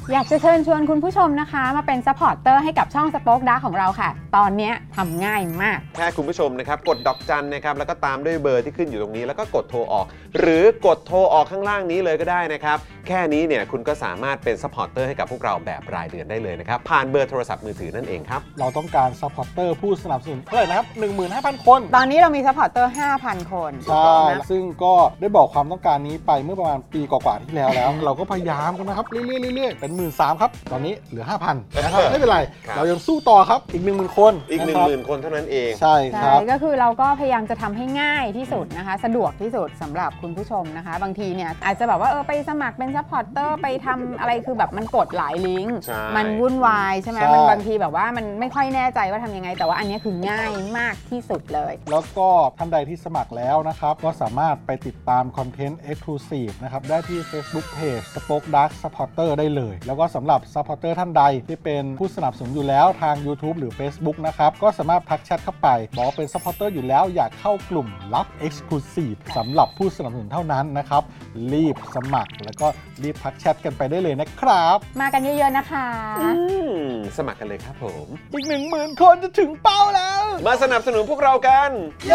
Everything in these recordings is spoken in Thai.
อยากจะเชิญชวนคุณผู้ชมนะคะมาเป็นซัพพอร์ตเตอร์ให้กับช่อง Spoke Dark ของเราค่ะตอนนี้ทำง่ายมากแค่คุณผู้ชมนะครับกดดอกจันนะครับแล้วก็ตามด้วยเบอร์ที่ขึ้นอยู่ตรงนี้แล้วก็กดโทรออกหรือกดโทรออกข้างล่างนี้เลยก็ได้นะครับแค่นี้เนี่ยคุณก็สามารถเป็นซัพพอร์ตเตอร์ให้กับพวกเราแบบรายเดือนได้เลยนะครับผ่านเบอร์โทรศัพท์มือถือนั่นเองครับเราต้องการซัพพอร์ตเตอร์ผู้สนับสนุนเท่าไหร่นะครับ 15,000 คนตอนนี้เรามีซัพพอร์ตเตอร์ 5,000 คนใช่ซึ่งก็ได้บอกความต้องการนี้ไปเมื่อประมาณปีกว่าๆที่แล้ว เราก็พยายามกันนะครับเรื่อยๆเป็น 13,000 ครับตอนนี้เหลือ 5,000 นะครับไม่เป็นไรเรายังสู้ต่อครับอีก 10,000 คนอีก 10,000 คนเท่านั้นเองใช่ครับก็คือเราก็พยายามจะทำให้ง่ายที่สุดนะคะสะดวกที่สุดสำหรับคุณผู้ชมนะคะบางทีเนี่ยอาจจะแบบว่าไปสมัครเป็นซัพพอร์ตเตอร์ไปทำอะไรคือแบบมันกดหลายลิงก์มันวุ่นวายใช่ไหมมันบางทีแบบว่ามันไม่ค่อยแน่ใจว่าทำยังไงแต่ว่าอันนี้คือง่ายมากที่สุดเลยแล้วก็ท่านใดที่สมัครแล้วนะครับก็สามารถไปติดตามคอนเทนต์ Exclusive นะครับได้ที่ Facebook Page Spoke Dark Supporter ได้เลยแล้วก็สำหรับ Supporter ท่านใดที่เป็นผู้สนับสนุนอยู่แล้วทาง YouTube หรือ Facebook นะครับก็สามารถทักแชทเข้าไปบอกว่าเป็น Supporter อยู่แล้วอยากเข้ากลุ่มลับ Exclusive สำหรับผู้สนับสนุนเท่านั้นนะครับรีบสมัครแล้วก็รีบทักแชทกันไปได้เลยนะครับมากันเยอะๆนะคะสมัครกันเลยครับผมอีก 10,000 คนจะถึงเป้าแล้วมาสนับสนุนพวกเรากันเย้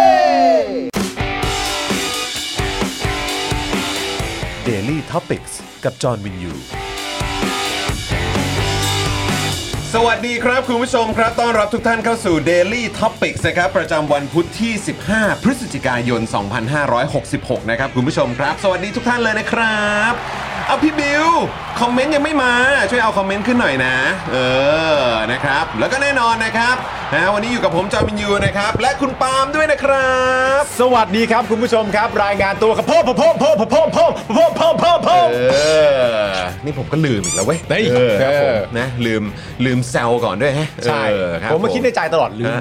Daily Topics กับจอห์นวินยูสวัสดีครับคุณผู้ชมครับต้อนรับทุกท่านเข้าสู่ Daily Topics นะครับประจำวันพุธที่15พฤศจิกายน2566นะครับคุณผู้ชมครับสวัสดีทุกท่านเลยนะครับเอาพี่บิวคอมเมนต์ยังไม่มาช่วยเอาคอมเมนต์ขึ้นหน่อยนะนะครับแล้วก็แน่นอนนะครับวันนี้อยู่กับผมจอห์นวินยูนะครับและคุณปาล์มด้วยนะครับสวัสดีครับคุณผู้ชมครับรายงานตัวกับพ่อนี่ผมก็ลืมอีกแล้วเว้ยครับผมนะลืมแซวก่อนด้วยฮะใช่ผมมาคิดในใจตลอดลืม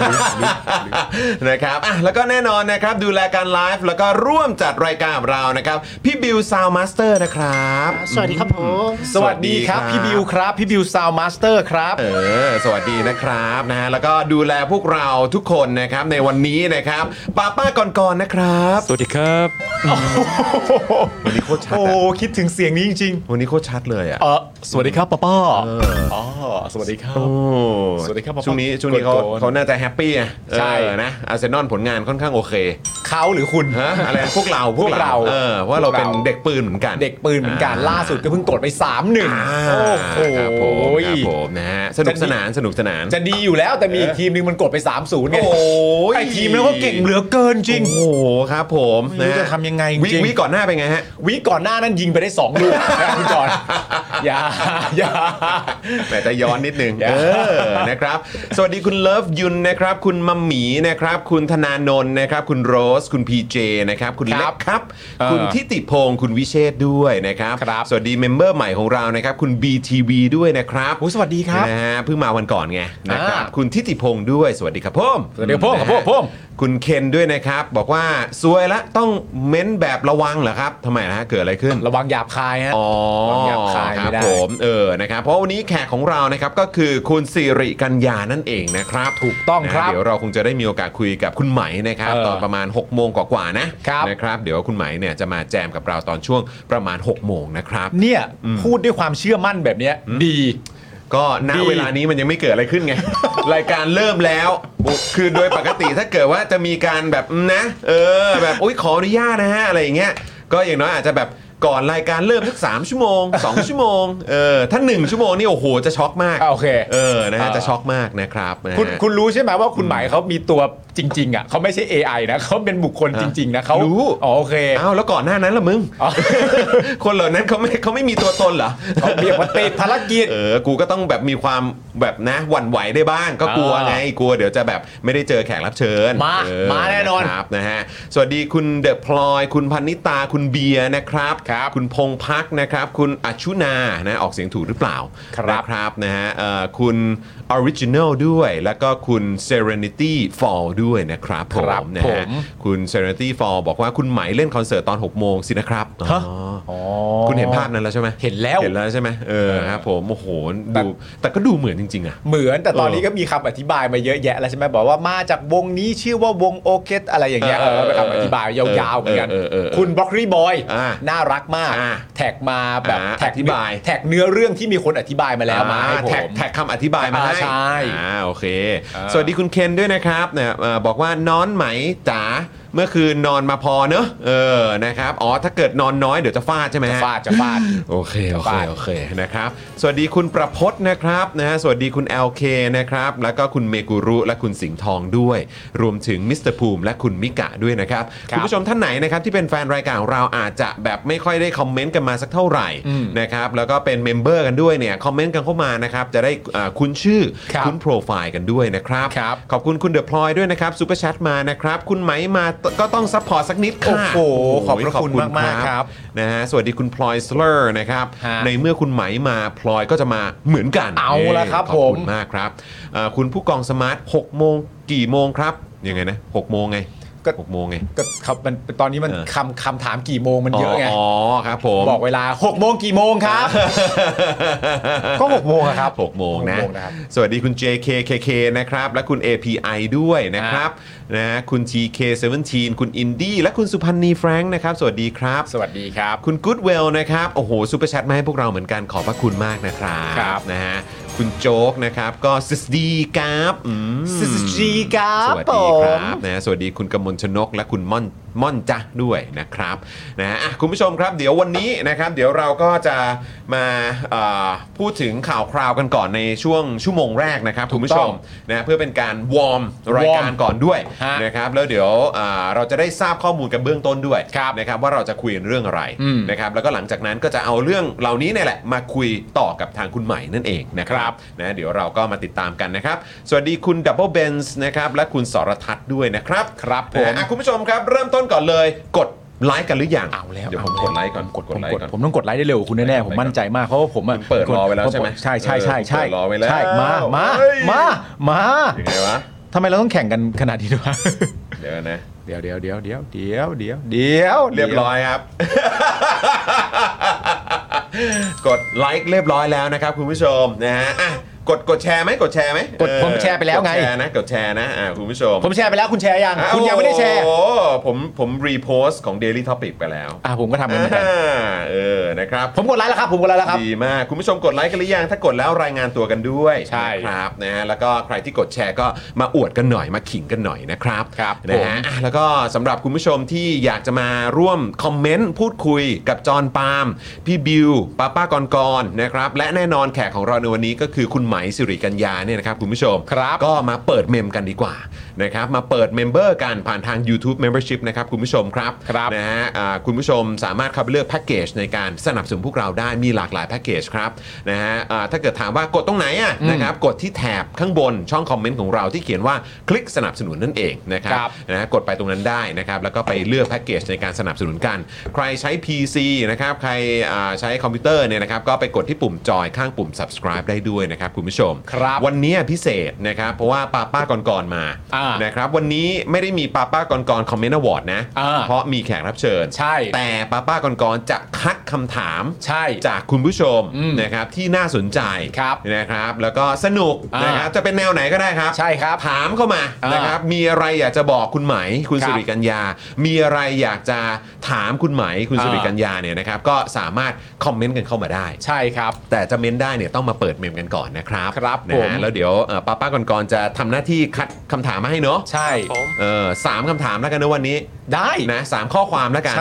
นะครับแล้วก็แน่นอนนะครับดูแลการไลฟ์แล้วก็ร่วมจัดรายการเรานะครับพี่บิวซาวด์มาสเตอร์นะครับสวัสดีครับผมสวัสดีครับพี่บิวครับพี่บิวซาวด์มาสเตอร์ครับสวัสดีนะครับนะแล้วก็ดูแลพวกเราทุกคนนะครับในวันนี้นะครับป้าก่อนนะครับสวัสดีครับวันนี้โคตรชัดโอ้คิดถึงเสียงนี้จริงๆวันนี้โคตรชัดเลยสวัสดีครับป้าสวัสดีครับสวัสดีครับช่วงนี้เขาน่าจะแฮปปี้อ่ะใช่นะอาร์เซนอลผลงานค่อนข้างโอเคเขาหรือคุณอะไรพวกเราเพราะเราเป็นเด็กปืนเหมือนกันเด็กปืนเหมือนกันล่าสุดก็เพิ่งกดไป 3-1โอ้โหครับผมนะฮะสนุกสนานจะดีอยู่แล้วแต่มีอีกทีมนึงมันกดไป 3-0 ไงไอ้ทีมนั้นก็เก่งเหลือเกินจริงโอ้โหครับผมไม่รู้จะทำยังไงจริงวิก่อนหน้าเป็นไงฮะวิก่อนหน้านั้นยิงไปได้2 ลูกคุณจอนอย่าแหมจะย้อนนิดนึงนะครับสวัสดีคุณเลิฟยุนนะครับคุณมัมหมีนะครับคุณธนานนท์นะครับคุณโรสคุณพีเจนะครับคุณเล็กครับคุณทิติพงศ์คุณวิเชษด้วยนะครับสวัสดีเมมเบอร์ใหม่ของเรานะครับคุณ BTV ด้วยนะครับสวัสดีครับนะฮะเพิ่งมาวันก่อนไงนะครับคุณทิติพงศ์ด้วยสวัสดีครับพ่อมสวัสดีครับพ่อมคุณเคนด้วยนะครับบอกว่าซวยละต้องเม้นแบบระวังเหรอครับทำไมนะเกิดอะไรขึ้นระวังหยาบคายฮะหยาบคายไม่ได้ผมนะครับเพราะวันนี้แขกของเรานะครับก็คือคุณสิริกัญญานั่นเองนะครับถูกต้องครับเดี๋ยวเราคงจะได้มีโอกาสคุยกับคุณไหมนะครับตอนประมาณ 6 โมงกว่าๆนะครับเดี๋ยวคุณไหมเนี่ยจะมาแจมกับเราตอนช่วงประมาณ 6 โมงนะครับเนี่ยพูดด้วยความเชื่อมั่นแบบนี้ดีก็ณเวลานี้มันยังไม่เกิดอะไรขึ้นไง รายการเริ่มแล้วคือโดยปกติถ้าเกิดว่าจะมีการแบบนะแบบขออนุญาตนะฮะอะไรอย่างเงี้ยก็อย่างน้อยอาจจะแบบก่อนรายการเริ่มสัก3 ชั่วโมง 2 ชั่วโมงถ้า1 ชั่วโมงนี่โอ้โหจะช็อกมากโอเคนะฮะจะช็อกมากนะครับคุณรู้ใช่ไหมว่าคุณหมายเขามีตัวจริงๆอ่ะเขาไม่ใช่ AI นะเขาเป็นบุคคลจริงๆนะเขารู้โอเคแล้วก่อนหน้านั้นล่ะมึงคนเหล่านั้นเขาไม่มีตัวตนเหรอเขาเรียกว่าติดภารกิจกูก็ต้องแบบมีความแบบนะหวั่นไหวได้บ้างก็กลัวไงกลัวเดี๋ยวจะแบบไม่ได้เจอแขกรับเชิญมาแน่นอนครับนะฮะสวัสดีคุณเดอะพลอยคุณพนิตาคุณเบียร์นะครับคุณพงพักนะครับคุณอัชุนานะออกเสียงถูกหรือเปล่าครับนะฮะคุณ Original ด้วยแล้วก็คุณ Serenity Fall ด้วยนะครับผมนะฮะคุณ Serenity Fall บอกว่าคุณไหมเล่นคอนเสิร์ตตอน 6 โมงสินะครับคุณเห็นภาพนั้นแล้วใช่ไหมเห็นแล้วใช่ไหมครับผมโอ้โหดูแต่ก็ดูเหมือนจริงๆอ่ะเหมือนแต่ตอนนี้ก็มีคำอธิบายมาเยอะแยะแล้วใช่ไหมบอกว่ามาจากวงนี้ชื่อว่าวงโอเคสอะไรอย่างเงี้ยเป็นคำอธิบายยาวๆเหมือนกันคุณบล็อกรี่บอยน่ารักมากแท็กมาแบบแท็กอธิบายแท็กเนื้อเรื่องที่มีคนอธิบายมาแล้วมาให้ผมแท็กคำอธิบายมาให้ใช่โอเคสวัสดีคุณเคนด้วยนะครับเนี่ยบอกว่าน้อนไหมจ๋าเมื่อคืนนอนมาพอเนอะนะครับถ้าเกิดนอนน้อยเดี๋ยวจะฟาดใช่ไหมจะฟาดโอเคนะครับสวัสดีคุณประพจน์นะครับนะฮะสวัสดีคุณ LK นะครับแล้วก็คุณเมกุรุและคุณสิงห์ทองด้วยรวมถึงมิสเตอร์ภูมิและคุณมิกะด้วยนะครับคุณผู้ชมท่านไหนนะครับที่เป็นแฟนรายการของเราอาจจะแบบไม่ค่อยได้คอมเมนต์กันมาสักเท่าไหร่นะครับแล้วก็เป็นเมมเบอร์กันด้วยเนี่ยคอมเมนต์กันเข้ามานะครับจะได้คุ้นชื่อคุ้นโปรไฟล์กันด้วยนะครับขอบคุณคุณเดอะพลอยด้วยนะครับซุปเปอร์แชทมานะครับคุณไหมมาก็ต้องซัพพอร์ตสักนิดค่ะโอ้โหขอบคุณมากครับนะฮะสวัสดีคุณพลอยสเลอร์นะครับในเมื่อคุณไหมมาพลอยก็จะมาเหมือนกันเอาละครับขอบคุณมากครับคุณผู้กองสมาร์ท6โมงกี่โมงครับยังไงนะ6โมงไงก็6โมงไงก็ครับมันตอนนี้มันคำถามกี่โมงมันเยอะไงครับผมบอกเวลา6โมงกี่โมงครับก็6โมงครับ 6โมงนะสวัสดีคุณ JKKK นะครับและคุณ API ด้วยนะครับนะคุณ TK17 คุณอินดี้และคุณสุพันธ์นีแฟรงค์นะครับสวัสดีครับสวัสดีครับคุณ Goodwell นะครับโอ้โหซุปเปอร์แชทมาให้พวกเราเหมือนกันขอบพระคุณมากนะครับนะฮะคุณโจ๊กนะครับก็สวัสดีครับสวัสดีครับสวัสดีครับนะสวัสดีคุณกมลชนกและคุณม่อนจ้ะด้วยนะครับนะคุณผู้ชมครับเดี๋ยววันนี้นะครับเดี๋ยวเราก็จะมาพูดถึงข่าวคราวกันก่อนในช่วงชั่วโมงแรกนะครับคุณผู้ชมนะเพื่อเป็นการวอร์มรายการก่อนด้วยนะครับแล้วเดี๋ยวเราจะได้ทราบข้อมูลกันเบื้องต้นด้วยนะครับว่าเราจะคุยเรื่องอะไรนะครับแล้วก็หลังจากนั้นก็จะเอาเรื่องเหล่านี้เนี่ยแหละมาคุยต่อกับทางคุณใหม่นั่นเองนะครับนะเดี๋ยวเราก็มาติดตามกันนะครับสวัสดีคุณดับเบิลเบนส์นะครับและคุณสรทัศน์ด้วยนะครับครับผมคุณผู้ชมครับเริ่มต้นก่อนเลยกดไลค์กันหรือยังเอาแล้วเดี๋ยวผมกดไลค์ก่อนกดไลค์ก่อนผมต้องกดไลค์ได้เร็วคุณแน่ๆผมมั่นใจมากเพราะว่าผมเปิดรอไว้แล้วใช่ไหมใช่รอไว้แล้วใช่มายังไงวะทำไมเราต้องแข่งกันขนาดนี้ด้วยเดี๋ยวนะเดี๋ยวเรียบร้อยครับกดไลค์เรียบร้อยแล้วนะครับคุณผู้ชมนะฮะกดแชร์ไหมกดผมแชร์ไปแล้วไงกดแชร์นะคุณผู้ชมผมแชร์ไปแล้วคุณแชร์ยังคุณยังไม่ได้แชร์ผมรีโพสต์ของ Daily Topic ไปแล้วผมก็ทำเหมือนกันนะครับผมกดไลค์แล้วครับดีมากคุณผู้ชมกดไลค์กันหรือยังถ้ากดแล้วรายงานตัวกันด้วยใช่ครับนะฮะแล้วก็ใครที่กดแชร์ก็มาอวดกันหน่อยมาขิงกันหน่อยนะครับนะฮะแล้วก็สำหรับคุณผู้ชมที่อยากจะมาร่วมคอมเมนต์พูดคุยกับจอห์นปาล์มพี่บิวป้ากรนะครับและแน่นอนแขกของเราในวันนี้ก็คือคุณไหมสิริกัญญาเนี่ยนะครับคุณผู้ชมก็มาเปิดเมมกันดีกว่านะครับมาเปิดเมมเบอร์กันผ่านทาง YouTube Membership นะครับคุณผู้ชมครับนะฮะคุณผู้ชมสามารถเข้าไปเลือกแพ็กเกจในการสนับสนุนพวกเราได้มีหลากหลายแพ็กเกจครับนะฮะถ้าเกิดถามว่ากดตรงไหนนะครับกดที่แถบข้างบนช่องคอมเมนต์ของเราที่เขียนว่าคลิกสนับสนุนนั่นเองนะครับนะกดไปตรงนั้นได้นะครับแล้วก็ไปเลือกแพ็กเกจในการสนับสนุนกันใครใช้ PC นะครับใครใช้คอมพิวเตอร์เนี่ยนะครับก็ไปกดที่ปุ่มจอยข้างปุ่ม subscribe ได้ด้วยนะครับคุณผู้ชมวันนี้พิเศษนะครับเพราะว่าป้าก่อนมานะครับวันนี้ไม่ได้มีป้าก่อนคอมเมนต์อวอร์ดนะเพราะมีแขกรับเชิญใช่แต่ป้าก่อนจะคัดคำถามใช่จากคุณผู้ชมนะครับที่น่าสนใจนะครับแล้วก็สนุกนะครับจะเป็นแนวไหนก็ได้ครับใช่ครับถามเข้ามานะครับมีอะไรอยากจะบอกคุณไหมคุณสิริกัญญามีอะไรอยากจะถามคุณไหมคุณสิริกัญญาเนี่ยนะครับก็สามารถคอมเมนต์กันเข้ามาได้ใช่ครับแต่จะเม้นได้เนี่ยต้องมาเปิดเมมกันก่อนนะครับนะฮะแล้วเดี๋ยวป้าก่อนจะทำหน้าที่คัดคำถามมาให้เนาะใช่ 3คำถามแล้วกันนะวันนี้ได้นะ3ข้อความแล้วกัน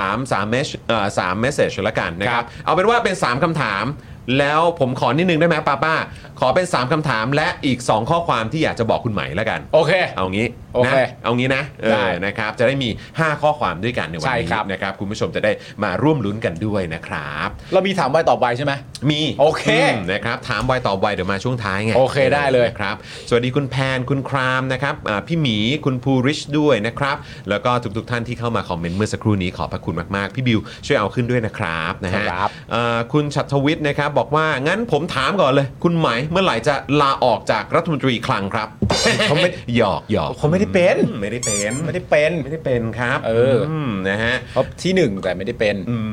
3เมสเสจแล้วกันนะครับเอาเป็นว่าเป็น3คำถามแล้วผมขอนิดนึงได้ไหมป้าขอเป็น3คำถามและอีก2ข้อความที่อยากจะบอกคุณไหมแล้วกันโอเคเอางี้นะเอางี้นะนะครับจะได้มี5ข้อความด้วยกันในวันนี้นะครับคุณผู้ชมจะได้มาร่วมลุ้นกันด้วยนะครับเรามีถามไวต่อไวใช่ไหมมีโอเคนะครับถามไวต่อไวเดี๋ยวมาช่วงท้ายไงโอเคได้เลยครับสวัสดีคุณแพนคุณครามนะครับพี่หมีคุณภูริชด้วยนะครับแล้วก็ทุกท่านที่เข้ามาคอมเมนต์เมื่อสักครู่นี้ขอบพระคุณมากๆพี่บิวช่วยเอาขึ้นด้วยนะครับนะฮะคุณชัตวิทย์นะครับบอกว่างั้นผมถามก่อนเลยคุณไหมเมื่อไหร่จะลาออกจากรัฐมนตรีคลังครับเขาไม่หยอกเขาไม่ได้เป็นครับนะฮะเขาที่1แต่ไม่ได้เป็น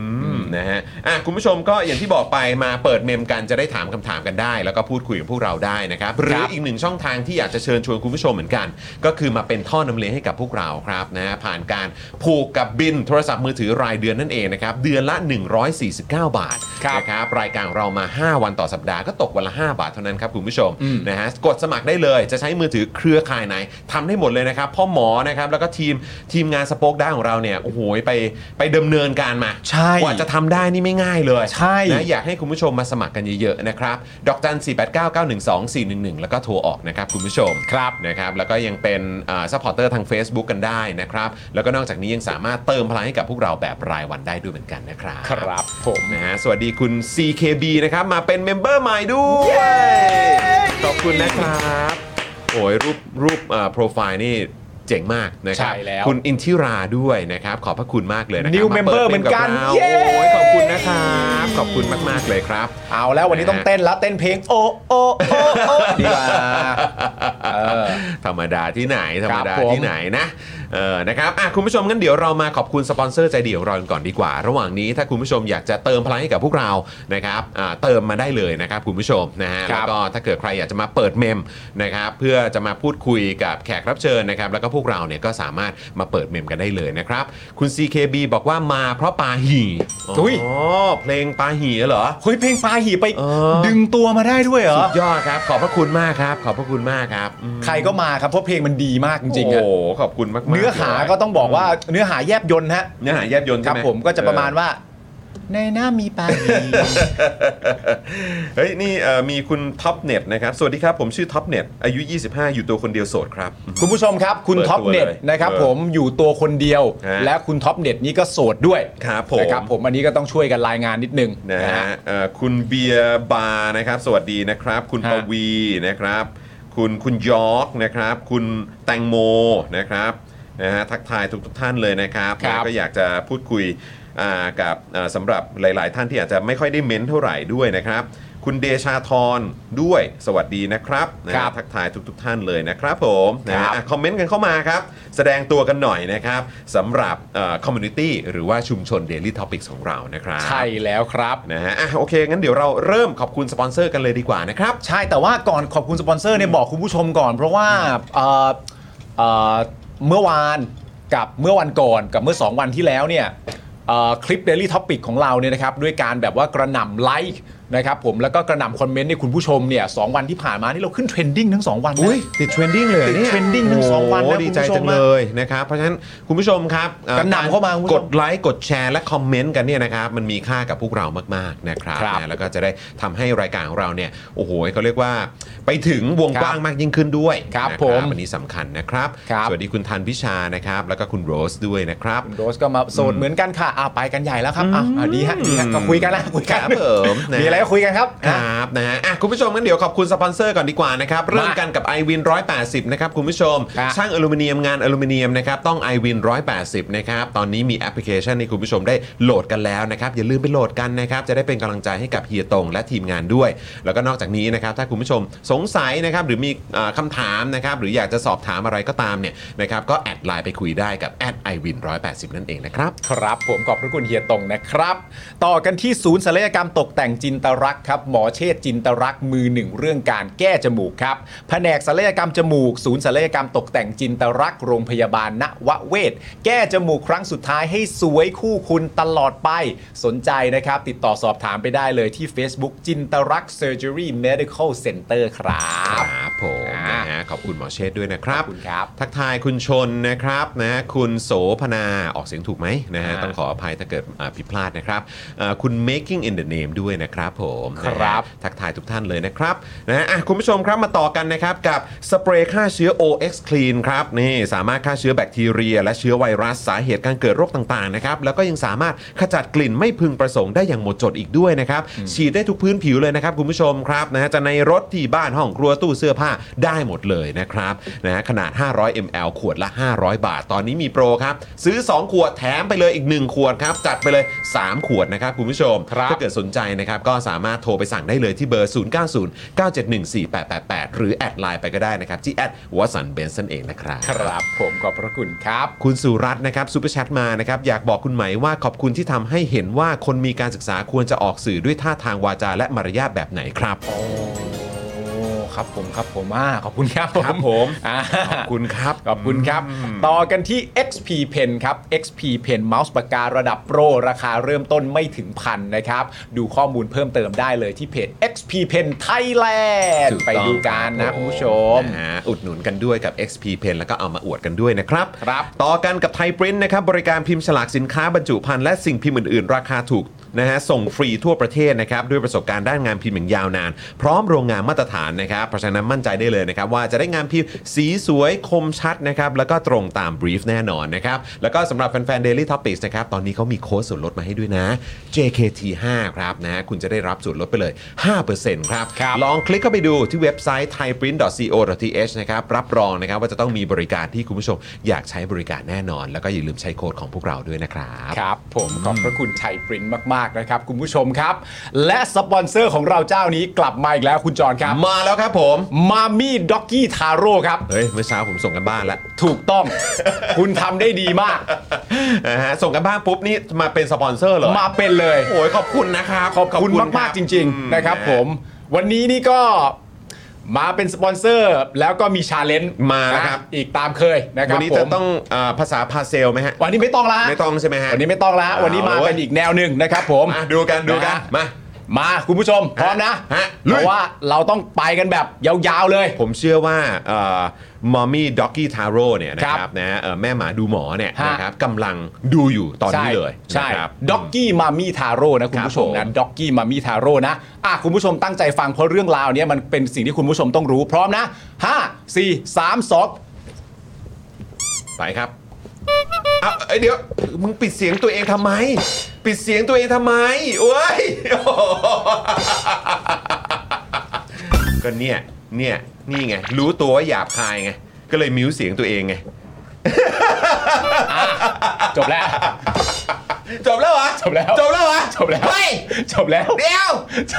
นะฮะคุณผู้ชมก็อย่างที่บอกไปมาเปิดเมมกันจะได้ถามคำถามกันได้แล้วก็พูดคุยกับพวกเราได้นะครับหรืออีกหนึ่งช่องทางที่อยากจะเชิญชวนคุณผู้ชมเหมือนกันก็คือมาเป็นท่อนำเลี้ยงให้กับพวกเราครับนะผ่านการผูกกับบินโทรศัพท์มือถือรายเดือนนั่นเองนะครับเดือนละ149 บาทนะครับรายการเรามา5วันต่อสัปดาห์ก็ตกวันละ5 บาทเท่านั้นครับคุณผู้ชมนะฮะกดสมัครได้เลยจะใช้มือถือเครือข่ายไหนทำได้หมดเลยนะครับพ่อหมอนะครับแล้วก็ทีมงานสป็อคด้าของเราเนี่ยโอ้โหไปดำเนินการมากว่าจะทำได้นี่ไม่ง่ายเลยนะอยากให้คุณผู้ชมมาสมัครกันเยอะๆนะครับดอกจัน 489912411แล้วก็โทรออกนะครับคุณผู้ชมนะครับแล้วก็ยังเป็นซัพพอร์เตอร์ทาง Facebook กันได้นะครับแล้วก็นอกจากนี้ยังสามารถเติมพลังให้กับพวกเราแบบรายวันได้ด้วยเหมือนกันนะครับครับผมนะฮะสวัสดีคุณ CKB นะครับมาเป็นเมมเบอร์ใหม่ด้วยขอบคุณนะครับโอ้ยรูปโปรไฟล์นี่เจ๋งมากนะครับคุณอินทิราด้วยนะครับขอบพระคุณมากเลยนะครับ New Member เหมือนกันโอ้ยขอบคุณนะครับขอบคุณมากๆเลยครับเอาแล้ววันนี้ต้องเต้นแล้วเต้นเพลงโอ้ดีกว่าธรรมดาที่ไหนนะนะครับคุณผู้ชมงั้นเดี๋ยวเรามาขอบคุณสปอนเซอร์ใจดีของเราก่อนดีกว่าระหว่างนี้ถ้าคุณผู้ชมอยากจะเติมพลังให้กับพวกเรานะครับเติมมาได้เลยนะครับคุณผู้ชมนะฮะแล้วก็ถ้าเกิดใครอยากจะมาเปิดเมมนะครับเพื่อจะมาพูดคุยกับแขกรับเชิญนะครับแล้วก็พวกเราเนี่ยก็สามารถมาเปิดเมมกันได้เลยนะครับคุณ CKB บอกว่ามาเพราะปาหี่เพลงปาหี่เหรอเฮ้ยเพลงปาหี่ไปดึงตัวมาได้ด้วยเหรอสุดยอดครับขอบพระคุณมากครับขอบพระคุณมากครับใครก็มาครับเพราะเพลงมันดีมากจริงๆโอ้ขอบคุณมากเนื้อหาก็ต้องบอกว่าเนื้อหาแยบยลฮะเนื้อหาแยบยลใช่ไหมครับผมก็จะประมาณว่าในหน้ามีปาหีเฮ้ยนี่มีคุณท็อปเน็ตนะครับสวัสดีครับผมชื่อท็อปเน็ตอายุ25อยู่ตัวคนเดียวโสดครับคุณผู้ชมครับคุณท็อปเน็ตนะครับผมอยู่ตัวคนเดียวและคุณท็อปเน็ตนี่ก็โสดด้วยครับผมนะครับผมอันนี้ก็ต้องช่วยกันรายงานนิดนึงนะฮะคุณเบียร์บาร์นะครับสวัสดีนะครับคุณปวีนะครับคุณยอร์กนะครับคุณแตงโมนะครับนะฮะทักทายทุกท่านเลยนะครับก็อยากจะพูดคุยกับสำหรับหลายๆท่านที่อาจจะไม่ค่อยได้เม้นเท่าไหร่ด้วยนะครับคุณเดชาธรด้วยสวัสดีนะครับทักทายทุกท่านเลยนะครับผมคอมเมนต์กันเข้ามาครับแสดงตัวกันหน่อยนะครับสำหรับคอมมูนิตี้หรือว่าชุมชน Daily Topics ของเรานะครับใช่แล้วครับนะฮะโอเคงั้นเดี๋ยวเราเริ่มขอบคุณสปอนเซอร์กันเลยดีกว่านะครับใช่แต่ว่าก่อนขอบคุณสปอนเซอร์เนี่ยบอกคุณผู้ชมก่อนเพราะว่าเมื่อวานกับเมื่อวันก่อนกับเมื่อ2วันที่แล้วเนี่ยคลิป Daily Topic ของเราเนี่ยนะครับด้วยการแบบว่ากระหน่ำไลค์นะครับผมแล้วก็กระหน่ำคอมเมนต์ในคุณผู้ชมเนี่ย2วันที่ผ่านมานี่เราขึ้นเทรนดิ้งทั้ง2วันนะติดเทรนดิ้งเลยติดเทรนดิ้งทั้ง2วันนะดีใจจังเลยนะครับเพราะฉะนั้นคุณผู้ชมครับกระหน่ำเข้ามากดไลค์กดแชร์และคอมเมนต์กันเนี่ยนะครับมันมีค่ากับพวกเรามากๆนะครับแล้วก็จะได้ทำให้รายการของเราเนี่ยโอ้โหเขาเรียกว่าไปถึงวงกว้างมากยิ่งขึ้นด้วยครับผมวันนี้สำคัญนะครับสวัสดีคุณธันพิชานะครับแล้วก็คุณโรสด้วยนะครับคุณโรสก็มาโสดเหมือนกันค่ะไปกันใหญ่แล้วครับดีฮะก็คุยกันนะคุยกันมีอะไรก็คุยกันครับครับนะฮะคุณผู้ชมงั้นเดี๋ยวขอบคุณสปอนเซอร์ก่อนดีกว่านะครับเริ่มกันกับ iWin 180นะครับคุณผู้ชมช่างอลูมิเนียมงานอลูมิเนียมนะครับต้อง iWin 180นะครับตอนนี้มีแอปพลิเคชันให้คุณผู้ชมได้โหลดกันแล้วนะครับอย่าลืมไปโหลดกันนะครับจะได้เป็นกำลังใจให้กับเฮียตงและทีมงานด้วยแล้วก็นอกจากนี้นะครับถ้าคุณผู้ชมสงสัยนะครับหรือมีคำถามนะครับหรืออยากจะสอบถามอะไรก็ตามเนี่ยนะครับก็แอดไลน์ไปคุยได้กับ @iWin 180นั่นเองนะครับครับผมขอบพระคุณเฮียตงนะครับต่อกันที่ศูนย์ศัลยกรรมตกแต่งจินตรักษ์ครับหมอเชษจินตรักษ์มือหนึ่งเรื่องการแก้จมูกครับแผนกศัลยกรรมจมูกศูนย์ศัลยกรรมตกแต่งจินตรักษ์โรงพยาบาลณวเวศแก้จมูกครั้งสุดท้ายให้สวยคู่คุณตลอดไปสนใจนะครับติดต่อสอบถามไปได้เลยที่ Facebook จินตรักษ์ Surgery Medical Center ครับครับผมนะฮะขอบคุณหมอเชษด้วยนะครับขอบคุณครับทักทายคุณชนนะครับนะคุณโสพนาออกเสียงถูกไหมนะฮะต้องขออภัยถ้าเกิดผิดพลาดนะครับคุณ Making in the Name ด้วยนะครับผมครับทักทายทุกท่านเลยนะครับนะคุณผู้ชมครับมาต่อกันนะครับกับสเปรย์ฆ่าเชื้อ OX Clean ครับนี่สามารถฆ่าเชื้อแบคทีเรียและเชื้อไวรัสสาเหตุการเกิดโรคต่างๆนะครับแล้วก็ยังสามารถขจัดกลิ่นไม่พึงประสงค์ได้อย่างหมดจดอีกด้วยนะครับฉีดได้ทุกพื้นผิวเลยนะครับคุณผู้ชมครับนะจะในรถที่บ้านห้องครัวตู้เสื้อผ้าได้หมดเลยนะครับนะขนาด500 ml ขวดละ500 บาทตอนนี้มีโปรครับซื้อ2ขวดแถมไปเลยอีก1ขวดครับจัดไปเลย3ขวดนะครับคุณผู้ชมถ้าเกิดสนใจนะครับก็สามารถโทรไปสั่งได้เลยที่เบอร์0909714888หรือแอดไลน์ไปก็ได้นะครับที่@watsonbenzนั่นเองนะครับครับผมขอบพระคุณครับคุณสุรัตน์นะครับซูเปอร์แชทมานะครับอยากบอกคุณไหมว่าขอบคุณที่ทำให้เห็นว่าคนมีการศึกษาควรจะออกสื่อด้วยท่าทางวาจาและมารยาทแบบไหนครับครับผมขอบคุณครับขอบคุณครับขอบคุณครับต่อกันที่ XP Pen ครับ XP Pen เมาส์ปากการะดับโปรราคาเริ่มต้นไม่ถึงพันนะครับดูข้อมูลเพิ่มเติมได้เลยที่เพจ XP Pen Thailand ไปดูกันนะคุณผู้ชมอุดหนุนกันด้วยกับ XP Pen แล้วก็เอามาอวดกันด้วยนะครับครับต่อกันกับ Thai Print นะครับบริการพิมพ์ฉลากสินค้าบรรจุภัณฑ์และสิ่งพิมพ์อื่นๆราคาถูกนะฮะส่งฟรีทั่วประเทศนะครับด้วยประสบการณ์ด้านงานพิมพ์อย่างยาวนานพร้อมโรงงานมาตรฐานนะครับเพราะฉะนั้นมั่นใจได้เลยนะครับว่าจะได้งานพิมพ์สีสวยคมชัดนะครับแล้วก็ตรงตามบรีฟแน่นอนนะครับแล้วก็สำหรับแฟนๆ Daily Topics นะครับตอนนี้เขามีโค้ดส่วนลดมาให้ด้วยนะ JKT5 ครับนะคุณจะได้รับส่วนลดไปเลย 5% ครับลองคลิกเข้าไปดูที่เว็บไซต์ thaiprint.co.th นะครับรับรองนะครับว่าจะต้องมีบริการที่คุณผู้ชมอยากใช้บริการแน่นอนแล้วก็อย่าลืมใช้โค้ดของพวกเราด้วยนะครับครับผมขอบพระคุณไทยปริ้นท์มากๆนะครับคุณผู้ชมครับและสปอนเซอร์ของเราเจ้านี้กลับมาอีกแล้วคุณจรครับมาแล้วครับผมมามี่ด็อกกี้ทาโร่ครับเฮ้ยเมื่อเช้าผมส่งกันบ้านแล้วถูกต้อง คุณทำได้ดีมากส่งกันบ้านปุ๊บนี่มาเป็นสปอนเซอร์เลยมาเป็นเลยโอ้ยขอบคุณนะครับขอบคุณมากๆจริงๆนะครับผมวันนี้นี่ก็มาเป็นสปอนเซอร์แล้วก็มีชาเลนจ์มาแล้วครับอีกตามเคยนะครับวันนี้จะต้องภาษาพาเซลไหมฮะวันนี้ไม่ต้องละไม่ต้องใช่ไหมฮะวันนี้ไม่ต้องละวันนี้มาเป็นอีกแนวหนึ่งนะครับผมดูกันมาคุณผู้ชมพร้อมนะเพราะว่าเราต้องไปกันแบบยาวๆเลยผมเชื่อว่ามอมมี่ด็อกกี้ทาโร่เนี่ยนะครับนะแม่หมาดูหมอเนี่ยนะครับกำลังดูอยู่ตอนนี้เลยใช่ด็อกกี้มามี่ทาโร่นะคุณผู้ชมนะด็อกกี้มามี่ทาโร่นะคุณผู้ชมตั้งใจฟังเพราะเรื่องราวนี้มันเป็นสิ่งที่คุณผู้ชมต้องรู้พร้อมนะ5 4 3 2ไปครับเดี๋ยวมึงปิดเสียงตัวเองทำไมปิดเสียงตัวเองทำไมโอ้ยก็นี่ไงรู้ตัวว่าหยาบคายไงก็เลยมิวเสียงตัวเองไงจบแล้ววะเฮ้ยจบแล้วเดี๋ยว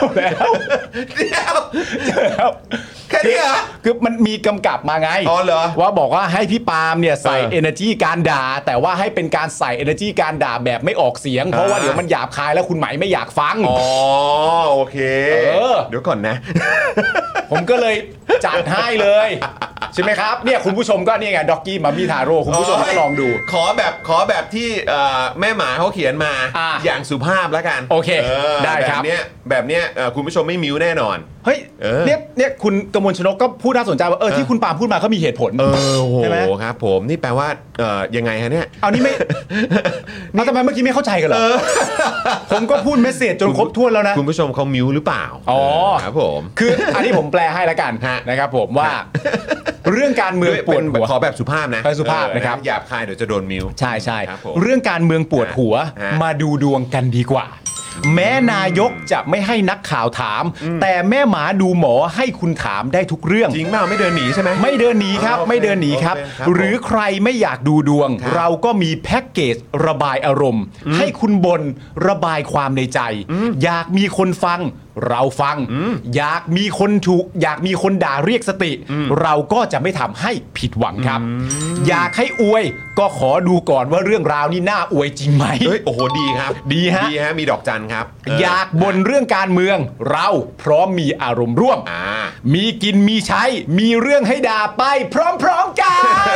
แค่นี้เหรอคือมันมีกำกับมาไงเหรอว่าบอกว่าให้พี่ปาล์มเนี่ยใส่ energy การด่าแต่ว่าให้เป็นการใส่ energy การด่าแบบไม่ออกเสียงเพราะว่าเดี๋ยวมันหยาบคายแล้วคุณไหมไม่อยากฟังโอเคเดี๋ยวก่อนนะผมก็เลยจัดให้เลยใช่ไหมครับเนี่ยคุณผู้ชมก็นี่ไงด็อกกี้มามี่ทาโร่คุณผู้ชมก็ลองดูขอแบบที่แม่หมาเขาเขียนมาอย่างสุภาพแล้วกันโอเคได้ครับแบบเนี้ยคุณผู้ชมไม่มิวแน่นอนเฮ้ยเนี่ยคุณกมลชนกก็พูดน่าสนใจว่าที่คุณปาล์มพูดมาเขามีเหตุผลใช่ไหมครับผมนี่แปลว่ายังไงฮะเนี่ยเอานี่ไม่ทำไมเมื่อกี้ไม่เข้าใจกันเหรอผมก็พูดเมสเสจจนครบถ้วนแล้วนะคุณผู้ชมเขามิวหรือเปล่าครับผมคืออันนี้ผมแปลให้แล้วกันนะครับผมว่าเรื่องการเมืองปวดหัวขอแบบสุภาพนะสุภาพนะครับหยาบคายเดี๋ยวจะโดนมิวใช่เรื่องการเมืองปวดหัวมาดูดวงกันดีกว่าแม้นายกจะไม่ให้นักข่าวถามแต่แม่หมาดูหมอให้คุณถามได้ทุกเรื่องจริงเปล่าไม่เดินหนีใช่ไหมไม่เดินหนีครับไม่เดินหนีครับหรือใครไม่อยากดูดวงเราก็มีแพ็กเกจระบายอารมณ์ให้คุณบ่นระบายความในใจอยากมีคนฟังเราฟังอยากมีคนด่าเรียกสติเราก็จะไม่ทำให้ผิดหวังครับอยากให้อวยก็ขอดูก่อนว่าเรื่องราวนี้น่าอวยจริงไหมโอ้โหดีครับดีฮะมีดอกจันครับอยากบ่นเรื่องการเมืองเราพร้อมมีอารมณ์ร่วมมีกินมีใช้มีเรื่องให้ด่าไปพร้อมๆกัน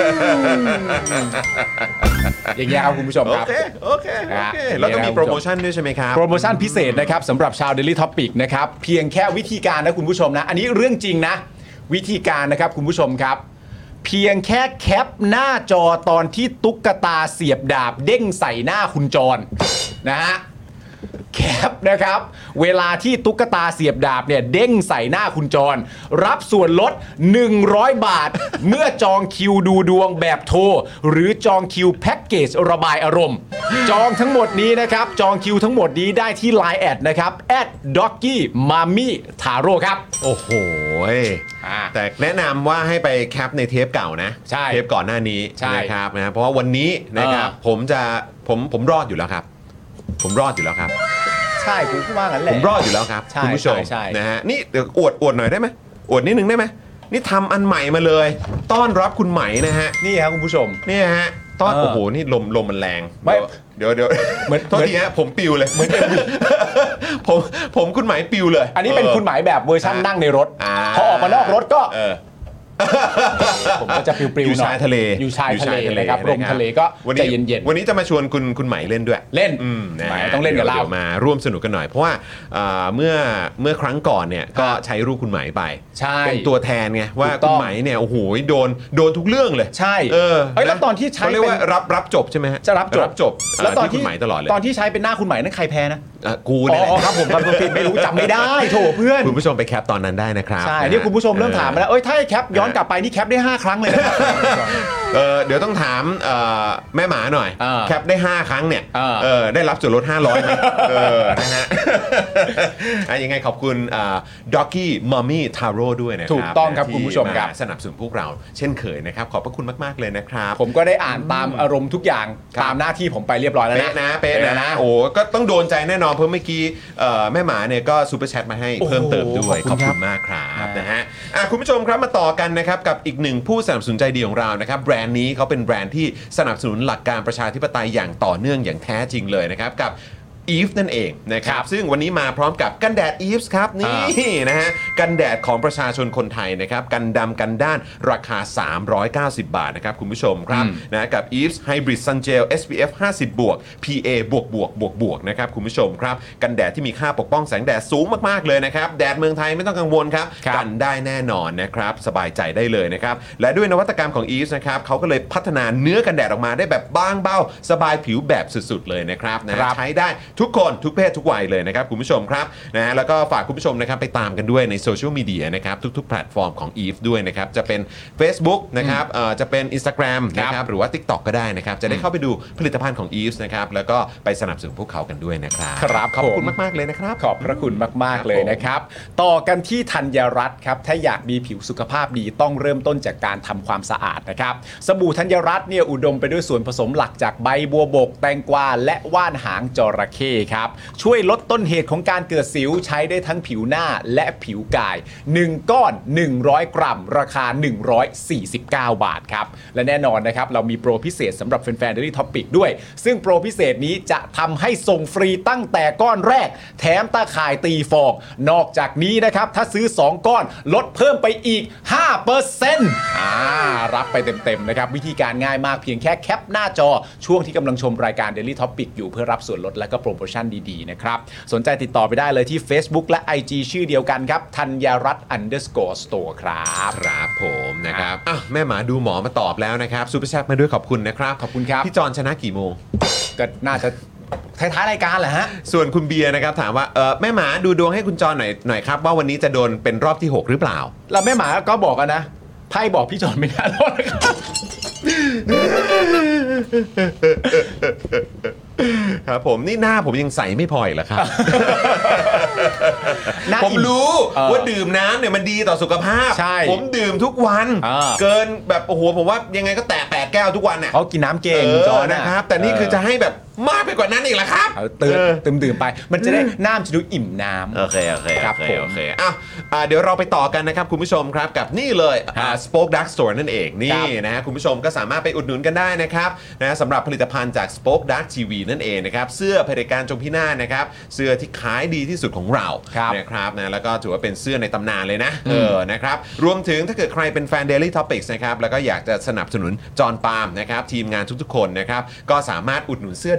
อย่างนี้ครับคุณผู้ชมครับโอเคแล้วก็มีโปรโมชั่นด้วยใช่ไหมครับโปรโมชั่นพิเศษนะครับสำหรับชาว Daily Topic นะครับเพียงแค่วิธีการนะคุณผู้ชมนะอันนี้เรื่องจริงนะวิธีการนะครับคุณผู้ชมครับเพียงแค่แคปหน้าจอตอนที่ตุ๊กตาเสียบดาบเด้งใส่หน้าคุณจรนะฮะแคปนะครับเวลาที่ตุ๊กตาเสียบดาบเนี่ยเด้งใส่หน้าคุณจรรับส่วนลด100 บาท เมื่อจองคิวดูดวงแบบโทรหรือจองคิวแพ็กเกจระบายอารมณ์จองทั้งหมดนี้นะครับจองคิวทั้งหมดนี้ได้ที่ Line แอดนะครับ@doggymammy.taro ครับโอ้โหแต่แนะนำว่าให้ไปแคปในเทปเก่านะใช่เทปก่อนหน้านี้ใช่นะครับนะเพราะว่าวันนี้นะครับผมรอดอยู่แล้วครับผมรอดอยู่แล้วครับใช่กูว่างั้นแหละผมรอดอยู่แล้วครับใช่คุณผู้ชมใช่นะฮะนี่เดี๋ยวอวดหน่อยได้ไหมอวดนิดนึงได้ไหมนี่ทำอันใหม่มาเลยต้อนรับคุณไหมนะฮะนี่ครับคุณผู้ชมเนี่ยฮะโอ้โหนี่ลมมันแรงไม่เดี๋ยวเหมือนโทษทีฮะผมปิวเลยเหมือน ผมคุณไหมปิวเลยอันนี้เป็นคุณหมายแบบเวอร์ชันนั่งในรถพอออกมานอกรถก็ผมก็จะปลิวๆหน่อยอยู่ชายทะเลอยู่ชายทะเลนะครับลมทะเลก็ใจเย็นๆวันนี้จะมาชวนคุณไหมเล่นด้วยเล่นนะไหมฮะต้องเล่นกับเราดี๋ยวมาร่วมสนุกกันหน่อยเพราะว่าเมื่อครั้งก่อนเนี่ยก็ใช้รูปคุณไหมไปใช่เป็นตัวแทนไงว่าถูกต้คุองณไหมเนี่ยโอ้โหโดนทุกเรื่องเลยใช่ แล้วตอนที่ใช้เขาเรียกว่าเป็นรับจบใช่ไหมฮะจะรับจบแล้วตอนที่คุณไหมตลอดเลยตอนที่ใช้เป็นหน้าคุณหมายนั้นใครแพ้นะกูเนี่ยแหละครับผมครับไม่รู้จำไม่ได้โถเพื่อนคุณผู้ชมไปแคปตอนนั้นได้นะครับใช่นี่คุณผู้ชมเริ่มถามมาแล้วถ้าให้แคปย้อนกลับไปนี่แคปได้5 ครั้งเลยนะครับเดี๋ยวต้องถามแม่หมาหน่อย แคปได้ 5 ครั้งเนี่ยได้รับส่วนลด500ไหมนะฮะยังไงขอบคุณDoggy Mommy Taro ด้วยนะครับถูกต้องครับคุณผู้ชมครับสนับสนุนพวกเราเช่นเคยนะครับขอบพระคุณมากๆเลยนะครับผมก็ได้อ่านตามอารมณ์ทุกอย่างครับตามหน้าที่ผมไปเรียบร้อยแล้วเป๊ะนะเป๊ะนะโอ้ก็ต้องโดนใจแน่นอนเพราะเมื่อกี้แม่หมาเนี่ยก็ซูเปอร์แชทมาให้เพิ่มเติมด้วยขอบคุณมากครับนะฮะคุณผู้ชมครับมาต่อกันนะครับกับอีกหนึ่งผู้สนับสนุนใจดีของเรานะครับแบรนด์นี้เขาเป็นแบรนด์ที่สนับสนุนหลักการประชาธิปไตยอย่างต่อเนื่องอย่างแท้จริงเลยนะครับกับEve นั่นเองนะครับซึ่งวันนี้มาพร้อมกับกันแดด Eve ครับนี่นะฮะกันแดดของประชาชนคนไทยนะครับกันดำกันด้านราคา390 บาทนะครับคุณผู้ชมครับนะกับ Eve Hybrid Sun Gel SPF 50 บวก PA บวกนะครับคุณผู้ชมครับกันแดดที่มีค่าปกป้องแสงแดดสูงมากๆเลยนะครับแดดเมืองไทยไม่ต้องกังวลครับกันได้แน่นอนนะครับสบายใจได้เลยนะครับและด้วยนวัตกรรมของ Eve นะครับเขาก็เลยพัฒนาเนื้อกันแดดออกมาได้แบบบางเบาสบายผิวแบบสุดๆเลยนะครับนะใช้ได้ทุกคนทุกเพศทุกวัยเลยนะครับคุณผู้ชมครับนะฮะแล้วก็ฝากคุณผู้ชมนะครับไปตามกันด้วยในโซเชียลมีเดียนะครับทุกๆแพลตฟอร์มของ Eve ด้วยนะครับจะเป็น Facebook นะครับจะเป็น Instagram นะครับหรือว่า TikTok ก็ได้นะครับจะได้เข้าไปดูผลิตภัณฑ์ของ Eve นะครับแล้วก็ไปสนับสนุนพวกเขากันด้วยนะครับครับขอบคุณมากๆเลยนะครับขอบพระคุณมากๆเลยนะครับต่อกันที่ธัญรัตน์ครับถ้าอยากมีผิวสุขภาพดีต้องเริ่มต้นจากการทำความสะอาดนะครับสบู่ธัญรัตน์เนี่ยอุดมไปด้วยส่วนผสมหลักจากใบบัวบกแตงกวาและว่านหางจระเข้ครับช่วยลดต้นเหตุของการเกิดสิวใช้ได้ทั้งผิวหน้าและผิวกาย1ก้อน100 กรัมราคา149 บาทครับและแน่นอนนะครับเรามีโปรพิเศษสำหรับแฟนๆ Daily Topic ด้วยซึ่งโปรพิเศษนี้จะทำให้ส่งฟรีตั้งแต่ก้อนแรกแถมตาข่ายตีฟองนอกจากนี้นะครับถ้าซื้อ2ก้อนลดเพิ่มไปอีก 5% รับไปเต็มๆนะครับวิธีการง่ายมากเพียงแค่แคปหน้าจอช่วงที่กำลังชมรายการ Daily Topic อยู่เพื่อรับส่วนลดและก็โปรโมชั่นดีๆนะครับสนใจติดต่อไปได้เลยที่ Facebook และ IG ชื่อเดียวกันครับธัญรัตน์_ store ครับครับผมนะครับแม่หมาดูหมอมาตอบแล้วนะครับซูเปอร์แชทมาด้วยขอบคุณนะครับขอบคุณครับพี่จอนชนะกี่โมงก็น่าจะท้ายๆรายการแหละฮะส่วนคุณเบียร์นะครับถามว่าแม่หมาดูดวงให้คุณจอนหน่อยครับว่าวันนี้จะโดนเป็นรอบที่6หรือเปล่าแล้วแม่หมาก็บอกกันนะไพ่บอกพี่จอนไม่น่ารอดนะครับครับผมนี่หน้าผมยังใสไม่พออีกเหรอครับ ผมรู้ว่าดื่มน้ำเนี่ยมันดีต่อสุขภาพผมดื่มทุกวันเกินแบบโอ้โหผมว่ายังไงก็แตะ8 แก้วทุกวันเนี่ยเขากินน้ำเก่งจอนะครับแต่นี่คือจะให้แบบมากไปกว่านั้นอีกเหรอครับดื่มไปมันจะได้น้ำจะดูอิ่มน้ำโอเคครับโอเคเดี๋ยวเราไปต่อกันนะครับคุณผู้ชมครับกับนี่เลย Spoke Dark Store นั่นเองนี่นะฮะคุณผู้ชมก็สามารถไปอุดหนุนกันได้นะครับนะสำหรับผลิตภัณฑ์จาก Spoke Dark TV นั่นเองนะครับเสื้อเผด็จการจงพินาศนะครับเสื้อที่ขายดีที่สุดของเรานะครับนะแล้วก็ถือว่าเป็นเสื้อในตำนานเลยนะนะครับรวมถึงถ้าเกิดใครเป็นแฟน Daily Topics นะครับแล้วก็อยากจะสนับสนุนจอห์นปาล์มนะครับทีมงานทุกๆคนนะครับก็สามารถอุดหนุนเสื้อ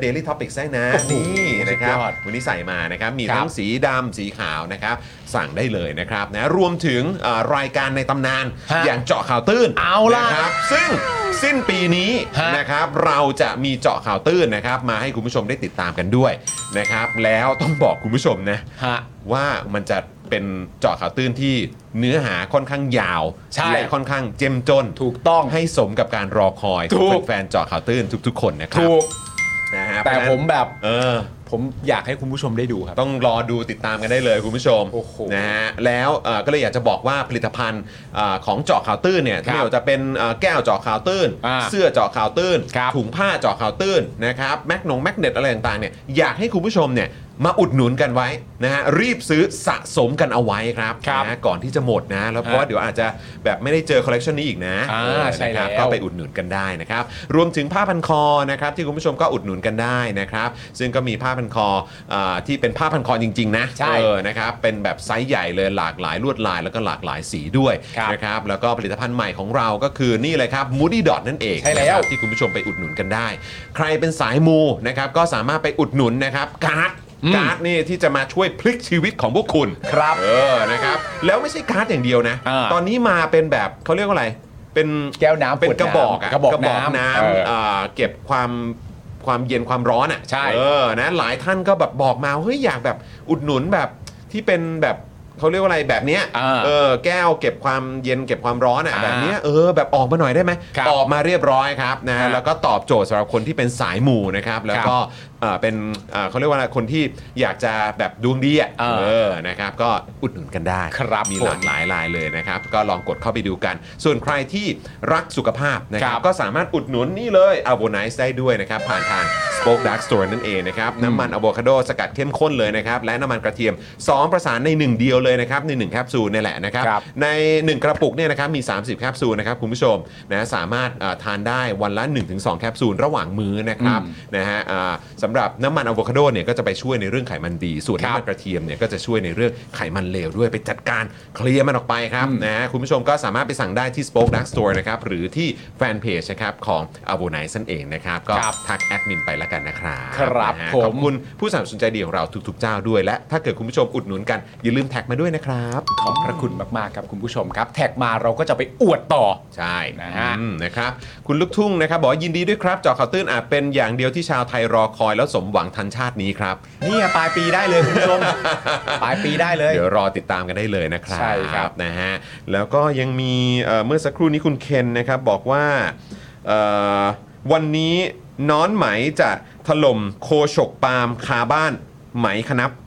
Daily Topics ได้นะโอ้โหนี่นะครับสุดยอดวันนี้ใส่มานะครับมีครับทั้งสีดำสีขาวนะครับสั่งได้เลยนะครับนะรวมถึงรายการในตำนานฮะอย่างเจาะข่าวตื้นเอาล่ะนะครับซึ่งสิ้นปีนี้ฮะนะครับเราจะมีเจาะข่าวตื้นนะครับมาให้คุณผู้ชมได้ติดตามกันด้วยนะครับแล้วต้องบอกคุณผู้ชมนะฮะว่ามันจะเป็นเจาะข่าวตื้นที่เนื้อหาค่อนข้างยาวใช่และค่อนข้างเจ้มจนถูกต้องให้สมกับการรอคอยถูของกแฟนๆเจาะข่าวตื้นทุกๆคนนะครับถูกนะฮะแต่เพราะฉะนั้นผมแบบผมอยากให้คุณผู้ชมได้ดูครับต้องรอดูติดตามกันได้เลยคุณผู้ชมโอ้โหนะฮะแล้วก็เลยอยากจะบอกว่าผลิตภัณฑ์ของเจาะข่าวตื้นเนี่ยครับไม่ว่าจะเป็นแก้วเจาะข่าวตื้น เสื้อเจาะข่าวตื้นครับถุงผ้าเจาะข่าวตื้นนะครับแมกเนตอะไรต่างๆเนี่ยอยากให้คุณผู้ชมเนี่ยมาอุดหนุนกันไว้นะฮะรีบซื้อสะสมกันเอาไว้ครับครับนะก่อนที่จะหมดนะแล้วเพราะว่าเดี๋ยวอาจจะแบบไม่ได้เจอคอลเลกชันนี้อีกนะใช่นะครับแล้วก็ไปอุดหนุนกันได้นะครับรวมถึงผ้าพันคอนะครับที่คุณผู้ชมก็อุดหนุนกันได้นะครับซึ่งก็มีผ้าพันคอที่เป็นผ้าพันคอจริงๆนะใช่นะครับเป็นแบบไซส์ใหญ่เลยหลากหลายลวดลายแล้วก็หลากหลายสีด้วยครับนะครับแล้วก็ผลิตภัณฑ์ใหม่ของเราก็คือนี่เลยครับ Moody Dot นั่นเองใช่แล้วนะครับที่คุณผู้ชมไปอุดหนุนกันได้ ใครเป็นสายมูนะครับก็สามารถไปอุดหนุนนะครับการ์ดนี่ที่จะมาช่วยพลิกชีวิตของพวกคุณครับนะครับแล้วไม่ใช่การ์ดอย่างเดียวนะ ตอนนี้มาเป็นแบบเขาเรียกว่าอะไรเป็นแก้วน้ำเป็นขวดกระบอกอะกระบอกน้ำเก็บความเย็นความร้อนอ่ะใช่นะหลายท่านก็แบบบอกมาเฮ้ยอยากแบบอุดหนุนแบบที่เป็นแบบเขาเรียกว่าอะไรแบบเนี้ยแก้วเก็บความเย็นเก็บความร้อนอ่ะแบบเนี้ยแบบออกมาหน่อยได้ไหมครับออกมาเรียบร้อยครับนะแล้วก็ตอบโจทย์สำหรับคนที่เป็นสายหมู่นะครับแล้วก็เป็นเขาเรียกว่าอะไรคนที่อยากจะแบบดวงดีอ่ะนะครับก็อุดหนุนกันได้ครับมีหลากหลายรายเลยนะครับก็ลองกดเข้าไปดูกัน ส่วนใครที่รักสุขภาพนะครับก็สามารถอุดหนุนนี่เลย a v o Nice ได้ด้วยนะครับผ่านทาง Spoke Dark Store นั่นเองนะครับน้ำมันอะโวคาโดสกัดเข้มข้นเลยนะครับและน้ำมันกระเทียม2ประสานใน1เดียวเลยนะครับใน1แคปซูลนี่แหละนะครับครับใน 1 กระปุกเนี่ยนะครับมี30แคปซูลนะครับคุณผู้ชมนะสามารถทานได้วันละ 1-2 แคปซูลระหว่างมื้อนะครับนะฮะสำหรับน้ำมันอะโวคาโดเนี่ยก็จะไปช่วยในเรื่องไขมันดีส่วนน้ำมันกระเทียมเนี่ยก็จะช่วยในเรื่องไขมันเลวด้วยไปจัดการเคลียร์มันออกไปครับนะฮะคุณผู้ชมก็สามารถไปสั่งได้ที่ Spoke Dark Store นะครับหรือที่แฟนเพจนะครับของ a v o Nice นั่นเองนะครับก็ทักแอดมินไปแล้วกันนะครับครับนะฮะผมขอบคุณผู้สนับสนุนใจดีของเราทุกๆเจ้าด้วยและถ้าเกิดคุณผู้ชมอุดหนุนกันอย่าลืมแท็กมาด้วยนะครับขอบพระคุณมากๆครับคุณผู้ชมครับ แท็กมาเราก็จะไปอวดต่อใช่นะฮะนะครับคุณลูกทุ่งนะครับบอกว่ายินดีด้วยครับเจาะข่าวตื้นอาจเป็นอย่างเดียวที่ชาวไทยรอคอยแล้วสมหวังทันชาตินี้ครับนี่ปลายปีได้เลยคุณผู้ชม ปลายปีได้เลยเดี๋ยวรอติดตามกันได้เลยนะครับใช่ครับนะฮะแล้วก็ยังมีเมื่อสักครู่นี้คุณเคนนะครับบอกว่าวันนี้น้อนไหมจะถล่มโคฉกปาล์มคาบ้านไหมคณับ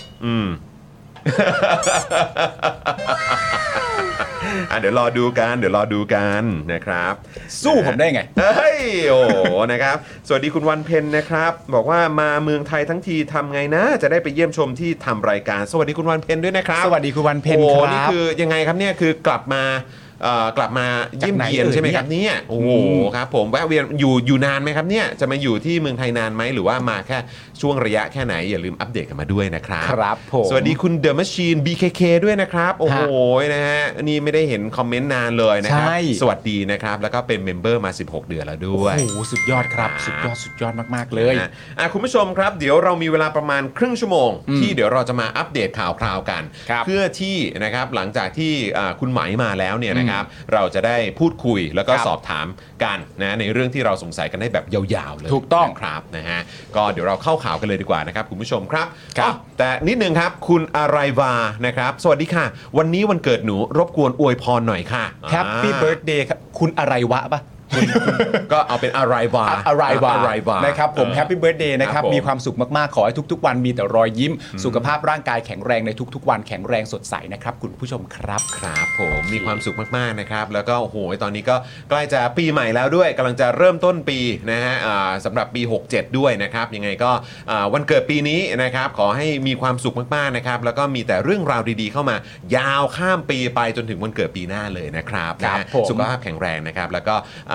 เดี๋ยวรอดูกันนะครับสู้ผมได้ไงเฮ้ยโอ้โหนะครับสวัสดีคุณวันเพ็ญนะครับบอกว่ามาเมืองไทยทั้งทีทำไงนะจะได้ไปเยี่ยมชมที่ทำรายการสวัสดีคุณวันเพ็ญด้วยนะครับสวัสดีคุณวันเพ็ญโอ้ครับนี่คือยังไงครับเนี่ยคือกลับมาเยี่ยมเยียนใช่ไหมครับเนี่ยโอ้โหครับผมแวะเวียนอยู่นานไหมครับเนี่ยจะมาอยู่ที่เมืองไทยนานไหมหรือว่ามาแค่ช่วงระยะแค่ไหนอย่าลืมอัปเดตกันมาด้วยนะครับครับผมสวัสดีคุณเดอะม c ชีน BKK ด้วยนะครับโอ้โหนะฮะนี่ไม่ได้เห็นคอมเมนต์นานเลยนะครับใช่สวัสดีนะครับแล้วก็เป็นเมมเบอร์มา16เดือนแล้วด้วยโอ้โหสุดยอดครับสุดยอดมากๆเลยนะฮะคุณผู้ชมครับเดี๋ยวเรามีเวลาประมาณครึ่งชั่วโมงที่เดี๋ยวเราจะมาอัปเดตข่าวคราวกันครับเพื่อที่นะครับหลังจากที่คุณไหมมาแล้วเนี่ยนะครับเราจะได้พูดคุยแล้วก็ครับสอบถามกันนะในเรื่องที่เราสงสัยกันได้แบบยาวๆเลยถูกต้องนะครับนะฮะก็เดี๋ยวเราเข้าข่าวกันเลยดีกว่านะครับคุณผู้ชมครับครับแต่นิดนึงครับคุณอะไรวานะครับสวัสดีค่ะ วันนี้วันเกิดหนูรบกวนอวยพรหน่อยค่ะแฮปปี้เบิร์ดเดย์ครับคุณอะไรวะปะก็เอาเป็นอะไรวาอะไรวะอะไรวานะครับผมแฮปปี้เบิร์ดเดย์นะครับครับผมมีความสุขมากๆ ขอให้ทุกๆ วันมีแต่รอยยิ้ม สุขภาพร่างกายแข็งแรงในทุกๆ วันแข็งแรงสดใสนะครับคุณผู้ชมครับครับผมมีความสุขมากๆนะครับแล้วก็โอ้โหตอนนี้ก็ใกล้จะปีใหม่แล้วด้วยกำลังจะเริ่มต้นปีนะฮะสำหรับปี 67 ด้วยนะครับยังไงก็วันเกิดปีนี้นะครับขอให้มีความสุขมากๆนะครับแล้วก็มีแต่เรื่องราวดีๆเข้ามายาวข้ามปีไปจนถึงวันเกิดปีหน้าเลยนะครับครับนะฮะผมสุขภาพแข็งแรงนะครับแล้วก็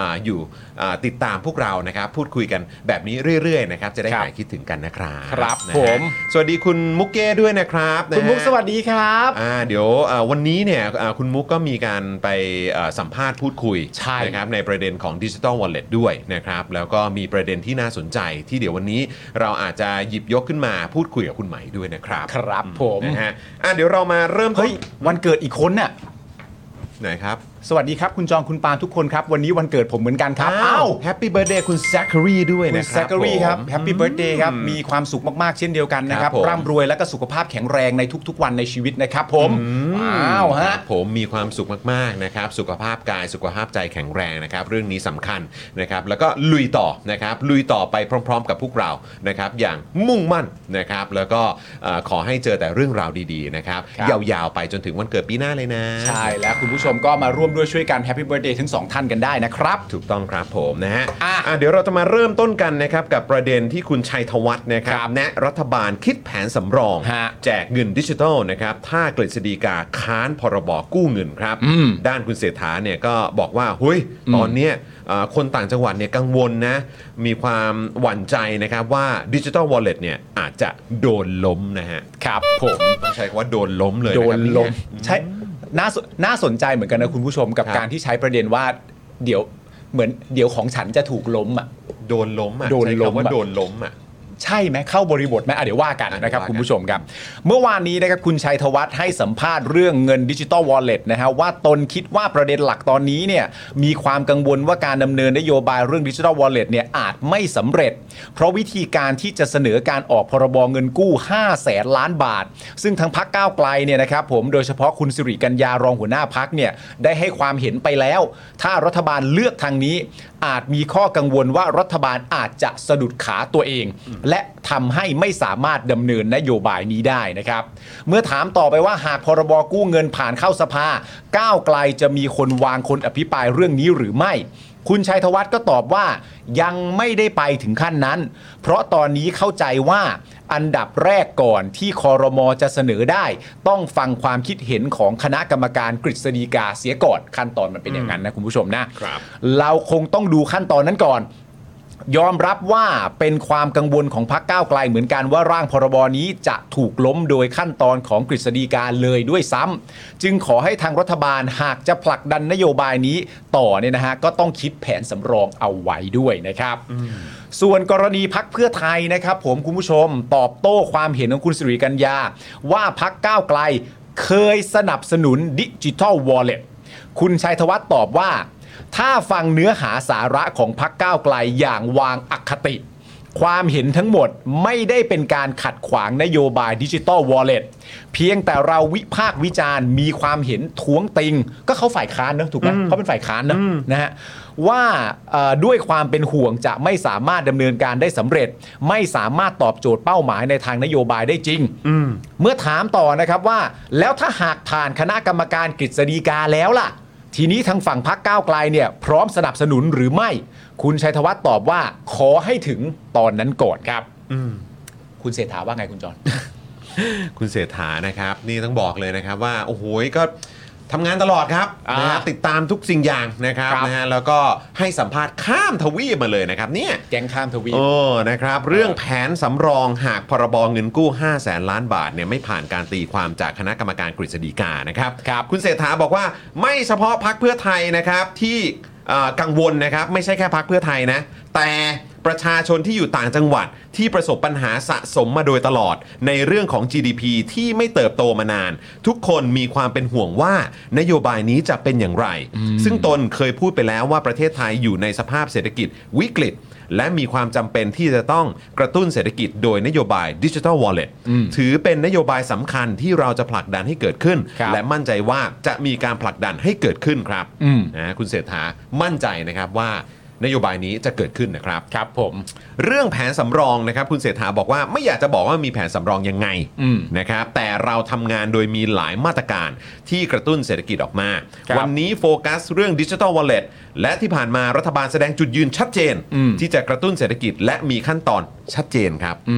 อยู่ติดตามพวกเรานะครับพูดคุยกันแบบนี้เรื่อยๆนะครับจะได้หายคิดถึงกันนะครับครับนะผฮะมสวัสดีคุณมุกเก้ด้วยนะครับนะฮะคุณมุกสวัสดีครับเดี๋ยววันนี้เนี่ยคุณมุกก็มีการไปสัมภาษณ์พูดคุยใช่นะครับในประเด็นของ Digital Wallet ด้วยนะครับแล้วก็มีประเด็นที่น่าสนใจที่เดี๋ยววันนี้เราอาจจะหยิบยกขึ้นมาพูดคุยกับคุณไหมด้วยนะครับครับผมนะฮะเดี๋ยวเรามาเริ่มต้เฮ้นยวันเกิดอีกคนน่ะไหนครับสวัสดีครับคุณจองคุณปาล์มทุกคนครับวันนี้วันเกิดผมเหมือนกันครับแฮปปี้เบิร์ดเดย์คุณแซคคารีด้วยคุนะณครับแซคเกอรี่ครับผมแฮปปี้เบิร์ดเดย์ครับมีความสุขมากๆเช่นเดียวกันนะครับครับผมร่ำรวยและก็สุขภาพแข็งแรงในทุกๆวันในชีวิตนะครับผมว้าวคฮะรับผมมีความสุขมากๆนะครับสุขภาพกายสุขภาพใจแข็งแรงนะครับเรื่องนี้สำคัญนะครับแล้วก็ลุยต่อนะครับลุยต่อไปพร้อมๆ กับพวกเรานะครับอย่างมุ่งมั่นนะครับแล้วก็ขอให้เจอแต่เรื่องราวดีๆนะครับครับยาวๆไปจนถึงวันเกิดปีหน้าเลยนะใช่แล้วคุณผู้ชมก็มาร่วมด้วยช่วยกันแฮปปี้เบิร์ดเดย์ทั้งสองท่านกันได้นะครับถูกต้องครับผมนะฮะอ่ะเดี๋ยวเราจะมาเริ่มต้นกันนะครับกับประเด็นที่คุณชัยธวัฒน์นะครับครับแนะรัฐบาลคิดแผนสำรองฮะแจกเงินดิจิทัลนะครับถ้ากฤษฎีกาค้านพรบกู้เงินครับ ด้านคุณเศรษฐาเนี่ยก็บอกว่าเฮ้ยตอนเนี้ยคนต่างจังหวัดเนี่ยกังวลนะมีความหวั่นใจนะครับว่าดิจิทัลวอลเล็ตเนี่ยอาจจะโดนล้มนะฮะครับผมต้องใช้คำว่าโดนล้มเลยโดนะครับนลมใช่น่าสนใจเหมือนกันนะคุณผู้ชมกับครับการที่ใช้ประเด็นว่าเดี๋ยวของฉันจะถูกล้มอ่ะโดนล้มอ่ะโดนล้มใช้คำว่าอะโดนล้มอ่ะใช่ไหมเข้าบริบทไหมเดี๋ยวว่ากันนะครับเดี๋ยวว่ากันคุณผู้ชมครับ เมื่อวานนี้นะครับคุณชัยธวัฒน์ให้สัมภาษณ์เรื่องเงินดิจิ t a ลวอลเล็ตนะฮะว่าตนคิดว่าประเด็นหลักตอนนี้เนี่ยมีความกังวลว่าการดำเนินนโยบายเรื่องดิจิ t a ลวอลเล็ตเนี่ยอาจไม่สำเร็จ เพราะวิธีการที่จะเสนอการออกพรบเงินกู้ 500,000 ล้านบาท ซึ่งทางพรรคก้าวไกลเนี่ยนะครับผมโดยเฉพาะคุณสิริกัญญารองหัวหน้าพรรคเนี่ยได้ให้ความเห็นไปแล้ว ถ้ารัฐบาลเลือกทางนี้อาจมีข้อกังวลว่ารัฐบาลอาจจะสะดุดขาตัวเอง และทำให้ไม่สามารถดำเนินนโยบายนี้ได้นะครับเมื่อถามต่อไปว่าหากพรบกู้เงินผ่านเข้าสภาก้าวไกลจะมีคนวางคนอภิปรายเรื่องนี้หรือไม่คุณชัยธวัฒน์ก็ตอบว่ายังไม่ได้ไปถึงขั้นนั้นเพราะตอนนี้เข้าใจว่าอันดับแรกก่อนที่ครม.จะเสนอได้ต้องฟังความคิดเห็นของคณะกรรมการกฤษฎีกาเสียก่อนขั้นตอนมันเป็นอย่างนั้นนะคุณผู้ชมนะครับ เราคงต้องดูขั้นตอนนั้นก่อนยอมรับว่าเป็นความกังวลของพรรคก้าวไกลเหมือนกันว่าร่างพรบนี้จะถูกล้มโดยขั้นตอนของกฤษฎีกาเลยด้วยซ้ำจึงขอให้ทางรัฐบาลหากจะผลักดันนโยบายนี้ต่อเนี่ยนะฮะก็ต้องคิดแผนสำรองเอาไว้ด้วยนะครับส่วนกรณีพรรคเพื่อไทยนะครับผมคุณผู้ชมตอบโต้ความเห็นของคุณสิริกัญญาว่าพรรคก้าวไกลเคยสนับสนุนดิจิทัลวอลเล็ตคุณชัยธวัฒน์ตอบว่าถ้าฟังเนื้อหาสาระของพรรคก้าวไกลอย่างวางอคติความเห็นทั้งหมดไม่ได้เป็นการขัดขวางนโยบายดิจิทัลวอลเล็ตเพียงแต่เราวิพากษ์วิจารณ์มีความเห็นท้วงติงก็เขาฝ่ายค้านนะถูกไหมเขาเป็นฝ่ายค้านนะฮะว่าด้วยความเป็นห่วงจะไม่สามารถดำเนินการได้สำเร็จไม่สามารถตอบโจทย์เป้าหมายในทางนโยบายได้จริงเมื่อถามต่อนะครับว่าแล้วถ้าหากผ่านคณะกรรมการกฤษฎีกาแล้วล่ะทีนี้ทางฝั่งพรรคก้าวไกลเนี่ยพร้อมสนับสนุนหรือไม่คุณชัยธวัฒน์ตอบว่าขอให้ถึงตอนนั้นก่อนครับคุณเศรษฐาว่าไงคุณจอนคุณเศรษฐานะครับนี่ต้องบอกเลยนะครับว่าโอ้โหก็ทำงานตลอดครับนะฮะติดตามทุกสิ่งอย่างนะครับนะฮะแล้วก็ให้สัมภาษณ์ข้ามทวีปมาเลยนะครับเนี่ยแก๊งข้ามทวีปโอ้นะครับเรื่องแผนสำรองหากพรบเงินกู้ 500,000 ล้านบาทเนี่ยไม่ผ่านการตีความจากคณะกรรมการกฤษฎีกานะครับคุณเศรษฐาบอกว่าไม่เฉพาะพรรคเพื่อไทยนะครับที่กังวลนะครับไม่ใช่แค่พรรคเพื่อไทยนะแต่ประชาชนที่อยู่ต่างจังหวัดที่ประสบปัญหาสะสมมาโดยตลอดในเรื่องของ GDP ที่ไม่เติบโตมานานทุกคนมีความเป็นห่วงว่านโยบายนี้จะเป็นอย่างไรซึ่งตนเคยพูดไปแล้วว่าประเทศไทยอยู่ในสภาพเศรษฐกิจวิกฤตและมีความจำเป็นที่จะต้องกระตุ้นเศรษฐกิจโดยนโยบาย Digital Wallet ถือเป็นนโยบายสำคัญที่เราจะผลักดันให้เกิดขึ้นและมั่นใจว่าจะมีการผลักดันให้เกิดขึ้นครับนะคุณเศรษฐามั่นใจนะครับว่านโยบายนี้จะเกิดขึ้นนะครับครับผมเรื่องแผนสำรองนะครับคุณเศรษฐาบอกว่าไม่อยากจะบอกว่ามีแผนสำรองยังไงนะครับแต่เราทำงานโดยมีหลายมาตรการที่กระตุ้นเศรษฐกิจออกมาวันนี้โฟกัสเรื่อง Digital Wallet และที่ผ่านมารัฐบาลแสดงจุดยืนชัดเจนที่จะกระตุ้นเศรษฐกิจและมีขั้นตอนชัดเจนครับ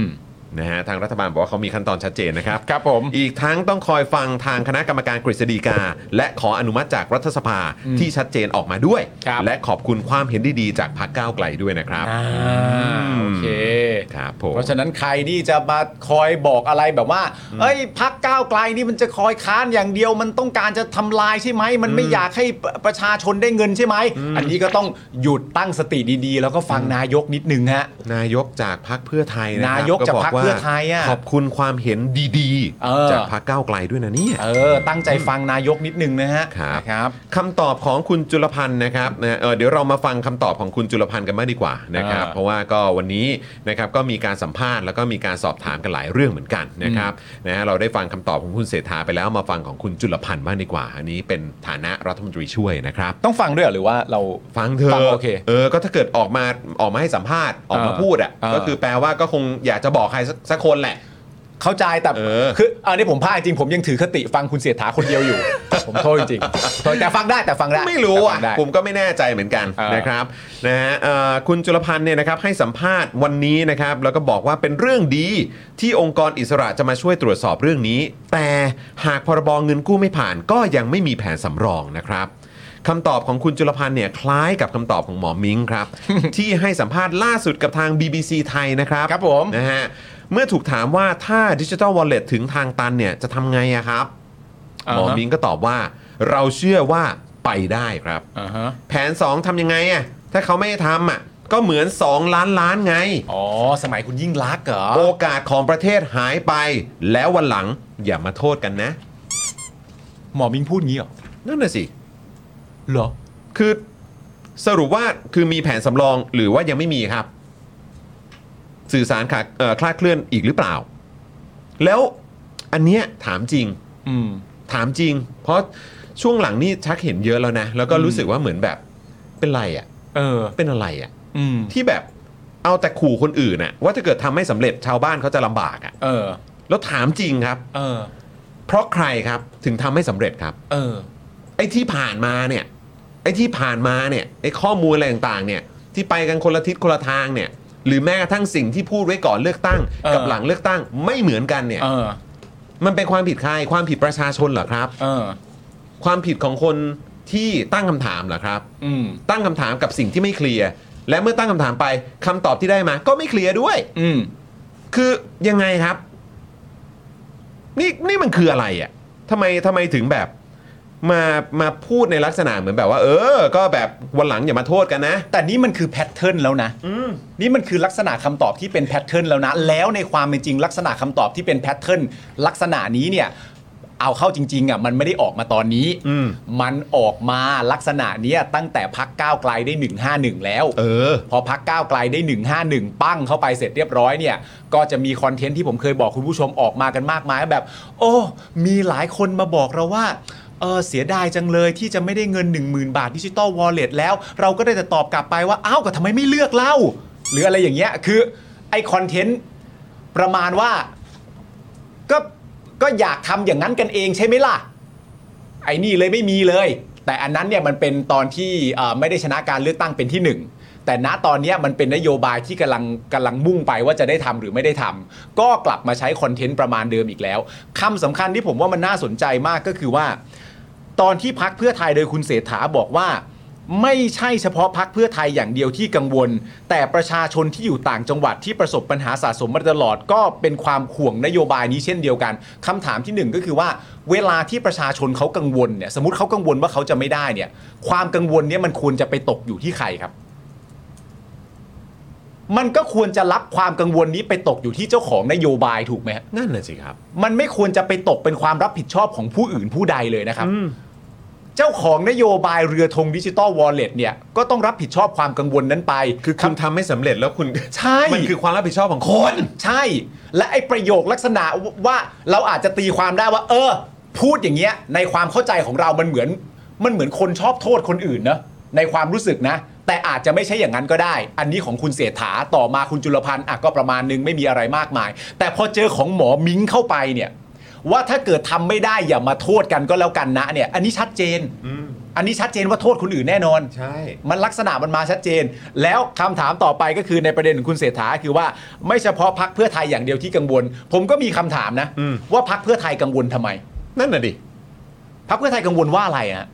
นะฮะทางรัฐบาลบอกว่าเขามีขั้นตอนชัดเจนนะครับครับผมอีกทั้งต้องคอยฟังทางคณะกรรมการกฤษฎีกาและขออนุมัติจากรัฐสภาที่ชัดเจนออกมาด้วยครับและขอบคุณความเห็นดีๆจากพรรคก้าวไกลด้วยนะครับโอเคครับผมเพราะฉะนั้นใครที่จะมาคอยบอกอะไรแบบว่าเอ้ยพรรคก้าวไกลนี่มันจะคอยค้านอย่างเดียวมันต้องการจะทำลายใช่ไหมมันไม่อยากให้ประชาชนได้เงินใช่ไหมอันนี้ก็ต้องหยุดตั้งสติดีๆแล้วก็ฟังนายกนิดนึงฮะนายกจากพรรคเพื่อไทยนะครับนายกจากพรรคเพื่อไทยอะขอบคุณความเห็นดีเออจากพรรคก้าวไกลด้วยนะเนี่ยตั้งใจฟังนายกนิดนึงนะฮะครับครับคำตอบของคุณจุลพันธ์นะครับเดี๋ยวเรามาฟังคำตอบของคุณจุลพันธ์กันมากดีกว่านะครับเพราะว่าก็วันนี้นะครับก็มีการสัมภาษณ์แล้วก็มีการสอบถามกันหลายเรื่องเหมือนกันนะครับเราได้ฟังคำตอบของคุณเศรษฐาไปแล้วมาฟังของคุณจุลพันธ์บ้างดีกว่าอันนี้เป็นฐานะรัฐมนตรีช่วยนะครับต้องฟังด้วยเหรอหรือว่าเราฟังเธอโอเคก็ถ้าเกิดออกมาให้สัมภาษณ์ออกมาพูดอ่ะก็คือแปลว่าก็คงอยากจะบอกใครสักคนแหละเข้าใจแต่คืออันนี้ผมพลาดจริงผมยังถือคติฟังคุณเสียฐาคนเดียวอยู่ ผมโทษจริงๆแต่ฟังได้ไม่รู้อ่ะแต่ฟังได้ผมก็ไม่แน่ใจเหมือนกันนะครับนะฮะคุณจุลพันธ์เนี่ยนะครับให้สัมภาษณ์วันนี้นะครับแล้วก็บอกว่าเป็นเรื่องดีที่องค์กรอิสระจะมาช่วยตรวจสอบเรื่องนี้แต่หากพรบเงินกู้ไม่ผ่านก็ยังไม่มีแผนสำรองนะครับคำตอบของคุณจุลพันธ์เนี่ยคล้ายกับคำตอบของหมอมิ้งครับ ที่ให้สัมภาษณ์ล่าสุดกับทาง BBC ไทยนะครับครับผมนะฮะเมื่อถูกถามว่าถ้า Digital Wallet ถึงทางตันเนี่ยจะทำไงอะครับหมอมิ้งก็ตอบว่าเราเชื่อว่าไปได้ครับแผน 2ทำยังไงอะถ้าเขาไม่ทำอะก็เหมือน2ล้านล้านไงอ๋อสมัยคุณยิ่งลักษณ์เหรอโอกาสของประเทศหายไปแล้ววันหลังอย่ามาโทษกันนะหมอมิ้งพูดงี้เหรอนั่นน่ะสิเหรอคือสรุปว่าคือมีแผนสำรองหรือว่ายังไม่มีครับสื่อสารคลาดเคลื่อนอีกหรือเปล่าแล้วอันเนี้ยถามจริงถามจริงเพราะช่วงหลังนี่ชักเห็นเยอะแล้วนะแล้วก็รู้สึกว่าเหมือนแบบเป็นไรอ่ะเป็นอะไรอ่ะที่แบบเอาแต่ขู่คนอื่นน่ะว่าถ้าเกิดทำไม่สำเร็จชาวบ้านเขาจะลำบากอ่ะแล้วถามจริงครับเพราะใครครับถึงทำไม่สำเร็จครับไอ้ที่ผ่านมาเนี่ยไอ้ข้อมูลอะไรต่างๆเนี่ยที่ไปกันคนละทิศคนละทางเนี่ยหรือแม้กระทั่งสิ่งที่พูดไว้ก่อนเลือกตั้งกับหลังเลือกตั้งไม่เหมือนกันเนี่ยมันเป็นความผิดใครความผิดประชาชนเหรอครับความผิดของคนที่ตั้งคำถามเหรอครับตั้งคำถามกับสิ่งที่ไม่เคลียร์และเมื่อตั้งคำถามไปคำตอบที่ได้มาก็ไม่เคลียร์ด้วยคือยังไงครับนี่มันคืออะไรอ่ะทำไมถึงแบบมาพูดในลักษณะเหมือนแบบว่าก็แบบวันหลังอย่ามาโทษกันนะแต่นี่มันคือแพทเทิร์นแล้วนะนี่มันคือลักษณะคำตอบที่เป็นแพทเทิร์นแล้วนะแล้วในความเป็นจริงลักษณะคำตอบที่เป็นแพทเทิร์นลักษณะนี้เนี่ยเอาเข้าจริงๆอ่ะมันไม่ได้ออกมาตอนนี้มันออกมาลักษณะนี้ตั้งแต่พรรคก้าวไกลได้151แล้วพอพรรคก้าวไกลได้151ปั้งเข้าไปเสร็จเรียบร้อยเนี่ยก็จะมีคอนเทนต์ที่ผมเคยบอกคุณผู้ชมออกมากันมากมายแบบโอ้มีหลายคนมาบอกเราว่าเสียดายจังเลยที่จะไม่ได้เงิน 10,000 บาท Digital Wallet แล้วเราก็ได้แต่ตอบกลับไปว่าอ้าวก็ทำไมไม่เลือกเล่าหรืออะไรอย่างเงี้ยคือไอคอนเทนต์ประมาณว่าก็อยากทำอย่างนั้นกันเองใช่ไหมล่ะไอ้นี่เลยไม่มีเลยแต่อันนั้นเนี่ยมันเป็นตอนที่ไม่ได้ชนะการเลือกตั้งเป็นที่1แต่ณตอนนี้มันเป็นนโยบายที่กำลังมุ่งไปว่าจะได้ทำหรือไม่ได้ทำก็กลับมาใช้คอนเทนต์ประมาณเดิมอีกแล้วคำสำคัญที่ผมว่ามันน่าสนใจมากก็คือว่าตอนที่พรรคเพื่อไทยโดยคุณเศรษฐาบอกว่าไม่ใช่เฉพาะพรรคเพื่อไทยอย่างเดียวที่กังวลแต่ประชาชนที่อยู่ต่างจังหวัดที่ประสบปัญหาสะสมมาตลอดก็เป็นความห่วงนโยบายนี้เช่นเดียวกันคำถามที่1ก็คือว่าเวลาที่ประชาชนเขากังวลเนี่ยสมมติเขากังวลว่าเขาจะไม่ได้เนี่ยความกังวลเนี่ยมันควรจะไปตกอยู่ที่ใครครับมันก็ควรจะรับความกังวลนี้ไปตกอยู่ที่เจ้าของนโยบายถูกไหมนั่นแหละสิครับมันไม่ควรจะไปตกเป็นความรับผิดชอบของผู้อื่นผู้ใดเลยนะครับเจ้าของนโยบายเรือธง Digital Wallet เนี่ยก็ต้องรับผิดชอบความกังวลนั้นไปคือคุณทำไม่สำเร็จแล้วคุณใช่มันคือความรับผิดชอบของคนใช่และไอ้ประโยคลักษณะว่าเราอาจจะตีความได้ว่าพูดอย่างเงี้ยในความเข้าใจของเรามันเหมือนคนชอบโทษคนอื่นนะในความรู้สึกนะแต่อาจจะไม่ใช่อย่างนั้นก็ได้อันนี้ของคุณเศรษฐาต่อมาคุณจุลพันธ์ก็ประมาณนึงไม่มีอะไรมากมายแต่พอเจอของหมอมิ้งเข้าไปเนี่ยว่าถ้าเกิดทำไม่ได้อย่ามาโทษกันก็แล้วกันนะเนี่ยอันนี้ชัดเจนอันนี้ชัดเจนว่าโทษคนอื่นแน่นอนใช่มันลักษณะมันมาชัดเจน แล้วคำถามต่อไปก็คือในประเด็นของคุณเศรษฐาคือว่าไม่เฉพาะพรรคเพื่อไทยอย่างเดียวที่กังวลผมก็มีคำถามนะว่าพรรคเพื่อไทยกังวลทำไมนั่นน่ะดิพรรคเพื่อไทยกังวลว่าอะไรฮะ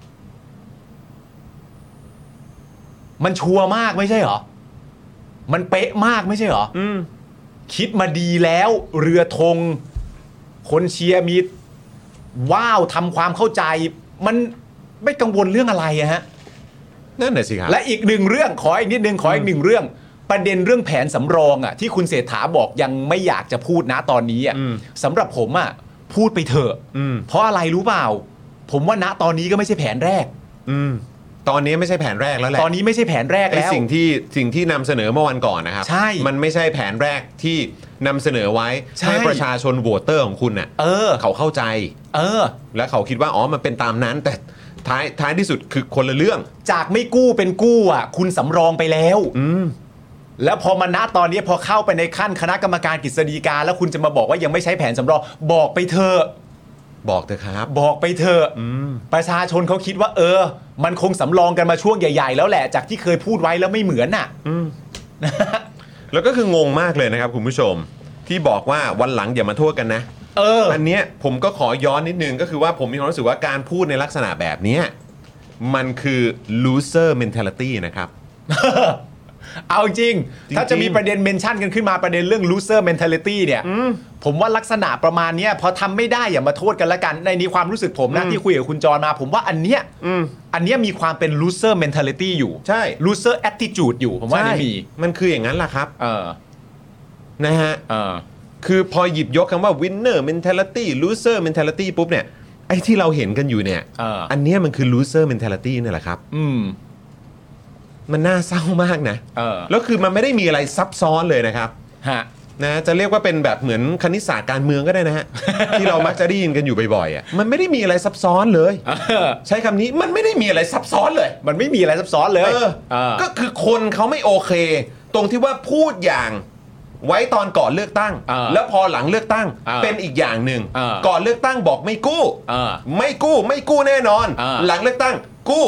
มันชัวร์มากไม่ใช่เหรอมันเป๊ะมากไม่ใช่เหรอคิดมาดีแล้วเรือธงคนเชียร์มีว้าวทำความเข้าใจมันไม่กังวลเรื่องอะไรอะฮะนั่นน่ะสิครับและอีกหนึ่งเรื่องขออีกนิดนึงขออีกหนึ่งเรื่องประเด็นเรื่องแผนสำรองอ่ะที่คุณเศรษฐาบอกยังไม่อยากจะพูดนะตอนนี้อ่ะสำหรับผมอ่ะพูดไปเถอะเพราะอะไรรู้เปล่าผมว่าณตอนนี้ก็ไม่ใช่แผนแรกตอนนี้ไม่ใช่แผนแรกแล้วแหละตอนนี้ไม่ใช่แผนแรกแล้วสิ่งที่นำเสนอเมื่อวันก่อนนะครับใช่มันไม่ใช่แผนแรกที่นำเสนอไว้ให้ประชาชนโหวตเตอร์ของคุณน่ะเขาเข้าใจและเขาคิดว่าอ๋อมันเป็นตามนั้นแต่ท้ายที่สุดคือคนละเรื่องจากไม่กู้เป็นกู้อ่ะคุณสำรองไปแล้วแล้วพอมาณตอนนี้พอเข้าไปในขั้นคณะกรรมการกฤษฎีกาแล้วคุณจะมาบอกว่ายังไม่ใช้แผนสำรองบอกไปเถอะบอกเถอะครับบอกไปเถอะประชาชนเขาคิดว่ามันคงสำรองกันมาช่วงใหญ่ๆแล้วแหละจากที่เคยพูดไว้แล้วไม่เหมือนน่ะแล้วก็คืองงมากเลยนะครับคุณผู้ชมที่บอกว่าวันหลังอย่ามาโทษกันนะอันเนี้ยผมก็ขอย้อนนิดนึงก็คือว่าผมมีความรู้สึกว่าการพูดในลักษณะแบบนี้มันคือ loser mentality นะครับเอาจริงถ้าจะมีประเด็นเมนชั่นกันขึ้นมาประเด็นเรื่อง loser mentality เนี่ยผมว่าลักษณะประมาณนี้พอทำไม่ได้อย่ามาโทษกันละกันในนี้ความรู้สึกผมนะที่คุยกับคุณจรมาผมว่าอันเนี้ยมีความเป็น loser mentality อยู่ใช่ loser attitude อยู่ผมว่านี่มีมันคืออย่างนั้นแหละครับนะฮะคือพอหยิบยกคำว่า winner mentality loser mentality ปุ๊บเนี่ยไอ้ที่เราเห็นกันอยู่เนี่ยอันเนี้ยมันคือ loser mentality นี่แหละครับมันน่าเศร้ามากนะแล้วคือมันไม่ได้มีอะไรซับซ้อนเลยนะครับนะจะเรียกว่าเป็นแบบเหมือนคณิตศาสตร์การเมืองก็ได้นะฮะ ที่เรามักจะได้ยินกันอยู่บ่อยๆอ่ะมันไม่ได้มีอะไรซับซ้อนเลยใช้คำนี้มันไม่ได้มีอะไรซับซ้อนเลยมันไม่มีอะไรซับซ้อนเลยก็คือคนเขาไม่โอเคตรงที่ว่าพูดอย่างไว้ตอนก่อนเลือกตั้งแล้วพอหลังเลือกตั้งเป็นอีกอย่างหนึ่งก่อนเลือกตั้งบอกไม่กู้ไม่กู้แน่นอนหลังเลือกตั้งกู้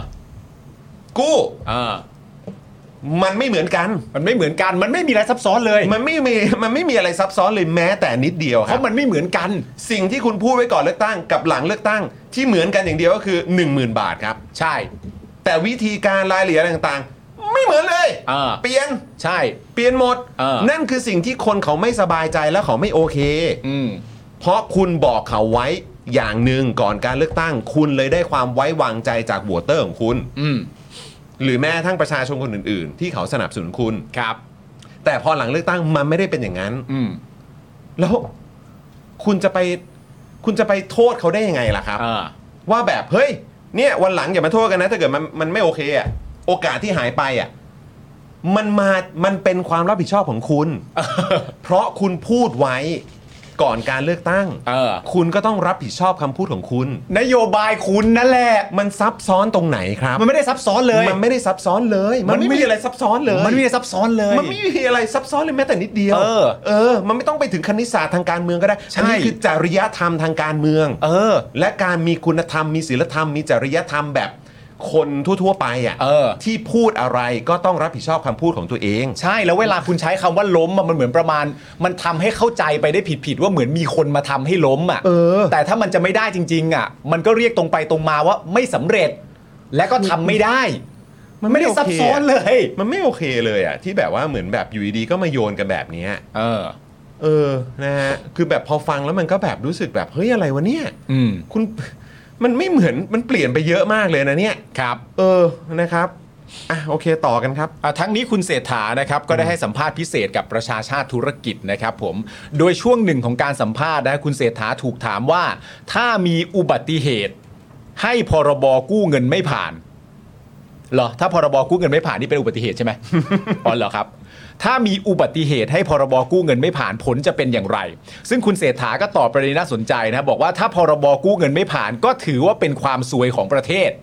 มันไม่เหมือนกันมันไม่เหมือนกันมันไม่มีอะไรซับซ้อนเลยมันไม่มีอะไรซับซ้อนเลยแม้แต่นิดเดียวครับเพราะมันไม่เหมือนกันสิ่งที่คุณพูดไว้ก่อนเลือกตั้งกับหลังเลือกตั้งที่เหมือนกันอย่างเดียวก็คือ 10,000 บาทครับใช่แต่วิธีการรายละเอียดต่างๆไม่เหมือนเลยเปลี่ยนใช่เปลี่ยนหมดนั่นคือสิ่งที่คนเขาไม่สบายใจและเขาไม่โอเคเพราะคุณบอกเขาไว้อย่างหนึ่งก่อนการเลือกตั้งคุณเลยได้ความไว้วางใจจากโหวตเตอร์ของคุณหรือแม้ทั้งประชาชนคนอื่นๆที่เขาสนับสนุนคุณครับแต่พอหลังเลือกตั้งมันไม่ได้เป็นอย่างนั้นแล้วคุณจะไปโทษเขาได้ยังไงล่ะครับว่าแบบเฮ้ยเนี่ยวันหลังอย่ามาโทษกันนะถ้าเกิดมันไม่โอเคอ่ะโอกาสที่หายไปอ่ะมันเป็นความรับผิดชอบของคุณ เพราะคุณพูดไว้ก่อนการเลือกตั้งคุณก็ต้องรับผิดชอบคำพูดของคุณนโยบายคุณนั่นแหละมันซับซ้อนตรงไหนครับมันไม่ได้ซับซ้อนเลยมันไม่ได้ซับซ้อนเลยมันไม่มีอะไรซับซ้อนเลยมันไม่ได้ซับซ้อนเลยมันไม่มีอะไรซับซ้อนเลยแม้แต่นิดเดียวมันไม่ต้องไปถึงคณิตศาสตร์ทางการเมืองก็ได้อันนี้คือจริยธรรมทางการเมืองและการมีคุณธรรมมีศีลธรรมมีจริยธรรมแบบคนทั่วๆไปอ่ะที่พูดอะไรก็ต้องรับผิดชอบคำพูดของตัวเองใช่แล้วเวลาคุณใช้คำว่าล้มมันเหมือนประมาณมันทำให้เข้าใจไปได้ผิดว่าเหมือนมีคนมาทำให้ล้มอ่ะแต่ถ้ามันจะไม่ได้จริงๆอ่ะมันก็เรียกตรงไปตรงมาว่าไม่สำเร็จและก็ทำไม่ได้มันไม่ได้ซับซ้อนเลยมันไม่โอเคเลยอ่ะที่แบบว่าเหมือนแบบอยู่ดีๆก็มาโยนกันแบบนี้นะฮะคือแบบพอฟังแล้วมันก็แบบรู้สึกแบบเฮ้ยอะไรวะเนี่ยคุณมันไม่เหมือนมันเปลี่ยนไปเยอะมากเลยนะเนี่ยครับนะครับโอเคต่อกันครับทั้งนี้คุณเศรษฐานะครับก็ได้ให้สัมภาษณ์พิเศษกับประชาชาติธุรกิจนะครับผมโดยช่วงหนึ่งของการสัมภาษณ์นะคุณเศรษฐาถูกถามว่าถ้ามีอุบัติเหตุให้พรบกู้เงินไม่ผ่านเหรอถ้าพรบกู้เงินไม่ผ่านนี่เป็นอุบัติเหตุใช่ไหม อ๋อเหรอครับถ้ามีอุบัติเหตุให้พรบกู้เงินไม่ผ่านผลจะเป็นอย่างไรซึ่งคุณเศรษฐาก็ตอบประเด็นน่าสนใจนะบอกว่าถ้าพรบกู้เงินไม่ผ่านก็ถือว่าเป็นความซวยของประเทศ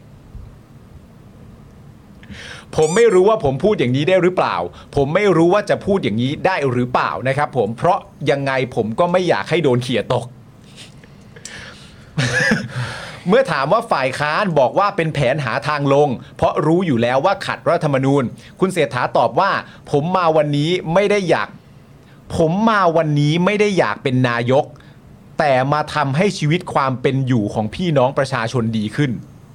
ผมไม่รู้ว่าผมพูดอย่างนี้ได้หรือเปล่าผมไม่รู้ว่าจะพูดอย่างนี้ได้หรือเปล่านะครับผมเพราะยังไงผมก็ไม่อยากให้โดนเขี่ยตกเมื่อถามว่าฝ่ายค้านบอกว่าเป็นแผนหาทางลงเพราะรู้อยู่แล้วว่าขัดรัฐธรรมนูญคุณเศรษฐาตอบว่าผมมาวันนี้ไม่ได้อยากเป็นนายกแต่มาทำให้ชีวิตความเป็นอยู่ของพี่น้องประชาชนดีขึ้น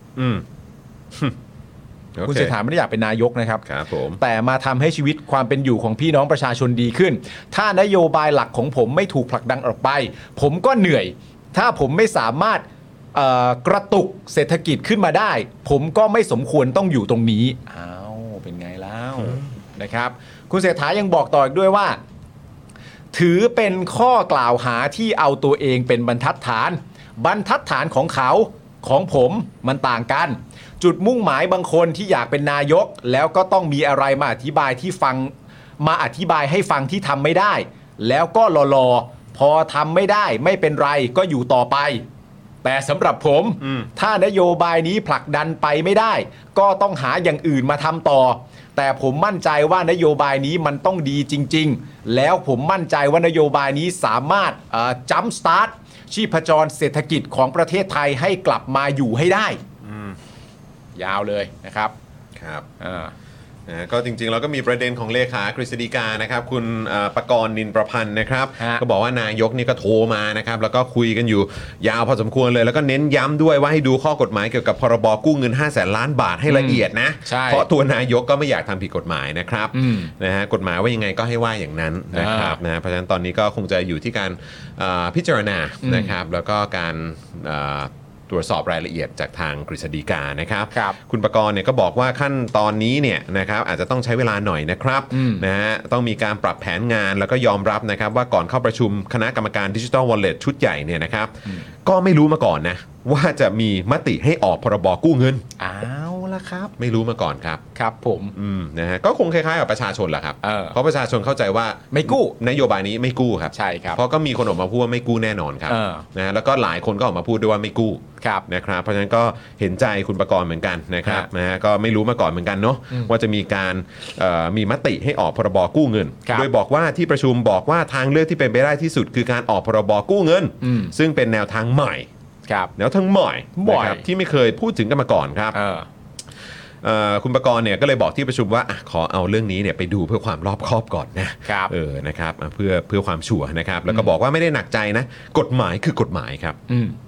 คุณเศรษฐาไม่ได้อยากเป็นนายกนะครับครับผมแต่มาทำให้ชีวิตความเป็นอยู่ของพี่น้องประชาชนดีขึ้นถ้านโยบายหลักของผมไม่ถูกผลักดันออกไปผมก็เหนื่อยถ้าผมไม่สามารถกระตุกเศรษฐกิจขึ้นมาได้ผมก็ไม่สมควรต้องอยู่ตรงนี้อ้าวเป็นไงแล้วนะครับคุณเศรษฐายังบอกต่ออีกด้วยว่าถือเป็นข้อกล่าวหาที่เอาตัวเองเป็นบรรทัดฐานของเขาของผมมันต่างกันจุดมุ่งหมายบางคนที่อยากเป็นนายกแล้วก็ต้องมีอะไรมาอธิบายให้ฟังที่ทำไม่ได้แล้วก็รอพอทำไม่ได้ไม่เป็นไรก็อยู่ต่อไปแต่สำหรับผมถ้านโยบายนี้ผลักดันไปไม่ได้ก็ต้องหาอย่างอื่นมาทำต่อแต่ผมมั่นใจว่านโยบายนี้มันต้องดีจริงๆแล้วผมมั่นใจว่านโยบายนี้สามารถจัมป์สตาร์ทชีพจรเศรษฐกิจของประเทศไทยให้กลับมาอยู่ให้ได้ยาวเลยนะครับครับก็จริงๆเราก็มีประเด็นของเลขากฤษฎีกานะครับคุณปกรณ์นินประพันธ์นะครับก็บอกว่านายกนี่ก็โทรมานะครับแล้วก็คุยกันอยู่ยาวพอสมควรเลยแล้วก็เน้นย้ำด้วยว่าให้ดูข้อกฎหมายเกี่ยวกับพรบกู้เงิน 500,000 ล้านบาทให้ละเอียดนะเพราะตัวนายกก็ไม่อยากทำผิดกฎหมายนะครับนะฮะกฎหมายว่ายังไงก็ให้ว่าอย่างนั้นนะครับนะเพราะฉะนั้นตอนนี้ก็คงจะอยู่ที่การพิจารณานะครับแล้วก็การตรวจสอบรายละเอียดจากทางกฤษฎีกานะครับคุณปกรณ์เนี่ยก็บอกว่าขั้นตอนนี้เนี่ยนะครับอาจจะต้องใช้เวลาหน่อยนะครับนะฮะต้องมีการปรับแผนงานแล้วก็ยอมรับนะครับว่าก่อนเข้าประชุมคณะกรรมการ Digital Wallet ชุดใหญ่เนี่ยนะครับก็ไม่รู้มาก่อนนะว่าจะมีมติให้ออกพรบกู้เงินละครับไม่รู้มาก่อนครับครับผมนะฮะก็คงคล้ายๆกับประชาชนแหละครับเพราะประชาชนเข้าใจว่าไม่กู้นโยบายนี้ไม่กู้ครับใช่ครับเพราะก็มีคนออกมาพูดว่าไม่กู้แน่นอนครับนะแล้วก็หลายคนก็ออกมาพูดด้วยว่าไม่กู้นะครับเพราะฉะนั้นก็เห็นใจคุณปกรณ์เหมือนกันนะครับนะฮะก็ไม่รู้มาก่อนเหมือนกันเนาะว่าจะมีการมีมติให้ออกพรบกู้เงินโดยบอกว่าที่ประชุมบอกว่าทางเลือกที่เป็นไปได้ที่สุดคือการออกพรบกู้เงินซึ่งเป็นแนวทางใหม่แนวทางใหม่นะครับที่ไม่เคยพูดถึงกันมาก่อนครับคุณปกรณ์เนี่ยก็เลยบอกที่ประชุมว่าขอเอาเรื่องนี้เนี่ยไปดูเพื่อความรอบคอบก่อนนะนะครับเพื่อความชัวร์นะครับแล้วก็บอกว่าไม่ได้หนักใจนะกฎหมายคือกฎหมายครับ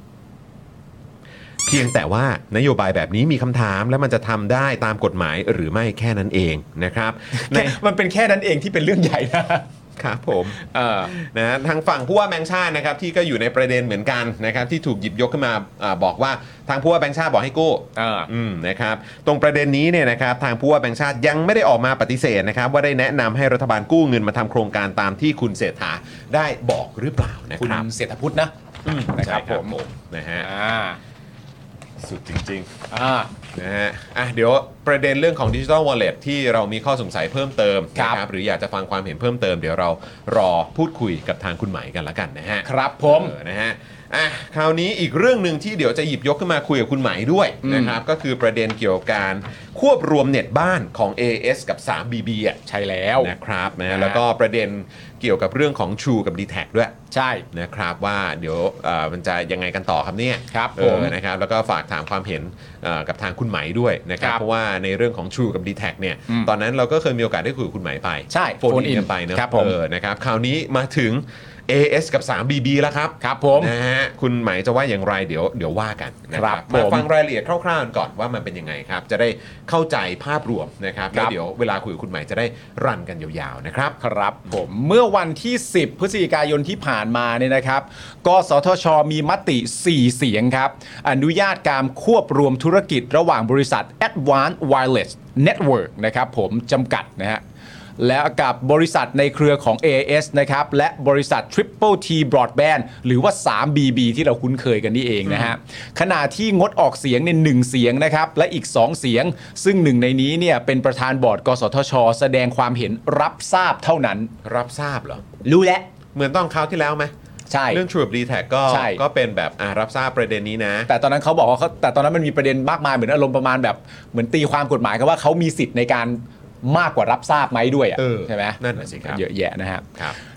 เพียงแต่ว่านโยบายแบบนี้มีคำถามและมันจะทำได้ตามกฎหมายหรือไม่แค่นั้นเองนะครับมันเป็นแค่นั้นเองที่เป็นเรื่องใหญ่นะครับผมนะทางฝั่งผู้ว่าแบงค์ชาตินะครับที่ก็อยู่ในประเด็นเหมือนกันนะครับที่ถูกหยิบยกขึ้นมาบอกว่าทางผู้ว่าแบงค์ชาติบอกให้กู้นะครับตรงประเด็นนี้เนี่ยนะครับทางผู้ว่าแบงค์ชาติยังไม่ได้ออกมาปฏิเสธนะครับว่าได้แนะนำให้รัฐบาลกู้เงินมาทำโครงการตามที่คุณเศรษฐาได้บอกหรือเปล่านะครับคุณเศรษฐพุทธนะครับผมนะฮะสุดจริงๆนะฮะเดี๋ยวประเด็นเรื่องของ Digital Wallet ที่เรามีข้อสงสัยเพิ่มเติมนะครับหรืออยากจะฟังความเห็นเพิ่มเติมเดี๋ยวเรารอพูดคุยกับทางคุณไหมกันละกันนะฮะครับผมนะฮะคราวนี้อีกเรื่องนึงที่เดี๋ยวจะหยิบยกขึ้นมาคุยกับคุณไหมด้วยนะครับก็คือประเด็นเกี่ยวกับการควบรวมเน็ตบ้านของ AS กับ 3BB ใช่แล้วนะครับนะแล้วก็ประเด็นเกี่ยวกับเรื่องของ True กับ DTAC ด้วยใช่นะครับว่าเดี๋ยวมันจะยังไงกันต่อครับเนี่ยครับผมนะครับแล้วก็ฝากถามความเห็นกับทางคุณไหมด้วยนะครับเพราะว่าในเรื่องของ True กับ DTAC เนี่ยตอนนั้นเราก็เคยมีโอกาสได้คุยกับคุณไหมไปใช่โฟนอินไปเนอะนะครับคราวนี้มาถึง AS กับ 3BB แล้วครับครับผมนะฮะคุณไหมจะว่าอย่างไรเดี๋ยวว่ากันนะครับมาฟังรายละเอียดคร่าวๆก่อนว่ามันเป็นยังไงครับจะได้เข้าใจภาพรวมนะครับแล้วเดี๋ยวเวลาคุยกับคุณไหมจะได้รันกันยาวๆนะครับครับผมเมื่อวันที่10พฤศจิกายนที่ผ่านมาเนี่ยนะครับกสทช.มีมติ4เสียงครับอนุญาตการควบรวมธุรกิจระหว่างบริษัท Advanced Wireless Network นะครับผมจำกัดนะฮะและกับบริษัทในเครือของ AIS นะครับและบริษัท Triple T Broadband หรือว่า 3BB ที่เราคุ้นเคยกันนี่เองนะฮะขณะที่งดออกเสียงใน1เสียงนะครับและอีก2เสียงซึ่งหนึ่งในนี้เนี่ยเป็นประธานบอร์ดกสทช.แสดงความเห็นรับทราบเท่านั้นรับทราบเหรอรู้แล้วเหมือนต้องคราวที่แล้วไหมใช่เรื่อง True DTAC ก็เป็นแบบรับทราบประเด็นนี้นะแต่ตอนนั้นเขาบอกว่าแต่ตอนนั้นมันมีประเด็นมากมายเหมือนอารมณ์ประมาณแบบเหมือนตีความกฎหมายกันว่าเขามีสิทธิ์ในการมากกว่ารับทราบไหมด้วยใช่ไหมนั่นแหละสิครับเยอะแยะนะครับ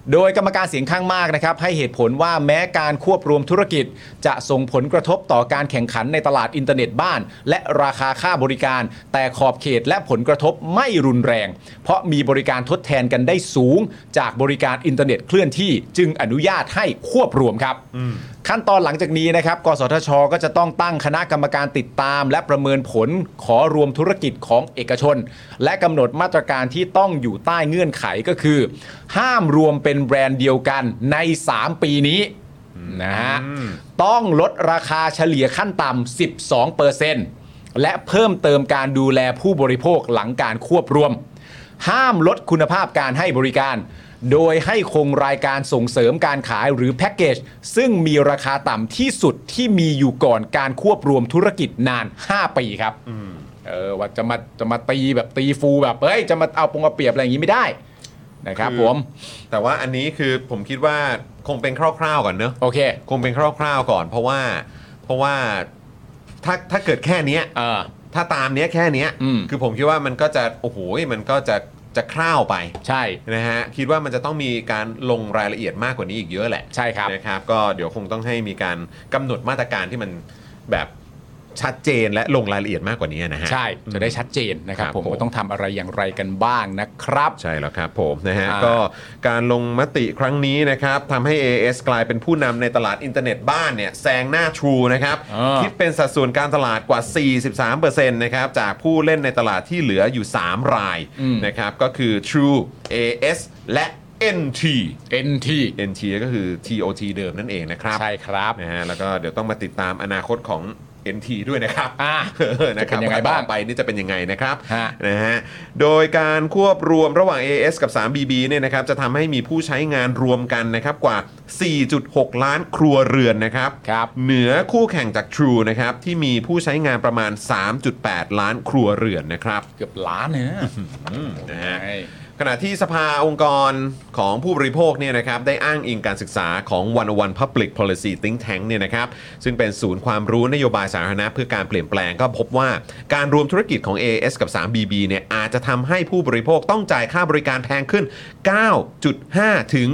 โดยกรรมการเสียงข้างมากนะครับให้เหตุผลว่าแม้การควบรวมธุรกิจจะส่งผลกระทบต่อการแข่งขันในตลาดอินเทอร์เน็ตบ้านและราคาค่าบริการแต่ขอบเขตและผลกระทบไม่รุนแรงเพราะมีบริการทดแทนกันได้สูงจากบริการอินเทอร์เน็ตเคลื่อนที่จึงอนุญาตให้ควบรวมครับขั้นตอนหลังจากนี้นะครับกสทช.ก็จะต้องตั้งคณะกรรมการติดตามและประเมินผลขอรวมธุรกิจของเอกชนและกำหนดมาตรการที่ต้องอยู่ใต้เงื่อนไขก็คือห้ามรวมเป็นแบรนด์เดียวกันใน3ปีนี้นะฮะต้องลดราคาเฉลี่ยขั้นต่ำ 12% และเพิ่มเติมการดูแลผู้บริโภคหลังการควบรวมห้ามลดคุณภาพการให้บริการโดยให้คงรายการส่งเสริมการขายหรือแพ็กเกจซึ่งมีราคาต่ำที่สุดที่มีอยู่ก่อนการควบรวมธุรกิจนาน5 ปีครับว่าจะมาตีแบบตีฟูแบบเฮ้ยจะมาเอาเปรียบอะไรอย่างนี้ไม่ได้นะครับผมแต่ว่าอันนี้คือผมคิดว่าคงเป็นคร่าวๆก่อนเนอะโอเคคงเป็นคร่าวๆก่อนเพราะว่าถ้าเกิดแค่นี้ถ้าตามเนี้ยแค่นี้คือผมคิดว่ามันก็จะโอ้โหมันก็จะคร่าวไปใช่นะฮะคิดว่ามันจะต้องมีการลงรายละเอียดมากกว่านี้อีกเยอะแหละใช่ครับนะครับก็เดี๋ยวคงต้องให้มีการกำหนดมาตรการที่มันแบบชัดเจนและลงรายละเอียดมากกว่านี้นะฮะใช่จะได้ชัดเจนนะครับผมว่าต้องทำอะไรอย่างไรกันบ้างนะครับใช่แล้วครับผมนะฮะก็การลงมติครั้งนี้นะครับทำให้ AS กลายเป็นผู้นำในตลาดอินเทอร์เน็ตบ้านเนี่ยแซงหน้า True นะครับคิดเป็นสัดส่วนการตลาดกว่า 43% นะครับจากผู้เล่นในตลาดที่เหลืออยู่3รายนะครับก็คือ True AS และ NT ก็คือ TOT เดิมนั่นเองนะครับใช่ครับนะฮะแล้วก็เดี๋ยวต้องมาติดตามอนาคตของNT ด้วยนะครับนะครับยังไงบ้างไปนี่จะเป็นยังไงนะครับนะฮะโดยการควบรวมระหว่าง AS กับ 3BB เนี่ยนะครับจะทำให้มีผู้ใช้งานรวมกันนะครับกว่า 4.6 ล้านครัวเรือนนะครับเหนือคู่แข่งจาก True นะครับที่มีผู้ใช้งานประมาณ 3.8 ล้านครัวเรือนนะครับเกือบล้านเนี่ยนะฮะขณะที่สภาองค์กรของผู้บริโภคเนี่ยนะครับได้อ้างอิงการศึกษาของ 101 Public Policy Think Tank เนี่ยนะครับซึ่งเป็นศูนย์ความรู้นโยบายสาธารณะเพื่อการเปลี่ยนแปลงก็พบว่าการรวมธุรกิจของ AS กับ 3BB เนี่ยอาจจะทำให้ผู้บริโภคต้องจ่ายค่าบริการแพงขึ้น 9.5 ถึง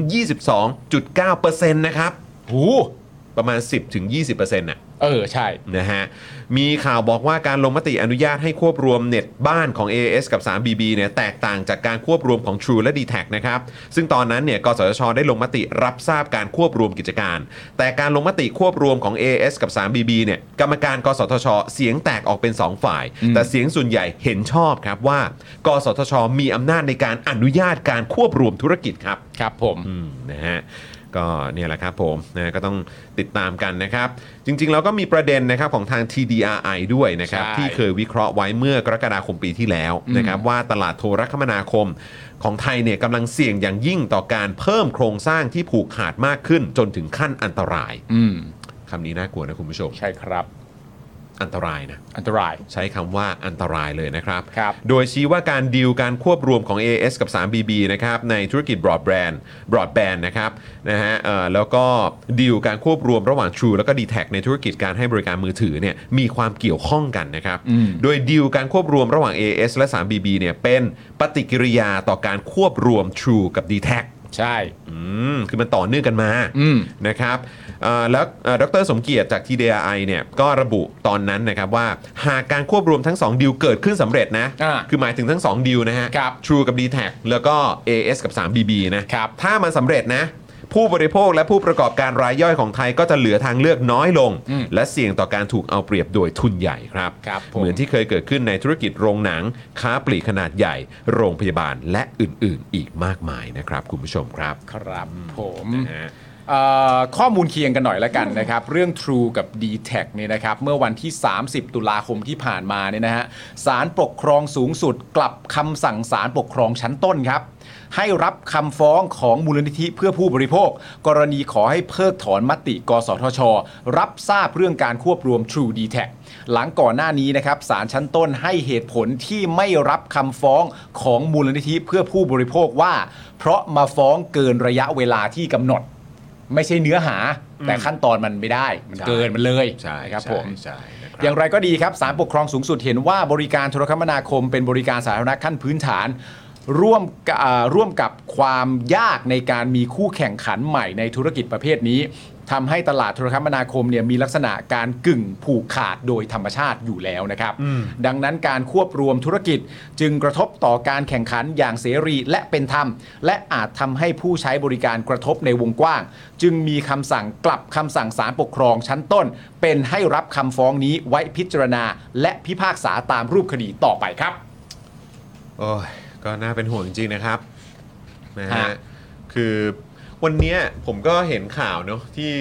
22.9% นะครับประมาณ 10-20% น่ะใช่นะฮะมีข่าวบอกว่าการลงมติอนุญาตให้ควบรวมเน็ตบ้านของ AS กับ 3BB เนี่ยแตกต่างจากการควบรวมของ True และ DTAC นะครับซึ่งตอนนั้นเนี่ยกสทช.ได้ลงมติรับทราบการควบรวมกิจการแต่การลงมติควบรวมของ AS กับ 3BB เนี่ยกรรมการกสทช.เสียงแตกออกเป็น2ฝ่ายแต่เสียงส่วนใหญ่เห็นชอบครับว่ากสทช.มีอำนาจในการอนุญาตการควบรวมธุรกิจครับครับผมนะฮะก็เนี่ยแหละครับผมนะก็ต้องติดตามกันนะครับจริงๆเราก็มีประเด็นนะครับของทาง TDRI ด้วยนะครับที่เคยวิเคราะห์ไว้เมื่อกรกฎาคมปีที่แล้วนะครับว่าตลาดโทรคมนาคมของไทยเนี่ยกำลังเสี่ยงอย่างยิ่งต่อการเพิ่มโครงสร้างที่ผูกขาดมากขึ้นจนถึงขั้นอันตรายคำนี้น่ากลัวนะคุณผู้ชมใช่ครับอันตรายนะอันตรายใช้คำว่าอันตรายเลยนะครับโดยชี้ว่าการดีลการควบรวมของ AS กับ 3BB นะครับในธุรกิจบรอดแบนด์นะครับนะฮะแล้วก็ดีลการควบรวมระหว่าง True แล้วก็ DTAC ในธุรกิจการให้บริการมือถือเนี่ยมีความเกี่ยวข้องกันนะครับโดยดีลการควบรวมระหว่าง AS และ 3BB เนี่ยเป็นปฏิกิริยาต่อการควบรวม True กับ DTAC ใช่คือมันต่อเนื่องกันมานะครับแล้วดร.สมเกียรติจาก TDRI เนี่ยก็ระบุตอนนั้นนะครับว่าหากการควบรวมทั้ง2ดีลเกิดขึ้นสำเร็จนะคือหมายถึงทั้ง2ดีลนะฮะ True กับ DTAC แล้วก็ AS กับ 3BB นะถ้ามันสำเร็จนะผู้บริโภคและผู้ประกอบการรายย่อยของไทยก็จะเหลือทางเลือกน้อยลงและเสี่ยงต่อการถูกเอาเปรียบโดยทุนใหญ่ครับเหมือนที่เคยเกิดขึ้นในธุรกิจโรงหนังค้าปลีกขนาดใหญ่โรงพยาบาลและอื่นๆอีกมากมายนะครับคุณผู้ชมครับครับผมข้อมูลเคียงกันหน่อยแล้วกันนะครับเรื่อง True กับ DTAC เนี่ยนะครับเมื่อวันที่30ตุลาคมที่ผ่านมาเนี่ยนะฮะศาลปกครองสูงสุดกลับคำสั่งศาลปกครองชั้นต้นครับให้รับคำฟ้องของมูลนิธิเพื่อผู้บริโภคกรณีขอให้เพิกถอนมติกสทช.รับทราบเรื่องการควบรวม True DTAC หลังก่อนหน้านี้นะครับศาลชั้นต้นให้เหตุผลที่ไม่รับคำฟ้องของมูลนิธิเพื่อผู้บริโภคว่าเพราะมาฟ้องเกินระยะเวลาที่กำหนดไม่ใช่เนื้อหาแต่ขั้นตอนมันไม่ได้มันเกินมันเลยใช่ครับผมอย่างไรก็ดีครับศาลปกครองสูงสุดเห็นว่าบริการโทรคมนาคมเป็นบริการสาธารณะขั้นพื้นฐานร่วมกับความยากในการมีคู่แข่งขันใหม่ในธุรกิจประเภทนี้ทำให้ตลาดโทรคมนาคมเนี่ยมีลักษณะการกึ่งผูกขาดโดยธรรมชาติอยู่แล้วนะครับดังนั้นการควบรวมธุรกิจจึงกระทบต่อการแข่งขันอย่างเสรีและเป็นธรรมและอาจทำให้ผู้ใช้บริการกระทบในวงกว้างจึงมีคำสั่งกลับคำสั่งศาลปกครองชั้นต้นเป็นให้รับคำฟ้องนี้ไว้พิจารณาและพิพากษาตามรูปคดีต่อไปครับโอ้ยก็น่าเป็นห่วงจริงๆนะครับนะฮะคือวันนี้ผมก็เห็นข่าวเนอะที่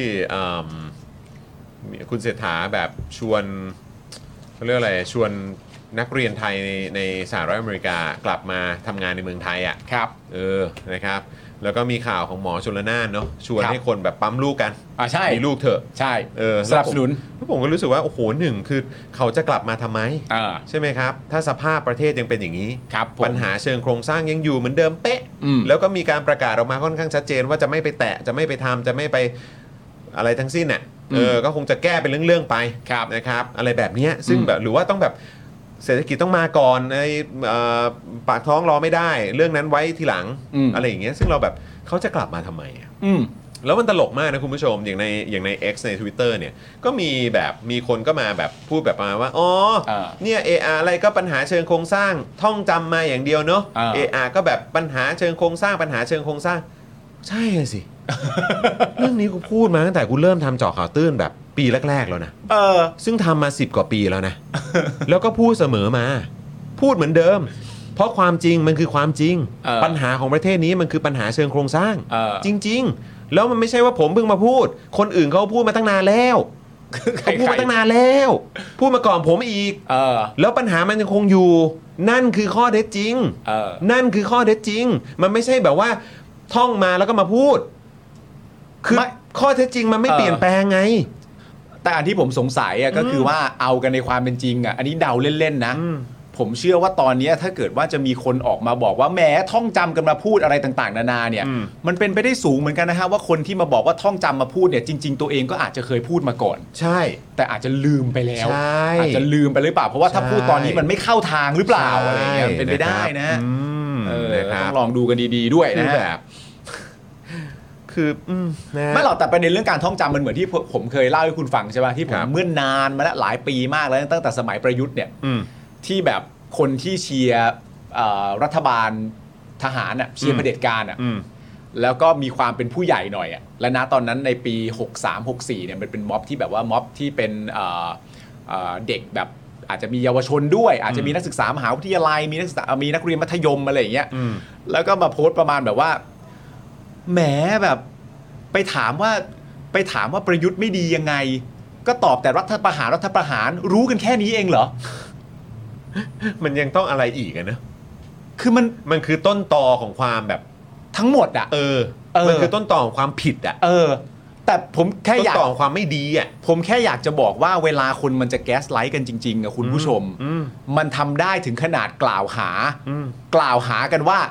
คุณเศรษฐาแบบชวนเขาเรียกอะไรชวนนักเรียนไทยในสหรัฐอเมริกากลับมาทำงานในเมืองไทยอ่ะครับนะครับแล้วก็มีข่าวของหมอชลน่านเนาะชวนให้คนแบบปั๊มลูกกันใช่มีลูกเถอะใช่สนับสนุนแล้วผมก็รู้สึกว่าโอ้โหหนึ่งคือเขาจะกลับมาทำไมใช่ไหมครับถ้าสภาพประเทศยังเป็นอย่างนี้ปัญหาเชิงโครงสร้างยังอยู่เหมือนเดิมเป๊ะแล้วก็มีการประกาศออกมาค่อนข้างชัดเจนว่าจะไม่ไปแตะจะไม่ไปทำจะไม่ไปอะไรทั้งสิ้นน่ะก็คงจะแก้เป็นเรื่องๆไปนะครับอะไรแบบนี้ซึ่งแบบหรือว่าต้องแบบเศรษฐกิจต้องมาก่อนในปากท้องรอไม่ได้เรื่องนั้นไว้ทีหลังอะไรอย่างเงี้ยซึ่งเราแบบเขาจะกลับมาทำไมอ่ะแล้วมันตลกมากนะคุณผู้ชมอย่างใน X ใน Twitter เนี่ยก็มีคนก็มาแบบพูดแบบมาว่าอ๋อเนี่ย AR อะไรก็ปัญหาเชิงโครงสร้างท่องจำมาอย่างเดียวเนาะ AR ก็แบบปัญหาเชิงโครงสร้างปัญหาเชิงโครงสร้างใช่สิ เรื่องนี้กูพูดมาตั้งแต่กูเริ่มทำเจาะข่าวตื้นแบบปีแรกๆแล้วนะซึ่งทำมา10 กว่าปีแล้วนะ แล้วก็พูดเสมอมาพูดเหมือนเดิมเพราะความจริงมันคือความจริงปัญหาของประเทศนี้มันคือปัญหาเชิงโครงสร้างจริงๆแล้วมันไม่ใช่ว่าผมเพิ่งมาพูดคนอื่นเขาพูดมาตั้งนานแล้วเขาพูดมาตั้งนานแล้วพูดมาก่อนผมอีกแล้วปัญหามันยังคงอยู่นั่นคือข้อเท็จจริงนั่นคือข้อเท็จจริงมันไม่ใช่แบบว่าท่องมาแล้วก็มาพูดคือข้อเท็จจริงมันไม่เปลี่ยนแปลงไงแต่อันที่ผมสงสัยก็คือว่าเอากันในความเป็นจริงอันนี้เดาเล่นๆนะผมเชื่อว่าตอนนี้ถ้าเกิดว่าจะมีคนออกมาบอกว่าแหมท่องจำกันมาพูดอะไรต่างๆนานาเนี่ยมันเป็นไปได้สูงเหมือนกันนะฮะว่าคนที่มาบอกว่าท่องจำมาพูดเนี่ยจริงๆตัวเองก็อาจจะเคยพูดมาก่อนใช่แต่อาจจะลืมไปแล้วอาจจะลืมไปหรือเปล่าเพราะว่าถ้าพูดตอนนี้มันไม่เข้าทางหรือเปล่าอะไรเงี้ยเป็นไปได้นะต้องลองดูกันดีๆด้วยนะแบบคือไม่หรอกแต่ประเด็นเรื่องการท่องจำมันเหมือนที่ผมเคยเล่าให้คุณฟังใช่ไหมที่ผมเมื่อนานมาแล้วหลายปีมากแล้วตั้งแต่สมัยประยุทธ์เนี่ยที่แบบคนที่เชียร์รัฐบาลทหารเชียร์เผด็จการแล้วก็มีความเป็นผู้ใหญ่หน่อยและณตอนนั้นในปี63-64เนี่ยมันเป็นม็อบที่แบบว่าม็อบที่เป็นเด็กแบบอาจจะมีเยาวชนด้วยอาจจะมีนักศึกษามหาวิทยาลัยมีนักเรียนมัธยมอะไรอย่างเงี้ยแล้วก็มาโพสต์ประมาณแบบว่าแหมแบบไปถามว่าประยุทธ์ไม่ดียังไงก็ตอบแต่รัฐประหารรู้กันแค่นี้เองเหรอมันยังต้องอะไรอีกนะคือมันคือต้นตอของความแบบทั้งหมดมันคือต้นตอของความผิดแต่ผมแค่อยากต้นตอของความไม่ดีผมแค่อยากจะบอกว่าเวลาคนมันจะแก๊สไลท์กันจริงๆคุณผู้ชมมันทำได้ถึงขนาดกล่าวหากันว่า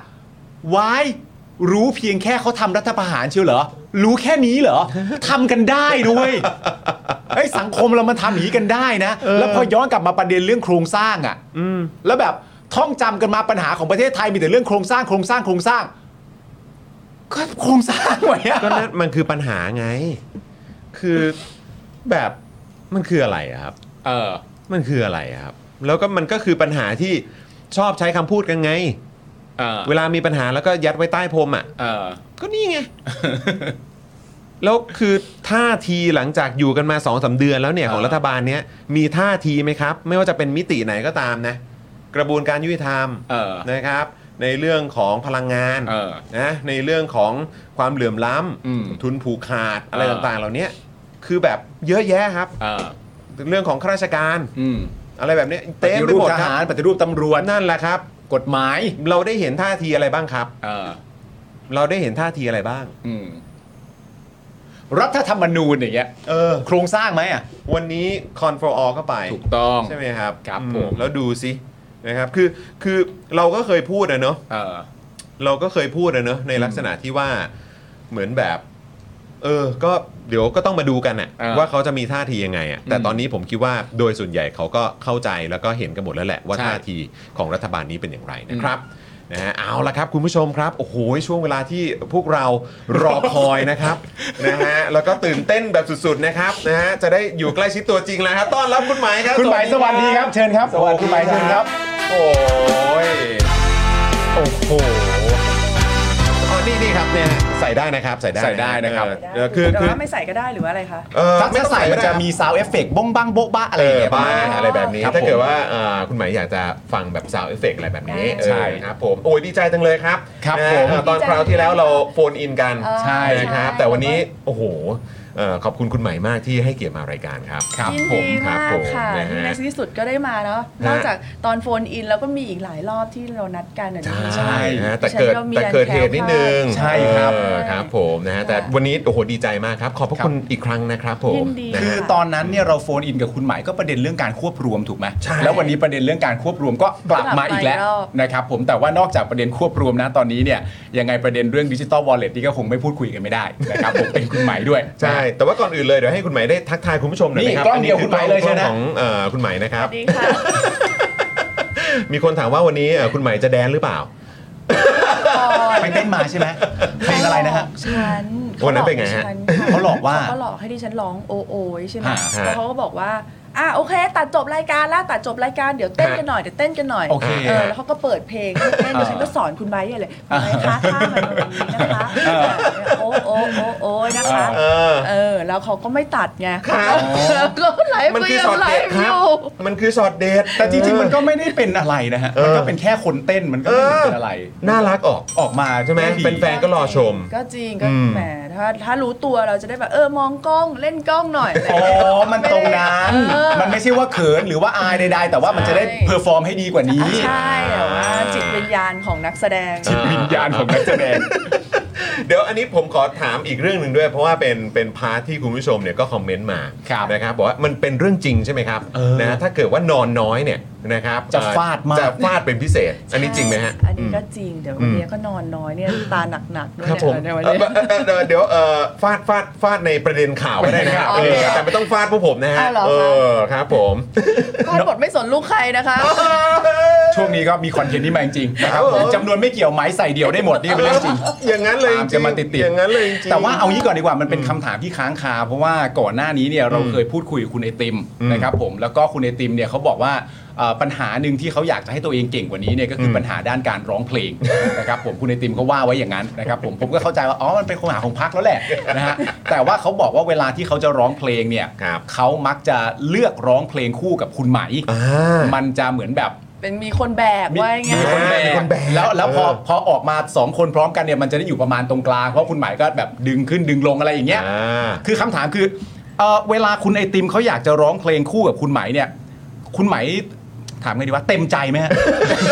whyรู้เพียงแค่เขาทำรัฐประหารเชียวเหรอรู้แค่นี้เหรอทำกันได้ด้วยไอ้สังคมเรามันทำอย่างนี้กันได้นะแล้วพอย้อนกลับมาประเด็นเรื่องโครงสร้างแล้วแบบท่องจำกันมาปัญหาของประเทศไทยมีแต่เรื่องโครงสร้างก็โครงสร้างไว้ก็นั่นมันคือปัญหาไงคือแบบมันคืออะไรครับมันคืออะไรครับแล้วก็มันก็คือปัญหาที่ชอบใช้คำพูดกันไงเวลามีปัญหาแล้วก็ยัดไว้ใต้พรมก็นี่ไง แล้วคือท่าทีหลังจากอยู่กันมา 2-3 เดือนแล้วเนี่ยของรัฐบาลเนี้ยมีท่าทีไหมครับไม่ว่าจะเป็นมิติไหนก็ตามนะกระบวนการยุติธรรมนะครับในเรื่องของพลังงานนะในเรื่องของความเหลื่อมล้ำทุนผูกขาดอะไรต่างๆเหล่านี้คือแบบเยอะแยะครับเรื่องของข้าราชการอะไรแบบนี้เต็มไปหมดครับปฏิรูปตำรวจนั่นแหละครับกฎหมายเราได้เห็นท่าทีอะไรบ้างครับเราได้เห็นท่าทีอะไรบ้างรัฐธรรมนูญอย่างเงี้ยโครงสร้างไหมวันนี้ Con for All เข้าไปถูกต้องใช่ไหมครับครับผมแล้วดูสินะครับคือเราก็เคยพูดเนอะเราก็เคยพูดเนอะในลักษณะที่ว่าเหมือนแบบก็เดี๋ยวก็ต้องมาดูกันว่าเขาจะมีท่าทียังไงแต่ตอนนี้ผมคิดว่าโดยส่วนใหญ่เขาก็เข้าใจแล้วก็เห็นกันหมดแล้วแหละว่าท่าทีของรัฐบาลนี้เป็นอย่างไรนะครับนะฮะเอาละครับคุณผู้ชมครับโอ้โหช่วงเวลาที่พวกเรารอคอยนะครับ นะฮะแล้วก็ตื่นเต้นแบบสุดๆนะครับนะฮะจะได้อยู่ใกล้ชิดตัวจริงแล้วครับต้อนรับคุณไหมครับคุณไหมสวัสดีครับเชิญครับสวัสดีคุณไหมเชิญครับโอ้ยโอ้โหอ๋อนี่ครับเนี่ยใส่ได้นะครับใส่ได้ใส่ได้นะครับคือแต่ว่าไม่ใส่ก็ได้หรือว่าอะไรคะถ้าใส่มันจะมีซาวด์เอฟเฟกต์บ้งบ้างโบ๊ะบ้าอะไรอย่างเงี้ยบ้างอะไรแบบนี้ครับถ้าเกิดผมว่าคุณหมายอยากจะฟังแบบซาวด์เอฟเฟกต์อะไรแบบนี้ใช่ครับผมโอ้ยดีใจจังเลยครับครับนะฮะผมตอนคราวที่แล้วเราโฟนอินกันใช่นะครับแต่วันนี้โอ้โหขอบคุณคุณใหม่มากที่ให้เกียรติมารายการครับครับยินผมดีครับมากผมค่ะนะฮะที่ในที่สุดก็ได้มาเนาะนอกจากตอนโฟนอินแล้วก็มีอีกหลายรอบที่เรานัดกันอ่ะใช่นะฮะแต่ดิฉันเกิดมีแต่เกิดเหตุนิดนึงใช่ครับครับผมนะฮะแต่วันนี้โอ้โหดีใจมากครับขอบพระครับคุณอีกครั้งนะครับผมยินดีนะคือฮะตอนนั้นเนี่ยเราโฟนอินกับคุณหมายก็ประเด็นเรื่องการควบรวมถูกไหมใช่แล้ววันนี้ประเด็นเรื่องการควบรวมก็กลับมาอีกแล้วกลับมาอีกรอบนะครับผมแต่ว่านอกจากประเด็นควบรวมนะตอนนี้เนี่ยยังไงประเด็นเรื่องดิจิตอลวอลเล็ตนี่ก็คงไม่พูดคุยกันไม่ได้นะครับผมเป็นคุณหมายด้วยใช่แต่ว่าก่อนอื่นเลยเดี๋ยวให้คุณหมายได้ทักทายคุณผู้ชมหน่อยนะครับนี่กล้องเดียวคุณหมายเลยใช่ไหมของคุณหมายนะครับสวัสดีค่ะมีคนถามว่าวันนี้คุณหมายจะแดนหรือเปล่าไปเต้นมาใช่ไหมเพลงอะไรนะฮะฉันวันนั้นเป็นไงฮะเขาหลอกว่าเขาหลอกให้ดิฉันร้องโอโอยใช่ไหมฮะแล้วเขาก็บอกว่าโอเคตัดจบรายการแล้วตัดจบรายการเดี๋ยวเต้นกันหน่อยโอเคแล้วเขาก็เปิดเพลงให้เต้นดิฉันก็สอนคุณไบร์ทเลยคุณไบร์ทคะท่ามันอย่างนี้นะคะโอ้นะคะ แล้วเขาก็ไม่ตัดไงครับก็ไลฟ์มันก็คือยัช็อง ตไลเด็ดฟ์คอรับยู่มันคือช็อตเด็ดแต่จริงๆมันก็ไม่ได้เป็นอะไรนะฮะมันก็เป็นแค่คนเต้นมันก็ไม่ได้เป็นอะไรน่ารักออกออกมาใช่ไหมดีเป็นแฟนก็รอชมก็จริงก็อืมแหมถ้ารู้ตัวเราจะได้แบบมองกล้องเล่นกล้องหน่อยอ๋อมันตรงนั้นมันไม่ใช่ว่าเขินหรือว่าอายใดๆแต่ว่ามันจะได้เพอร์ฟอร์มให้ดีกว่านี้ใช่แต่ว่าจิตวิญญาณของนักแสดงจิตวิญญาณของนักแสดงเดี๋ยวอันนี้ผมขอถามอีกเรื่องหนึ่งด้วย เพราะว่าเป็นพาร์ทที่คุณผู้ชมเนี่ยก็คอมเมนต์มาครับนะครับบอกว่ามันเป็นเรื่องจริงใช่ไหมครับนะถ้าเกิดว่านอนน้อยเนี่ยนะครับจะฟาดมากจะฟาดเป็นพิเศษ อันนี้จริงไหมฮะอันนี้ก็จริงเดี๋ยววันนี้ก็นอนน้อยเนี่ยตาหนักๆด้วยครับผมเนี่ยวันนี้เดี๋ยวฟาดในประเด็นข่าวก็ได้นะครับโอเคแต่ไม่ต้องฟาดพวกผมนะฮะอ้าวเหรอคะครับผมพลาดบทไม่สนลูกใครนะคะช่วงนี้ก็มีคอนเทนต์ที่มาจริงๆนะครับครับผมจำนวนไม่เกี่ยวไม้ใส่เดียวได้หมดนี่เป็นเรื่องจริงอย่างนั้นเลยจตามริจะงมาติดๆอย่างนั้นเลยจริงแต่ว่าเอางี้ก่อนดีกว่ามันเป็นคำถามที่ค้างคาเพราะว่าก่อนหน้านี้เนี่ยเราเคยพูดคุยกับคุณไอติมนะครับผมแล้วก็คุณไอติมเนี่ยเขาบอกว่าปัญหาหนึ่งที่เขาอยากจะให้ตัวเองเก่งกว่านี้เนี่ยก็คือปัญหาด้านการร้องเพลงนะครับผมคุณไอติมเขาว่าไว้อย่างนั้นนะครับผมก็เข้าใจว่าอ๋อมันเป็นปัญหาของพรรคแล้วแหละนะฮะแต่ว่าเขาบอกว่าเวลาที่เขาจะร้องเพลงเนี่ยครับเขามักจะเลือกร้องเพลงคู่กับคุณไหม มันจะเหมือนแบบเป็นมีคนแบกไว้ไงมีคนแบกมีคนแบกแล้วพอออกมา2คนพร้อมกันเนี่ยมันจะได้อยู่ประมาณตรงกลางเพราะคุณหมายก็แบบดึงขึ้นดึงลงอะไรอย่างเงี้ยคือคำถามคือเวลาคุณไอติมเขาอยากจะร้องเพลงคู่กับคุณไหมเนี่ยคุณไหมถามไงดีว่าเต็มใจไหมฮะ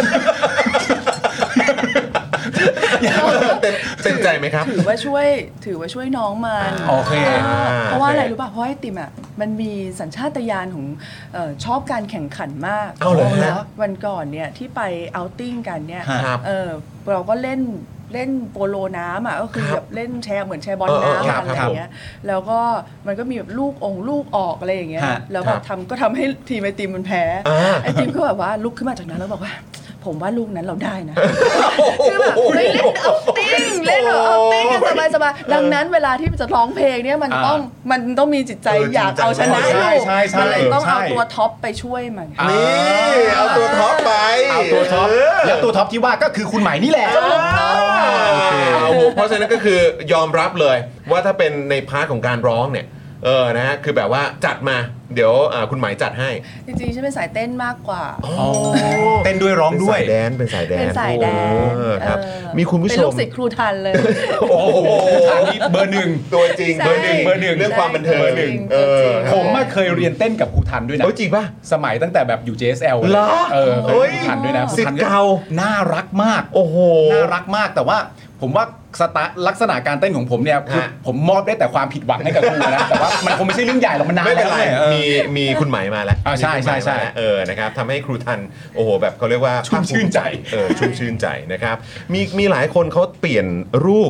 เต็มใจไหมครับถือว่าช่วยน้องมันโอเคเพราะว่าอะไรรู้ป่ะเพราะไอติมอ่ะมันมีสัญชาตญาณของชอบการแข่งขันมากเอาเหรอฮะวันก่อนเนี่ยที่ไปเอาท์ติ้งกันเนี่ยครับเราก็เล่นโปโลน้ำอ่ะก็คือแบบเล่นแชร์เหมือนแชร์บอลครัน้ำบอะไรอย่างเงี้ยแล้วก็มันก็มีแบบลูกออกอะไรอย่างเงี้ยฮะแล้วแบบก็ทำให้ทีมไอติมมันแพ้ไอติมก็แบบว่าลุกขึ้นมาจากนั้นแล้วบอกว่า ผมว่าลูกนั้นเราได้นะคือแบบเฮ้ยเล่นเอาติ้งกันสบายๆดังนั้นเวลาที่จะร้องเพลงเนี่ยมันต้องมีจิตใจอยากเอาชนะอยู่ใช่มันเลยต้องเอาตัวท็อปไปช่วยมันนี่เอาตัวท็อปไปเอาตัวท็อปแล้วตัวท็อปที่ว่าก็คือคุณไหมนี่แหละเพราะฉะนั้นก็คือยอมรับเลยว่าถ้าเป็นในพาร์ทของการร้องเนี่ยนะฮะคือแบบว่าจัดมาเดี๋ยวคุณหมายจัดให้จริงๆฉันเป็นสายเต้นมากกว่าเต้นด้วยร้องด้วยเป็นสายแดนเป็นสายแดนครับเออมีคุณผู้ชมเป็นลูกศิษย์ครูทันเลยโอ้โหทางนี้เบอร์หนึ่งตัวจริงใช่เบอร์หนึ่งเรื่องความบันเทิงเบอร์หนึ่งผมมาเคยเรียนเต้นกับครูทันด้วยนะจริงป่ะสมัยตั้งแต่แบบอยู่ JSL เหรอเคยครูทันด้วยนะศิษย์เก่าน่ารักมากโอ้โหน่ารักมากแต่ว่าผมว่าลักษณะการเต้นของผมเนี่ยคือฮะผมมอบได้แต่ความผิดหวังให้กับครูนะแต่ว่ามันคงไม่ใช่เรื่องใหญ่หรอกมันนานไม่เป็นแล้วไรเนี่ยมีคุณหมายมาแล้วใช่มีคุณหมายใช่มาแล้วนะครับทำให้ครูทันโอ้โหแบบเขาเรียกว่าชุ่มชื่นใจชุ่มชื่นใจนะครับมีหลายคนเขาเปลี่ยนรูป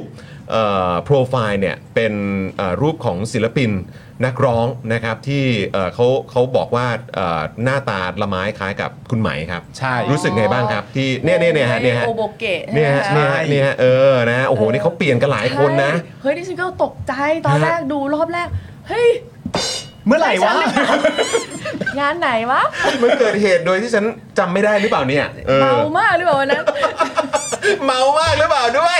โปรไฟล์เนี่ยเป็นรูปของศิลปินนักร้องนะครับที่เขาบอกว่าหน้าตาละไม้คล้ายกับคุณไหมครับใช่รู้สึกไงบ้างครับที่เนี่ยฮะโอโบเกะเนี่ยฮะนะโอ้โหนี่เขาเปลี่ยนกันหลายคนนะเฮ้ยดิฉันก็ตกใจตอนแรกดูรอบแรกเฮ้ยเมื่อไหร่วะงานไหนวะมันเกิดเหตุโดยที่ฉันจำไม่ได้หรือเปล่าเนี่ยเมามากหรือเปล่าวันนั้นเมามากหรือเปล่าด้วย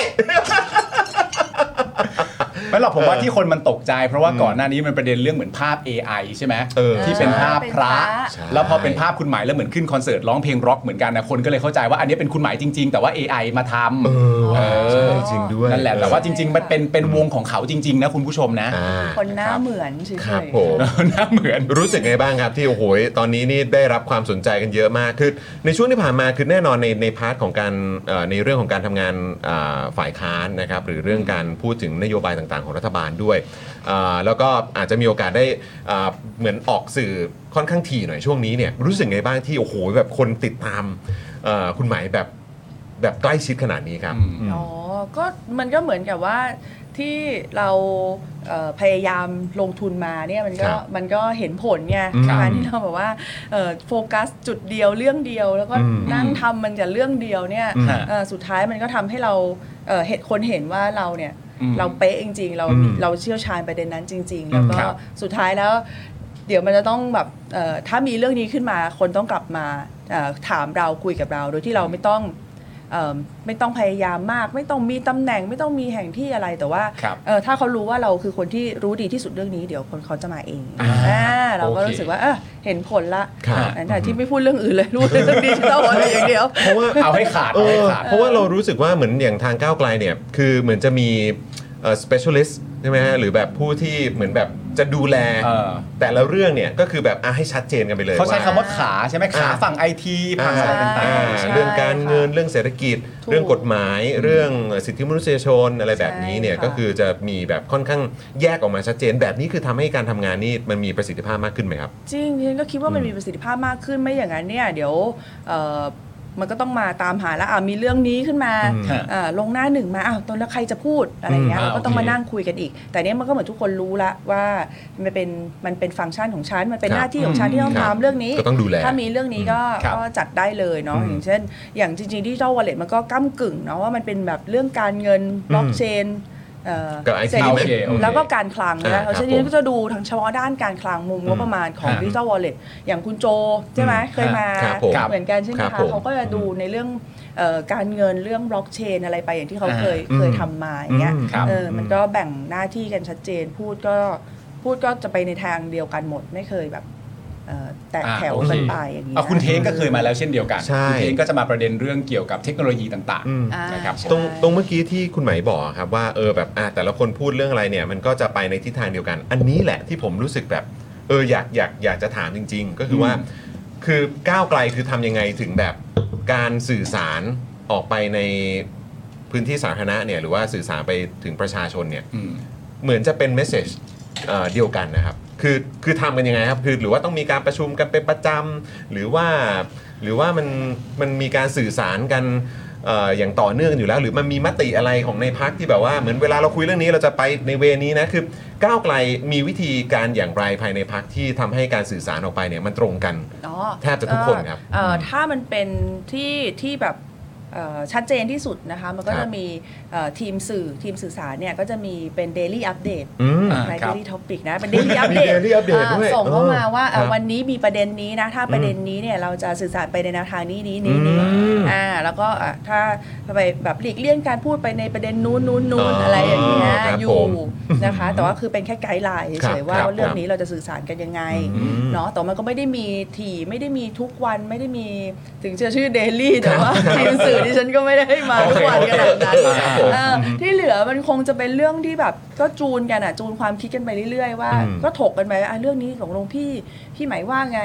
ไม่หรอกผมว่าที่คนมันตกใจเพราะว่าก่อนหน้านี้มันประเด็นเรื่องเหมือนภาพ AI ใช่ไหมที่เป็นภาพพระใช่แล้วพอเป็นภาพคุณหมายแล้วเหมือนขึ้นคอนเสิร์ตร้องเพลงร็อกเหมือนกันนะคนก็เลยเข้าใจว่าอันนี้เป็นคุณหมายจริงๆแต่ว่า AI มาทำใช่จริงด้วยนั่นแหละแต่ว่าจริงๆมันเป็นวงของเขาจริงๆนะคุณผู้ชมนะคนหน้าเหมือนเฉยครับๆผมหน้าเหมือนรู้สึกไงบ้างครับที่โอ้โหตอนนี้นี่ได้รับความสนใจกันเยอะมากคือในช่วงที่ผ่านมาคือแน่นอนในพาร์ทของการในเรื่องของการทำงานฝ่ายค้านนะครับหรือเรื่องการพูดถึงนโยบายต่างๆของรัฐบาลด้วยแล้วก็อาจจะมีโอกาสได้เหมือนออกสื่อค่อนข้างถี่หน่อยช่วงนี้เนี่ยรู้สึกไงบ้างที่โอ้โหแบบคนติดตามคุณหมายแบบใกล้ชิดขนาดนี้ครับอ๋อ ก็มันก็เหมือนกับว่าที่เราพยายามลงทุนมาเนี่ยมันก็เห็นผลไงการที่เราแบบว่าโฟกัสจุดเดียวเรื่องเดียวแล้วก็นั่งทำมันแต่เรื่องเดียวเนี่ยสุดท้ายมันก็ทำให้เราคนเห็นว่าเราเนี่ยเราเป๊ะจริงๆเราเชี่ยวชาญประเด็นนั้นจริงๆแล้วก็สุดท้ายแล้วเดี๋ยวมันจะต้องแบบถ้ามีเรื่องนี้ขึ้นมาคนต้องกลับมาถามเราคุยกับเราโดยที่เราไม่ต้องพยายามมากไม่ต้องมีตำแหน่งไม่ต้องมีแห่งที่อะไรแต่ว่าถ้าเขารู้ว่าเราคือคนที่รู้ดีที่สุดเรื่องนี้เดี๋ยวคนเขาจะมาเองเราก็รู้สึกว่าเห็นผลละแต่ที่ไม่พูดเรื่องอื่นเลยรู้เรื่องดิจิทัลอะไรอย่างเดียวเพราะว่าเอาให้ขาดเพราะว่าเรารู้สึกว่าเหมือนอย่างทางก้าวไกลเนี่ยคือเหมือนจะมีspecialist ใช่ไหมฮะหรือแบบผู้ที่เหมือนแบบจะดูแลแต่ละเรื่องเนี่ยก็คือแบบให้ชัดเจนกันไปเลยเขาใช้คำว่าขาใช่ไหมขาฝั่งไอทีฝั่งอะไรต่างๆเรื่องการเงินเรื่องเศรษฐกิจเรื่องกฎหมายเรื่องสิทธิมนุษยชนอะไรแบบนี้เนี่ยก็คือจะมีแบบค่อนข้างแยกออกมาชัดเจนแบบนี้คือทำให้การทำงานนี่มันมีประสิทธิภาพมากขึ้นไหมครับจริงฉันก็คิดว่ามันมีประสิทธิภาพมากขึ้นไม่อย่างนั้นเนี่ยเดี๋ยวมันก็ต้องมาตามหาแล้วมีเรื่องนี้ขึ้นมาลงหน้าหนึ่งมาตอนแล้วใครจะพูดอะไรเงี้ยเราก็ต้องมานั่งคุยกันอีกแต่เนี้ยมันก็เหมือนทุกคนรู้ละว่ามันเป็นฟังก์ชันของฉันมันเป็นหน้าที่ของฉันที่ต้องทำเรื่องนี้ถ้ามีเรื่องนี้ก็จัดได้เลยเนาะอย่างเช่นอย่างจริงๆDigital Walletมันก็ก้ำกึ่งเนาะว่ามันเป็นแบบเรื่องการเงินบล็อกเชนเศรษฐกิจแล้วก็การคลังนะเพราะฉะนั้นก็จะดูทั้งเฉพาะด้านการคลังมุมงบประมาณของ Digital Wallet อย่างคุณโจใช่ไหมเคยมาเหมือนกันใช่ไหมคะเขาก็จะดูในเรื่องการเงินเรื่องบล็อกเชนอะไรไปอย่างที่เขาเคยทำมาอย่างเงี้ยมันก็แบ่งหน้าที่กันชัดเจนพูดก็จะไปในทางเดียวกันหมดไม่เคยแบบแตกแถวกันไปอย่างนี้คุณเท้งก็เคยมาแล้วเช่นเดียวกันคุณเท้งก็จะมาประเด็นเรื่องเกี่ยวกับเทคโนโลยีต่างๆนะครับตรงเมื่อกี้ที่คุณไหมบอกครับว่าแบบแต่ละคนพูดเรื่องอะไรเนี่ยมันก็จะไปในทิศทางเดียวกันอันนี้แหละที่ผมรู้สึกแบบอยากจะถามจริงๆก็คือว่าคือก้าวไกลคือทำยังไงถึงแบบการสื่อสารออกไปในพื้นที่สาธารณะเนี่ยหรือว่าสื่อสารไปถึงประชาชนเนี่ยเหมือนจะเป็นเมสเซจเดียวกันนะครับคือทำกันยังไงครับคือหรือว่าต้องมีการประชุมกันเป็นประจำหรือว่ามันมีการสื่อสารกันอย่างต่อเนื่องอยู่แล้วหรือมันมีมติอะไรของในพรรคที่แบบว่าเหมือนเวลาเราคุยเรื่องนี้เราจะไปในเวนี้นะคือก้าวไกลมีวิธีการอย่างไรภายในพรรคที่ทำให้การสื่อสารออกไปเนี่ยมันตรงกันแทบจะทุกคนครับถ้ามันเป็นที่แบบชัดเจนที่สุดนะคะมันก็จะมีทีมสื่อสารเนี่ยก็จะมีเป็น daily update ใน daily topic นะเป็น daily update ส่งเข้ามาว่าวันนี้มีประเด็นนี้นะถ้าประเด็นนี้เนี่ยเราจะสื่อสารไปในแนวทางนี้แล้วก็ถ้าไปแบบหลีกเลี่ยงการพูดไปในประเด็นนู้นอะไรอย่างเงี้ยอยู่นะคะแต่ว่าคือเป็นแค่ไกด์ไลน์เฉยๆว่าเรื่องนี้เราจะสื่อสารกันยังไงเนาะแต่มันก็ไม่ได้มีไม่ได้มีทุกวันไม่ได้มีถึงจะชื่อ daily แต่ว่าทีมสื่อดิฉันก็ไม่ได้มาทุกวันขนาดนั้นที่เหลือมันคงจะเป็นเรื่องที่แบบก็จูนกันจูนความคิดกันไปเรื่อยๆว่าก็ถกกันไปเรื่องนี้ของหลวงพี่หมายว่าไง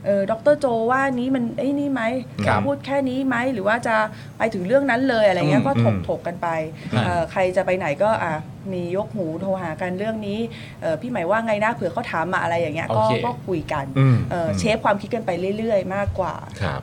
ดร.โจว่านี้มันนี่ไหมพูดแค่นี้ไหมหรือว่าจะไปถึงเรื่องนั้นเลยอะไรเงี้ยก็ถกกันไปใครจะไปไหนก็มียกหูโทรหากันเรื่องนี้พี่ใหม่ว่าไงนะเผื่อเขาถามมาอะไรอย่างเงี้ยก็คุยกันเชฟความคิดกันไปเรื่อยๆมากกว่าครับ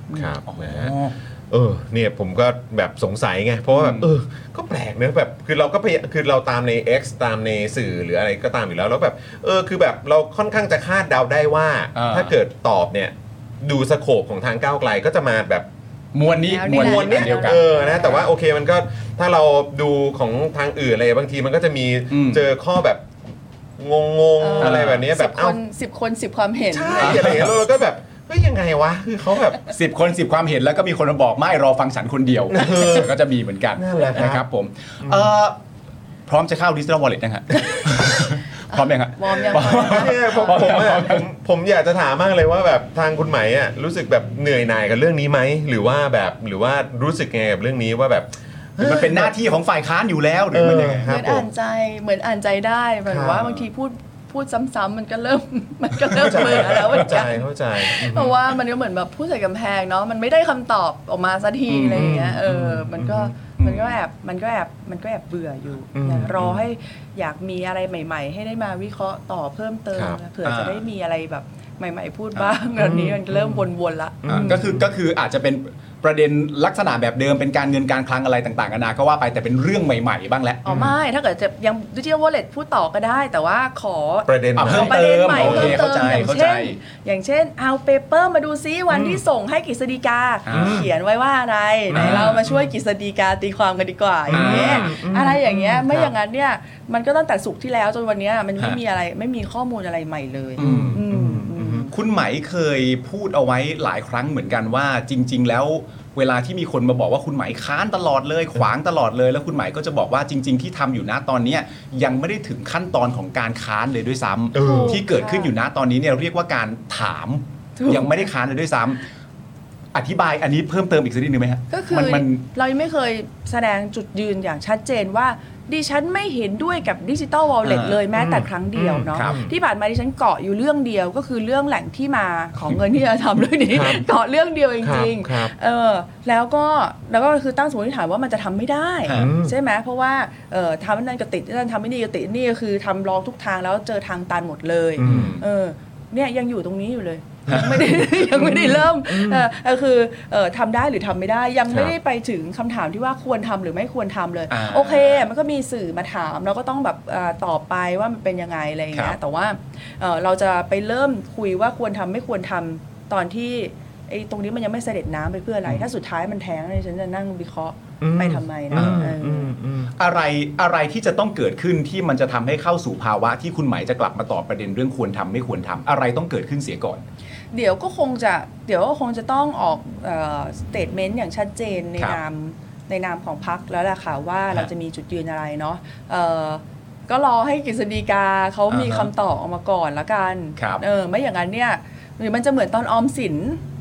เนี่ยผมก็แบบสงสัยไงเพราะว่าแบบก็แปลกเนอะแบบคือเราก็คือเราตามใน X ตามในสื่อหรืออะไรก็ตามอยู่แล้วแบบคือแบบเราค่อนข้างจะคาดเดาได้ว่าถ้าเกิดตอบเนี่ยดูสโคปของทางก้าวไกลก็จะมาแบบมวลนี้เดียวกันนะแต่ว่าโอเคมันก็ถ้าเราดูของทางอื่นอะไรบางทีมันก็จะมีเจอข้อแบบงงอะไรแบบนี้แบบ 10 คน 10 ความเห็นใช่อะไรอย่างเงี้ยเราก็แบบยังไงวะคือเขาแบบ 10 คน 10 ความเห็นแล้วก็มีคนมาบอกไม่รอฟังฉันคนเดียวก็จะมีเหมือนกันนะครับผมพร้อมจะเข้า Digital Wallet ยังฮะพร้อมยังฮะพร้อมยังผมอยากจะถามมากเลยว่าแบบทางคุณไหมอ่ะรู้สึกแบบเหนื่อยหน่ายกับเรื่องนี้ไหมหรือว่ารู้สึกไงกับเรื่องนี้ว่าแบบมันเป็นหน้าที่ของฝ่ายค้านอยู่แล้วหรือมันยังไงเหมือนอ่านใจได้หมายถึงว่าบางทีพูดซ้ำๆมันก็เริ่มเบื่อแล้วเข้าใจเพราะว่ามันก็เหมือนแบบพูดใส่กำแพงเนาะมันไม่ได้คำตอบออกมาสักทีอะไรอย่างเงี้ยมันก็แอบเบื่ออยู่รอให้อยากมีอะไรใหม่ๆให้ได้มาวิเคราะห์ต่อเพิ่มเติมเผื่อจะได้มีอะไรแบบใหม่ๆพูดบ้างแบบนี้มันเริ่มวนๆละก็คืออาจจะเป็นประเด็นลักษณะแบบเดิมเป็นการเงินการคลังอะไรต่างๆกันานาก็ว่าไปแต่เป็นเรื่องใหม่ๆบ้างแล้วไม่ถ้าเกิดจะยัง Digital Wallet พูดต่อก็ได้แต่ว่าขอประเด็นเพิ่มเติมอย่างเช่นเอาเปเปอร์มาดูซิวันที่ส่งให้กฤษฎีกาเขียนไว้ว่าอะไรไหนเรามาช่วยกฤษฎีกาตีความกันดีกว่าอย่างเงี้ยอะไรอย่างเงี้ยไม่อย่างนั้นเนี่ยมันก็ตั้งแต่ศุกร์ที่แล้วจนวันนี้มันไม่มีข้อมูลอะไรใหม่เลยคุณไหมเคยพูดเอาไว้หลายครั้งเหมือนกันว่าจริงๆแล้วเวลาที่มีคนมาบอกว่าคุณไหมค้านตลอดเลยขวางตลอดเลยแล้วคุณไหมก็จะบอกว่าจริงๆที่ทำอยู่นะตอนนี้ยังไม่ได้ถึงขั้นตอนของการค้านเลยด้วยซ้ำที่เกิดขึ้นอยู่นะตอนนี้เนี่ยเรียกว่าการถามยังไม่ได้ค้านเลยด้วยซ้ำอธิบายอันนี้เพิ่มเติมอีกสักนิดนึงไหมฮะก็คือเรายังไม่เคยแสดงจุดยืนอย่างชัดเจนว่าดิฉันไม่เห็นด้วยกับ Digital Wallet เลยแม้แต่ครั้งเดียวเนาะที่ผ่านมาดิฉันเกาะอยู่เรื่องเดียวก็คือเรื่องแหล่งที่มาของเงินที่จะทำเรื่องนี้เกาะเรื่องเดียวจริงๆแล้วก็คือตั้งสมมติฐานว่ามันจะทำไม่ได้ใช่ไหมเพราะว่าทำนั่นก็ติดนั่นทำไม่นี่ก็ติดนี่ก็คือทำลองทุกทางแล้วเจอทางตันหมดเลยเนี่ยยังอยู่ตรงนี้อยู่เลยยังไม่ได้เริ่มคือทำได้หรือทำไม่ได้ยังไม่ได้ไปถึงคำถามที่ว่าควรทำหรือไม่ควรทำเลยโอเคมันก็มีสื่อมาถามเราก็ต้องแบบตอบไปว่ามันเป็นยังไงอะไรอย่างเงี้ยแต่ว่าเราจะไปเริ่มคุยว่าควรทำไม่ควรทำตอนที่ตรงนี้มันยังไม่เสด็จน้ำไปเพื่ออะไรถ้าสุดท้ายมันแท้งฉันจะนั่งวิเคราะห์ไปทำไมนะอะไรที่จะต้องเกิดขึ้นที่มันจะทำให้เข้าสู่ภาวะที่คุณไหมจะกลับมาตอบประเด็นเรื่องควรทำไม่ควรทำอะไรต้องเกิดขึ้นเสียก่อนเดี๋ยวก็คงจะต้องออกสเตทเมนต์อย่างชัดเจนในนามของพรรคแล้วแหละค่ะว่าเราจะมีจุดยืนอะไรเนาะก็รอให้กฤษฎีกาเขามีคำตอบออกมาก่อนละกันไม่อย่างนั้นเนี่ยหรือมันจะเหมือนตอนออมสิน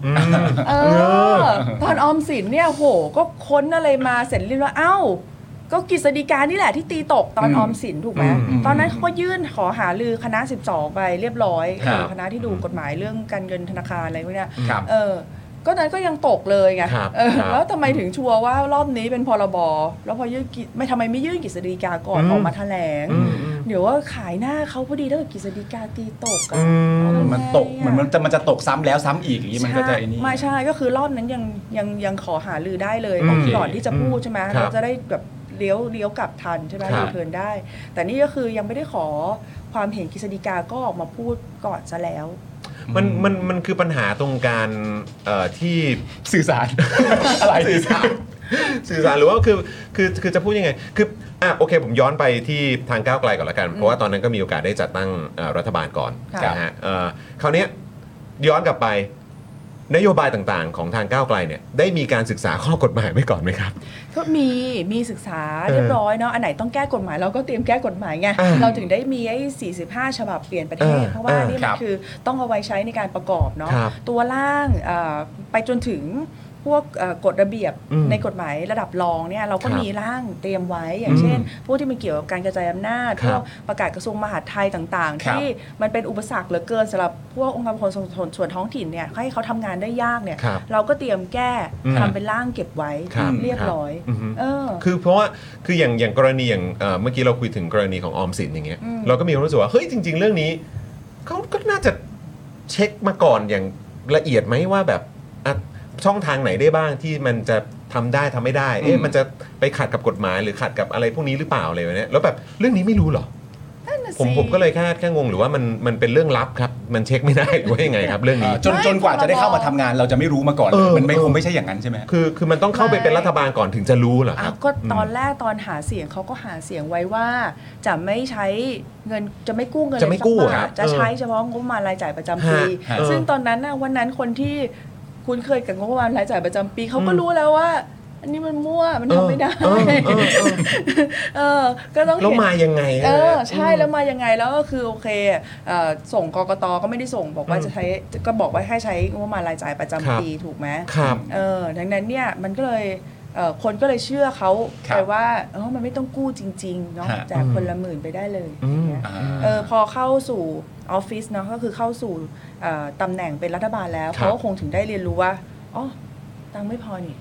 ตอนออมสินเนี่ยโหก็ค้นอะไรมาเสร็จเรียบร้อยก็กฤษฎีกานี่แหละที่ตีตกตอนออมสินถูกไหมตอนนั้นเขาก็ยื่นขอหารือคณะ12ไปเรียบร้อยคณะที่ดูกฎหมายเรื่องการเงินธนาคารอะไรพวกเนี้ยก็นั้นก็ยังตกเลยไงแล้วทำไมถึงชัวร์ว่ารอบนี้เป็นพรบแล้วพอยื่นทำไมไม่ยื่นกฤษฎีกาก่อนออกมาแถลงเดี๋ยวว่าขายหน้าเขาพอดีถ้าเกิดกฤษฎีกาตีตกมันตกมันจะตกซ้ำแล้วซ้ำอีกอย่างนี้มันก็จะนี่ไม่ใช่ก็คือรอบนั้นยังขอหารือได้เลยก่อนที่จะพูดใช่ไหมเราจะได้แบบเลี้ยวกลับทันใช่ไหมรีเทิร์นได้แต่นี่ก็คือยังไม่ได้ขอความเห็นกฤษฎีกาก็ออกมาพูดก่อนซะแล้วมันคือปัญหาตรงการที่สื่อสารอะไรสื่อสารหรือว่าคือจะพูดยังไงคือโอเคผมย้อนไปที่ทางก้าวไกลก่อนละกันเพราะว่าตอนนั้นก็มีโอกาสได้จัดตั้งรัฐบาลก่อนนะฮะคราวนี้ย้อนกลับไปนโยบายต่างๆของทางก้าวไกลเนี่ยได้มีการศึกษาข้อกฎหมายไว้ก่อนไหมครับก็มีศึกษาเรียบร้อยเนาะอันไหนต้องแก้กฎหมายเราก็เตรียมแก้กฎหมายไงเราถึงได้มีไอ้45ฉบับเปลี่ยนประเทศเพราะว่านี่มันคือต้องเอาไว้ใช้ในการประกอบเนาะตัวร่างไปจนถึงพวกกฎระเบียบในกฎหมายระดับรองเนี่ยเราก็มีร่างเตรียมไว้อย่างเช่นพวกที่มันเกี่ยวกับการกระจายอำนาจพวกประกาศกระทรวงมหาดไทยต่างๆที่มันเป็นอุปสรรคเหลือเกินสำหรับพวกองค์กรปกครองส่วนท้องถิ่นเนี่ยให้เขาทำงานได้ยากเนี่ยเราก็เตรียมแก้ทำเป็นร่างเก็บไว้เรียบร้อยคือเพราะว่าคืออย่างกรณีอย่างเมื่อกี้เราคุยถึงกรณีของออมสินอย่างเงี้ยเราก็มีความรู้สึกว่าเฮ้ยจริงๆเรื่องนี้เขาก็น่าจะเช็คมาก่อนอย่างละเอียดไหมว่าแบบช่องทางไหนได้บ้างที่มันจะทำได้ทำไม่ได้มันจะไปขัดกับกฎหมายหรือขัดกับอะไรพวกนี้หรือเปล่าอะไรแบบนี้แล้วแบบเรื่องนี้ไม่รู้หรอผมก็เลยแค่งงหรือว่ามันเป็นเรื่องลับครับมันเช็คไม่ได้หรือว่ายังไงครับเรื่องนี้จนกว่าจะได้เข้ามาทำงานเราจะไม่รู้มาก่อนมันคงไม่ใช่อย่างนั้นใช่ไหมคือมันต้องเข้าไปเป็นรัฐบาลก่อนถึงจะรู้เหรอครับก็ตอนแรกตอนหาเสียงเขาก็หาเสียงไว้ว่าจะไม่ใช้เงินจะไม่กู้เงินจะใช้เฉพาะงบประมาณรายจ่ายประจำปีซึ่งตอนนั้นวันนั้นคนที่คุ้นเคยกับงบประมาณรายจ่ายประจำปีเขาก็รู้แล้วว่าอันนี้มันมั่วมันทำไม่ได้ก็ต้องแล้วมายังไงใช่แล้วมายังไงแล้วก็คือโอเคส่งกกต.ก็ไม่ได้ส่งบอกว่าจะใช้ก็บอกว่าให้ใช้งบประมาณรายจ่ายประจำปีถูกไหมดังนั้นเนี่ยมันก็เลยคนก็เลยเชื่อเขาไปว่ามันไม่ต้องกู้จริงๆเนาะแจกคนละหมื่นไปได้เลยพอเข้าสู่ออฟฟิศเนาะก็คือเข้าสู่ตำแหน่งเป็นรัฐบาลแล้วเขาก็คงถึงได้เรียนรู้ว่าตังค์ไม่พอนี่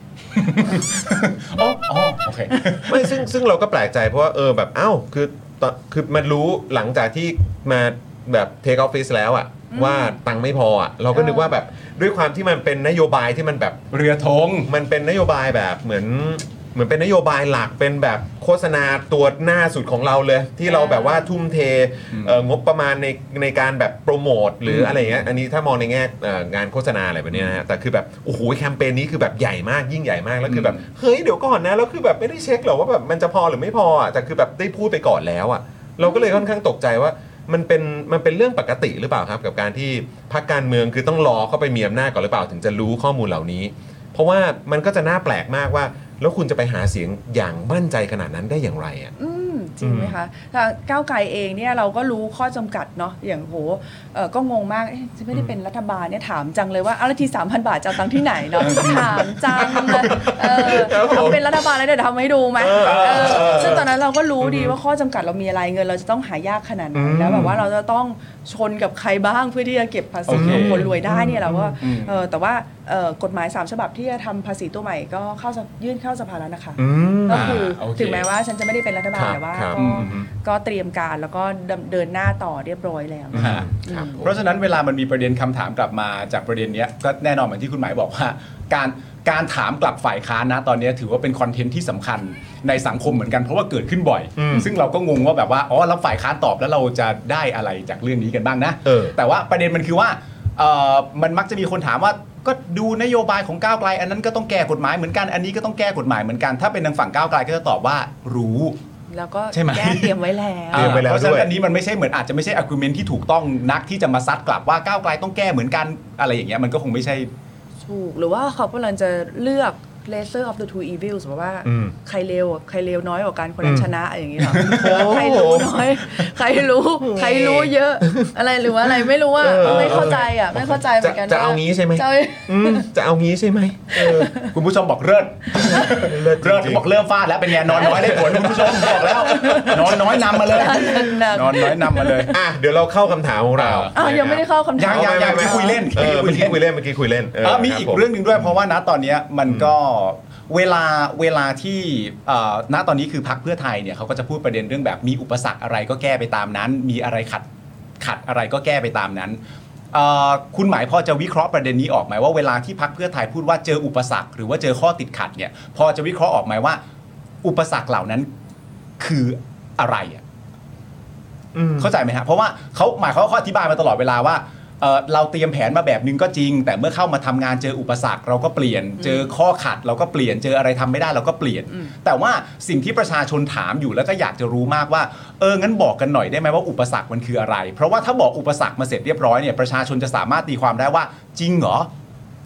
โอเคไม่ซึ่งเราก็แปลกใจเพราะว่าแบบคือมันรู้หลังจากที่มาแบบเทคออฟฟิศแล้วอะว่าตังค์ไม่พออะเราก็นึกว่าแบบด้วยความที่มันเป็นนโยบายที่มันแบบเรือธงมันเป็นนโยบายแบบเหมือนเป็นนโยบายหลักเป็นแบบโฆษณาตัวหน้าสุดของเราเลยที่เราแบบว่าทุ่มเทงบประมาณในการแบบโปรโมทหรืออะไรเงี้ยอันนี้ถ้ามองในแง่งานโฆษณาอะไรแบบนี้นะฮะแต่คือแบบโอ้โหแคมเปญนี้คือแบบใหญ่มากยิ่งใหญ่มากแล้วคือแบบเฮ้ยเดี๋ยวก่อนนะแล้วคือแบบไม่ได้เช็คหรอกว่าแบบมันจะพอหรือไม่พออ่ะแต่คือแบบได้พูดไปก่อนแล้วอ่ะเราก็เลยค่อนข้างตกใจว่ามันเป็นเรื่องปกติหรือเปล่าครับกับการที่พรรคการเมืองคือต้องรอเข้าไปมีอำนาจก่อนหรือเปล่าถึงจะรู้ข้อมูลเหล่านี้เพราะว่ามันก็จะน่าแปลกมากว่าแล้วคุณจะไปหาเสียงอย่างมั่นใจขนาดนั้นได้อย่างไรอ่ะจริงไหมคะก้าวไกลเองเนี่ยเราก็รู้ข้อจำกัดเนาะอย่างโหก็งงมากจะไม่ได้เป็นรัฐบาลเนี่ยถามจังเลยว่าแล้วที 3,000 บาทจะเอาตังค์ที่ไหนเนาะถามจังเลยเป็นรัฐบาลแล้วเดี๋ยวทำให้ดูไหมซึ่งตอนนั้นเราก็รู้ดีว่าข้อจำกัดเรามีอะไรเงินเราจะต้องหายากขนาดไหนแล้วแบบว่าเราจะต้องชนกับใครบ้างเพื่อที่จะเก็บภาษีของคนรวยได้เนี่ยเราก็แต่ว่ากฎหมาย3ฉบับที่จะทำภาษีตัวใหม่ก็ยื่นเข้าสภาแล้วนะคะก็คือถึงแม้ว่าฉันจะไม่ได้เป็นรัฐบาลแต่ว่าก็เตรียมการแล้วก็เดินหน้าต่อเรียบร้อยแล้วเพราะฉะนั้นเวลามันมีประเด็นคำถามกลับมาจากประเด็นนี้ก็แน่นอนเหมือนที่คุณหมายบอกว่าการถามกลับฝ่ายค้านนะตอนนี้ถือว่าเป็นคอนเทนต์ที่สำคัญในสังคมเหมือนกันเพราะว่าเกิดขึ้นบ่อยซึ่งเราก็งงว่าแบบว่าแล้วฝ่ายค้านตอบแล้วเราจะได้อะไรจากเรื่องนี้กันบ้างนะแต่ว่าประเด็นมันคือว่ามันมักจะมีคนถามว่าก็ดูนโยบายของก้าวไกลอันนั้นก็ต้องแก้กฎหมายเหมือนกันอันนี้ก็ต้องแก้กฎหมายเหมือนกันถ้าเป็นทางฝั่งก้าวไกลก็จะตอบว่ารู้แล้วก็แก้เตรียมไว้แล้วเพราะฉะนั้นอันนี้มันไม่ใช่เหมือนอาจจะไม่ใช่ argument ที่ถูกต้องนักที่จะมาซัดกลับว่าก้าวไกลต้องแก้เหมือนกันอะไรอย่างเงี้ยมันก็คงไม่ใช่ถูกหรือว่าเขากำลังจะเลือก lesser of the two evils แบบว่าใครเร็วน้อยกว่ากันคนนั้นชนะอย่างงี้หรอใครรู้น้อยใครรู้เยอะอะไรหรือว่าอะไรไม่รู้ว่าไม่เข้าใจไม่เข้าใจเหมือนกันจะเอางี้ใช่ไหมจะเอางี้ใช่ไหมคุณผู้ชมบอกเลิศบอกเริ่มฟาดแล้วเป็นไงนอนน้อยได้ผลคุณผู้ชมบอกแล้วนอนน้อยนำมาเลยนอนน้อยนำมาเลยเดี๋ยวเราเข้าคำถามของเรายังไม่ได้เข้าคำถามยังคุยเล่นเมื่อกี้คุยเล่นมีอีกเรื่องนึงด้วยเพราะว่าณตอนนี้มันก็เวลาที่ณตอนนี้คือพรรคเพื่อไทยเนี่ยเขาก็จะพูดประเด็นเรื่องแบบมีอุปสรรคอะไรก็แก้ไปตามนั้นมีอะไรขัดอะไรก็แก้ไปตามนั้นคุณหมายพอจะวิเคราะห์ประเด็นนี้ออกไหมว่าเวลาที่พรรคเพื่อไทยพูดว่าเจออุปสรรคหรือว่าเจอข้อติดขัดเนี่ยพอจะวิเคราะห์ออกไหมว่าอุปสรรคเหล่านั้นคืออะไรเข้าใจไหมฮะเพราะว่าเขาอธิบายมาตลอดเวลาว่าเราเตรียมแผนมาแบบนึงก็จริงแต่เมื่อเข้ามาทำงานเจออุปสรรคเราก็เปลี่ยนเจอข้อขัดเราก็เปลี่ยนเจออะไรทำไม่ได้เราก็เปลี่ยนแต่ว่าสิ่งที่ประชาชนถามอยู่แล้วก็อยากจะรู้มากว่างั้นบอกกันหน่อยได้ไหมว่าอุปสรรคมันคืออะไรเพราะว่าถ้าบอกอุปสรรคมาเสร็จเรียบร้อยเนี่ยประชาชนจะสามารถตีความได้ว่าจริงเหรอ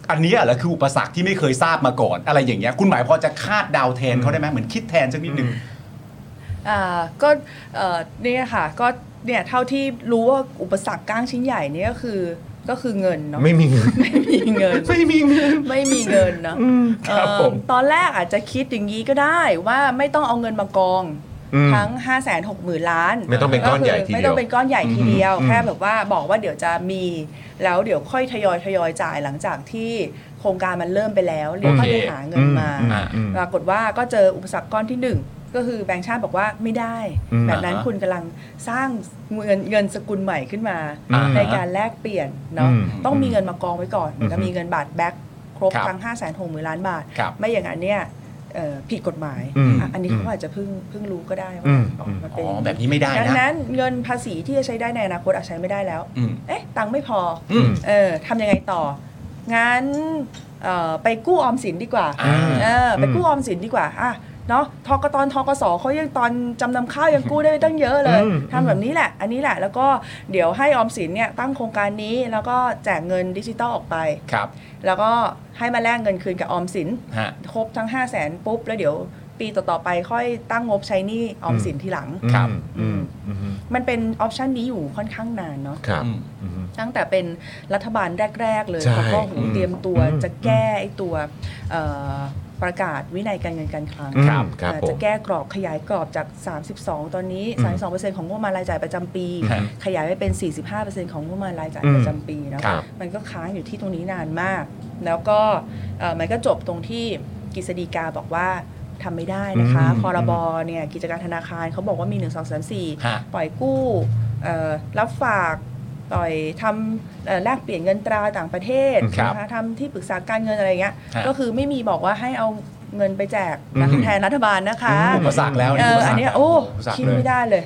อันนี้แหละคืออุปสรรคที่ไม่เคยทราบมาก่อนอะไรอย่างเงี้ยคุณหมายพอจะคาดเดาแทนเขาได้ไหมเหมือนคิดแทนสักนิดนึงก็เนี่ยค่ะก็เนี่ยเท่าที่รู้ว่าอุปสรรคก้างชิ้นใหญ่เนี่ยก็คือเงินเนาะไม่มีเงินเนาะตอนแรกอาจจะคิดอย่างนี้ก็ได้ว่าไม่ต้องเอาเงินมากองทั้ง 560,000 ล้านไม่ต้องเป็นก้อนใหญ่ทีเดียวไม่ต้องเป็นก้อนใหญ่ทีเดียวแค่แบบว่าบอกว่าเดี๋ยวจะมีแล้วเดี๋ยวค่อยทยอยจ่ายหลังจากที่โครงการมันเริ่มไปแล้วเดี๋ยวค่อยไปหาเงินมาปรากฏว่าก็เจออุปสรรคก้อนที่1ก็คือแบงก์ชาติบอกว่าไม่ได้แบบนั้นคุณกำลังสร้างเงินสกุลใหม่ขึ้นมาในการแลกเปลี่ยนเนาะต้องมีเงินมากองไว้ก่อนแล้วมีเงินบาทแบ็คครบทั้ง 560,000 ล้านบาทไม่อย่างนั้นเนี่ยผิดกฎหมายอันนี้เขาอาจจะเพิ่งรู้ก็ได้ว่ามันเป็นแบบนี้ไม่ได้นะดังนั้นเงินภาษีที่จะใช้ได้ในอนาคตอาจใช้ไม่ได้แล้วตังค์ไม่พอทำยังไงต่องั้นไปกู้ออมสินดีกว่าไปกู้ออมสินดีกว่าเนาะทกสเขายังตอนจำนำข้าวยังกู้ได้ตั้งเยอะเลยทำแบบนี้แหละอันนี้แหละแล้วก็เดี๋ยวให้ออมสินเนี่ยตั้งโครงการนี้แล้วก็แจกเงินดิจิตอลออกไปแล้วก็ให้มาแลกเงินคืนกับออมสินครบทั้ง 500,000 ปุ๊บแล้วเดี๋ยวปีต่อๆไปค่อยตั้งงบใช้หนี้ออมสินทีหลังมันเป็นออปชันนี้อยู่ค่อนข้างนานเนาะตั้งแต่เป็นรัฐบาลแรกๆเลยเขาก็เตรียมตัวจะแก้ไอ้ตัวประกาศวินัยการเงินการคลังจะแก้กรอบขยายกรอบจาก32ตอนนี้ 32% ของงบประมาณรายจ่ายประจำปีขยายไปเป็น 45% ของงบประมาณรายจ่ายประจำปีนะมันก็ค้างอยู่ที่ตรงนี้นานมากแล้วก็มันก็จบตรงที่กฤษฎีกาบอกว่าทำไม่ได้นะคะพรบเนี่ยกิจการธนาคารเขาบอกว่ามี1 2 3 4ปล่อยกู้รับฝากปล่อยทำแลกเปลี่ยนเงินตราต่างประเทศนะคะทำที่ปรึกษาการเงินอะไรเงี้ยก็คือไม่มีบอกว่าให้เอาเงินไปแจกแทนรัฐบาลนะคะอุปสรรคแล้วอันนี้โอ้คิดไม่ได้เลย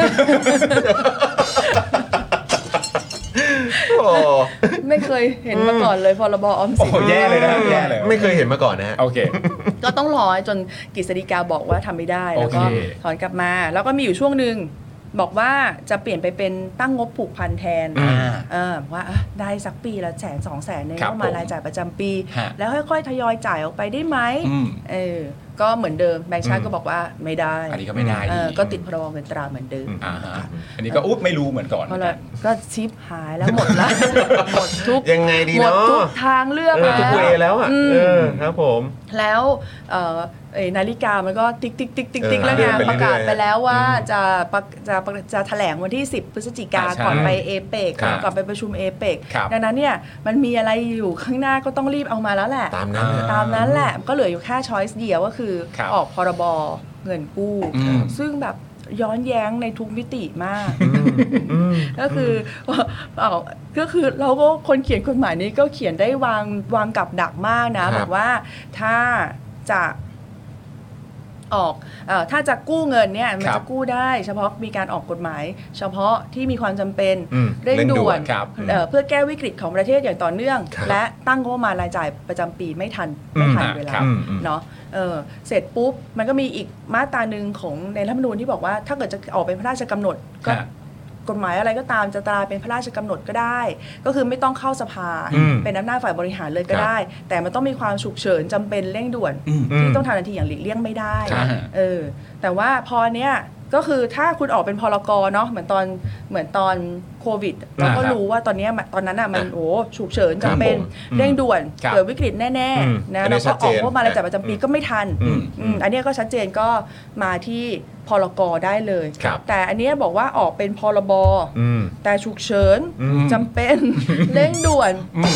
ไม่เคยเห็นมาก่อนเลยพรบออมสินแย่เลยนะแย่เลยไม่เคยเห็นมาก่อนนะโอเคก็ต้องรอจนกฤษฎีกาบอกว่าทำไม่ได้แล้วก็ถอนกลับมาแล้วก็มีอยู่ช่วงนึงบอกว่าจะเปลี่ยนไปเป็นตั้งงบผูกพันแทนว่าได้สักปีละ100,000-200,000ในงบประมาณรายจ่ายประจำปีแล้วค่อยๆทยอยจ่ายออกไปได้ไหมก็เหมือนเดิมแบงก์ชาติก็บอกว่าไม่ได้อันนี้ก็ไม่ได้ก็ติดพรบเงินตราเหมือนเดิมอันนี้ก็ไม่รู้เหมือนก่อนก็ชิปหายแล้วหมดละหมดทุกยังไงดีเนาะหมดทุกทางเลือกทุกเวแล้วอ่ะครับผมแล้วนาฬิกามันก็ติ๊กติ๊กติ๊กติ๊กติ๊กแล้วไงประกาศไปแล้วว่าจะแถลงวันที่10 พฤศจิกายนก่อนไปเอเปกก่อนไปประชุมเอเปกดังนั้นเนี่ยมันมีอะไรอยู่ข้างหน้าก็ต้องรีบเอามาแล้วแหละตามนั้นแหละก็เหลืออยู่แค่ช้อยส์เดียวก็คือออกพรบเงินกู้ซึ่งแบบย้อนแย้งในทุกมิติมากก็คือเราก็คนเขียนกฎหมายนี้ก็เขียนได้วางกับดักมากนะบอกว่าถ้าจะถ้าจะกู้เงินเนี่ยมันจะกู้ได้เฉพาะมีการออกกฎหมายเฉพาะที่มีความจำเป็นเร่งด่วนเพื่อแก้วิกฤตของประเทศอย่างต่อเนื่องและตั้งงบประมาณรายจ่ายประจำปีไม่ทันเวลาเนาะเสร็จปุ๊บมันก็มีอีกมาตราหนึ่งของในรัฐธรรมนูญที่บอกว่าถ้าเกิดจะออกเป็นพระราชกำหนดก็กฎหมายอะไรก็ตามจะตราเป็นพระราชกำหนดก็ได้ก็คือไม่ต้องเข้าสภาเป็นอำนาจฝ่ายบริหารเลยก็ได้แต่มันต้องมีความฉุกเฉินจำเป็นเร่งด่วนที่ต้องทำทันทีอย่างหลีกเลี่ยงไม่ได้แต่ว่าพอเนี้ยก็คือถ้าคุณออกเป็นพรกเนาะเหมือนตอนโควิดเราก็รู้ว่าตอนนั้นอ่ะมันฉุกเฉินจำเป็นเร่งด่วนเกิดวิกฤตแน่ๆนะแล้วก็ออกงบมารายจ่ายประจำปีก็ไม่ทันอันนี้ก็ชัดเจนก็มาที่พรกได้เลยแต่อันนี้บอกว่าออกเป็นพรบแต่ฉุกเฉินจำเป็นเร่งด่วน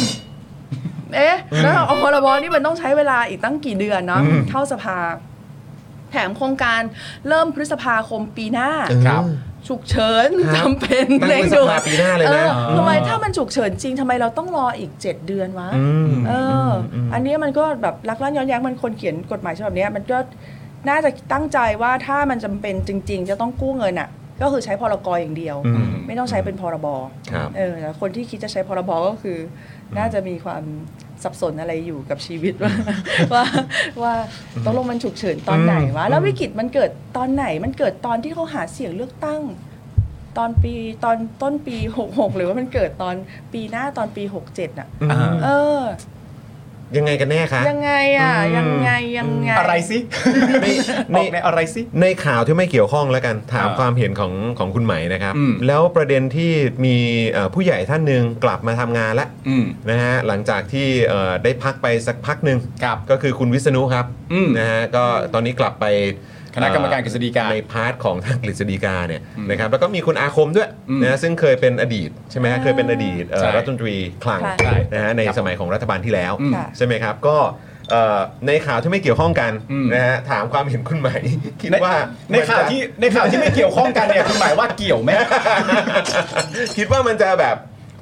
แล้วออกพรบนี่มันต้องใช้เวลาอีกตั้งกี่เดือนเนาะเข้าสภาแถมโครงการเริ่มพฤษภาคมปีหน้าฉุกเฉินจำเป็นเร่งด่วนปีหน้าเลยนะทำไมถ้ามันฉุกเฉินจริงทำไมเราต้องรออีก7 เดือนวะอันนี้มันก็แบบลักลั่นย้อนแย้งมันคนเขียนกฎหมายฉบับนี้มันก็น่าจะตั้งใจว่าถ้ามันจำเป็นจริงๆจะต้องกู้เงินอ่ะก็คือใช้พรกอย่างเดียวไม่ต้องใช้เป็นพรบแล้วคนที่คิดจะใช้พรบก็คือน่าจะมีความสับสนอะไรอยู่กับชีวิตว่าต้องลงมันฉุกเฉินตอนไหนวะแล้ววิกฤตมันเกิดตอนไหนมันเกิดตอนที่เขาหาเสียงเลือกตั้งตอนต้นปี66หรือว่ามันเกิดตอนปีหน้าตอนปี67น่ะยังไงกันแน่คะยังไงอ่ะยังไงอะไรสิในอะไรสิในข่าวที่ไม่เกี่ยวข้องแล้วกันถามความเห็นของคุณไหมนะครับแล้วประเด็นที่มีผู้ใหญ่ท่านหนึ่งกลับมาทำงานแล้วนะฮะหลังจากที่ได้พักไปสักพักหนึ่งก็คือคุณวิษณุครับนะฮะก็ตอนนี้กลับไปคณะกรรมการกฤษฎีกาในพาร์ทของทางกฤษฎีกาเนี่ยนะครับแล้วก็มีคุณอาคมด้วยนะซึ่งเคยเป็นอดีตใช่ไหมฮะเคยเป็นอดีตรัฐมนตรีคลังนะฮะในสมัยของรัฐบาลที่แล้วใช่ไหมครับก็ในข่าวที่ไม่เกี่ยวข้องกันนะฮะถามความเห็นคุณไหมคิดว่าในข่าวที่ไม่เกี่ยวข้องกันเนี่ยคุณหมายว่าเกี่ยวไหมคิดว่ามันจะแบบ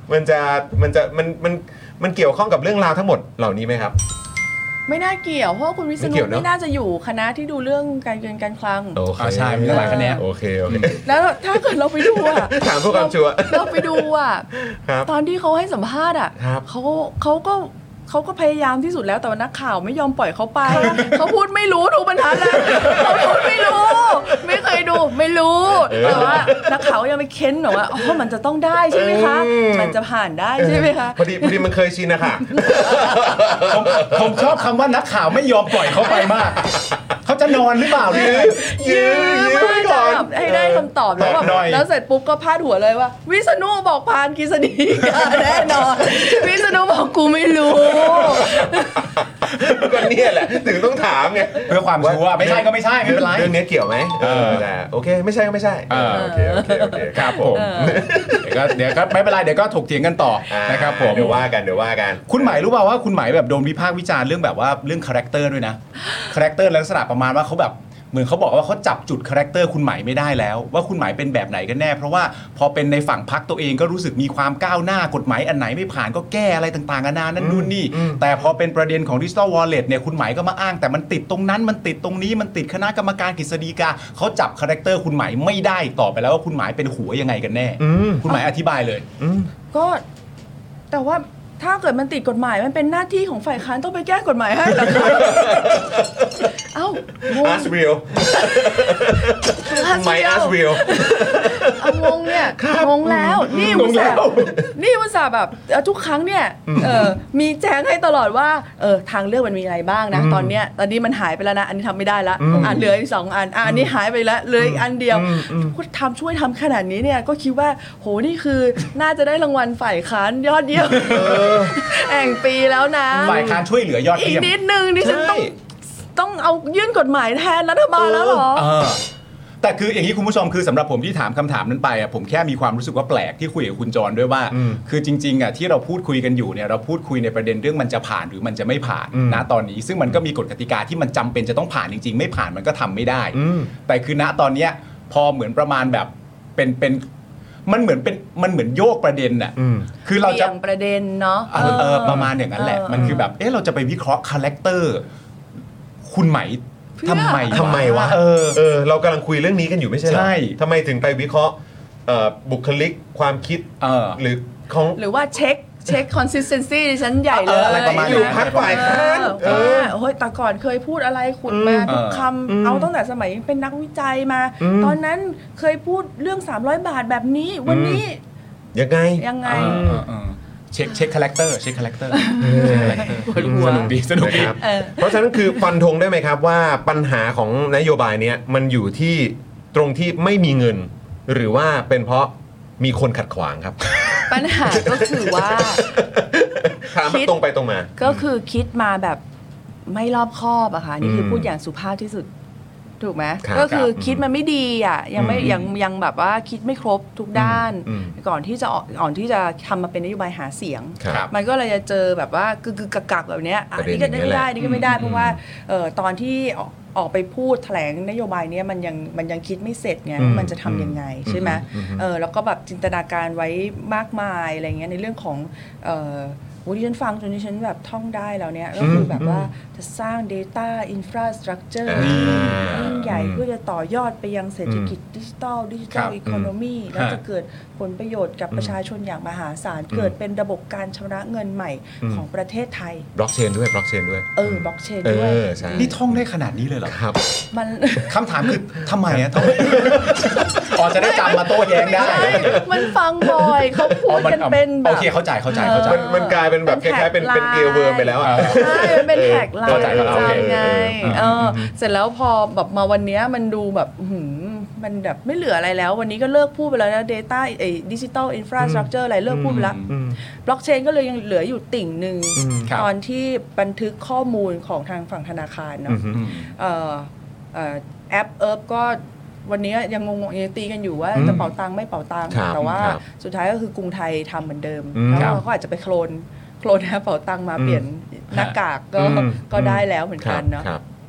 มันเกี่ยวข้องกับเรื่องราวทั้งหมดเหล่านี้ไหมครับไม่น่าเกี่ยวเพราะคุณวิษณุไม่น่าจะอยู่คณะที่ดูเรื่องการเงินการคลังใช่มีหลายคณะโอเคแล้วถ้าเกิดเราไปดูอ่ะถามเพื่อความชัวร์เราไปดูอ่ะตอนที่เขาให้สัมภาษณ์อ่ะเขาก็พยายามที่สุดแล้วแต่ว่านักข่าวไม่ยอมปล่อยเขาไปเขาพูดไม่รู้ทุกบรรทัดเลยเขาพูดไม่รู้ไม่เคยดูไม่รู้แต่ว่านักข่าวยังไปเค้นหนูว่ามันจะต้องได้ใช่ไหมคะมันจะผ่านได้ใช่ไหมคะพอดีมันเคยชินนะคะผมชอบคำว่านักข่าวไม่ยอมปล่อยเขาไปมากเขาจะนอนหรือเปล่ายื้อไว้ก่อนให้ได้คำตอบแล้วเสร็จปุ๊บก็พาดหัวเลยว่าวิษณุบอกผ่านกฤษฎีกาแน่นอนวิษณุบอกกูไม่รู้ก็เนี่ยแหละถึงต้องถามไงเพื่อความชัวร์ไม่ใช่ก็ไม่ใช่ไม่เป็นไรเรื่องนี้เกี่ยวไหมแต่โอเคไม่ใช่ก็ไม่ใช่โอเคครับผมเดี๋ยวก็ไม่เป็นไรเดี๋ยวก็ถกเถียงกันต่อนะครับผมเดี๋ยวว่ากันคุณหมายรู้เปล่าว่าคุณหมายแบบโดนวิพากษ์วิจารณ์เรื่องแบบว่าเรื่องคาแรคเตอร์ด้วยนะคาแรคเตอร์ลักษณะประมาณว่าเขาแบบเหมือนเขาบอกว่าเขาจับจุดคาแรคเตอร์คุณหมายไม่ได้แล้วว่าคุณหมายเป็นแบบไหนกันแน่เพราะว่าพอเป็นในฝั่งพรรคตัวเองก็รู้สึกมีความก้าวหน้ากฎหมายอันไหนไม่ผ่านก็แก้อะไรต่างๆนานานั่นนู่นนี่แต่พอเป็นประเด็นของ Digital Wallet เนี่ยคุณหมายก็มาอ้างแต่มันติดตรงนั้นมันติดตรงนี้มันติดคณะกรรมการกฤษฎีกาเขาจับคาแรคเตอร์คุณหมายไม่ได้ต่อไปแล้วว่าคุณหมายเป็นหัวยังไงกันแน่คุณหมายอธิบายเลยก็แต่ว่าถ้าเกิดมันติดกฎหมายมันเป็นหน้าที่ของฝ่ายค้านต้องไปแก้กฎหมายให้เหรอคะเอ้าอาร์สวิลไม่อาร์สวิลงงเนี่ยงงแล้วนี่อุตส่าห์แบบทุกครั้งเนี่ยมีแจ้งให้ตลอดว่าทางเลือกมันมีอะไรบ้างนะตอนนี้มันหายไปแล้วนะอันนี้ทำไม่ได้ละเหลืออีก2อันอันนี้หายไปแล้วเหลืออีกอันเดียวช่วยทำขนาดนี้เนี่ยก็คิดว่าโหนี่คือน่าจะได้รางวัลฝ่ายค้านยอดเยี่ยมแห่งปีแล้วนะฝ่ายค้านช่วยเหลือยอดเยี่ยมอีกนิดนึงดิฉันต้องเอายื่นกฎหมายแทนรัฐบาลแล้วเหรอแต่คืออย่างนี้คุณผู้ชมคือสำหรับผมที่ถามคำถามนั้นไปอ่ะผมแค่มีความรู้สึกว่าแปลกที่คุยกับคุณจรด้วยว่าคือจริงๆอ่ะที่เราพูดคุยกันอยู่เนี่ยเราพูดคุยในประเด็นเรื่องมันจะผ่านหรือมันจะไม่ผ่านณตอนนี้ซึ่งมันก็มีกฎกติกาที่มันจำเป็นจะต้องผ่านจริงๆไม่ผ่านมันก็ทำไม่ได้แต่คือณตอนเนี้ยพอเหมือนประมาณแบบเป็นมันเหมือนโยกประเด็นน่ะคือเราจะประเด็นเนาะประมาณอย่างนั้นแหละมันคือแบบเราจะไปวิเคราะห์คาแรคเตอร์คุณไหมทำไมวะเรากำลังคุยเรื่องนี้กันอยู่ไม่ใช่เหรอทำไมถึงไปวิเคราะห์บุคลิกความคิดหรือว่าเช็ค consistency ดิฉันใหญ่เลยอะไรประมาณนี้พักฝ่ายค้านโอ้ยแต่ก่อนเคยพูดอะไรขุดมาทุกคำเอาตั้งแต่สมัยเป็นนักวิจัยมาตอนนั้นเคยพูดเรื่อง300 บาทแบบนี้วันนี้ยังไงเช็คคาแรคเตอร์สนุกดีเพราะฉะนั้นคือฟันธงได้ไหมครับว่าปัญหาของนโยบายนี้มันอยู่ที่ตรงที่ไม่มีเงินหรือว่าเป็นเพราะมีคนขัดขวางครับปัญหาก็คือว่าถามตรงไปตรงมาก็คือคิดมาแบบไม่รอบคอบอะค่ะนี่คือพูดอย่างสุภาพที่สุดถูกไหมก็คือคิดมันไม่ดีอ่ะยังแบบว่าคิดไม่ครบทุกด้านก่อนที่จะทำมาเป็นนโยบายหาเสียงมันก็เลยจะเจอแบบว่ากึกกักแบบเนี้ยนี่ก็ไม่ได้นี่ก็ไม่ได้เพราะว่าตอนที่ออกไปพูดแถลงนโยบายนี้มันยังคิดไม่เสร็จไงมันจะทำยังไงใช่ไหมแล้วก็แบบจินตนาการไว้มากมายอะไรเงี้ยในเรื่องของที่ฉันฟังจนที่ฉันแบบท่องได้แล้วเนี่ยก็คือแบบว่าจะสร้าง data infrastructure ยิ่งใหญ่เพื่อจะต่อยอดไปยังเศรษฐกิจดิจิทัลอีโคโนมีแล้วจะเกิดผลประโยชน์กับประชาชนอย่างมหาศาลเกิดเป็นระบบการชำระเงินใหม่ของประเทศไทยบล็อกเชนด้วยบล็อกเชนด้วยนี่ท่องได้ขนาดนี้เลยเหรอครับมันคำถามคือทำไมอะอ๋อจะได้จำมาโต้แย้งได้มันฟังบ่อยเขาพูดกันเป็นแบบโอเคเข้าใจมันกลายเป็นแบบคล้ายๆเป็นเกลเวิร์มไปแล้วอ่ะใช่มันเป็นแท็กไลน์เข้าใจไงเสร็จแล้วพอแบบมาวันนี้มันดูแบบมันแบบไม่เหลืออะไรแล้ววันนี้ก็เลิกพูดไปแล้วนะ Data Digital Infrastructure อะไรเลิกพูดไปแล้วบล็อกเชนก็เลยยังเหลืออยู่ติ่งหนึ่งตอนที่บันทึกข้อมูลของทางฝั่งธนาคารเนาะแอปก็วันนี้ยังงงยังตีกันอยู่ว่าจะเป๋าตังค์ไม่เป๋าตังค์แต่ว่าสุดท้ายก็คือกรุงไทยทำเหมือนเดิมแล้วเขาอาจจะไปโคลนแอปเป๋าตังค์มาเปลี่ยนหน้ากากก็ได้แล้วเหมือนกันเนาะ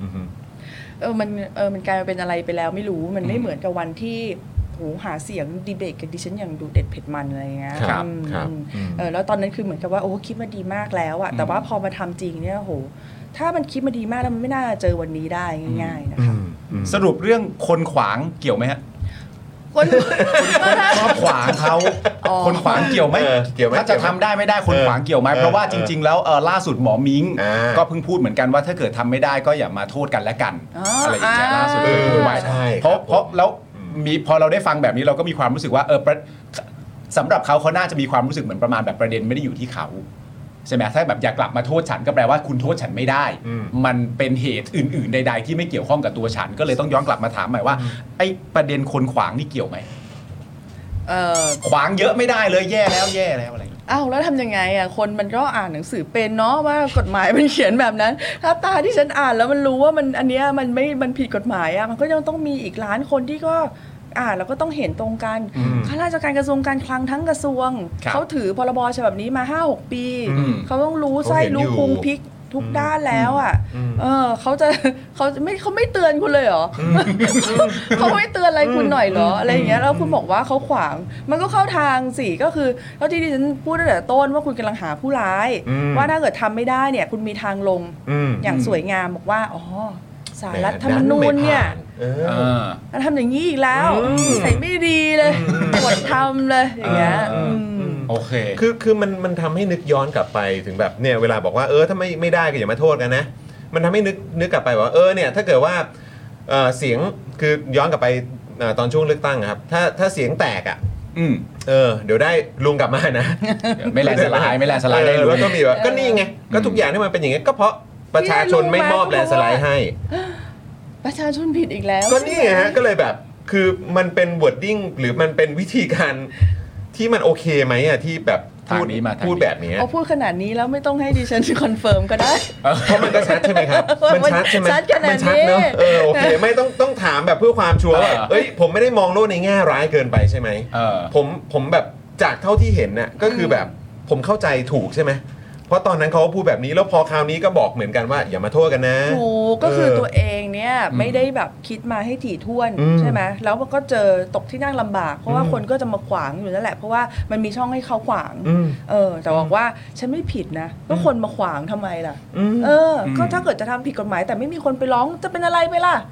มันกลายเป็นอะไรไปแล้วไม่รู้มันไม่เหมือนกับวันที่หาเสียงดีเบตกับดิฉันอย่างดูเด็ดเผ็ดมันอะไรเงี้ยแล้วตอนนั้นคือเหมือนกับว่าคิดมาดีมากแล้วอะแต่ว่าพอมาทำจริงเนี่ยถ้ามันคิดมาดีมากแล้วมันไม่น่าเจอวันนี้ได้ง่ายๆนะคะสรุปเรื่องคนขวางเกี่ยวไหมฮะคนชอบขวางเขาคนขวางเกี่ยวไหมถ้าจะทำได้ไม่ได้คนขวางเกี่ยวไหมเพราะว่าจริงๆแล้วล่าสุดหมอมิ้งก็เพิ่งพูดเหมือนกันว่าถ้าเกิดทำไม่ได้ก็อย่ามาโทษกันและกันอะไรอย่างเงี้ยล่าสุดพูดไว้เพราะแล้วพอเราได้ฟังแบบนี้เราก็มีความรู้สึกว่าสำหรับเขาน่าจะมีความรู้สึกเหมือนประมาณแบบประเด็นไม่ได้อยู่ที่เขาใช่ไหมถ้าแบบอยากกลับมาโทษฉันก็แปลว่าคุณโทษฉันไม่ได้มันเป็นเหตุอื่นๆใดๆที่ไม่เกี่ยวข้องกับตัวฉันก็เลยต้องย้อนกลับมาถามใหม่ว่าไอ้ประเด็นคนขวางนี่เกี่ยวไหมขวางเยอะไม่ได้เลยแย่แล้วอะไรแล้วทำยังไงคนมันก็อ่านหนังสือเป็นเนาะว่ากฎหมายมันเขียนแบบนั้นถ้าตาที่ฉันอ่านแล้วมันรู้ว่ามันอันเนี้ยมันผิดกฎหมายมันก็ยังต้องมีอีกล้านคนที่ก็แล้วก็ต้องเห็นตรงกันข้าราชการกระทรวงการคลังทั้งกระทรวงเขาถือพรบฉบับนี้มา 5-6 ปีเขาต้องรู้ไส้รู้พุงพริกทุกด้านแล้วเขาไม่เตือนคุณเลยเหรอเขาไม่เตือนอะไรคุณหน่อยเหรออะไรอย่างเงี้ยแล้วคุณบอกว่าเขาขวางมันก็เข้าทางสิก็คือเท่าที่ดิฉันพูดตั้งแต่ต้นว่าคุณกำลังหาผู้ร้ายว่าถ้าเกิดทำไม่ได้เนี่ยคุณมีทางลงอย่างสวยงามบอกว่าสารรัฐธรรมนูญเนี่ยทำอย่างนี้อีกแล้วใส่ไม่ดีเลยกดทำเลยอย่างเงี้ยโอเคคือมันทำให้นึกย้อนกลับไปถึงแบบเนี่ยเวลาบอกว่าถ้าไม่ได้ก็อย่ามาโทษกันนะมันทำให้นึกกลับไปว่าเนี่ยถ้าเกิดว่าเสียงคือย้อนกลับไปตอนช่วงเลือกตั้งครับถ้าเสียงแตกเดี๋ยวได้ลุงกลับมานะไม่แลนสลายได้ลุงก็มีแบบก็นี่ไงก็ทุกอย่างที่มันเป็นอย่างนี้ก็เพราะประชาชนไม่มอบแลนสไลด์ให้ประชาชนผิดอีกแล้วก็นี่ไงฮะก็เลยแบบคือมันเป็นวอร์ดดิ้งหรือมันเป็นวิธีการที่มันโอเคไหมที่แบบพูดแบบนี้พูดขนาดนี้แล้วไม่ต้องให้ดิฉันคอนเฟิร์มก็ได้เพราะมันก็ชัดใช่ไหมครับมันชัดใช่ไหมมันชัดเนอะโอเคไม่ต้องถามแบบเพื่อความชัวร์ว่าผมไม่ได้มองโลกในแง่ร้ายเกินไปใช่ไหมผมแบบจากเท่าที่เห็นน่ะก็คือแบบผมเข้าใจถูกใช่ไหมเพราะตอนนั้นเขาพูดแบบนี้แล้วพอคราวนี้ก็บอกเหมือนกันว่าอย่ามาโทษกันนะถูกก็คือตัวเองเนี่ยไม่ได้แบบคิดมาให้ถี่ถ้วนใช่ไหมแล้วก็เจอตกที่นั่งลำบากเพราะว่าคนก็จะมาขวางอยู่นั่นแหละเพราะว่ามันมีช่องให้เขาขวางแต่บอกว่าฉันไม่ผิดนะก็คนมาขวางทำไมล่ะก็ถ้าเกิดจะทำผิดกฎหมายแต่ไม่มีคนไปร้องจะเป็นอะไรไปล่ะ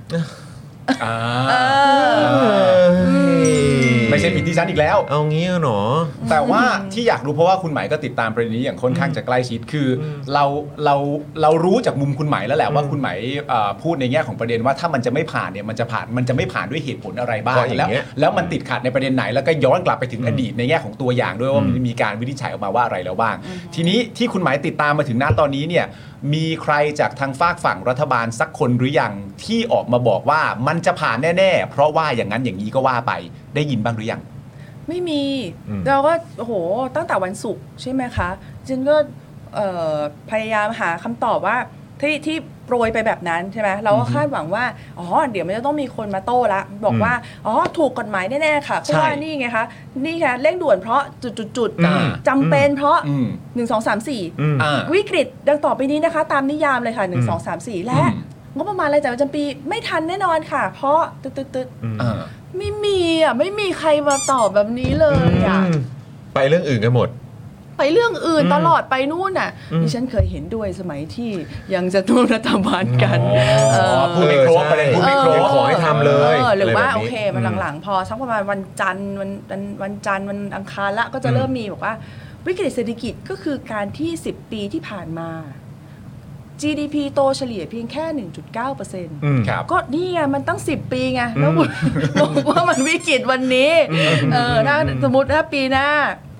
ไม่ใช่ผิดที่ฉันอีกแล้วเอางี้เหรอแต่ว่าที่อยากรู้เพราะว่าคุณหมายก็ติดตามประเด็นนี้อย่างค่อนข้างจะใกล้ชิดคือเรารู้จากมุมคุณหมายแล้วแหละว่าคุณหมายพูดในแง่ของประเด็นว่าถ้ามันจะไม่ผ่านเนี่ยมันจะไม่ผ่านด้วยเหตุผลอะไรบ้างแล้วมันติดขัดในประเด็นไหนแล้วก็ย้อนกลับไปถึงอดีตในแง่ของตัวอย่างด้วยว่ามีการวินิจฉัยออกมาว่าอะไรแล้วบ้างทีนี้ที่คุณหมายติดตามมาถึงณตอนนี้เนี่ยมีใครจากทางฝั่งรัฐบาลสักคนหรือยังที่ออกมาบอกว่ามันจะผ่านแน่ๆเพราะว่าอย่างนั้นอย่างนี้ก็ว่าไปได้ยินบ้างหรือยังไม่มีเราก็ตั้งแต่วันศุกร์ใช่ไหมคะฉันก็พยายามหาคำตอบว่าที่โปรยไปแบบนั้นใช่ไหมเราก็คาดหวังว่าเดี๋ยวมันจะต้องมีคนมาโต้ละบอกว่าถูกกฎหมายแน่ๆค่ะเพราะว่านี่ไงคะนี่ค่ะเร่งด่วนเพราะจุดจำเป็นเพราะ1 2 3 4วิกฤตดังต่อไปนี้นะคะตามนิยามเลยค่ะ1 2 3 4และงบประมาณรายจ่ายประจำปีไม่ทันแน่นอนค่ะเพราะไม่มีใครมาตอบแบบนี้เลยไปเรื่องอื่นกันหมดไปเรื่องอื่นตลอดไปนู่นน่ะดิฉันเคยเห็นด้วยสมัยที่ยังจะร่วมรัฐบาลกันพูดไม่ครบประเด็นพูดไม่ครบขอให้ทำเลยหรือว่าโอเคมันหลังๆพอสักประมาณวันจันทร์วันอังคารละก็จะเริ่มมีบอกว่าวิกฤตเศรษฐกิจก็คือการที่10 ปีที่ผ่านมา GDP โตเฉลี่ยเพียงแค่ 1.9% ก็นี่ไงมันตั้ง10 ปีไงแล้วบอกว่ามันวิกฤตวันนี้ถ้าสมมติถ้าปีหน้า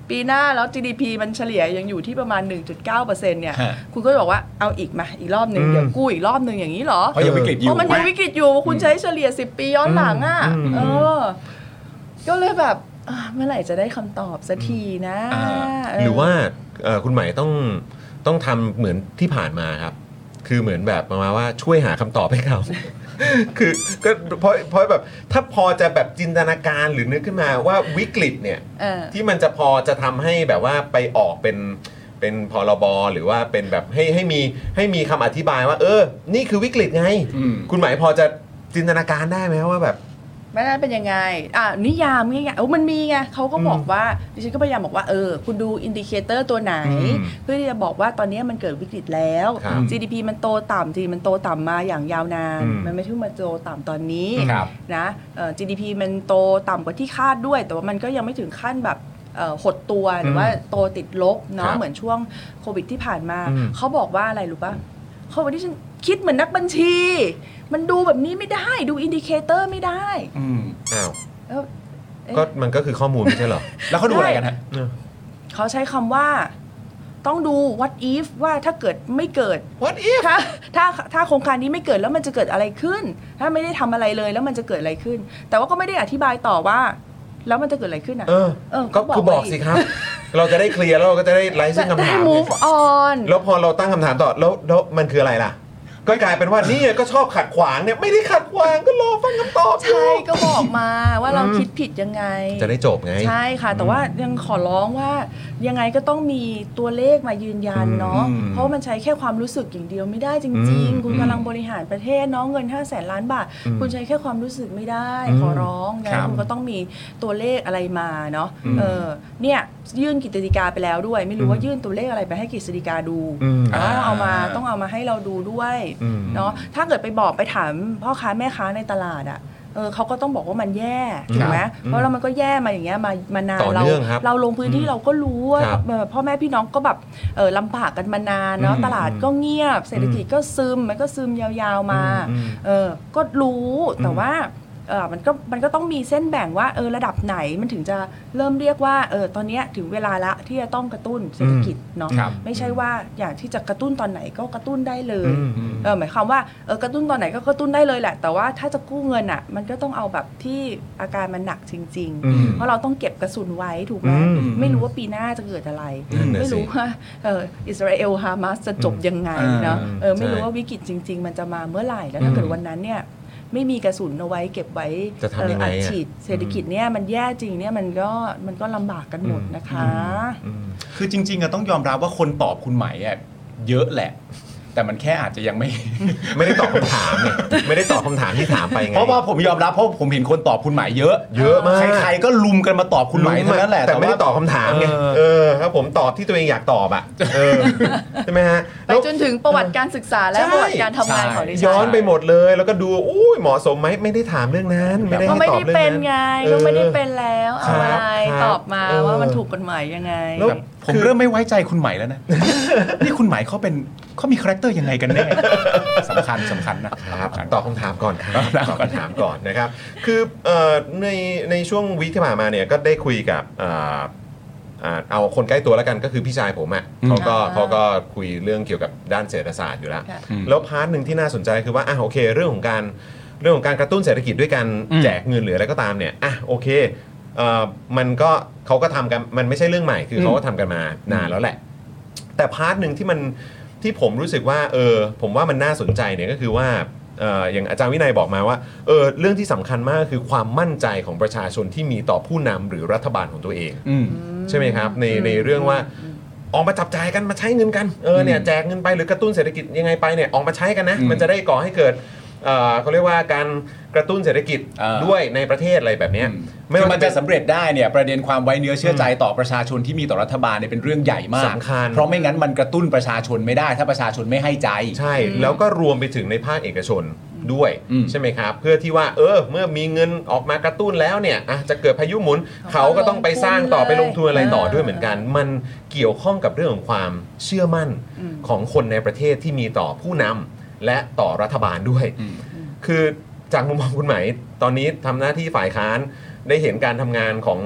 ปีหน้าแล้ว GDP มันเฉลี่ยยังอยู่ที่ประมาณ 1.9% เนี่ยคุณก็บอกว่าเอาอีกมาอีกรอบนึงเดี๋ยวกู้อีกรอบนึงอย่างนี้เหรอเพราะยังวิกฤตอยู่เพราะมันยังวิกฤตอยู่คุณใช้เฉลี่ย10 ปีย้อนหลังอ่ะก็เลยแบบเมื่อไหร่จะได้คำตอบสักทีนะหรือว่าคุณใหม่ต้องทำเหมือนที่ผ่านมาครับคือเหมือนแบบประมาณว่าช่วยหาคำตอบให้เขา คือก็เพราะแบบถ้าพอจะแบบจินตนาการหรือนึกขึ้นมาว่าวิกฤตเนี่ยที่มันจะพอจะทำให้แบบว่าไปออกเป็นพรบหรือว่าเป็นแบบให้มีคำอธิบายว่านี่คือวิกฤตไงคุณหมายพอจะจินตนาการได้ไหมว่าแบบไม่ได้เป็นยังไงนิยามง่ายๆมันมีไงเขาก็บอกว่าดิฉันก็พยายามบอกว่าคุณดูอินดิเคเตอร์ตัวไหนเพื่อที่จะบอกว่าตอนนี้มันเกิดวิกฤตแล้ว GDP มันโตต่ำจีมันโตต่ำมาอย่างยาวนานมันไม่ใช่มาโตต่ำตอนนี้นะGDP มันโตต่ำกว่าที่คาดด้วยแต่ว่ามันก็ยังไม่ถึงขั้นแบบหดตัวหรือว่าโตติดลบเนาะเหมือนช่วงโควิดที่ผ่านมาเขาบอกว่าอะไรรู้ป่ะเขาบอกที่ฉันคิดเหมือนนักบัญชีมันดูแบบนี้ไม่ได้ดูอินดิเคเตอร์ไม่ได้อ้าวก็มันก็คือข้อมูลไม่ใช่เหรอแล้วเขาดูอะไรกันฮะเขาใช้คำว่าต้องดู what if ว่าถ้าเกิดไม่เกิด what if ถ้าโครงการนี้ไม่เกิดแล้วมันจะเกิดอะไรขึ้นถ้าไม่ได้ทำอะไรเลยแล้วมันจะเกิดอะไรขึ้นแต่ว่าก็ไม่ได้อธิบายต่อว่าแล้วมันจะเกิดอะไรขึ้นอ่ะก็คือบอกสิครับเราจะได้เคลียร์แล้วเราก็จะได้ไร้ซึ่งคำถาม move on แล้วพอเราตั้งคำถามต่อแล้วมันคืออะไรล่ะก็กลายเป็นว่านี่ก็ชอบขัดขวางเนี่ยไม่ได้ขัดขวางก็รอฟังคำตอบใช่ก็บอกมาว่าเราคิดผิดยังไงจะได้จบไงใช่ค่ะแต่ว่ายังขอร้องว่ายังไงก็ต้องมีตัวเลขมายืนยันเนาะเพราะมันใช้แค่ความรู้สึกอย่างเดียวไม่ได้จริงๆคุณกำลังบริหารประเทศเนาะเงิน500,000 ล้านบาทคุณใช้แค่ความรู้สึกไม่ได้ขอร้องนะคุณก็ต้องมีตัวเลขอะไรมาเนาะเนี่ยยื่นกฤษฎีกาไปแล้วด้วยไม่รู้ว่ายื่นตัวเลขอะไรไปให้กฤษฎีกาดูต้องเอามาให้เราดูด้วยเนาะถ้าเกิดไปบอกไปถามพ่อค้าแม่ค้าในตลาดอ่ะเขาก็ต้องบอกว่ามันแย่ถูกไหมเพราะเรามันก็แย่มาอย่างเงี้ยมานานเราลงพื้นที่เราก็รู้ว่าพ่อแม่พี่น้องก็แบบลำบากกันมานานเนาะตลาดก็เงียบเศรษฐกิจก็ซึมมันก็ซึมยาวๆมาก็รู้แต่ว่ามันก็ต้องมีเส้นแบ่งว่าระดับไหนมันถึงจะเริ่มเรียกว่าตอนนี้ถึงเวลาละที่จะต้องกระตุ้นเศรษฐกิจเนาะไม่ใช่ว่าอยากที่จะกระตุ้นตอนไหนก็กระตุ้นได้เลยหมายความว่ากระตุ้นตอนไหนก็กระตุ้นได้เลยแหละแต่ว่าถ้าจะกู้เงินอ่ะมันก็ต้องเอาแบบที่อาการมันหนักจริงๆเพราะเราต้องเก็บกระสุนไว้ถูกไหมไม่รู้ว่าปีหน้าจะเกิดอะไรไม่รู้ว่าอิสราเอลฮามาสจะจบยังไงเนาะไม่รู้ว่าวิกฤตจริงๆมันจะมาเมื่อไหร่แล้วถ้าเกิดวันนั้นเนี่ยไม่มีกระสุนเอาไว้เก็บไว้อัดฉีดเศรษฐกิจเนี่ยมันแย่จริงเนี่ยมันก็ลำบากกันหมดนะคะคือจริงๆต้องยอมรับว่าคนตอบคุณไหมเยอะแหละแต่มันแค่อาจจะยังไม่ได้ตอบคำถามเนี่ยไม่ได้ตอบคำถามที่ถามไปไงเพราะว่าผมยอมรับเพราะผมเห็นคนตอบคุณไหมเยอะมากใครๆก็ลุมกันมาตอบคุณไหมเท่านั้นแหละแต่ไม่ได้ตอบคำถามไงครับผมตอบที่ตัวเองอยากตอบอ่ะใช่ไหมฮะไปจนถึงประวัติการศึกษาและประวัติการทำงานของดิฉันย้อนไปหมดเลยแล้วก็ดูเหมาะสมไหมไม่ได้ถามเรื่องนั้นไม่ได้ตอบเรื่องนั้นก็ไม่ได้เป็นไงก็ไม่ได้เป็นแล้วเอาอะไรตอบมาว่ามันถูกกฎหมายยังไงผมเริ่มไม่ไว้ใจคุณไหมแล้วนะนี่คุณไหมเขามีคาแรคเตอร์ยังไงกันแน่สำคัญนะครับตอบคำถามก่อนครับตอบคำถามก่อนนะครับคือในช่วงวีคที่ผ่านมาเนี่ยก็ได้คุยกับเอาคนใกล้ตัวแล้วกันก็คือพี่ชายผมอ่ะเขาก็คุยเรื่องเกี่ยวกับด้านเศรษฐศาสตร์อยู่แล้วพาร์ทนึงที่น่าสนใจคือว่าโอเคเรื่องของการกระตุ้นเศรษฐกิจด้วยการแจกเงินหรืออะไรก็ตามเนี่ยโอเคมันก็เขาก็ทำกันมันไม่ใช่เรื่องใหม่คือเขาก็ทำกันมานานแล้วแหละแต่พาร์ทนึงที่ผมรู้สึกว่าผมว่ามันน่าสนใจเนี่ยก็คือว่าอย่างอาจารย์วินัยบอกมาว่าเรื่องที่สำคัญมากคือความมั่นใจของประชาชนที่มีต่อผู้นำหรือรัฐบาลของตัวเองใช่ไหมครับในเรื่องว่าออกมาจับจ่ายกันมาใช้เงินกันเนี่ยแจกเงินไปหรือกระตุ้นเศรษฐกิจยังไงไปเนี่ยออกมาใช้กันนะมันจะได้ก่อให้เกิดเขาเรียกว่าการกระตุ้นเศรษฐกิจด้วยในประเทศอะไรแบบนี้มันจะสำเร็จได้เนี่ยประเด็นความไว้เนื้อเชื่อใจต่อประชาชนที่มีต่อรัฐบาลเนี่ยเป็นเรื่องใหญ่มากสำคัญเพราะไม่งั้นมันกระตุ้นประชาชนไม่ได้ถ้าประชาชนไม่ให้ใจใช่แล้วก็รวมไปถึงในภาคเอกชนด้วยใช่ไหมครับเพื่อที่ว่าเมื่อมีเงินออกมากระตุ้นแล้วเนี่ยจะเกิดพายุหมุนเขาก็ต้องไปสร้างต่อไปลงทุนอะไรต่อด้วยเหมือนกันมันเกี่ยวข้องกับเรื่องของความเชื่อมั่นของคนในประเทศที่มีต่อผู้นำและต่อรัฐบาลด้วยคือจากมุมมองคุณไหมตอนนี้ทำหน้าที่ฝ่ายค้านได้เห็นการทำงานของ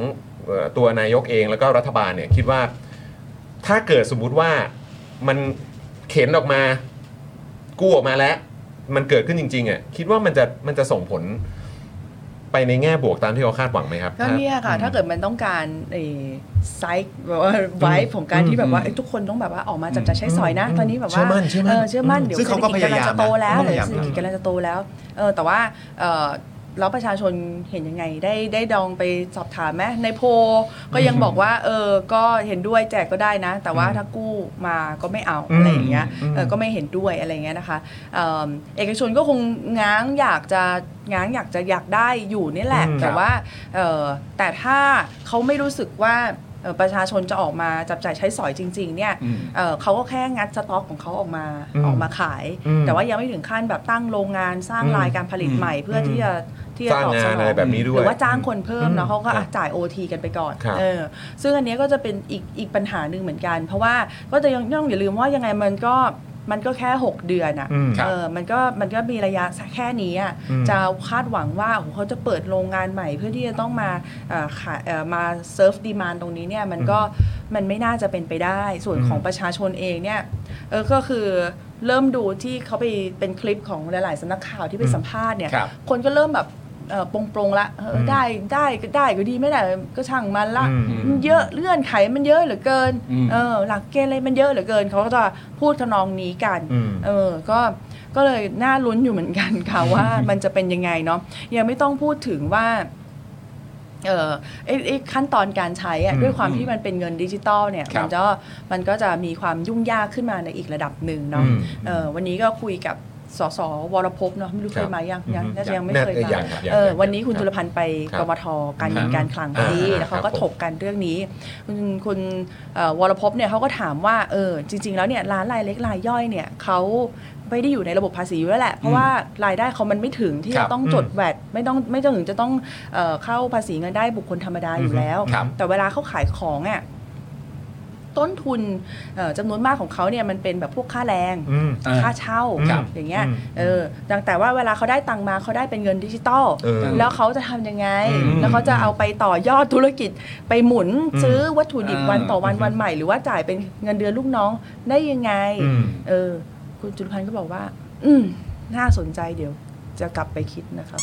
ตัวนายกเองแล้วก็รัฐบาลเนี่ยคิดว่าถ้าเกิดสมมุติว่ามันเข็นออกมากู้ออกมาแล้วมันเกิดขึ้นจริงๆอ่ะคิดว่ามันจะส่งผลไปในแง่บวกตามที่เขาคาดหวังไหมครับก็เนี่ยค่ะถ้าเกิดมันต้องการไซค์แบบว่าไวฟ์ของการที่แบบว่าทุกคนต้องแบบว่าออกมาจับจ่ายใช้สอยนะตอนนี้แบบว่าเชื่อมั่นเดี๋ยวเศรษฐกิจกำลังจะโตแล้วเศรษฐกิจกำลังจะโตแล้วแต่ว่าแล้วประชาชนเห็นยังไงได้ลองไปสอบถามไหมในโพลก็ยังบอกว่าก็เห็นด้วยแจกก็ได้นะแต่ว่าถ้ากู้มาก็ไม่เอาอะไรอย่างเงี้ยก็ไม่เห็นด้วยอะไรเงี้ยนะคะเอกชนก็คงง้างอยากได้อยู่นี่แหละแต่ว่าแต่ถ้าเขาไม่รู้สึกว่าประชาชนจะออกมาจับจ่ายใช้สอยจริงๆเนี่ยเขาก็แค่งัดสต็อกของเขาออกมาขายแต่ว่ายังไม่ถึงขั้นแบบตั้งโรงงานสร้างรายการผลิตใหม่เพื่อที่จะตอบสนองแบบนี้ด้วยหรือว่าจ้างคนเพิ่มเนาะเขาก็จ่าย OT กันไปก่อนซึ่งอันนี้ก็จะเป็นอีกปัญหาหนึ่งเหมือนกันเพราะว่าก็จะต้องอย่าลืมว่ายังไงมันก็แค่6เดือนอ่ะมันก็มีระยะแค่นี้อ่ะจะคาดหวังว่าเขาจะเปิดโรงงานใหม่เพื่อที่จะต้องมาเซิร์ฟดีมานด์ตรงนี้เนี่ยมันไม่น่าจะเป็นไปได้ส่วนของประชาชนเองเนี่ยก็คือเริ่มดูที่เขาไปเป็นคลิปของหลายๆสำนักข่าวที่ไปสัมภาษณ์เนี่ยคนก็เริ่มแบบปรงละได้ก็ดีไม่ได้ก็ช่างมันละมันเยอะเลื่อนไขมันเยอะเหลือเกินหลักเกณฑ์อะไรมันเยอะเหลือเกินเขาก็จะพูดทำนองนี้กันก็เลยน่าลุ้นอยู่เหมือนกันค่ะว่ามันจะเป็นยังไงเนาะยังไม่ต้องพูดถึงว่าขั้นตอนการใช้ด้วยความที่มันเป็นเงินดิจิตอลเนี่ยมันก็จะมีความยุ่งยากขึ้นมาในอีกระดับหนึ่งเนาะวันนี้ก็คุยกับสสวรภพเนาะไม่รู้เคยมายังไม่เคยมาวันนี้คุณจุลพันธ์ไปกมท.การเงินการคลังพอดีแล้วเขาก็ถกกันเรื่องนี้คุณวรภพเนี่ยเขาก็ถามว่าจริงๆแล้วเนี่ยร้านรายเล็กรายย่อยเนี่ยเขาไม่ได้อยู่ในระบบภาษีอยู่แล้วแหละเพราะว่ารายได้เขามันไม่ถึงที่จะต้องจดแวดไม่ถึงจะต้องเข้าภาษีเงินได้บุคคลธรรมดาอยู่แล้วแต่เวลาเขาขายของอ่ะต้นทุนจำนวนมากของเขาเนี่ยมันเป็นแบบพวกค่าแรงค่าเช่าอย่างเงี้ยแต่ว่าเวลาเขาได้ตังมาเขาได้เป็นเงินดิจิตอลแล้วเขาจะทำยังไงแล้วเขาจะเอาไปต่อยอดธุรกิจไปหมุนซื้อวัตถุดิบวันต่อวันใหม่หรือว่าจ่ายเป็นเงินเดือนลูกน้องได้ยังไงคุณจุลพันธ์ก็บอกว่าน่าสนใจเดี๋ยวจะกลับไปคิดนะครับ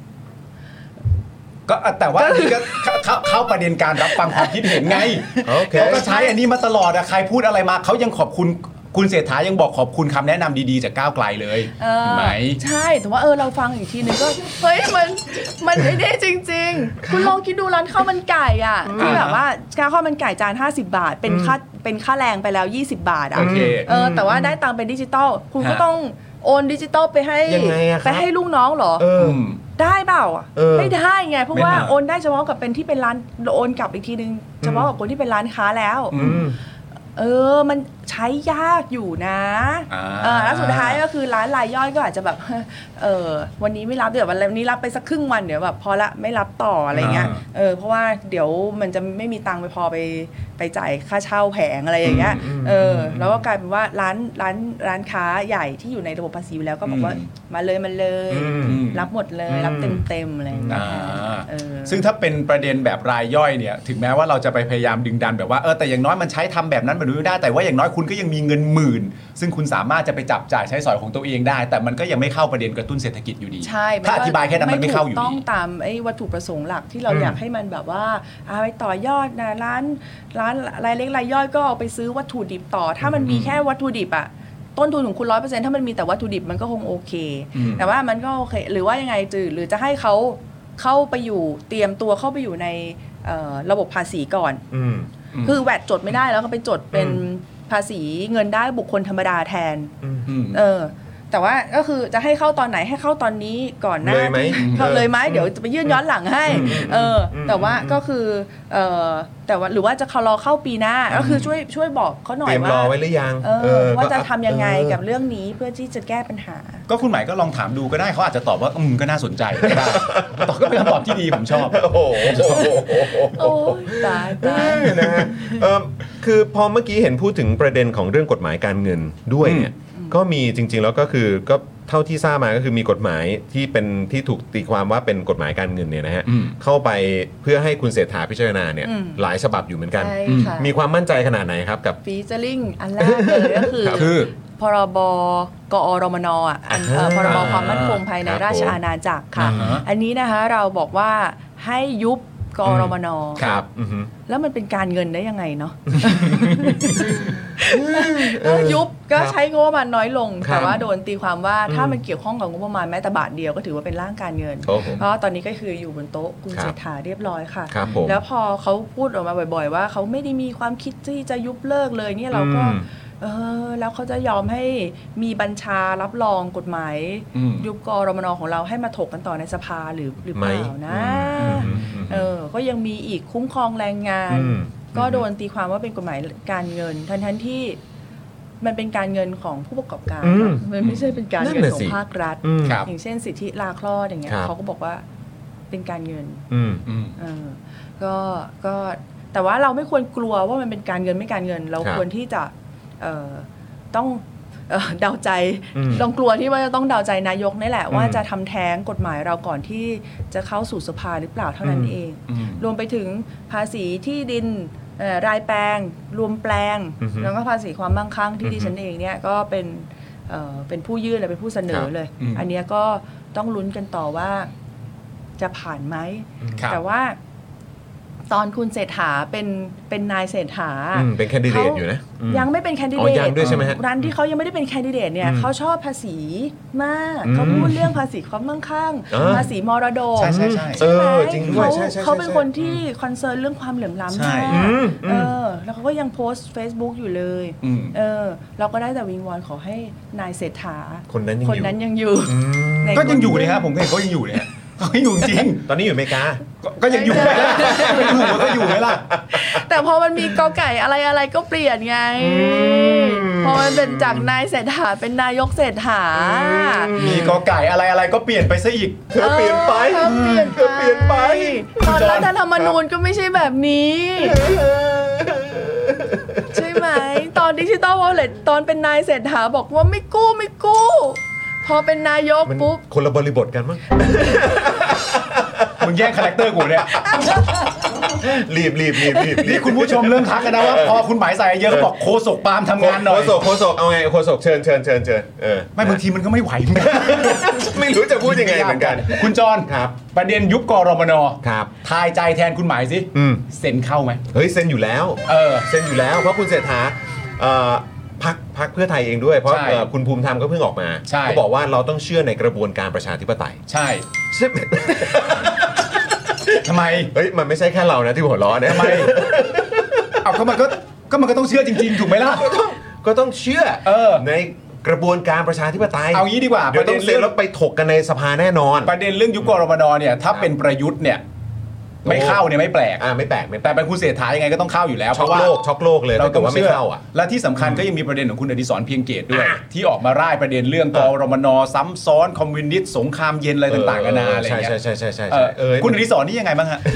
ก็แต่ว่าอันนี้ก็เข้าประเด็นการรับฟังความคิดเห็นไงเขาก็ใช้อันนี้มาตลอดใครพูดอะไรมาเขายังขอบคุณเศรษฐายังบอกขอบคุณคำแนะนำดีๆจากก้าวไกลเลยเห็นไหมใช่แต่ว่าเราฟังอีกทีนึงก็เฮ้ยมันไม่ได้จริงๆคุณลองคิดดูร้านข้าวมันไก่อ่ะที่แบบว่าข้าวมันไก่จาน50 บาทเป็นค่าแรงไปแล้ว20 บาทอ่ะแต่ว่าได้ตังค์เป็นดิจิตอลคุณก็ต้องโอนดิจิตอลไปให้ลูกน้องเหรอได้เปล่าไม่ได้ไงเพราะว่าโอนได้เฉพาะกับเป็นที่เป็นร้านโอนกลับอีกทีนึงเฉพาะกับคนที่เป็นร้านค้าแล้วมันใช้ยากอยู่นะแล้วสุดท้ายก็คือร้านรายย่อยก็อาจจะแบบวันนี้ไม่รับเดี๋ยววันนี้รับไปสักครึ่งวันเดี๋ยวแบบพอละไม่รับต่ออะไรเงี้ยเพราะว่าเดี๋ยวมันจะไม่มีตังค์ไปจ่ายค่าเช่าแผงอะไรอย่างเงี้ยแล้วก็กลายเป็นว่าร้านค้าใหญ่ที่อยู่ในระบบภาษีอยู่แล้วก็บอกว่ามาเลยรับหมดเลยรับเต็มอะไรอย่างเงี้ยซึ่งถ้าเป็นประเด็นแบบรายย่อยเนี่ยถึงแม้ว่าเราจะไปพยายามดึงดันแบบว่าแต่อย่างน้อยมันใช้ทำแบบนั้นแบบนี้ได้แต่ว่าอย่างน้อยคุณก็ยังมีเงินหมื่นซึ่งคุณสามารถจะไปจับจ่ายใช้สอยของตัวเองได้แต่มันก็ยังไม่เข้าประเด็นกระตุ้นเศรษฐกิจอยู่ดีใช่ถ้าอธิบายแค่นั้นมันไม่เข้าอยู่ดีต้องตามวัตถุประสงค์หลักที่เราอยากให้มันแบบว่าไปต่อยอดนะร้านรายเล็กรายย่อยก็เอาไปซื้อวัตถุดิบต่อถ้ามันมีแค่วัตถุดิบอะต้นทุนของคุณ 100% ถ้ามันมีแต่วัตถุดิบมันก็คงโอเคแต่ว่ามันก็โอเคหรือว่ายังไงหรือจะให้เขาเข้าไปอยู่เตรียมตัวเข้าไปอยู่ในระบบภาษีก่อนคือแวดจดไม่ได้แล้วก็ไปจดเป็นภาษีเงินได้บุคคลธรรมดาแทนแต่ว่าก็คือจะให้เข้าตอนไหนให้เข้าตอนนี้ก่อนหน้าเข้าเลยไหมเดี๋ยวจะไปยื่นย้อนหลังให้แต่ว่าก็คือแต่ว่าหรือว่าจะรอเข้าปีหน้าก็คือช่วยบอกเขาหน่อยว่าเตรียมรอไว้หรือยังว่าจะทำยังไงกับเรื่องนี้เพื่อที่จะแก้ปัญหาก็คุณหมายก็ลองถามดูก็ได้เขาอาจจะตอบว่าก็น่าสนใจก็ได้ตอบก็เป็นคำตอบที่ดีผมชอบโอ้ตายนะฮะคือพอเมื่อกี้เห็นพูดถึงประเด็นของเรื่องกฎหมายการเงินด้วยเนี่ยก็มีจริงๆแล้วก็คือก็เท่าที่ทราบมาก็คือมีกฎหมายที่ถูกตีความว่าเป็นกฎหมายการเงินเนี่ยนะฮะเข้าไปเพื่อให้คุณเศรษฐาพิจารณาเนี่ยหลายฉบับอยู่เหมือนกันมีความมั่นใจขนาดไหนครับกับฟีเจอริ่งอันแรกเลยก็คือพรบกอรมนอ่ะพรบความมั่นคงภายในราชอาณาจักรค่ะอันนี้นะคะเราบอกว่าให้ยุบกอรมนครับแล้วมันเป็นการเงินได้ยังไงเนาะยุบก็ใช้งบประมาณน้อยลงแต่ว่าโดนตีความว่าถ้ามันเกี่ยวข้องกับงบประมาณแม้แต่บาทเดียวก็ถือว่าเป็นร่างการเงินเพราะตอนนี้ก็คืออยู่บนโต๊ะคุณเศรษฐาเรียบร้อยค่ะแล้วพอเขาพูดออกมาบ่อยๆว่าเขาไม่ได้มีความคิดที่จะยุบเลิกเลยเนี่ยเราก็แล้วเขาจะยอมให้มีบัญชารับรองกฎหมายยุบกรมนของเราให้มาถกกันต่อในสภาหรือเปล่านะก็ยังมีอีกคุ้มครองแรงงานก็โดนตีความว่าเป็นกฎหมายการเงินทั้งที่มันเป็นการเงินของผู้ประกอบการมันไม่ใช่เป็นการเงินของภาครัฐอย่างเช่นสิทธิลาคลอดอย่างเงี้ยเขาก็บอกว่าเป็นการเงินก็แต่ว่าเราไม่ควรกลัวว่ามันเป็นการเงินไม่การเงินเราควรที่จะต้องเดาใจต้องกลัวที่ว่าจะต้องเดาใจนายกนี่แหละว่าจะทำแท้งกฎหมายเราก่อนที่จะเข้าสู่สภาหรือเปล่าเท่านั้นเองรวมไปถึงภาษีที่ดินรายแปลงรวมแปลงแล้วก็ภาษีความมั่งคั่งที่ดิฉันเองเนี่ยก็เป็นผู้ยื่นและเป็นผู้เสนอเลยอันนี้ก็ต้องลุ้นกันต่อว่าจะผ่านไหมแต่ว่าตอนคุณเศรษฐาเป็นนายเศรษฐาเป็นแคนดิเดตอยู่นะยังไม่เป็นแคนดิเดตยังด้วยใช่ไหมฮะร้านที่เขายังไม่ได้เป็นแคนดิเดตเนี่ยเขาชอบภาษีมากเขาพูดเรื่องภาษีความมั่งคั่งภาษีมรดกใช่ใช่ไหมจริงด้วยเขาเป็นคนที่คอนเซิร์นเรื่องความเหลื่อมล้ำมากแล้วเขาก็ยังโพสต์ Facebook อยู่เลยเราก็ได้แต่วิงวอนขอให้นายเศรษฐาคนนั้นยังอยู่ก็ยังอยู่เลยครับผมเห็นเขายังอยู่เนี่ยเขาอยู่จริงตอนนี้อยู่อเมริกาก็ยังอยู่ไหมล่ะไม่อยู่ก็อยู่ไหมล่ะแต่พอมันมีกอไก่อะไรก็เปลี่ยนไงพอมันเป็นจากนายเศรษฐาเป็นนายกเศรษฐามีกอไก่อะไรก็เปลี่ยนไปซะอีกเธอเปลี่ยนไปตอนรัฐธรรมนูญก็ไม่ใช่แบบนี้ใช่ไหมตอนดิจิตอลวอลเล็ตตอนเป็นนายเศรษฐาบอกว่าไม่กู้พอเป็นนายกปุ๊บคนละบริบทกันมั้งมึงแย่งคาแรคเตอร์กูเนี่ยรีบนี่คุณผู้ชมเริ่มทักกันนะว่าพอคุณหมายใส่เยอะก็บอกโคศกปาล์มทำงานหน่อยโคศกเอาไงโคศกเชิญไม่บางทีมันก็ไม่ไหวไม่รู้จะพูดยังไงเหมือนกันคุณจอนครับประเด็นยุบกรมนครับทายใจแทนคุณหมายสิเซ็นเข้าไหมเฮ้ยเซ็นอยู่แล้วเซ็นอยู่แล้วเพราะคุณเศรษฐาพรรคเพื่อไทยเองด้วยเพราะคุณภูมิธรรมก็เพิ่งออกมาเขาบอกว่าเราต้องเชื่อในกระบวนการประชาธิปไตยใช่ทำไมเฮ้ยมันไม่ใช่แค่เรานะที่หัวเราะเนี่ยทำไมเอาก็มันก็ต้องเชื่อจริงๆถูกไหมล่ะก็ต้องเชื่อในกระบวนการประชาธิปไตยเอางี้ดีกว่าเดี๋ยวต้องเซ็นแล้วไปถกกันในสภาแน่นอนประเด็นเรื่องยุบกรมนเนี่ยถ้าเป็นประยุทธ์เนี่ยไม่เข้าเนี่ยไม่แปลกไม่แปลกแต่เป็นคุณเศรษฐายังไงก็ต้องเข้าอยู่แล้วเพราะว่าช็อกโลกเลยเราแต่ว่าไม่เข้าอ่ะและที่สำคัญก็ยังมีประเด็นของคุณอดิศรเพียงเกตด้วยที่ออกมาร่ายประเด็นเรื่องกรมนซ้ำซ้อนคอมมิวนิสต์สงครามเย็นอะไรต่างๆกันานาอะไรเงี้ยใช่คุณอดิศรนี่ยังไงบ้างฮะ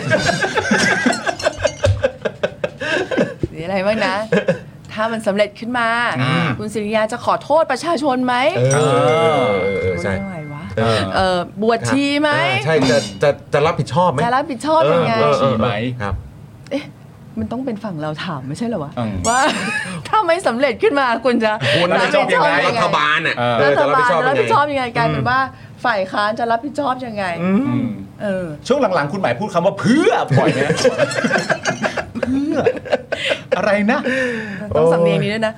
มีอะไรบ้างนะถ้ามันสำเร็จขึ้นมาคุณสิริยาจะขอโทษประชาชนไหมใช่บวชชีไหมใช่จะรับผิดชอบไหมจะรับผิดชอบยังไงชีไหมครับมันต้องเป็นฝั่งเราถามไม่ใช่เหรอวะว่าถ้าไม่สำเร็จขึ้นมาคุณจะรับผิดชอบยังไงรัฐบาลอ่ะจะรับผิดชอบยังไงกลายเป็นว่าฝ่ายค้านจะรับผิดชอบยังไงช่วงหลังๆคุณหมายพูดคำว่าเพื่อปล่อยนะเพื่ออะไรนะต้องสำเนียงนี้ด้วยนะ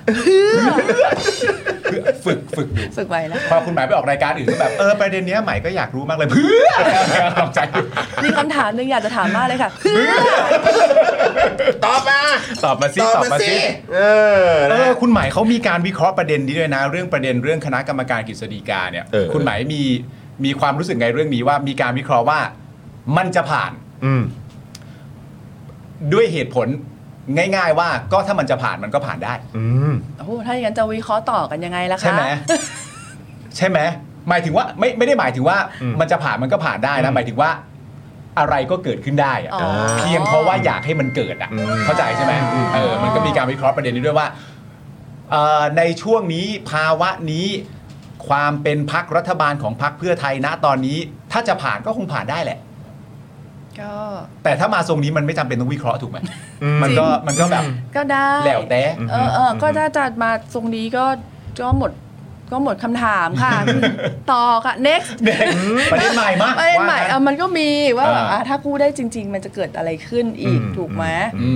ฝึกไว้แล้วพอคุณหมายไปออกรายการอื่นก็แบบประเด็นนี้ใหม่ก็อยากรู้มากเลยเพื่อใจมีคำถามนึงอยากจะถามมากเลยค่ะตอบมาสิคุณหมายเขามีการวิเคราะห์ประเด็นนี้ด้วยนะเรื่องคณะกรรมการกฤษฎีกาเนี่ยคุณหมายมีความรู้สึกไงเรื่องนี้ว่ามีการวิเคราะห์ว่ามันจะผ่านด้วยเหตุผลง่ายๆว่าก็ถ้ามันจะผ่านมันก็ผ่านได้โอ้โหถ้าอย่างนั้นจะวิเคราะห์ต่อกันยังไงล่ะคะใช่ไหมหมายถึงว่าไม่ได้หมายถึงว่ามันจะผ่านมันก็ผ่านได้นะหมายถึงว่าอะไรก็เกิดขึ้นได้เพียงเพราะว่าอยากให้มันเกิดเข้าใจใช่ไหมมันก็มีการวิเคราะห์ประเด็นนี้ด้วยว่าในช่วงนี้ภาวะนี้คความเป็นพรรครัฐบาลของพรรคเพื่อไทยณตอนนี้ถ้าจะผ่านก็คงผ่านได้แหละก็แต่ถ้ามาทรงนี้มันไม่จำเป็นต้องวิเคราะห์ถูกไหมมันก็แบบก็ได้แล้วแต่ก็ถ้าจะมาตรงนี้ก็หมดคำถามค่ะ ต่อค่ะ next ประเด็นใหม่มากประเด็นใหม่ว่ามันก็มีว่าแบบถ้ากู้ได้จริง ๆ มันจะเกิดอะไรขึ้นอีกถูกไหม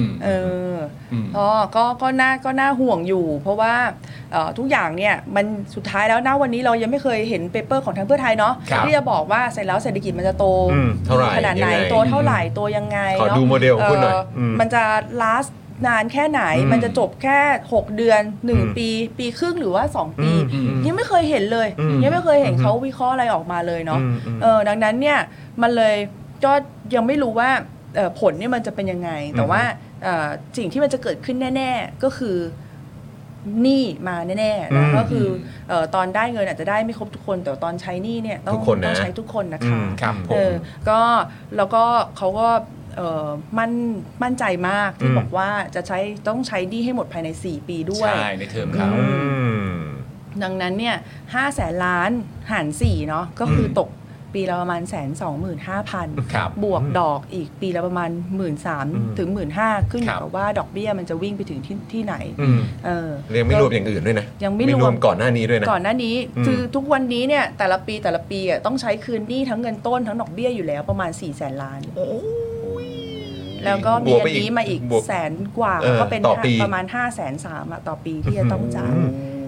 ก็น่าห่วงอยู่ เพราะว่าทุกอย่างเนี่ยมันสุดท้ายแล้วนะวันนี้เรายังไม่เคยเห็นเปเปอร์ของทางเพื่อไทยเนาะที่จะบอกว่าเสร็จแล้วเศรษฐกิจมันจะโตขนาดไหนโตเท่าไหร่โตยังไงขอดูโมเดลของคุณหน่อยมันจะ lastนานแค่ไหนมันจะจบแค่6เดือน1ปีครึ่งหรือว่า2ปียังไม่เคยเห็นเลยยังไม่เคยเห็นเขาวิเคราะห์อะไรออกมาเลยเนาะดังนั้นเนี่ยมันเลยก็ยังไม่รู้ว่าผลเนี่ยมันจะเป็นยังไงแต่ว่าสิ่งที่มันจะเกิดขึ้นแน่ๆก็คือหนี้มาแน่ๆนะก็คือตอนได้เงินอาจจะได้ไม่ครบทุกคนแต่ตอนใช้หนี้เนี่ยต้องใช้ทุกคนนะคะก็แล้วก็เขาก็มั่นใจมากที่บอกว่าจะต้องใช้หนี้ให้หมดภายใน4ปีด้วยใช่ในเทอมเขาดังนั้นเนี่ย500,000 ล้านหาร4เนาะก็คือตกปีละประมาณ125,000 บวกดอกอีกปีละประมาณ 13,000 ถึง 15,000 ขึ้นอยู่กับว่าดอกเบี้ยมันจะวิ่งไปถึงที่ไหนยังไม่รวมอย่างอื่นด้วยนะยังไม่รวมก่อนหน้านี้ด้วยนะก่อนหน้านี้คือทุกวันนี้เนี่ยแต่ละปีต้องใช้คืนหนี้ทั้งเงินต้นทั้งดอกเบี้ยอยู่แล้วประมาณ 400,000 ล้านแล้วก็มีอันนี้มาอีก100,000 กว่าก็เป็นประมาณ 530,000 ต่อปีที่จะต้องจ่าย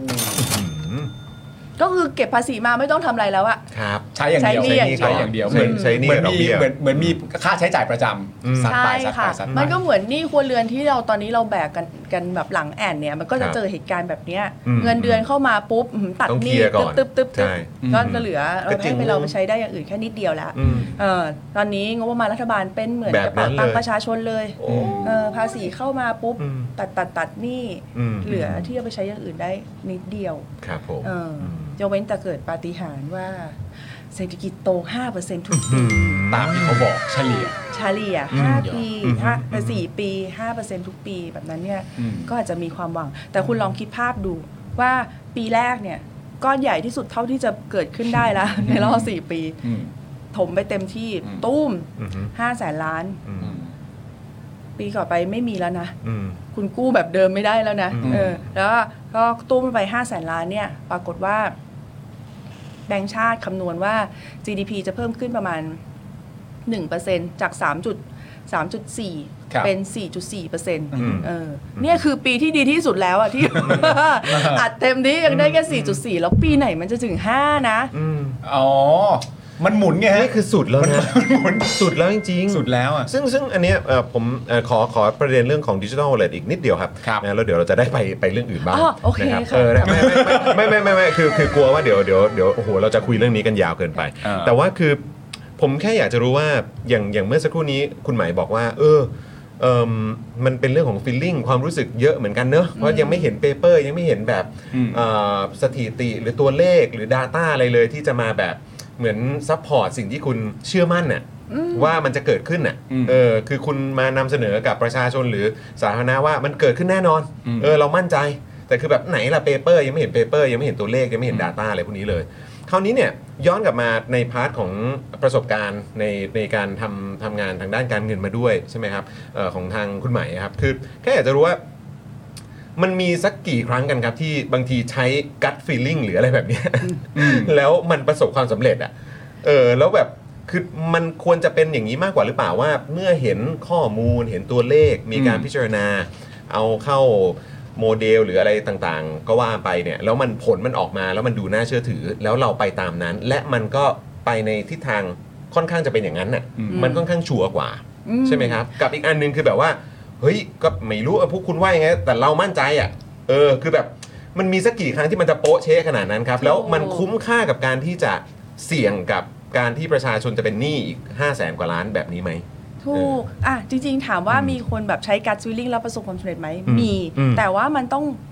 ก็คือเก็บภาษีมาไม่ต้องทำอะไรแล้วอะครับใช้อย่างเดียวใช้หนี้เหมือนมีค่าใช้จ่ายประจำใช่ค่ะมันก็เหมือนหนี้ครัวเรือนที่เราตอนนี้เราแบกกันแบบหลังแอนเนี่ยมันก็จะเจอเหตุการณ์แบบนี้เงินเดือนเข้ามาปุ๊บตัดหนี้ตึ๊บก็จะเหลือให้เราไปใช้ได้อย่างอื่นแค่นิดเดียวแล้วตอนนี้งบประมาณรัฐบาลเป็นเหมือนกระเป๋าตังค์ประชาชนเลยภาษีเข้ามาปุ๊บตัดหนี้เหลือที่จะไปใช้อย่างอื่นได้นิดเดียวครับผมยกเว้นแต่เกิดปาฏิหาริย์ว่าเศรษฐกิจโต 5% ทุกปีตามที่เขาบอกเฉลี่ย 5 ปี4 ปี 5% ทุกปีแบบนั้นเนี่ยก็อาจจะมีความหวังแต่คุณลองคิดภาพดูว่าปีแรกเนี่ยก้อนใหญ่ที่สุดเท่าที่จะเกิดขึ้นได้แล้วในรอบ4 ปีถมไปเต็มที่ตุ้ม500,000 ล้านปีต่อไปไม่มีแล้วนะคุณกู้แบบเดิมไม่ได้แล้วนะแล้วก็ตุ้มไป500,000 ล้านเนี่ยปรากฏว่าแบงก์ชาติคำนวณว่า GDP จะเพิ่มขึ้นประมาณ 1% จาก 3.4 เป็น 4.4% เนี่ยคือปีที่ดีที่สุดแล้วอ่ะที่ อัดเต็มที่ยังได้แค่ 4.4 แล้วปีไหนมันจะถึง 5 นะมันหมุนไงฮะนี่คือสุดแล้วนะสุดแล้วจริงๆสุดแล้วอ่ะซึ่งอันเนี้ยผมขอประเด็นเรื่องของ Digital Wallet อีกนิดเดียวครับนะแล้วเดี๋ยวเราจะได้ไปเรื่องอื่นบ้างนะครับไม่คือกลัวว่าเดี๋ยวโอ้โหเราจะคุยเรื่องนี้กันยาวเกินไปแต่ว่าคือผมแค่อยากจะรู้ว่าอย่างเมื่อสักครู่นี้คุณหมายบอกว่ามันเป็นเรื่องของ feeling ความรู้สึกเยอะเหมือนกันเนอะเพราะยังไม่เห็นเปเปอร์ยังไม่เห็นแบบสถิติหรือตัวเลขหรือ Data อะไรเลยที่จะมาแบบเหมือนซัพพอร์ตสิ่งที่คุณเชื่อมั่นน่ะว่ามันจะเกิดขึ้นน่ะคือคุณมานำเสนอกับประชาชนหรือสาธารณะว่ามันเกิดขึ้นแน่นอนเรามั่นใจแต่คือแบบไหนล่ะเปเปอร์ยังไม่เห็นเปเปอร์ยังไม่เห็นตัวเลขยังไม่เห็น Data อะไรพวกนี้เลยคราวนี้เนี่ยย้อนกลับมาในพาร์ทของประสบการณ์ในการทำงานทางด้านการเงินมาด้วยใช่ไหมครับของทางคุณใหม่ครับคือแค่อยากจะรู้ว่ามันมีสักกี่ครั้งกันครับที่บางทีใช้ gut feeling หรืออะไรแบบนี้ แล้วมันประสบความสำเร็จอ่ะแล้วแบบคือมันควรจะเป็นอย่างนี้มากกว่าหรือเปล่าว่าเมื่อเห็นข้อมูลเห็นตัวเลขมีการพิจารณาเอาเข้าโมเดลหรืออะไรต่างๆก็ว่าไปเนี่ยแล้วมันผลมันออกมาแล้วมันดูน่าเชื่อถือแล้วเราไปตามนั้นและมันก็ไปในทิศทางค่อนข้างจะเป็นอย่างนั้นน่ะมันค่อนข้างชัวร์กว่าใช่ไหมครับกับอีกอันนึงคือแบบว่าเฮ้ยก็ไม่รู้พวกคุณว่ายังไงแต่เรามั่นใจอ่ะคือแบบมันมีสักกี่ครั้งที่มันจะโป๊ะเช๊ะขนาดนั้นครับแล้วมันคุ้มค่ากับการที่จะเสี่ยงกับการที่ประชาชนจะเป็นหนี้อีก 500,000 กว่าล้านแบบนี้ไหมถูกจริงๆถามว่ามีคนแบบใช้การฟีลลิ่งแล้วประสบความสำเร็จไหมมีแต่ว่ามันต้อง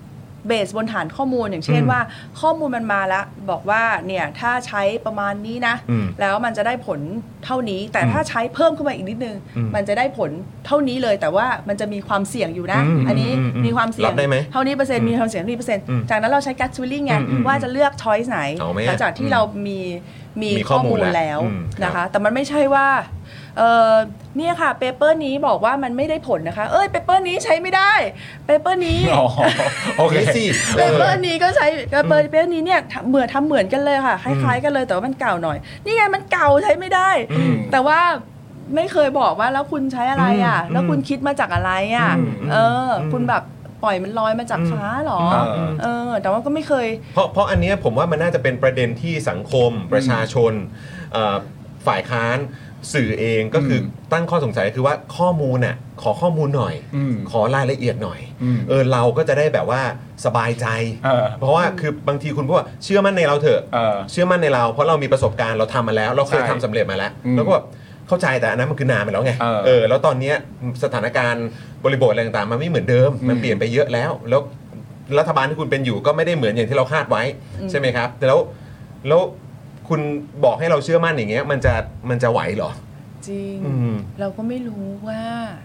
เบสบนฐานข้อมูลอย่างเช่นว่าข้อมูลมันมาแล้วบอกว่าเนี่ยถ้าใช้ประมาณนี้นะแล้วมันจะได้ผลเท่านี้แต่ถ้าใช้เพิ่มขึ้นมาอีกนิดนึงมันจะได้ผลเท่านี้เลยแต่ว่ามันจะมีความเสี่ยงอยู่นะอันนี้มีความเสี่ยงเท่านี้เปอร์เซ็นต์มีความเสี่ยงนี้เปอร์เซ็นต์จากนั้นเราใช้ gut feeling ไงว่าจะเลือก choice ไหนหลังจากที่เรามีข้อมูลแล้วนะคะแต่มันไม่ใช่ว่าเนี่ยค่ะเปเปอร์นี้บอกว่ามันไม่ได้ผลนะคะเปเปอร์นี้ใช้ไม่ได้เปเปอร์นี้โอเคสิเปเปอร์นี้ก็ใช้เปเปอร์นี้เนี่ยเหมือนกันเลยค่ะคล้ายๆกันเลยแต่ว่ามันเก่าหน่อยนี่ไงมันเก่าใช้ไม่ได้แต่ว่าไม่เคยบอกว่าแล้วคุณใช้อะไรอ่ะแล้วคุณคิดมาจากอะไรอ่ะคุณแบบปล่อยมันลอยมาจากฟ้าหรอแต่ว่าก็ไม่เคยเพราะอันนี้ผมว่ามันน่าจะเป็นประเด็นที่สังคมประชาชนฝ่ายค้านสื่อเองก็คือตั้งข้อสงสัยคือว่าข้อมูลน่ะขอข้อมูลหน่อยขอรายละเอียดหน่อยเราก็จะได้แบบว่าสบายใจเพราะว่าคือบางทีคุณพูดว่าเชื่อมั่นในเราเถอะเชื่อมั่นในเราเพราะเรามีประสบการณ์เราทำมาแล้วเราเคยทำสำเร็จมาแล้วแล้วก็แบบเข้าใจแต่อันนั้นมันคือนานไปแล้วไงแล้วตอนนี้สถานการณ์บริบทอะไรต่างๆมันไม่เหมือนเดิมมันเปลี่ยนไปเยอะแล้วรัฐบาลที่คุณเป็นอยู่ก็ไม่ได้เหมือนอย่างที่เราคาดไว้ใช่ไหมครับแล้วคุณบอกให้เราเชื่อมั่นอย่างเงี้ยมันจะไหวเหรอจริงเราก็ไม่รู้ว่า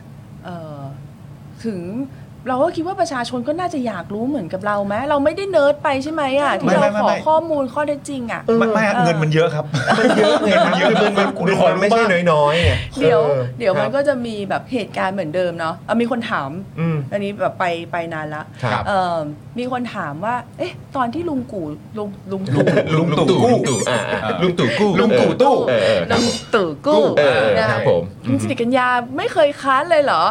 ถึงเราก็คิดว่าประชาชนก็น่าจะอยากรู้เหมือนกับเราไหมเราไม่ได้เนิร์ดไปใช่ไหมอ่ะที่เราขอข้อมูลข้อเท็จจริงอ่ะไม่เงินมันเยอะครับมันเยอะเงินมันเยอะมันไม่ใช่น้อยๆไงเดี๋ยวมันก็จะมีแบบเหตุการณ์เหมือนเดิมเนาะมีคนถามอันนี้แบบไปนานละมีคนถามว่าเอ๊ะตอนที่ลุงตู่นะครับผมคุณสิริกัญญาไม่เคยค้านเลยเหรอ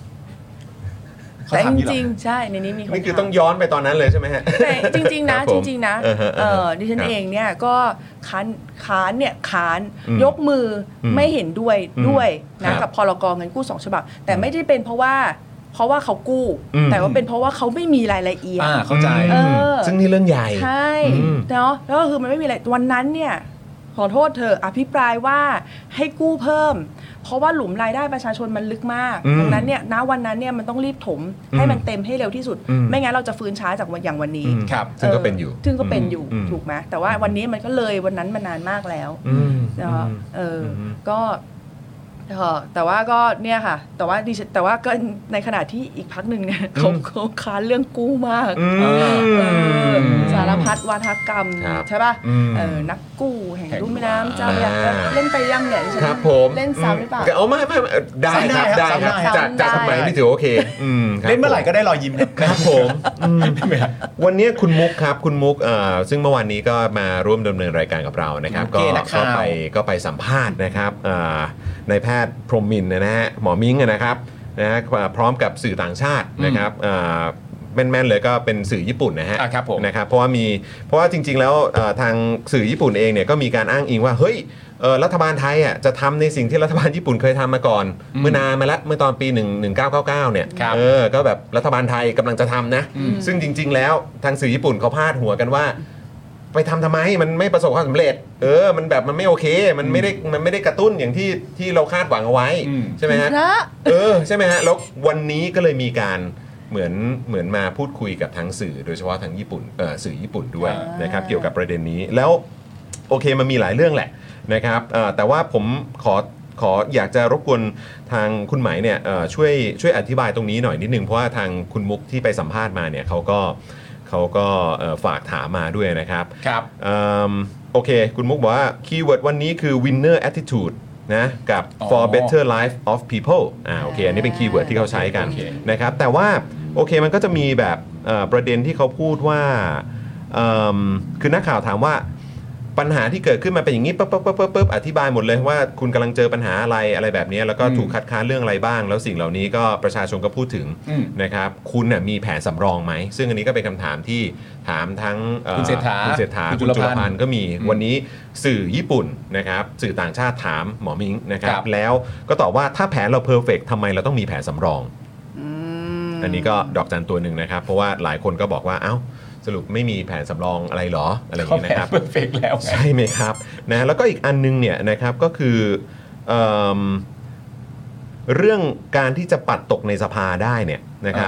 แต่จริงๆใช่ในนี้มีคนนี่คือต้องย้อนไปตอนนั้นเลยใช่ไหมฮะแต่จริงๆนะดิฉันเองเนี่ยก็ค้านยกมือไม่เห็นด้วยนะกับพรก.เงินกู้2ฉบับแต่ไม่ได้เป็นเพราะว่าเขากู้แต่ว่าเป็นเพราะว่าเขาไม่มีรายละเอียดเข้าใจซึ่งนี่เรื่องใหญ่ใช่เนาะแล้วก็คือมันไม่มีอะไรวันนั้นเนี่ยขอโทษเธออภิปรายว่าให้กู้เพิ่มเพราะว่าหลุมรายได้ประชาชนมันลึกมากดังนั้นเนี่ยณวันนั้นเนี่ยมันต้องรีบถมให้มันเต็มให้เร็วที่สุดไม่งั้นเราจะฟื้นช้าจากอย่างวันนี้ซึ่งก็เป็นอยู่ถูกไหมแต่ว่าวันนี้มันก็เลยวันนั้นมานานมากแล้วก็แต่ว่าก็เนี่ยค่ะแต่ว่าก็ในขณะที่อีกพักหนึ่งเนี่ยเขาค้านเรื่องกู้มากสารพัดวาทกรรมใช่ป่ะนักกู้แห่งลุ่มแม่น้ำเจ้าพระยาเล่นไปยังเนี่ยครับผมเล่นซ้ำหรือเปล่าไม่ได้ครับได้จากสมัยนี่ถือโอเคเล่นเมื่อไหร่ก็ได้รอยยิ้มครับผมวันนี้คุณมุกครับคุณมุกซึ่งเมื่อวานนี้ก็มาร่วมดำเนินรายการกับเรานะครับก็ไปสัมภาษณ์นะครับในแพทย์พรหมินทร์นะฮะหมอมิ้งนะครับพร้อมกับสื่อต่างชาตินะครับแม่นๆเลยก็เป็นสื่อญี่ปุ่นนะฮะนะครับเพราะว่าจริงๆแล้วทางสื่อญี่ปุ่นเองเนี่ยก็มีการอ้างอิงว่าเฮ้ยรัฐบาลไทยอ่ะจะทำในสิ่งที่รัฐบาลญี่ปุ่นเคยทำมาก่อนเมื่อนานมาแล้วเมื่อตอนปี1999เนี่ยก็แบบรัฐบาลไทยกำลังจะทำนะซึ่งจริงๆแล้วทางสื่อญี่ปุ่นเขาพาดหัวกันว่าไปทำไมมันไม่ประสบความสำเร็จมันแบบมันไม่โอเคมันไม่ได้กระตุ้นอย่างที่เราคาดหวังเอาไว้ใช่ไหมฮะใช่ไหมฮะแล้ววันนี้ก็เลยมีการเหมือนมาพูดคุยกับทั้งสื่อโดยเฉพาะทางญี่ปุ่นสื่อญี่ปุ่นด้วยนะครับเกี่ยวกับประเด็นนี้แล้วโอเคมันมีหลายเรื่องแหละนะครับแต่ว่าผมขออยากจะรบกวนทางคุณไหมเนี่ยช่วยอธิบายตรงนี้หน่อยนิดนึงเพราะว่าทางคุณมุกที่ไปสัมภาษณ์มาเนี่ยเขาก็ฝากถามมาด้วยนะครับโอเคคุณมุกบอกว่าคีย์เวิร์ดวันนี้คือ winner attitude นะกับ for better life of people โอเคอันนี้เป็นคีย์เวิร์ดที่เขาใช้กันนะครับแต่ว่าโอเคมันก็จะมีแบบประเด็นที่เขาพูดว่าคือนักข่าวถามว่าปัญหาที่เกิดขึ้นมาเป็นอย่างนี้ปุ๊บอธิบายหมดเลยว่าคุณกำลังเจอปัญหาอะไรแบบนี้แล้วก็ถูกคัดค้านเรื่องอะไรบ้างแล้วสิ่งเหล่านี้ก็ประชาชนก็พูดถึงนะครับคุณมีแผนสำรองไหมซึ่งอันนี้ก็เป็นคำถามที่ถามทั้งคุณเศรษฐาคุณจุลพันธ์ก็มีวันนี้สื่อญี่ปุ่นนะครับสื่อต่างชาติถามหมอมิงนะครับแล้วก็ตอบว่าถ้าแผนเราเพอร์เฟกต์ทำไมเราต้องมีแผนสำรองอันนี้ก็ดอกจันตัวหนึ่งนะครับเพราะว่าหลายคนก็บอกว่าเอ้าสรุปไม่มีแผนสำรองอะไรหรออะไรอย่างนี้นะครับเพอร์เฟกต์แล้วใช่ไหมครับนะแล้วก็อีกอันนึงเนี่ยนะครับก็คือเรื่องการที่จะปัดตกในสภาได้เนี่ยนะครับ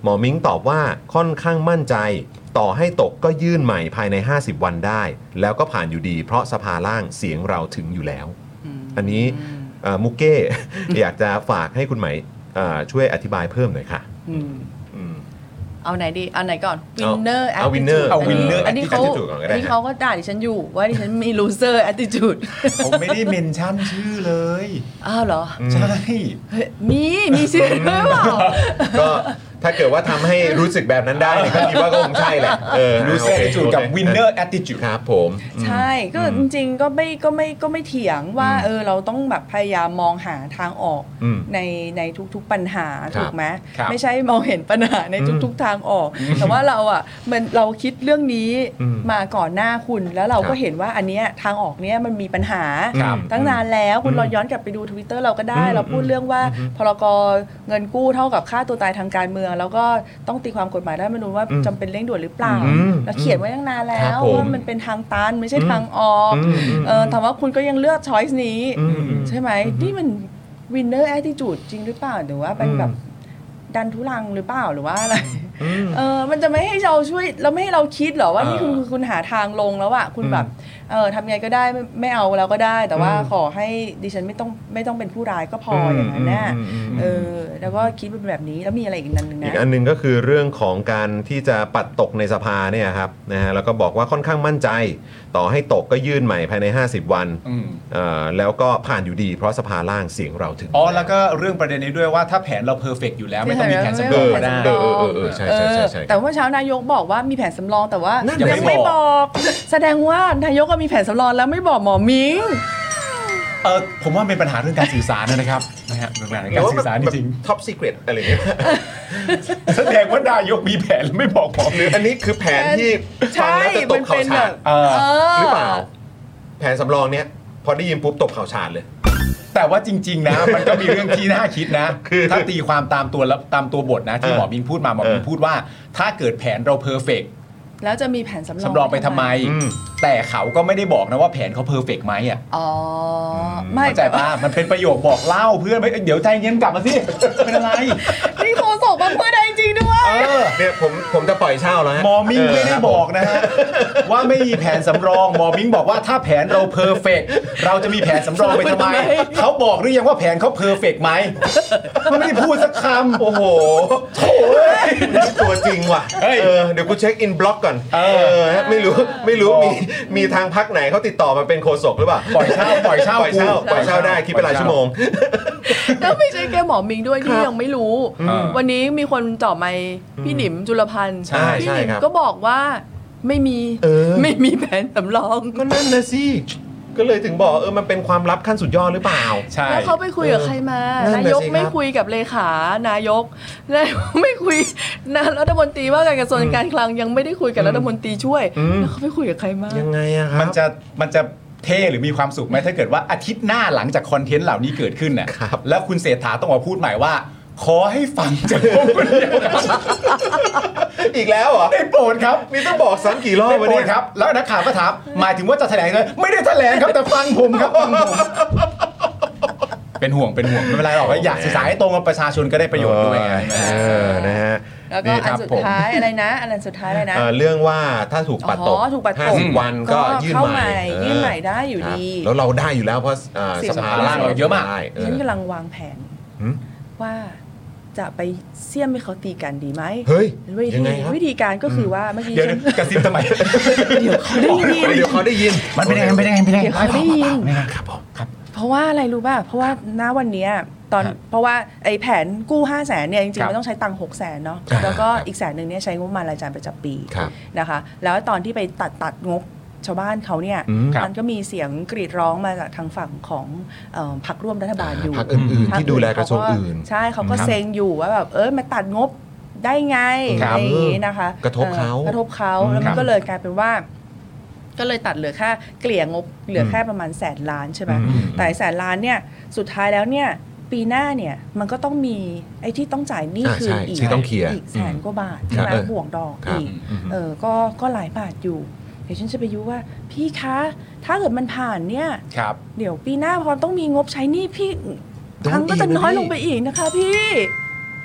หมอมิ้งตอบว่าค่อนข้างมั่นใจต่อให้ตกก็ยื่นใหม่ภายใน50วันได้แล้วก็ผ่านอยู่ดีเพราะสภาล่างเสียงเราถึงอยู่แล้วอันนี้มุกเก้ อยากจะฝากให้คุณไหมช่วยอธิบายเพิ่มหน่อยค่ะเอาไหนดีเอาไหนก่อน winner เอา winner attitude เอา winner อันนี้เขา attitude ก่อนก็ได้อันนี้เขาก็ด่าดิฉันอยู่ว่าดิฉันมี loser attitude ผมไม่ได้เมนชั่นชื่อเลยอ้าวเหรอใช่เฮ้ยมีชื่อด้วยเปล่าก็ถ้าเกิดว่าทำให้รู้สึกแบบนั้นได้เนี่ยก็คิดว่าก็คงใช่แหละรู้สึกกับ winner attitude ครับผมใช่ก็จริงๆก็ไม่เถียงว่าเราต้องแบบพยายามมองหาทางออกในทุกๆปัญหาถูกไหมไม่ใช่มองเห็นปัญหาในทุกๆทางออกแต่ว่าเราคิดเรื่องนี้มาก่อนหน้าคุณแล้วเราก็เห็นว่าอันเนี้ยทางออกเนี้ยมันมีปัญหาตั้งนานแล้วคุณลองย้อนกลับไปดู Twitter เราก็ได้เราพูดเรื่องว่าพรก.เงินกู้เท่ากับฆ่าตัวตายทางการเมืองแล้วก็ต้องตีความกฎหมายได้ไม่รู้ว่าจำเป็นเร่งด่วนหรือเปล่าแล้วเขียนไว้ตั้งนานแล้วว่ามันเป็นทางตันไม่ใช่ทางออกถามว่าคุณก็ยังเลือก choice นี้ใช่ไหมนี่มัน winner attitude จริงหรือเปล่าหรือว่าเป็นแบบดันทุลังหรือเปล่าหรือว่าอะไรมันจะไม่ให้เราช่วยเราไม่ให้เราคิดหรอว่านี่คุณหาทางลงแล้วอะคุณแบบทำไงก็ได้ไม่เอาแล้วก็ได้แต่ว่าขอให้ดิฉันไม่ต้องเป็นผู้ร้ายก็พออย่างนั้นนะแล้วก็คิดเป็นแบบนี้แล้วมีอะไรอีกอันนึงนะอีกอันนึงก็คือเรื่องของการที่จะปัดตกในสภาเนี่ยครับนะฮะแล้วก็บอกว่าค่อนข้างมั่นใจต่อให้ตกก็ยื่นใหม่ภายใน50วันแล้วก็ผ่านอยู่ดีเพราะสภาล่างเสียงเราถึงแล้วก็เรื่องประเด็นนี้ด้วยว่าถ้าแผนเราเพอร์เฟกต์อยู่แล้วไม่ต้องมีแผนสำรองก็ได้ใช่แต่ว่าเช้านายกบอกว่ามีแผนสำรองแต่ว่ายังไม่บอกแสดงว่านายกก็มีแผนสำรองแล้วไม่บอกหมอมิ้งผมว่าเป็นปัญหาเรื่องการสื่อสารนะครับนะฮะเป็นปัญหาเรื่องการสื่อสารจริงท็อปซีเครตอะไรเงี้ยแสดงว่านายกมีแผนแล้วไม่บอกหมอมิ้งอันนี้คือแผนที่ฟังแล้วจะตกข่าวฉาดหรือเปล่าแผนสำรองเนี้ยพอได้ยินปุ๊บตกข่าวฉาดเลยแต่ว่าจริงๆนะมันก็มีเรื่องที่น่าคิดนะคือถ้าตีความตามตัวบทนะที่หมอมิ้งพูดมาหมอมิ้งพูดว่าถ้าเกิดแผนเราเพอร์เฟกต์แล้วจะมีแผนสำรองไปทำไมแต่เขาก็ไม่ได้บอกนะว่าแผนเขาเพอร์เฟกต์ไหมอ่ะไม่เข้าใจป่ะมันเป็นประโยคบอกเล่าเพื่อนไม่เดี๋ยวใจเย็นกลับมาสิเป็นอะไรนี่โฆษกมาเพื่อใดจริงด้วยเนี่ยผมจะปล่อยเช่าแล้วหมอมิ้งไม่ได้บอกนะฮะว่าไม่มีแผนสำรองหมอมิ้งบอกว่าถ้าแผนเราเพอร์เฟกต์เราจะมีแผนสำรองไปทำไมเขาบอกหรือยังว่าแผนเขาเพอร์เฟกต์ไหมเขาไม่ได้พูดสักคำโอ้โหโถ่ตัวจริงว่ะเดี๋ยวกูเช็คอินบล็อกก่อนไม่รู้มีทางพักไหนเขาติดต่อมาเป็นโฆษกหรือเปล่าปล่อยเช่าได้คิดเป็นรายชั่วโมงแล้วไม่ใช่แค่หมอมิงด้วยที่ยังไม่รู้วันนี้มีคนจ่อไมค์พี่หนิมจุลพันธ์พี่หนิมก็บอกว่าไม่มีแผนสำรองก็นั่นนะสิก็เลยถึงบอกมันเป็นความลับขั้นสุดยอดหรือเปล่าใช่แล้วเขาไปคุยกับใครมานายกไม่คุยกับเลขานายกแล้วไม่คุยรัฐมนตรีว่าการกระทรวงการคลังยังไม่ได้คุยกับรัฐมนตรีช่วยแล้วเขาไปคุยกับใครมายังไงอะครับมันจะเท่หรือมีความสุขไหมถ้าเกิดว่าอาทิตย์หน้าหลังจากคอนเทนต์เหล่านี้เกิดขึ้นน่ะแล้วคุณเศรษฐาต้องมาพูดใหม่ว่าขอให้ฟังจากผมคนเดียวอีกแล้วเหรอได้โปรดครับนี่ต้องบอกซ้ำกี่รอบวะเนี่ยครับแล้วนักข่าวก็ถามหมายถึงว่าจะแถลงเลยไม่ได้แถลงครับแต่ฟังผมครับฟังผมเป็นห่วงไม่เป็นไรหรอกอยากสื่อสารให้ตรงกับประชาชนก็ได้ประโยชน์ด้วยนะฮะแล้วก็อันสุดท้ายอะไรนะอันสุดท้ายเลยนะเรื่องว่าถ้าถูกปัดตก50วันก็ยื่นใหม่ได้อยู่ดีแล้วเราได้อยู่แล้วเพราะสภาล่างเราเยอะมากฉันกำลังวางแผนว่าจะไปเสี่ยมให้เขาตีกันดีไหมเฮ้ยวิธีการก็คือว่าเมื่อกี้เดี๋ยวกระซิบทำไมเดี๋ยวเขาได้ยินมันเป็นยังไงเดี๋ยวเขาได้ยินครับเพราะว่าอะไรรู้ป่ะเพราะว่าณวันนี้เพราะว่าไอ้แผนกู้ 500,000 เนี่ยจริงๆมันต้องใช้ตังค์ 600,000 เนาะแล้วก็อีก100,000 นึงเนี่ยใช้งบประมาณรายจ่ายประจำปีนะคะแล้วตอนที่ไปตัดงบชาวบ้านเขาเนี่ยมันก็มีเสียงกรีดร้องมาจากทางฝั่งของพรรคร่วมรัฐบาลอยู่พรรคอื่นๆที่ดูแลกระทรวงอื่นใช่เขาก็เซ็งอยู่ว่าแบบมาตัดงบได้ไงอะไรอย่างนี้นะคะกระทบเขาแล้วมันก็เลยกลายเป็นว่าก็เลยตัดเหลือแค่เกลี่ยงบเหลือแค่ประมาณ100,000 ล้านใช่ไหมแต่100,000 ล้านเนี่ยสุดท้ายแล้วเนี่ยปีหน้าเนี่ยมันก็ต้องมีไอ้ที่ต้องจ่ายหนี้คืนอีก100,000 กว่าบาทใช่ไหมบวกดอกอีกก็หลายบาทอยู่เดี๋ยวฉันจะไปยุว่าพี่คะถ้าเกิดมันผ่านเนี่ยเดี๋ยวปีหน้าพอต้องมีงบใช้หนี้พี่ครั้งก็จะน้อยลงไปอีกนะคะพี่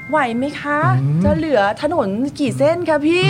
ไหวไหมคะ จะเหลือถนนกี่เส้นคะพี่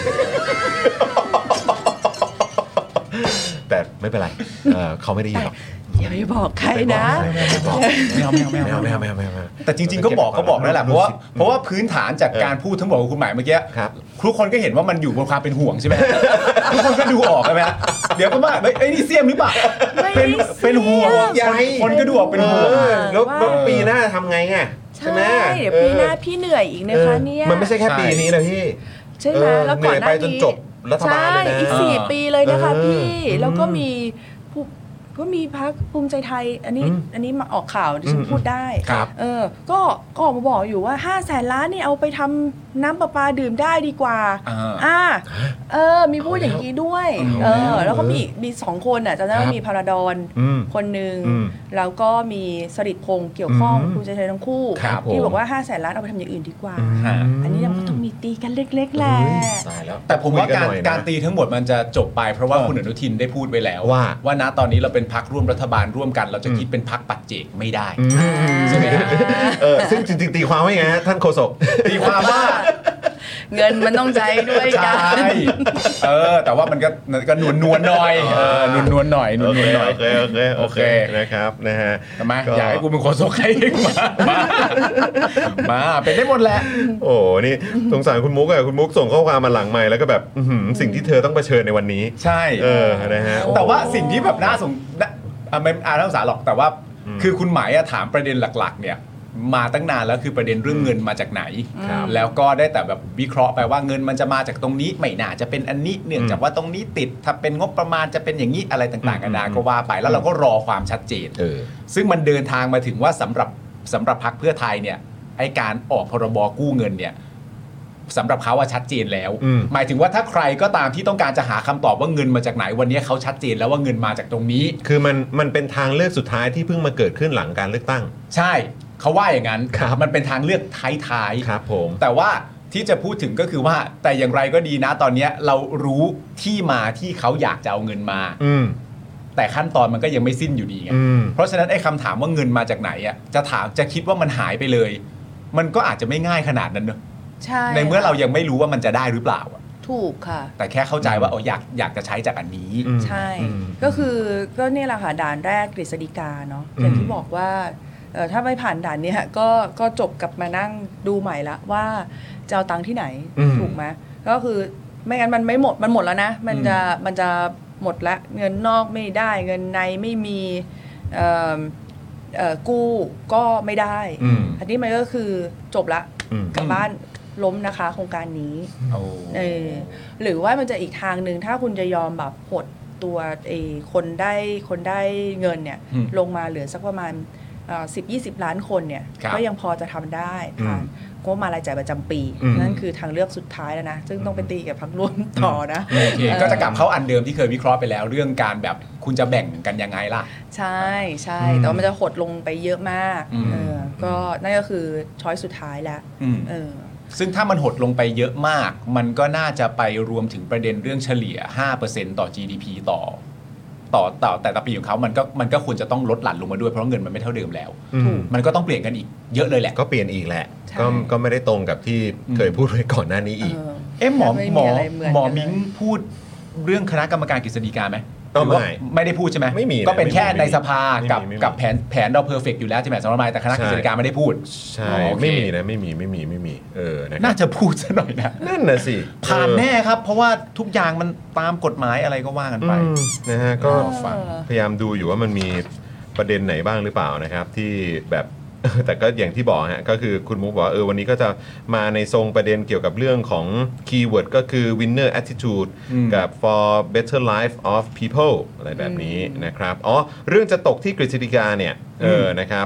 แต่ไม่เป็นไรเขาไม่ได้ยินหรอกอย่าไปบอกใครนะไม่เอาแต่จริงๆก็บอกนั่นแหละเพราะว่าพื้นฐานจากการพูดทั้งหมดของคุณหมายเมื่อกี้ทุกคนก็เห็นว่ามันอยู่บนความเป็นห่วงใช่ไหมทุกคนก็ดูออกใช่ไหมเดี๋ยวก็ว่าไอ้นี่เสี้ยมหรือเปล่าเป็นห่วงคนก็ดูออกเป็นห่วงแล้วปีหน้าทำไงไงใช่ไหมเดี๋ยวปีหน้าพี่เหนื่อยอีกนะคะเนี่ยมันไม่ใช่แค่ปีนี้นะพี่ใช่ไหมแล้วก่อนหน้านี้จนจบรัฐบาลเลยนะอีก4 ปีเลยนะคะพี่แล้วก็มีพรรคภูมิใจไทยอันนี้มาออกข่าวดิฉันพูดได้ก็ออกมาบอกอยู่ว่า500,000 ล้านนี่เอาไปทำน้ำประปาดื่มได้ดีกว่ามีพูดอย่างนี้ด้วยแล้วก็มี2 คนจะได้มีพาราดอนคนหนึ่งแล้วก็มีสฤษดิ์พงษ์เกี่ยวข้องภูมิใจไทยทั้งคู่ที่บอกว่า500,000 ล้านเอาไปทำอย่างอื่นดีกว่าอันนี้เราก็ต้องมีตีกันเล็กๆแหละแต่ผมว่าการตีทั้งหมดมันจะจบไปเพราะว่าคุณอนุทินได้พูดไว้แล้วว่าณตอนนี้เราเป็นพรรคร่วมรัฐบาลร่วมกันเราจะคิดเป็นพรรคปัจเจกไม่ได้ใช่ไหมฮะซึ่งจริงๆตีความว่าไงฮะท่านโฆษกตีความว่าเงินมันต้องใช้ด้วยกันแต่ว่ามันก็นวลหน่อยนวลหน่อยโอเคนะครับนะฮะทำไมอยากให้กูเป็นโฆษกให้มาเป็นได้หมดแหละโอ้นี่สงสารคุณมุกคุณมุกส่งข้อความมาหลังไมค์แล้วก็แบบสิ่งที่เธอต้องเผชิญในวันนี้ใช่นะฮะแต่ว่าสิ่งที่แบบน่าสงไม่น่าสงสารหรอกแต่ว่าคือคุณหมายถามประเด็นหลักๆเนี่ยมาตั้งนานแล้วคือประเด็นเรื่องเงินมาจากไหนแล้วก็ได้แต่แบบวิเคราะห์ไปว่าเงินมันจะมาจากตรงนี้ไม่น่าจะเป็นอันนี้เนื่องจากว่าตรงนี้ติดถ้าเป็นงบประมาณจะเป็นอย่างนี้อะไรต่างๆกันานาก็ว่าไปแล้วเราก็รอความชัดเจนซึ่งมันเดินทางมาถึงว่าสำหรับพรรคเพื่อไทยเนี่ยไอ้การออกพรบกู้เงินเนี่ยสำหรับเขาว่าชัดเจนแล้วหมายถึงว่าถ้าใครก็ตามที่ต้องการจะหาคำตอบว่าเงินมาจากไหนวันนี้เขาชัดเจนแล้วว่าเงินมาจากตรงนี้คือมันเป็นทางเลือกสุดท้ายที่เพิ่งมาเกิดขึ้นหลังการเลือกตั้งใช่เขาว่าอย่างนั้นมันเป็นทางเลือกท้ายๆครับผมแต่ว่าที่จะพูดถึงก็คือว่าแต่อย่างไรก็ดีนะตอนนี้เรารู้ที่มาที่เขาอยากจะเอาเงินมาแต่ขั้นตอนมันก็ยังไม่สิ้นอยู่ดีไงเพราะฉะนั้นไอ้คำถามว่าเงินมาจากไหนอ่ะจะคิดว่ามันหายไปเลยมันก็อาจจะไม่ง่ายขนาดนั้นเนอะในเมื่อเรายังไม่รู้ว่ามันจะได้หรือเปล่าถูกค่ะแต่แค่เข้าใจว่าอยากจะใช้จากอันนี้ใช่ก็นี่แหละค่ะด่านแรกกฤษฎีกาเนาะอย่างที่บอกว่าถ้าไม่ผ่านด่านนี้ก็จบกับมานั่งดูใหม่ละว่าจะเอาตังค์ที่ไหนถูกไหมก็คือไม่งั้นมันไม่หมดมันหมดแล้วนะมันจะหมดละเงินนอกไม่ได้เงินในไม่มีกู้ก็ไม่ได้อันนี้มันก็คือจบละกลับบ้านล้มนะคะโครงการนี้หรือว่ามันจะอีกทางหนึ่งถ้าคุณจะยอมแบบหดตัวคนได้เงินเนี่ยลงมาเหลือสักประมาณ10-20 ล้านคนเนี่ยก็ยังพอจะทำได้ผ่านงบประมาณรายจ่ายประจำปีนั่นคือทางเลือกสุดท้ายแล้วนะซึ่งต้องไปตีกับพรรคร่วมต่อนะก็จะกลับเข้าอันเดิมที่เคยวิเคราะห์ไปแล้วเรื่องการแบบคุณจะแบ่งกันยังไงล่ะใช่แต่ว่ามันจะหดลงไปเยอะมากก็นั่นก็คือช้อยสุดท้ายแล้วซึ่งถ้ามันหดลงไปเยอะมากมันก็น่าจะไปรวมถึงประเด็นเรื่องเฉลี่ย 5% ต่อ GDP ต่อแต่ละปีของเขามันก็ควรจะต้องลดหลั่นลงมาด้วยเพราะเงินมันไม่เท่าเดิมแล้วมันก็ต้องเปลี่ยนกันอีกเยอะเลยแหละก็เปลี่ยนอีกแหละก็ไม่ได้ตรงกับที่เคยพูดไว้ก่อนหน้านี้อีกหมอมิ้งพูดเรื่องคณะกรรมการกฤษฎีกาไหมไม่ได้พูดใช่ไหมไม่มีก็เป็นแค่ในสภากับแผนเราเพอร์เฟกต์อยู่แล้วใช่ไหมสำหรับแต่คณะกฤษฎีกาไม่ได้พูดใช่ไม่มีนะไม่มีน่าจะพูดซะหน่อยนะนั่นน่ะสิผ่านแน่ครับเพราะว่าทุกอย่างมันตามกฎหมายอะไรก็ว่ากันไปนะฮะก็พยายามดูอยู่ว่ามันมีประเด็นไหนบ้างหรือเปล่านะครับที่แบบแต่ก็อย่างที่บอกฮะก็คือคุณมุกบอกวันนี้ก็จะมาในทรงประเด็นเกี่ยวกับเรื่องของคีย์เวิร์ดก็คือ winner attitude กับ for better life of people อะไรแบบนี้นะครับเรื่องจะตกที่กฤษฎีกาเนี่ยนะครับ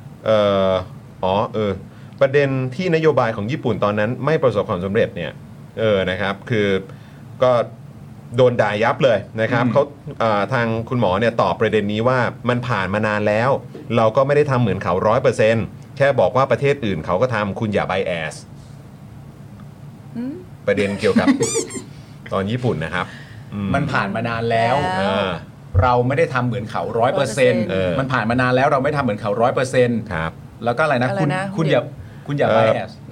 ประเด็นที่นโยบายของญี่ปุ่นตอนนั้นไม่ประสบความสำเร็จเนี่ยนะครับคือก็โดนด่ายับเลยนะครับเขาทางคุณหมอเนี่ยตอบประเด็นนี้ว่ามันผ่านมานานแล้วเราก็ไม่ได้ทำเหมือนเขา 100% แค่บอกว่าประเทศอื่นเขาก็ทำคุณอย่าไบแอสประเด็นเกี่ยวกับ ตอนญี่ปุ่นนะครับมันผ่านมานานแล้วเราไม่ได้ทำเหมือนเขา 100% มันผ่านมานานแล้วเราไม่ทำเหมือนเขา 100% ครับแล้วก็อะไรนะคุณอย่าไบแอส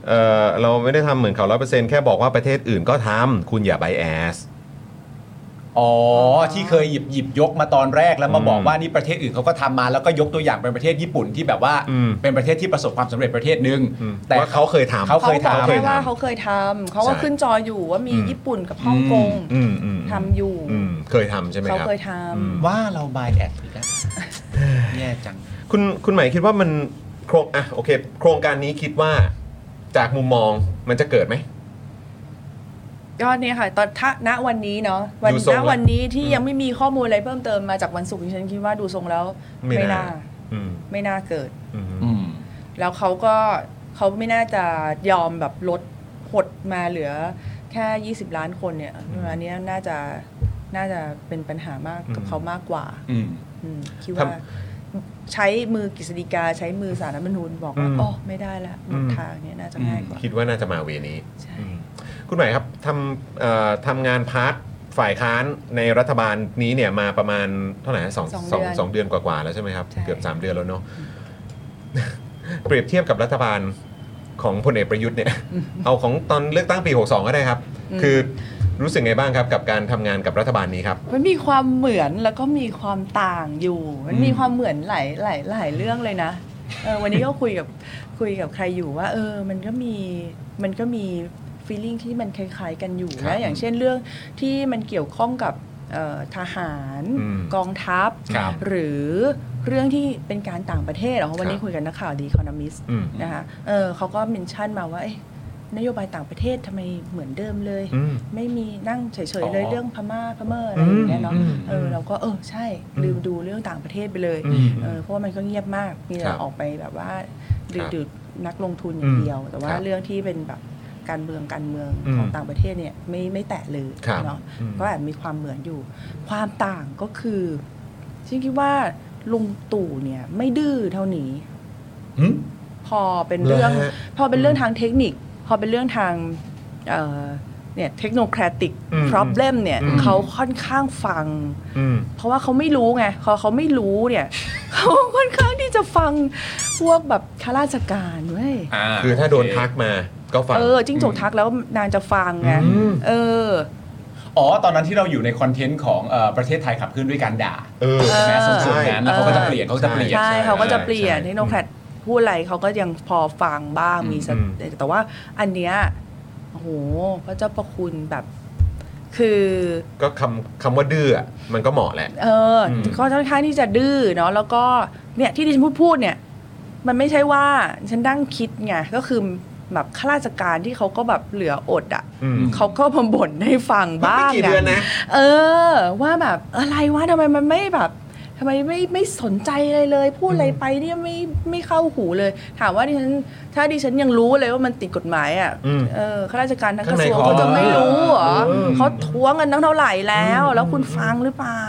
เราไม่ได้ทำเหมือนเขา 100% แค่บอกว่าประเทศอื่นก็ทำคุณอย่าไบแอสอ๋อที่เคยหยิบยกมาตอนแรกแล้วมาบอกว่านี่ประเทศอื่นเขาก็ทำมาแล้วก็ยกตัวอย่างเป็นประเทศญี่ปุ่นที่แบบว่าเป็นประเทศที่ประสบความสำเร็จประเทศนึงแต่ว่าเขาเคยทำเขาบอกแค่ว่าเขาเคยทำเขาก็ขึ้นจออยู่ว่ามีญี่ปุ่นกับฮ่องกงทำอยู่เคยทำใช่ไหมครับเขาเคยทำว่าเราบายแอดอีกแล้วแย่จังคุณหมายคิดว่ามันโอเคโครงการนี้คิดว่าจากมุมมองมันจะเกิดไหมก็เนี่ยค่ะตอนณวันนี้เนาะวันนี้ที่ยังไม่มีข้อมูลอะไรเพิ่มเติมมาจากวันศุกร์ฉันคิดว่าดูทรงแล้วไม่น่าเกิดแล้วเขาไม่น่าจะยอมแบบลดหดมาเหลือแค่20ล้านคนเนี่ยอันนี้น่าจะเป็นปัญหามากกับเขามากกว่าคิดว่าใช้มือกฤษฎีกาใช้มือศาลรัฐธรรมนูญบอกว่าอ๋อไม่ได้ละหมดทางเนี่ยน่าจะง่ายกว่าคิดว่าน่าจะมาเวนี้ใช่คุณหมายครับทำงานพาร์ทฝ่ายค้านในรัฐบาลนี้เนี่ยมาประมาณเท่าไหร่2 เดือนกว่าๆแล้วใช่ไหมครับเกือบ3 เดือนแล้วเนาะเปรียบเทียบกับรัฐบาลของพลเอกประยุทธ์เนี่ยเอาของตอนเลือกตั้งปี62ก็ได้ครับคือรู้สึกไงบ้างครับกับการทำงานกับรัฐบาลนี้ครับมันมีความเหมือนแล้วก็มีความต่างอยู่มันมีความเหมือนหลายเรื่องเลยนะวันนี้ก็คุยกับใครอยู่ว่ามันก็มีfeeling ที่มันคล้ายๆกันอยู่นะอย่างเช่นเรื่องที่มันเกี่ยวข้องกับทหารกองทัพหรือเรื่องที่เป็นการต่างประเทศวันนี้คุยกันนักข่าวดีคอนมิสนะคะเขาก็เมนชั่นมาว่านโยบายต่างประเทศทำไมเหมือนเดิมเลยไม่มีนั่งเฉยๆเลยเรื่องพม่าอะไรอย่างเงี้ยเนาะเราก็ใช่ลืมดูเรื่องต่างประเทศไปเลยเพราะว่ามันก็เงียบมากมีแต่ออกไปแบบว่าดึกนักลงทุนอย่างเดียวแต่ว่าเรื่องที่เป็นแบบการเมืองของต่างประเทศเนี่ยไม่แตะเลยเนาะก็แอบมีความเหมือนอยู่ความต่างก็คือฉันคิดว่าลุงตู่เนี่ยไม่ดื้อเท่านี้พอเป็นเรื่องทางเทคนิคพอเป็นเรื่องทางเนี่ยเทคโนแครติก problem เนี่ยเขาค่อนข้างฟังเพราะว่าเขาไม่รู้ไงเขาไม่รู้เนี่ยเขาค่อนข้างที่จะฟังพวกแบบข้าราชการเว้ยคือถ้าโดนทักมาก็ฟังจิ้งจกทักแล้วนางจะฟังไงตอนนั้นที่เราอยู่ในคอนเทนต์ของประเทศไทยขับเคลื่อนด้วยการด่าแม้ส่วนนั้นแล้วเขาก็จะเปลี่ยนใช่เขาก็จะเปลี่ยนเทคโนแครตพูดอะไรเขาก็ยังพอฟังบ้างมีแต่ว่าอันเนี้ยโอ้โหพระเจ้าประคุณแบบคือก็คำว่าดื้อมันก็เหมาะแหละก็ค่อนข้างที่จะดื้อเนาะแล้วก็เนี่ยที่ดิฉันพูดเนี่ยมันไม่ใช่ว่าฉันนั่งคิดไงก็คือแบบข้าราชการที่เขาก็แบบเหลืออดเขาก็มาบ่นให้ฟังบ้างนะว่าแบบอะไรวะทำไมมันไม่แบบทำไมไม่สนใจอะไรเลยพูดอะไรไปเนี่ยไม่เข้าหูเลยถามว่าถ้าดิฉันยังรู้เลยว่ามันติดกฎหมายข้าราชการทั้งกระทรวงเขาจะไม่รู้เหรอเขาท้วงกันตั้งเท่าไหร่แล้วคุณฟังหรือเปล่า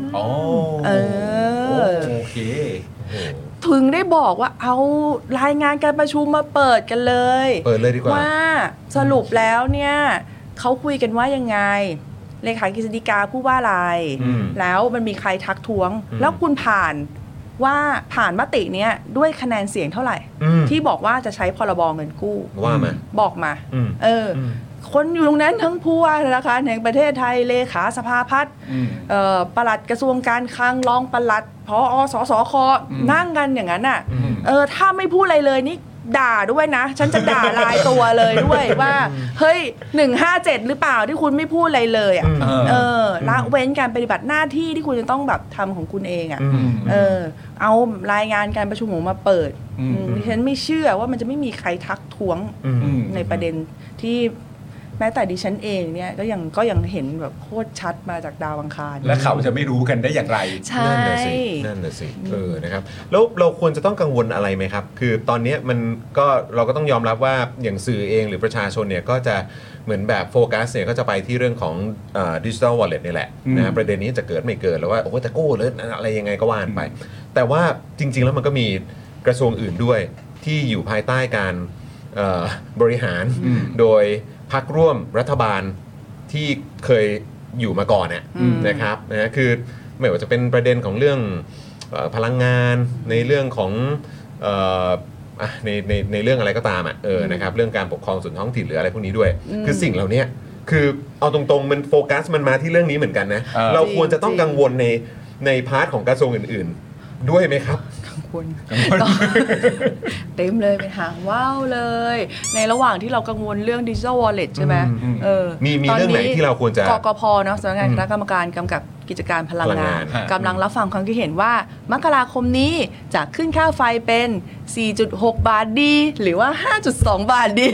โอเคถึงได้บอกว่าเอารายงานการประชุมมาเปิดกันเลยดีกว่าว่าสรุปแล้วเนี่ยเขาคุยกันว่ายังไงเลขากฤษฎีกาพูดว่าอะไรแล้วมันมีใครทักท้วงแล้วคุณผ่านมติเนี้ยด้วยคะแนนเสียงเท่าไหร่ที่บอกว่าจะใช้พรบเงินกู้ว่ามาบอกมาคนอยู่ตรงนั้นทั้งผู้ว่าธนาคารแห่งประเทศไทยเลขาสภาพัฒน์ปลัดกระทรวงการคลังรองปลัดผอ.สสค.นั่งกันอย่างนั้นน่ะถ้าไม่พูดอะไรเลยนี่ด่าด้วยนะฉันจะด่าลายตัวเลยด้วยว่าเฮ้ย157หรือเปล่าที่คุณไม่พูดอะไรเลยละเว้นการปฏิบัติหน้าที่ที่คุณจะต้องแบบทำของคุณเองเอารายงานการประชุมมาเปิดดิฉันไม่เชื่อว่ามันจะไม่มีใครทักท้วงในประเด็นที่แม้แต่ดิฉันเองเนี่ยก็ยังเห็นแบบโคตรชัดมาจากดาวอังคารและเขาจะไม่รู้กันได้อย่างไรใช่นั่นน่ะสินะครับแล้วเราควรจะต้องกังวลอะไรไหมครับคือตอนนี้มันก็เราก็ต้องยอมรับว่าอย่างสื่อเองหรือประชาชนเนี่ยก็จะเหมือนแบบโฟกัสเนี่ยก็จะไปที่เรื่องของDigital Wallet นี่แหละนะประเด็นนี้จะเกิดไม่เกิดแล้วว่าโอ้จะกู้หรืออะไรยังไงก็ว่านไปแต่ว่าจริงๆแล้วมันก็มีกระทรวงอื่นด้วยที่อยู่ภายใต้การบริหารโดยพรรคร่วมรัฐบาลที่เคยอยู่มาก่อนเนี่ยนะครับนะคือไม่ว่าจะเป็นประเด็นของเรื่องพลังงานในเรื่องของในเรื่องอะไรก็ตามนะครับเรื่องการปกครองส่วนท้องถิ่นหรืออะไรพวกนี้ด้วยคือสิ่งเหล่านี้คือเอาตรงๆมันโฟกัสมันมาที่เรื่องนี้เหมือนกันนะเราควรจะต้องกังวลในพาร์ทของกระทรวงอื่นๆด้วยไหมครับกังวลเต็มเลยเป็นหางว่าวเลยในระหว่างที่เรากังวลเรื่อง Digital Wallet ใช่ไหมมีเรื่องไหนที่เราควรจะกกพ.เนาะสำนักงานคณะกรรมการกำกับกิจการพลังงานกำลังรับฟังความคิดเห็นว่ามกราคมนี้จะขึ้นค่าไฟเป็น 4.6 บาทดีหรือว่า 5.2 บาทดี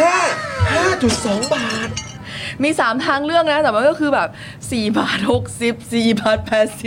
5.2 บาทมี3ทางเลือกนะแต่มันก็คือแบบ4 บาท 60 4 บาท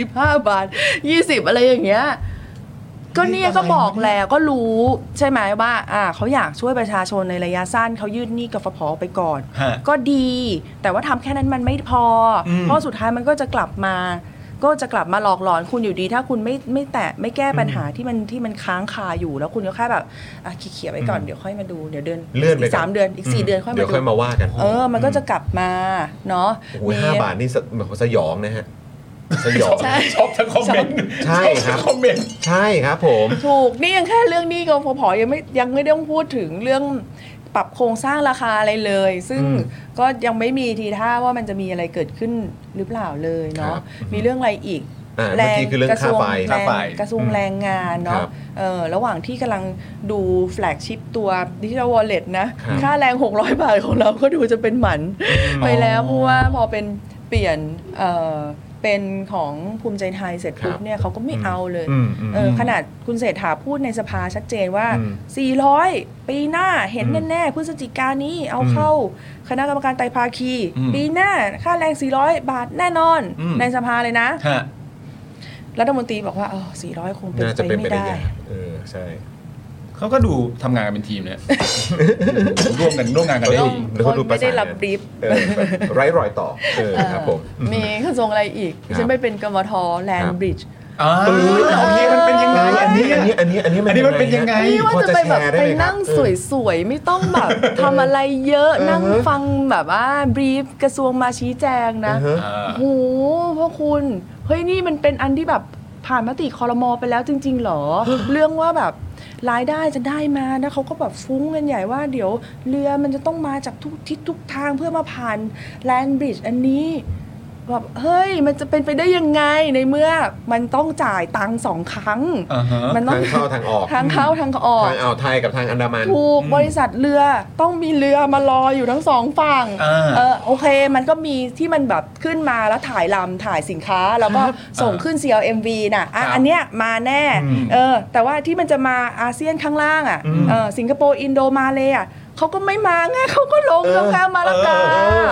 85 บาท 20อะไรอย่างเงี้ยก็เนี่ยก็บอกแล้วก็รู้ใช่ไหมว่าเขาอยากช่วยประชาชนในระยะสั้นเขายืดหนี้กฟผ.ไปก่อนก็ดีแต่ว่าทำแค่นั้นมันไม่พอเพราะสุดท้ายมันก็จะกลับมาหลอกหลอนคุณอยู่ดีถ้าคุณไม่แก้ปัญหาที่มันค้างคาอยู่แล้วคุณก็แค่แบบเขี่ยไว้ก่อนเดี๋ยวค่อยมาดูเดี๋ยวเลื่อนไปอีก3 เดือนอีก4 เดือนค่อยมาดูเดี๋ยวค่อยมาว่ากันมันก็จะกลับมาเนาะโอ้ย5 บาทนี่สยองนะฮะสยองชอบทั้งคอมเมนต์ใช่ครับคอมเมนต์ใช่ครับผมถูกนี่ยังแค่เรื่องนี้กฟผ.ยังไม่ได้พูดถึงเรื่องปรับโครงสร้างราคาอะไรเลยซึ่งก็ยังไม่มีทีท่าว่ามันจะมีอะไรเกิดขึ้นหรือเปล่าเลยเนาะมีเรื่องอะไรอีกแรงกระทรวงแรงงานเนาะระหว่างที่กำลังดูแฟลกชิพตัว Digital Wallet นะค่าแรง600 บาทของเราก็ดูจะเป็นหมันไปแล้วเพราะว่าพอเป็นเปลี่ยนเป็นของภูมิใจไทยเสร็จปุ๊บเนี่ยเขาก็ไม่เอาเลยขนาดคุณเศรษฐาพูดในสภาชัดเจนว่า400ปีหน้าเห็นแน่ๆพฤศจิกายนนี้เอาเข้าคณะกรรมการไตรภาคีปีหน้าค่าแรง400 บาทแน่นอนในสภาเลยนะรัฐมนตรีบอกว่า400คงเป็นไปไม่ได้ใช่เขาก็ดูทำงานกันเป็นทีมเนี่ยร่วมงานกันได้ดีไม่ได้รับบรีฟไร้รอยต่อครับผมมีกระทรวงอะไรอีกฉันไม่เป็นกมท.แลนด์บริดจ์โอเคมันเป็นยังไงอันนี้มันเป็นยังไงนี่ว่าจะไปแบบไปนั่งสวยๆไม่ต้องแบบทำอะไรเยอะนั่งฟังแบบว่าบรีฟกระทรวงมาชี้แจงนะโหพ่อคุณเฮ้ยนี่มันเป็นอันที่แบบผ่านมติครม.ไปแล้วจริงๆหรอเรื่องว่าแบบรายได้จะได้มานะเขาก็แบบฟุ้งกันใหญ่ว่าเดี๋ยวเรือมันจะต้องมาจากทุกทิศทุกทางเพื่อมาผ่านแลนด์บริดจ์อันนี้แบบเฮ้ยมันจะเป็นไปได้ยังไงในเมื่อมันต้องจ่ายตังค์2 ครั้งมันต้องทางเข้าทางออกทางเข้าทางออกทางอ่าวไทยกับทางอันดามันถูกบริษัทเรือต้องมีเรือมารออยู่ทั้ง2 ฝั่งโอเคมันก็มีที่มันแบบขึ้นมาแล้วถ่ายสินค้าแล้วก็ส่งขึ้น CLMV น่ะอันเนี้ยมาแน่แต่ว่าที่มันจะมาอาเซียนข้างล่างสิงคโปร์อินโดมาเลยเขาก็ไม่มาไงเขาก็ลงข้ามมาละกา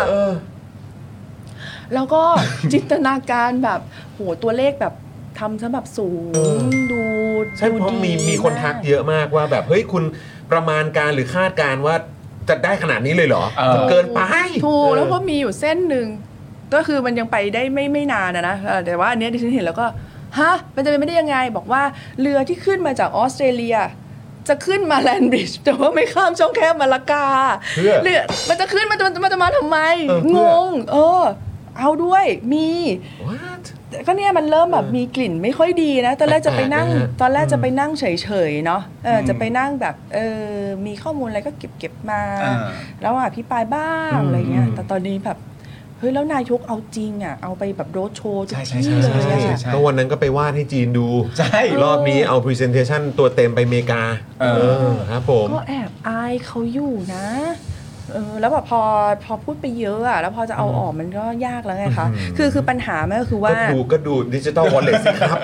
แล้วก็จินตนาการแบบโหตัวเลขแบบทำซะแบบสูงดูใช่เพราะมีคนทักเยอะมากว่าแบบเฮ้ยคุณประมาณการหรือคาดการว่าจะได้ขนาดนี้เลยเหรอมันเกินไปถูกแล้วก็มีอยู่เส้นหนึ่งก็คือมันยังไปได้ไม่นานนะแต่ว่าอันนี้ดิฉันเห็นแล้วก็มันจะเป็นไม่ได้ยังไงบอกว่าเรือที่ขึ้นมาจากออสเตรเลียจะขึ้นมาแลนด์บริดจ์แต่ว่าไม่ข้ามช่องแคบมาละกาเรือมันจะขึ้นมันจะมาทำไมงงเอาด้วยมีก็เนี่ยมันเริ่มแบบมีกลิ่นไม่ค่อยดีนะตอนแรกจะไปนั่งเฉยๆเนาะจะไปนั่งแบบมีข้อมูลอะไรก็เก็บมาแล้วพี่ปายบ้างอะไรเงี้ยแต่ตอนนี้แบบเฮ้ยแล้วนายกเอาจริงเอาไปแบบโรดโชว์ทุกที่เลยก็วันนั้นก็ไปวาดให้จีนดูรอบนี้เอา presentation ตัวเต็มไปอเมริกาครับผมก็แอบอายเขาอยู่นะแล้วแบบพอพูดไปเยอะแล้วพอจะเอาออกมันก็ยากแล้วไงคะคือปัญหามันก็คือว่าก็ดู Digital Wallet สิครับ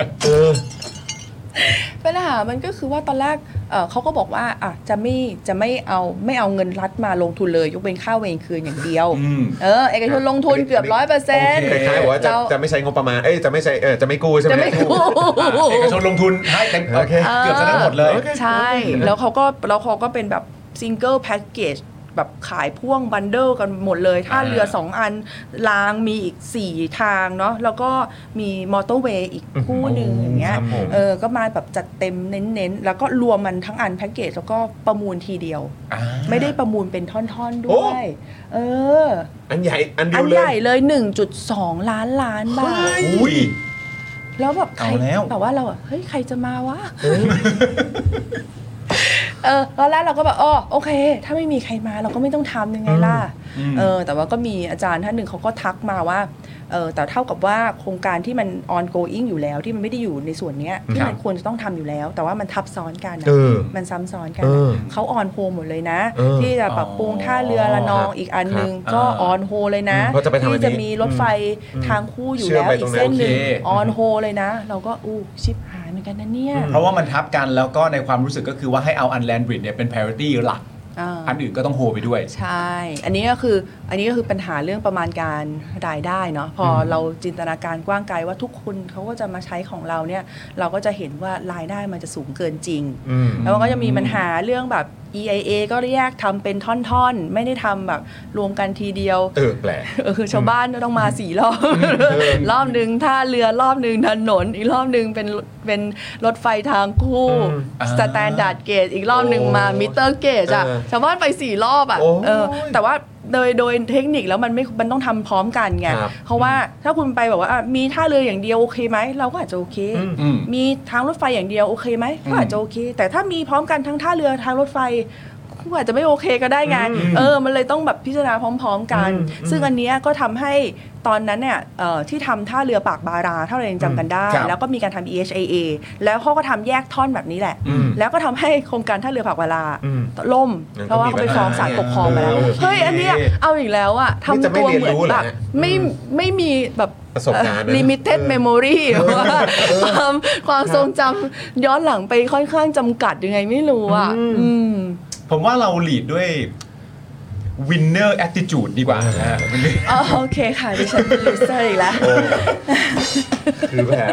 ปัญหามันก็คือว่าตอนแรกเขาก็บอกว่าจะไม่เอาเงินรัฐมาลงทุนเลยยกเป็นค่าเวรคืนอย่างเดียวเอกชนลงทุนเกือบ 100% คล้ายๆว่าจะไม่ใช้งบประมาณจะไม่ใช่จะไม่กู้ใช่ไหมจะไม่กู้เอกชนลงทุนให้เต็มเกือบจะได้หมดเลยใช่แล้วเขาก็เป็นแบบ Single Packageแบบขายพ่วงบันเดิลกันหมดเลยท่าเรือ2 อันรางมีอีก4 ทางเนาะแล้วก็มีมอเตอร์เวย์อีกคู่หนึ่งอย่างเงี้ยก็มาแบบจัดเต็มเน้นๆแล้วก็รวมมันทั้งอันแพ็กเกจแล้วก็ประมูลทีเดียวไม่ได้ประมูลเป็นท่อนๆด้วยอันใหญ่อันใหญ่เลย 1.2 ล้านบาทแล้วแบบใครแต่ว่าเราเฮ้ยใครจะมาวะตอนแรกเราก็แบบโอเคถ้าไม่มีใครมาเราก็ไม่ต้องทำยังไงล่ะแต่ว่าก็มีอาจารย์ท่านหนึ่งเขาก็ทักมาว่าแต่เท่ากับว่าโครงการที่มัน ongoing อยู่แล้วที่มันไม่ได้อยู่ในส่วนนี้ที่มันควรจะต้องทำอยู่แล้วแต่ว่ามันทับซ้อนกันมันซ้ำซ้อนกันเขาออนโฮหมดเลยนะที่จะปรับปรุงท่าเรือระนองอีกอันนึงก็ออนโฮเลยนะที่จะมีรถไฟทางคู่อยู่แล้วอีกเส้นหนึ่งออนโฮเลยนะเราก็ชิบหายเหมือนกันนะเนี่ยเพราะว่ามันทับกันแล้วก็ในความรู้สึกก็คือว่าให้เอา Unland Bridge เนี่ยเป็น priority หลักอันอื่นก็ต้องโฮไปด้วยใช่อันนี้ก็คือปัญหาเรื่องประมาณการรายได้เนาะพอเราจินตนาการกว้างไกลว่าทุกคนเขาก็จะมาใช้ของเราเนี่ยเราก็จะเห็นว่ารายได้มันจะสูงเกินจริงแล้วมันก็จะมีปัญหาเรื่องแบบ EIA ก็แยกทำเป็นท่อนๆไม่ได้ทำแบบรวมกันทีเดียวแปลกคือชาวบ้านต้องมา4 รอบรอบนึงท่าเรือรอบนึงถนนอีกรอบนึงเป็นรถไฟทางคู่สแตนดาร์ดเกจอีกรอบนึงมามิเตอร์เกจชาวบ้านไป4 รอบแต่ว่าโดยเทคนิคแล้วมันต้องทำพร้อมกันไงเพราะว่าถ้าคุณไปแบบว่ามีท่าเรืออย่างเดียวโอเคไหมเราก็อาจจะโอเคมีทางรถไฟอย่างเดียวโอเคไหมก็อาจจะโอเคแต่ถ้ามีพร้อมกันทั้งท่าเรือทางรถไฟก็อาจจะไม่โอเคก็ได้ไงมันเลยต้องแบบพิจารณาพร้อมๆกันซึ่งอันนี้ก็ทำให้ตอนนั้นเนี่ยที่ทำท่าเรือปากบาราถ้าเรายังจำกันได้แล้วก็มีการทำ EHAA แล้วเขาก็ทำแยกท่อนแบบนี้แหละแล้วก็ทำให้โครงการท่าเรือปากบาราล่มเพราะว่าเขาไปฟ้องศาลปกครองมาแล้วเฮ้ยอันนี้เอาอีกแล้วอะทำตัวเหมือนแบบไม่มีแบบประสบการณ์ limited memory ว่าความทรงจำย้อนหลังไปค่อนข้างจำกัดยังไงไม่รู้อะผมว่าเราลีดด้วย winner attitude ดีกว่าโอเคค่ะดิฉันเป็น loser อีกแล้วคือแบบ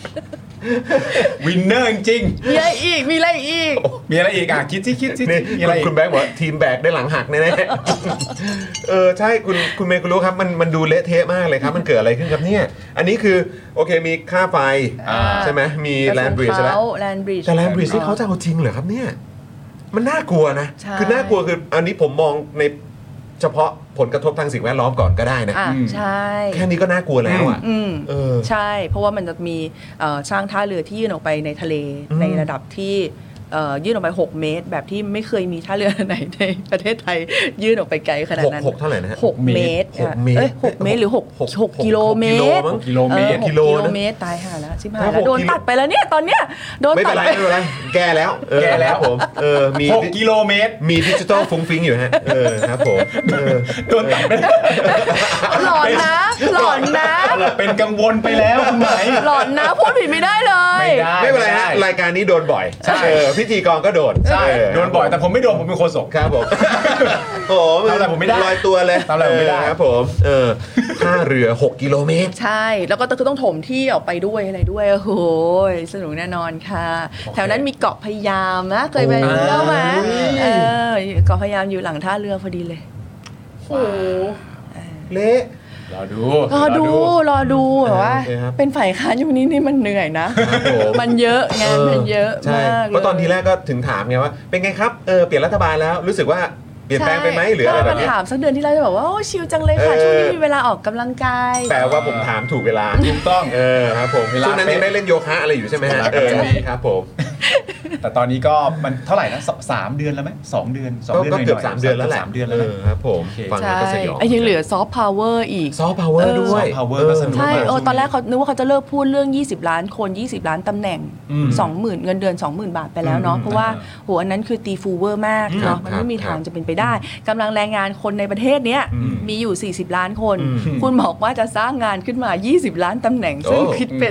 winner จริงมีอะไรอีกมีอะไรอีกคิดมีอะไรคุณแบงค์บอกทีมแบกได้หลังหักแน่ๆใช่คุณเมย์คุณรู้ครับมันดูเละเทะมากเลยครับมันเกิดอะไรขึ้นครับเนี่ยอันนี้คือโอเคมีค่าไฟใช่ไหมมีแลนด์บริดจ์แล้วแต่แลนด์บริดจ์ที่เขาจะเอาจริงเหรอครับเนี่ยมันน่ากลัวนะคือน่ากลัวคืออันนี้ผมมองในเฉพาะผลกระทบทางสิ่งแวดล้อมก่อนก็ได้นะใช่แค่นี้ก็น่ากลัวแล้วใช่เพราะว่ามันจะมีช่างท่าเรือที่ยื่นออกไปในทะเลในระดับที่ยื่นออกไป6 เมตรแบบที่ไม่เคยมีท่าเรือไหนในประเทศไทยยื่นออกไปไกลขนาดนั้น 6เท่าไหร่นะฮะ 6 เมตร6 เมตรหรือ6กิโลเมตรกิโลเมตรตายห่าแล้วชิบหายแล้วโดนตัดไปแล้วเนี่ยตอนเนี้ยโดนตัดไม่เป็นไรแก้แล้วผมมี6 กิโลเมตรมีดิจิตอลฟุ้งฟิ้งอยู่ฮะครับผมโดนตัดไปหลอนนะเป็นกังวลไปแล้วคุณไหมหลอนนะพูดผิดไม่ได้เลยไม่เป็นไรฮะรายการนี้โดนบ่อยใช่พิธีกรก็โดนใช่โดนบ่อยแต่ผมไม่โดนผมเป็นโฆษกครับผมทำอะไรผมไม่ได้ลอยตัวเลยทำอะไรผมไม่ได้ครับผมท่าเรือ6 กิโลเมตรใช่แล้วก็คือต้องถมที่ออกไปด้วยอะไรด้วยโอ้โหสนุกแน่นอนค่ะแถวนั้นมีเกาะพะยามนะเคยไปเที่ยวไหมเกาะพะยามอยู่หลังท่าเรือพอดีเลยโอ้เละรอดูแบบว่าเป็นฝ่ายค้านอยู่นี่มันเหนื่อยนะมันเยอะงานมันเยอะมากเพราะตอนทีแรกก็ถึงถามไงว่าเป็นไงครับเปลี่ยนรัฐบาลแล้วรู้สึกว่าเปลี่ยนแปลงไปไหมหรืออะไรแบบนี้ถามสักเดือนที่แล้วจะบอกว่าโอ้ชิลจังเลยค่ะช่วงนี้มีเวลาออกกำลังกายแปลว่าผมถามถูกเวลาถูกต้องครับผมช่วงนั้นยังได้เล่นโยคะอะไรอยู่ใช่ไหมฮะครับผมแต่ตอนนี้ก็มันเท่าไหร่นะ3 เดือนแล้วไหม2 เดือนก็เกือบ3 เดือนแล้วแหละ 3 เดือนแล้วครับผมฟังแล้วก็สยองยังเหลือซอฟต์พาวเวอร์อีกซอฟต์พาวเวอร์ด้วยพาวเวอร์ก็สนุกใช่ตอนแรกเขานึกว่าเขาจะเลิกพูดเรื่อง20 ล้านคน20 ล้านตำแหน่ง 20,000 เงินเดือน 20,000 บาทไปแล้วเนาะเพราะว่าโหอันนั้นคือตีฟูเวอร์มากเนาะมันไม่มีทางจะเป็นไปได้กำลังแรงงานคนในประเทศเนี้ยมีอยู่40 ล้านคนคุณบอกว่าจะสร้างงานขึ้นมา20 ล้านตำแหน่งซึ่งคิดเป็น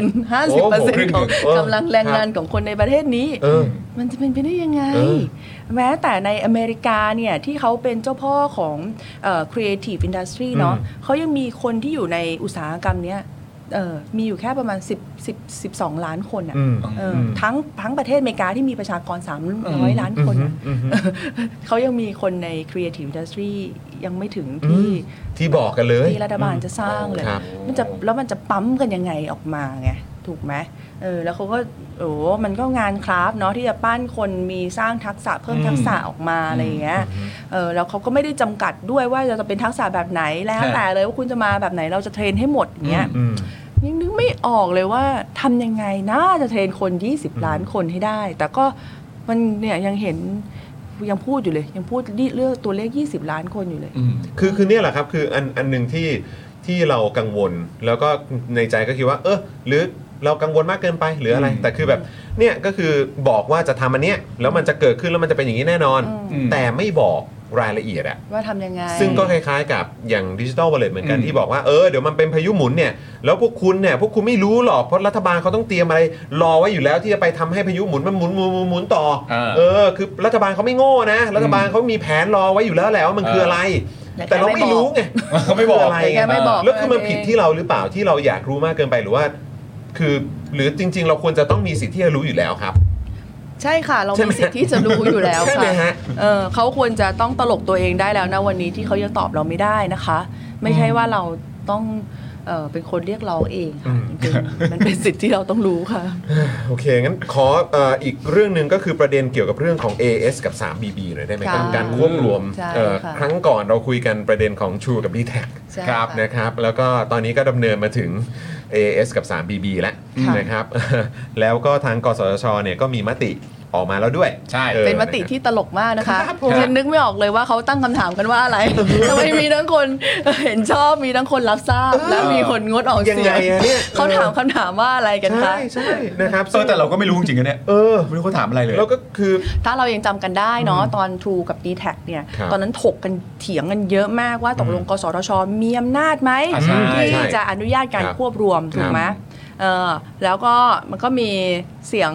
50% ของกำลังแรงงานของคนในประเทศนี้มันจะเป็นไปได้ยังไงแม้แต่ในอเมริกาเนี่ยที่เขาเป็นเจ้าพ่อของcreative industry เนาะเขายังมีคนที่อยู่ในอุตสาหกรรมเนี้ยมีอยู่แค่ประมาณ12 ล้านคนอ่ะทั้งประเทศอเมริกาที่มีประชากร300 ล้านคนเขายังมีคนใน creative industry ยังไม่ถึงที่บอกกันเลยที่รัฐบาลจะสร้างเลยมันจะปั๊มกันยังไงออกมาไงถูกไหมแล้วเขาก็มันก็งานคราฟเนาะที่จะปั้นคนมีสร้างทักษะเพิ่มทักษะออกมาอะไรอย่างเงี้ยแล้วเขาก็ไม่ได้จำกัดด้วยว่าจะเป็นทักษะแบบไหนแล้วแต่เลยว่าคุณจะมาแบบไหนเราจะเทรนให้หมดอย่างเงี้ยยังนึกไม่ออกเลยว่าทำยังไงน่าจะเทรนคน20 ล้านคนให้ได้แต่ก็มันเนี่ยยังเห็นยังพูดอยู่เลยยังพูดเรื่องตัวเลข20 ล้านคนอยู่เลยคือเนี่ยแหละครับคืออันหนึ่งที่เรากังวลแล้วก็ในใจก็คิดว่าหรือเรากังวลมากเกินไปหรืออะไรแต่คือแบบเนี่ยก็คือบอกว่าจะทำอันเนี้ยแล้วมันจะเกิดขึ้นแล้วมันจะเป็นอย่างนี้แน่นอนแต่ไม่บอกรายละเอียดอะว่าทำยังไงซึ่งก็คล้ายๆกับอย่างดิจิทัลวอลเล็ตเหมือนกันที่บอกว่าเดี๋ยวมันเป็นพายุหมุนเนี่ยแล้วพวกคุณไม่รู้หรอกเพราะรัฐบาลเขาต้องเตรียมอะไรรอไว้อยู่แล้วที่จะไปทำให้พายุหมุนมันหมุนต่อคือรัฐบาลเขาไม่โง่นะรัฐบาลเขามีแผนรอไว้อยู่แล้วแหละว่ามันคืออะไรแต่เราไม่รู้ไงเขาไม่บอกอะไรแล้วคือมันผิดที่เราหรือเปล่าที่เราอยากรู้มากเกินไปหรือว่าคือหรือจริงๆเราควรจะต้องมีสิทธิ์ที่จะรู้อยู่แล้วครับใช่ค่ะเรามีสิทธิ์ที่จะรู้อยู่แล้วค่ะเขาควรจะต้องตลกตัวเองได้แล้วนะวันนี้ที่เขายังตอบเราไม่ได้นะคะไม่ใช่ว่าเราต้องเป็นคนเรียกร้องเองค่ะมันเป็นสิทธิ์ที่เราต้องรู้ค่ะโอเคงั้นขออีกเรื่องนึงก็คือประเด็นเกี่ยวกับเรื่องของ AS กับ 3BB หน่อยได้ไหมครับการควบรวมครั้งก่อนเราคุยกันประเด็นของ True กับ DTAC นะครับแล้วก็ตอนนี้ก็ดำเนินมาถึง AS กับ 3BB แล้วนะครับแล้วก็ทางกสทชเนี่ยก็มีมติออกมาแล้วด้วยใช่เป็นมติที่ตลกมากนะคะฉันนึกไม่ออกเลยว่าเขาตั้งคำถามกันว่าอะไรทำไมมีทั้งคนเห็นชอบมีทั้งคนรับทราบและมีคนงดออกเสียงเขาถามคำถามว่าอะไรกันคะใช่นะครับแต่เราก็ไม่รู้จริงๆเนี่ยไม่รู้เขาถามอะไรเลยแล้วก็คือถ้าเรายังจำกันได้เนาะตอน True กับ DTAC เนี่ยตอนนั้นถกกันเถียงกันเยอะมากว่าตกลงกสทชมีอำนาจไหมที่จะอนุญาตการควบรวมถูกไหมแล้วก็มันก็มีเสียง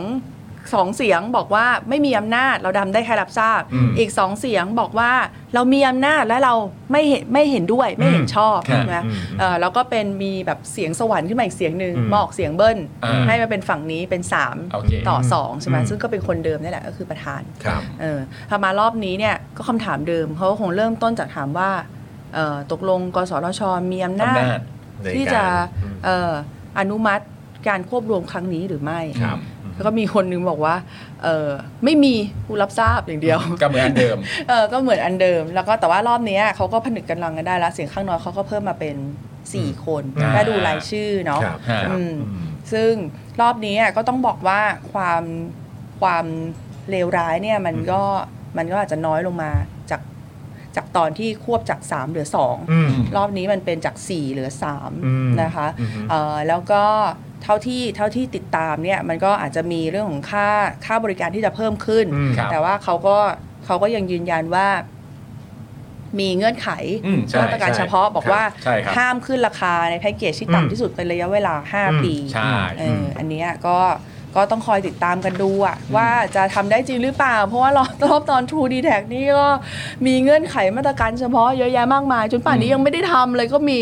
2เสียงบอกว่าไม่มีอำนาจเราทำได้แค่รับทราบอีก2เสียงบอกว่าเรามีอำนาจและเราไม่เห็นด้วยไม่เห็นชอบใช่ไหมแล้วก็เป็นมีแบบเสียงสวรรค์ขึ้นมาอีกเสียงหนึ่งบอกเสียงเบิ้ลให้มาเป็นฝั่งนี้เป็น3ต่อ2ใช่ไหมซึ่งก็เป็นคนเดิมนี่แหละก็คือประธานพอมารอบนี้เนี่ยก็คำถามเดิมเขาคงเริ่มต้นจากถามว่าตกลงกสทชมีอำนาจที่จะอนุมัติการควบรวมครั้งนี้หรือไม่แล้วก็มีคนนึงบอกว่าไม่มีผู้รับทราบอย่างเดียวก็เหมือนอันเดิมก็เหมือนอันเดิมแล้วก็แต่ว่ารอบนี้เขาก็ผนึกกำลังกันได้แล้วเสียงข้างน้อยเขาก็เพิ่มมาเป็น4คนถ้าดูรายชื่อเนาะซึ่งรอบนี้ก็ต้องบอกว่าความเลวร้ายเนี่ยมันก็อาจจะน้อยลงมาจากตอนที่ควบจาก3เหลือ2รอบนี้มันเป็นจาก4เหลือ3นะคะแล้วก็เท่าที่ติดตามเนี่ยมันก็อาจจะมีเรื่องของค่าบริการที่จะเพิ่มขึ้นแต่ว่าเขาก็ยังยืนยันว่ามีเงื่อนไขมาตรการเฉพาะบอกว่าห้ามขึ้นราคาในแพ็กเกจที่ต่ำที่สุดเป็นระยะเวลา5ปีอันนี้ก็ต้องคอยติดตามกันดูว่าจะทำได้จริงหรือเปล่าเพราะว่ารอบตอน True DTAC นี่ก็มีเงื่อนไขมาตรการเฉพาะเยอะแยะมากมายจนป่านนี้ยังไม่ได้ทำเลยก็มี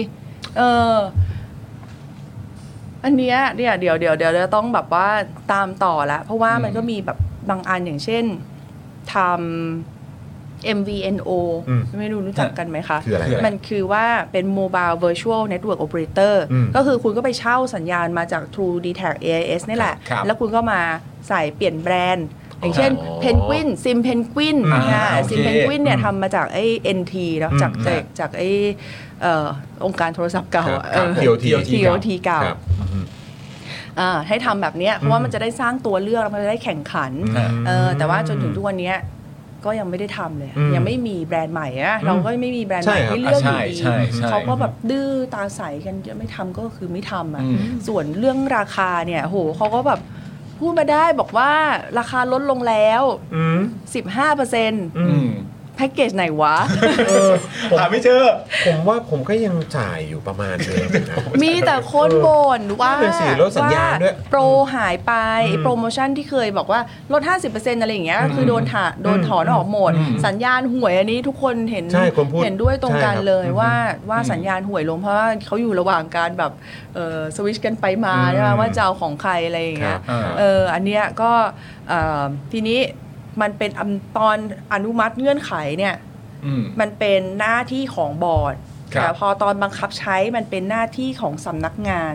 อันเนี้ยเดี๋ยวจะต้องแบบว่าตามต่อละเพราะว่ามันก็มีแบบบางอันอย่างเช่นทำ MVNO ไม่รู้จักกันไหมคะคืออะไรมันคือว่าเป็น Mobile Virtual Network Operator ก็คือคุณก็ไปเช่าสัญญาณมาจาก True DTAC AIS นี่แหละแล้วคุณก็มาใส่เปลี่ยนแบรนด์อย่างเช่นเพนกวินซิมเพนกวินซิมเพนกวินเนี่ยทำมาจากไอ้ NT แล้วจากไอ้องค์การโทรศัพท์เก่าTOT เก่าให้ทำแบบนี้เพราะว่ามันจะได้สร้างตัวเลือกแล้วมันจะได้แข่งขันแต่ว่าจนถึงทุกวันนี้ก็ยังไม่ได้ทำเลยยังไม่มีแบรนด์ใหม่นะเราก็ไม่มีแบรนด์ใหม่ให้เลือกอยู่ดีเขาก็แบบดื้อตาใสกันจะไม่ทำก็คือไม่ทำส่วนเรื่องราคาเนี่ยโหเขาก็แบบพูดมาได้บอกว่าราคาลดลงแล้ว 15%แพ็กเกจไหนวะหาไม่เจอผมว่าผมก็ยังจ่ายอยู่ประมาณนึงนะมีแต่คนบ่นว่าสัญญาณด้วยโปรหายไปโปรโมชั่นที่เคยบอกว่าลด 50% อะไรอย่างเงี้ยคือโดนถอนออกหมดสัญญาณห่วยอันนี้ทุกคนเห็นด้วยตรงกันเลยว่าสัญญาณห่วยลงเพราะว่าเขาอยู่ระหว่างการแบบสวิตช์กันไปมาใช่ไหมว่าจะเอาของใครอะไรอย่างเงี้ยอันเนี้ยก็ทีนี้มันเป็นตอนอนุมัติเงื่อนไขเนี่ยมันเป็นหน้าที่ของบอร์ดแต่พอตอนบังคับใช้มันเป็นหน้าที่ของสำนักงาน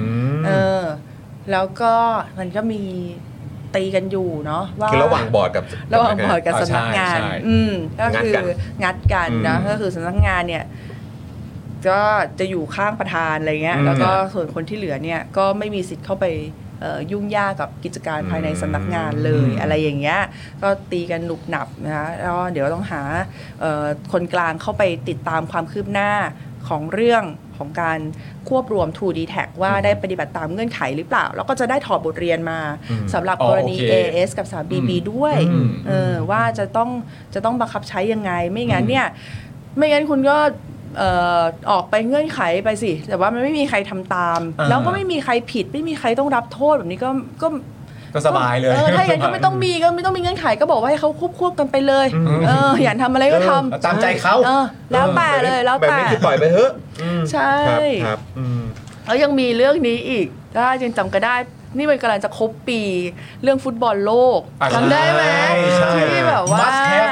แล้วก็มันก็มีตีกันอยู่เนาะว่าคือระหว่างบอร์ดกับสำนักงานก็คืองัดกันนะก็คือสำนักงานเนี่ยก็จะอยู่ข้างประธานอะไรเงี้ยแล้วก็ส่วนคนที่เหลือเนี่ยก็ไม่มีสิทธิ์เข้าไปยุ่งยากกับกิจการภายในสำนักงานเลยอะไรอย่างเงี้ยก็ตีกันหนุบหนับนะคะแล้วเดี๋ยวต้องหาคนกลางเข้าไปติดตามความคืบหน้าของเรื่องของการควบรวม 2D Tag ว่าได้ปฏิบัติตามเงื่อนไขหรือเปล่าแล้วก็จะได้ถอดบทเรียนมาสำหรับกรณี AS กับ 3BB ด้วยว่าจะต้องบังคับใช้ยังไงไม่งั้นเนี่ยไม่งั้นคุณก็ออกไปเงื่อนไขไปสิแต่ว่ามันไม่มีใครทำตามแล้วก็ไม่มีใครผิดไม่มีใครต้องรับโทษแบบนี้ก็สบายเลยถ้าอย่างนั้นก็ไม่ต้องมีเงื่อนไขก็บอกว่าให้เขาควบกันไปเลยอยากทำอะไรก็ทำตามใจเขาแล้วแต่เลยแล้วแต่แบบนี้คือปล่อยไปเถอะใช่ครับแล้วยังมีเรื่องนี้อีกถ้ายังจำก็ได้นี่มันกำลังจะครบปีเรื่องฟุตบอลโลกจำได้ไหมที่แบบว่า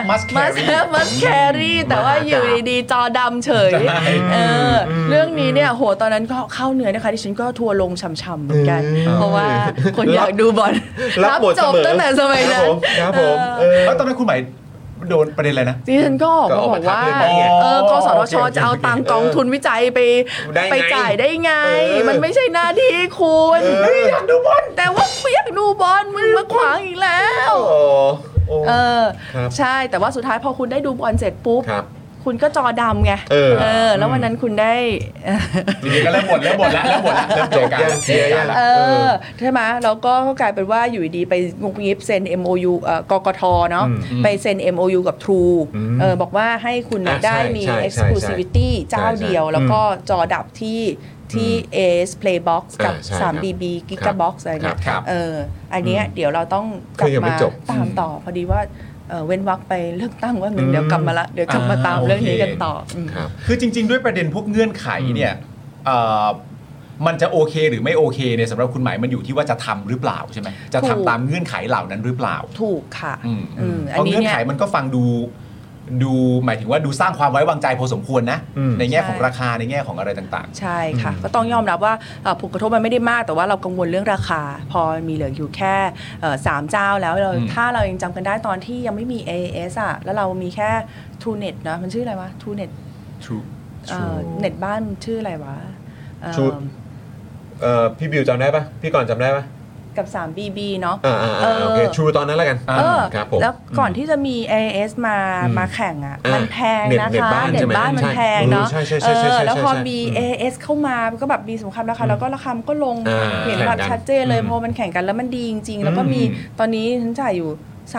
must carry แต่ว่าอยู่ดีๆจอดำเฉยเรื่องนี้เนี่ยโหตอนนั้นก็เข้าเนื้อนะคะที่ฉันก็ทัวร์ลงช่ำๆเหมือนกันเพราะว่าคนอยากดูบอลรับจบตั้งแต่สมัยนั้นครับผมแล้วตอนนั้นคุณหมายโดนประเด็นอะไรนะดิฉันก็บอกว่ากสทช.จะเอาตังค์กองทุนวิจัยไปจ่ายได้ไงมันไม่ใช่หน้าที่คุณอยากดูบอลแต่ว่าไม่อยากดูบอลมึงมาขวางอีกแล้วใช่แต่ว่าสุดท้ายพอคุณได้ดูบอลเสร็จปุ๊บคุณก็จอดำไงแล้ววันนั้นคุณได้ทีนี้ก็เริ่มหมดแล้วจบกันใช่ไหมแล้วก็กลายเป็นว่าอยู่ดีไปงุบงิบเซ็น MOU กกทเนาะไปเซ็น MOU กับ True บอกว่าให้คุณได้มี exclusivity เจ้าเดียวแล้วก็จอดับที่ AS Playbox กับ 3BB Gigabox อะไรเนี่ยอันนี้เดี๋ยวเราต้องกลับมาตามต่อพอดีว่าเว้นวรรคไปเลือกตั้งว่าหนึ่งเดี๋ยวกลับมาละเดี๋ยวกลับมาตามเรื่องนี้กันต่อคือจริงๆด้วยประเด็นพวกเงื่อนไขเนี่ยมันจะโอเคหรือไม่โอเคเนี่ยสำหรับคุณหมายมันอยู่ที่ว่าจะทำหรือเปล่าใช่ไหมจะทำตามเงื่อนไขเหล่านั้นหรือเปล่าถูกค่ะเพราะเงื่อนไขมันก็ฟังดูหมายถึงว่าดูสร้างความไว้วางใจพอสมควรนะในแง่ของราคาในแง่ของอะไรต่างๆใช่ค่ะก็ต้องยอมรับว่าผลกระทบมันไม่ได้มากแต่ว่าเรากังวลเรื่องราคาพอมีเหลืออยู่แค่3เจ้าแล้วถ้าเรายังจำกันได้ตอนที่ยังไม่มี AS อ่ะแล้วเรามีแค่ TrueNet นะมันชื่ออะไรวะ TrueNet เน็ตบ้านชื่ออะไรวะพี่บิวจำได้ปะพี่ก่อนจำได้ปะกับ 3BB เนาะโอเค True ตอนนั้นแล้วกันครับผมแล้วก่อนที่จะมี AS มาแข่งอ่ะมันแพงนะคะเน็ตบ้านมันแพงเนาะแล้วพอมี AS เข้ามาก็แบบมีสงครามราคาแล้วก็ราคามันก็ลงเห็นแบบชัดเจนเลยพอมันแข่งกันแล้วมันดีจริงๆแล้วก็มีตอนนี้ฉันจ่ายอยู่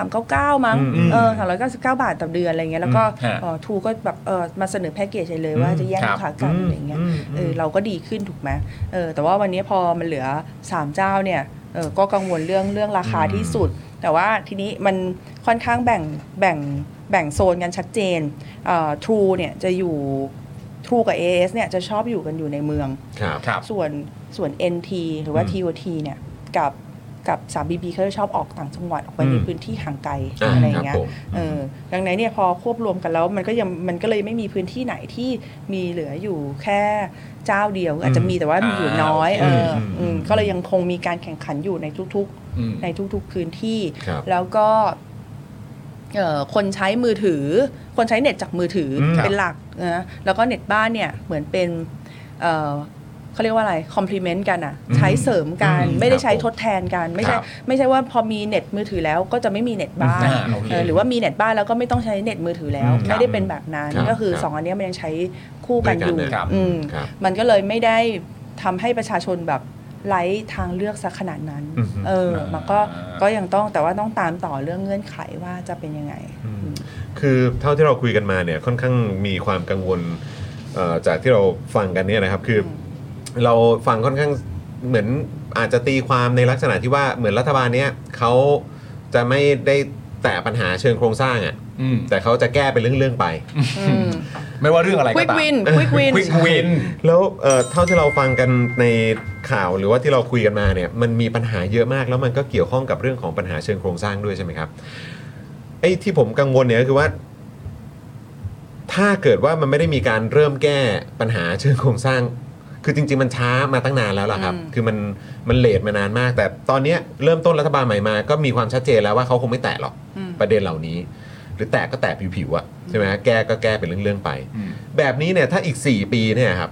399มั้ง399 บาทต่อเดือนอะไรเงี้ยแล้วก็ทูก็แบบมาเสนอแพ็กเกจเลยว่าจะแย่งลูกค้ากันอะไรเงี้ยเราก็ดีขึ้นถูกไหมแต่ว่าวันนี้พอมันเหลือ3เจ้าเนี่ยก็กังวลเรื่องราคาที่สุดแต่ว่าทีนี้มันค่อนข้างแบ่งโซนกันชัดเจนTrue เนี่ยจะอยู่ True กับ AS เนี่ยจะชอบอยู่กันอยู่ในเมืองส่วน NT หรือว่า TOT เนี่ยกับ 3BB เขาจะชอบออกต่างจังหวัดออกไปในพื้นที่ห่างไกลอะไรอย่างเงี้ยดังนั้นเนี่ยพอควบรวมกันแล้วมันก็เลยไม่มีพื้นที่ไหนที่มีเหลืออยู่แค่เจ้าเดียวอาจจะมีแต่ว่ามีอยู่น้อยก็เลยยังคงมีการแข่งขันอยู่ในทุกพื้นที่แล้วก็คนใช้มือถือคนใช้เน็ตจากมือถือเป็นหลักนะแล้วก็เน็ตบ้านเนี่ยเหมือนเป็นเขาเรียกว่าอะไรคอมพลีเมนต์กันอ่ะใช้เสริมกันไม่ได้ใช้ทดแทนกันไม่ใช่ว่าพอมีเน็ตมือถือแล้วก็จะไม่มีเน็ตบ้านหรือว่ามีเน็ตบ้านแล้วก็ไม่ต้องใช้เน็ตมือถือแล้วไม่ได้เป็นแบบนั้นก็คือ2อันนี้มันยังใช้คู่กันอยู่มันก็เลยไม่ได้ทำให้ประชาชนแบบไร้ทางเลือกซะขนาดนั้นมันก็ยังต้องแต่ว่าต้องตามต่อเรื่องเงื่อนไขว่าจะเป็นยังไงคือเท่าที่เราคุยกันมาเนี่ยค่อนข้างมีความกังวลจากที่เราฟังกันเนี่ยนะครับคือเราฟังค่อนข้างเหมือนอาจจะตีความในลักษณะที่ว่าเหมือนรัฐบาลเนี้ยเขาจะไม่ได้แตะปัญหาเชิงโครงสร้างอ่ะแต่เขาจะแก้เป็นเรื่องๆไปไม่ว่าเรื่องอะไรก็ตาม Quick win แล้วเท่าที่เราฟังกันในข่าวหรือว่าที่เราคุยกันมาเนี่ยมันมีปัญหาเยอะมากแล้วมันก็เกี่ยวข้องกับเรื่องของปัญหาเชิงโครงสร้างด้วยใช่ไหมครับไอ้ที่ผมกังวลเนี่ยก็คือว่าถ้าเกิดว่ามันไม่ได้มีการเริ่มแก้ปัญหาเชิงโครงสร้างคือจริงๆมันช้ามาตั้งนานแล้วล่ะครับคือมันเลทมานานมากแต่ตอนนี้เริ่มต้นรัฐบาลใหม่มาก็มีความชัดเจนแล้วว่าเขาคงไม่แตะหรอกประเด็นเหล่านี้หรือแตะก็แตะผิวๆอะใช่ไหมแก้ก็แก้เป็นเรื่องๆไปแบบนี้เนี่ยถ้าอีก4ปีเนี่ยครับ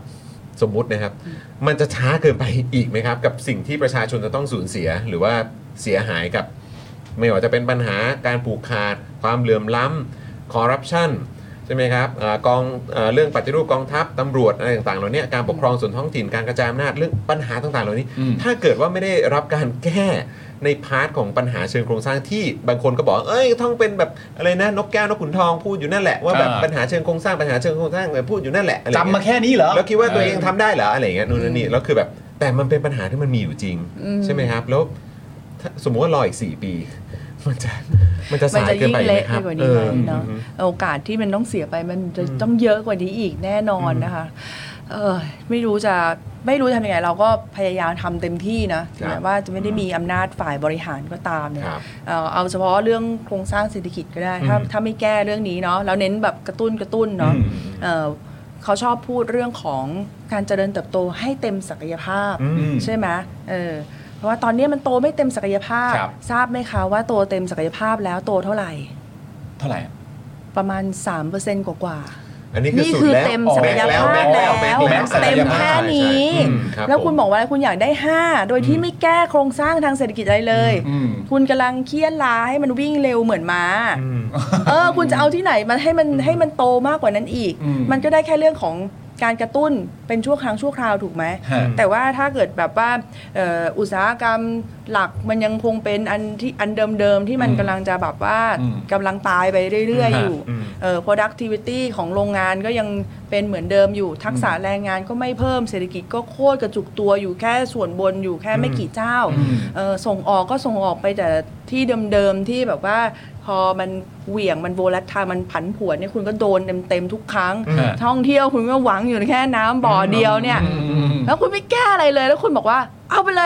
สมมุตินะครับมันจะช้าเกินไปอีกไหมครับกับสิ่งที่ประชาชนจะต้องสูญเสียหรือว่าเสียหายกับไม่ว่าจะเป็นปัญหาการผูกขาดความเหลื่อมล้ำคอร์รัปชันใช่ไหมครับเรื่องปฏิรูปกองทัพตำรวจอะไรต่างๆเหล่านี้การปกครองส่วนท้องถิ่นการกระจายอำนาจเรื่องปัญหาต่างๆเหล่านี้ถ้าเกิดว่าไม่ได้รับการแก้ในพาร์ทของปัญหาเชิงโครงสร้างที่บางคนก็บอกต้องเป็นแบบอะไรนะนกแก้วนกขุนทองพูดอยู่นั่นแหละว่าแบบปัญหาเชิงโครงสร้างพูดอยู่นั่นแหละจำมาแค่นี้เหรอแล้วคิดว่าตัวเองทำได้เหรออะไรอย่างเงี้ยนู่นนี่แล้วคือแบบแต่มันเป็นปัญหาที่มันมีอยู่จริงใช่ไหมครับแล้วสมมติว่ารออีก4 ปีมันจะสายเกินไปไหมครับเนาะโอกาสที่มันต้องเสียไปมันจะต้องเยอะกว่านี้อีกแน่นอนนะคะไม่รู้จะทำยังไงเราก็พยายามทำเต็มที่นะถึงแม้ว่าจะไม่ได้มีอำนาจฝ่ายบริหารก็ตามเนี่ยเอาเฉพาะเรื่องโครงสร้างเศรษฐกิจก็ได้ถ้าไม่แก้เรื่องนี้เนาะแล้วเน้นแบบกระตุ้นเนาะเขาชอบพูดเรื่องของการเจริญเติบโตให้เต็มศักยภาพใช่ไหมเพราะว่าตอนนี้มันโตไม่เต็มศักยภาพทราบไหมคะว่าโตเต็มศักยภาพแล้วโตเท่าไหร่ประมาณ 3% กว่าอันนี้คือเต็มศักยภาพแล้วเต็มแค่นี้แล้วคุณบอกว่าคุณอยากได้5โดยที่ไม่แก้โครงสร้างทางเศรษฐกิจอะไรเลยคุณกำลังเคี่ยนล้าให้มันวิ่งเร็วเหมือนม้าคุณจะเอาที่ไหนมาให้มันโตมากกว่านั้นอีกมันก็ได้แค่เรื่องของการกระตุ้นเป็นชั่วครั้งชั่วคราวถูกไหมแต่ว่าถ้าเกิดแบบว่าอุตสาหกรรมหลักมันยังคงเป็นอันเดิมๆที่มันกำลังจะแบบว่ากำลังตายไปเรื่อยๆอยู่productivity ของโรงงานก็ยังเป็นเหมือนเดิมอยู่ทักษะแรงงานก็ไม่เพิ่มเศรษฐกิจก็โคตรกระจุกตัวอยู่แค่ส่วนบนอยู่แค่ไม่กี่เจ้าส่งออกก็ส่งออกไปแต่ที่เดิมๆที่แบบว่าพอมันเหวี่ยงมันโวลัตไทล์มันผันผวนเนี่ยคุณก็โดนเต็มๆทุกครั้งท่องเที่ยวคุณก็หวังอยู่แค่น้ำบ่อเดียวเนี่ยแล้วคุณไม่แก้อะไรเลยแล้วคุณบอกว่าเอาไปเลย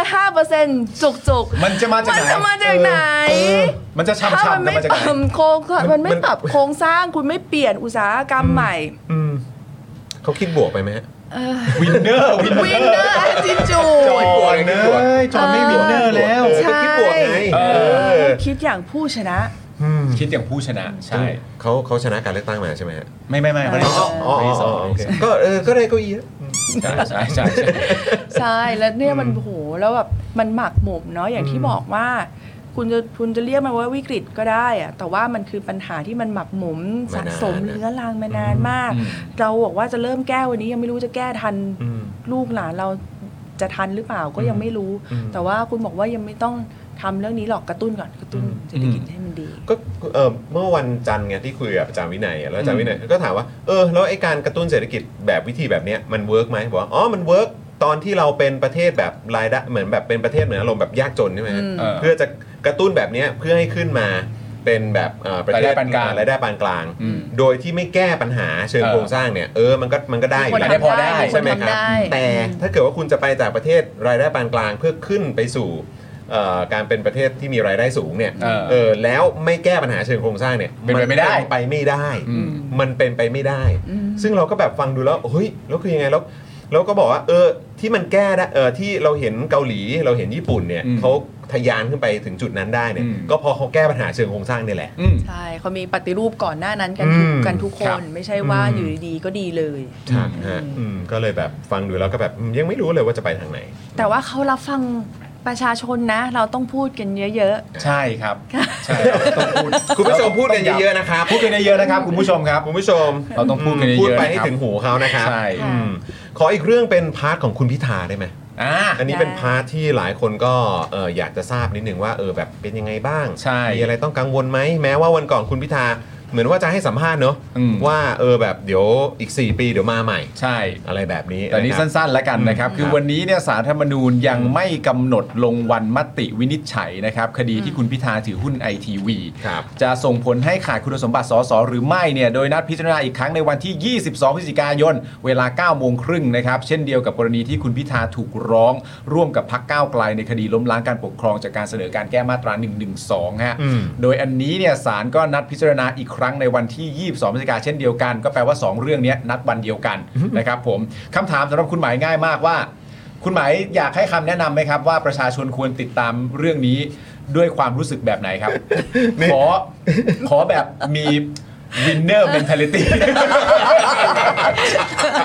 5% จุกๆมันจะมาจากไหนมันจะช้ำๆมันมาจากไหนมันไม่ปรับโครงสร้างคุณไม่เปลี่ยนอุตสาหกรรมใหม่เขาคิดบวกไปไหมวินเนอร์ attitude จอยไม่วินเนอร์แล้วคิดบวกไงคิดอย่างผู้ชนะใช่เขาชนะการเลือกตั้งมาใช่ไหมไม่เขาได้2 ก็ได้เก้าอี้ใช่แล้วเนี่ยมันโหแล้วแบบมันหมักหมมเนาะอย่างที่บอกว่าคุณจะเรียกมันว่าวิกฤตก็ได้อะแต่ว่ามันคือปัญหาที่มันหมักหมมสะสมเรื้อรังมานานมากเราบอกว่าจะเริ่มแก้วันนี้ยังไม่รู้จะแก้ทันลูกหลานเราจะทันหรือเปล่าก็ยังไม่รู้แต่ว่าคุณบอกว่ายังไม่ต้องทำเรื่องนี้หรอกกระตุ้นก่อนกระตุ้นเศรษฐกิจให้มันดีก็เมื่อวันจันทร์ไงที่คุยกับอาจารย์วินัยแล้วอาจารย์วินัยก็ถามว่าแล้วไอ้การกระตุ้นเศรษฐกิจแบบวิธีแบบนี้มันเวิร์กไหมบอกว่ามันเวิร์กตอนที่เราเป็นประเทศแบบรายได้เหมือนแบบเป็นประเทศเหมือนอารมณ์แบบยากจนใช่ไหมเพื่อจะกระตุ้นแบบนี้เพื่อให้ขึ้นมาเป็นแบบประเทศรายได้ปานกลางโดยที่ไม่แก้ปัญหาเชิงโครงสร้างเนี่ยมันก็ได้อยู่แล้วพอได้ใช่ไหมครับแต่ถ้าเกิดว่าคุณจะไปจากประเทศรายได้ปานกลางเพื่อขึ้นไปสู่การเป็นประเทศที่มีรายได้สูงเนี่ยแล้วไม่แก้ปัญหาเชิงโครงสร้างเนี่ยมันเป็นไปไม่ได้มันเป็นไปไม่ได้ซึ่งเราก็แบบฟังดูแล้วเฮ้ยแล้วคือยังไงแล้วก็บอกว่าที่มันแก้ได้ที่เราเห็นเกาหลีเราเห็นญี่ปุ่นเนี่ยเขาทะยานขึ้นไปถึงจุดนั้นได้เนี่ยก็พอเขาแก้ปัญหาเชิงโครงสร้างนี่แหละใช่เขามีปฏิรูปก่อนหน้านั้นกันทุกคนไม่ใช่ว่าอยู่ดีๆก็ดีเลยใช่ฮะก็เลยแบบฟังดูแล้วก็แบบยังไม่รู้เลยว่าจะไปทางไหนแต่ว่าเขารับฟังประชาชนนะเราต้องพูดกันเยอะๆใช่ครับใช่ต้องพูดคุณผู้ชมพูดกันเยอะๆนะครับพูดกันเยอะๆนะครับคุณผู้ชมครับคุณผู้ชมเราต้องพูดกันเยอะๆพูดไปให้ถึงหูเขานะครับใช่ขออีกเรื่องเป็นพาร์ทของคุณพิธาได้ไหมอันนี้เป็นพาร์ทที่หลายคนก็อยากจะทราบนิดนึงว่าแบบเป็นยังไงบ้างมีอะไรต้องกังวลไหมแม้ว่าวันก่อนคุณพิธาเหมือนว่าจะให้สัมภาษณ์เนอะว่าแบบเดี๋ยวอีก4ปีเดี๋ยวมาใหม่ใช่อะไรแบบนี้แต่นี้สั้นๆแล้วกันนะครับคือวันนี้เนี่ยศาลรัฐธรรมนูญยังไม่กำหนดลงวันมติวินิจฉัยนะครับคดีที่คุณพิธาถือหุ้น ITV จะส่งผลให้ขาดคุณสมบัติสสหรือไม่เนี่ยโดยนัดพิจารณาอีกครั้งในวันที่22พฤศจิกายนเวลา 9:30 น.นะครับเช่นเดียวกับกรณีที่คุณพิธาถูกร้องร่วมกับพรรคก้าวไกลในคดีล้มล้างการปกครองจากการเสนอการแก้มาตรา112ฮะโดยอันนี้เนี่ยศาลก็นัดพิจารณาอีกครั้งในวันที่22พฤศจิกายนเช่นเดียวกันก็แปลว่า2เรื่องนี้นัดวันเดียวกันนะครับผมคำถามสำหรับคุณหมายง่ายมากว่าคุณหมายอยากให้คำแนะนำไหมครับว่าประชาชนควรติดตามเรื่องนี้ด้วยความรู้สึกแบบไหนครับ ขอแบบมี winner mentality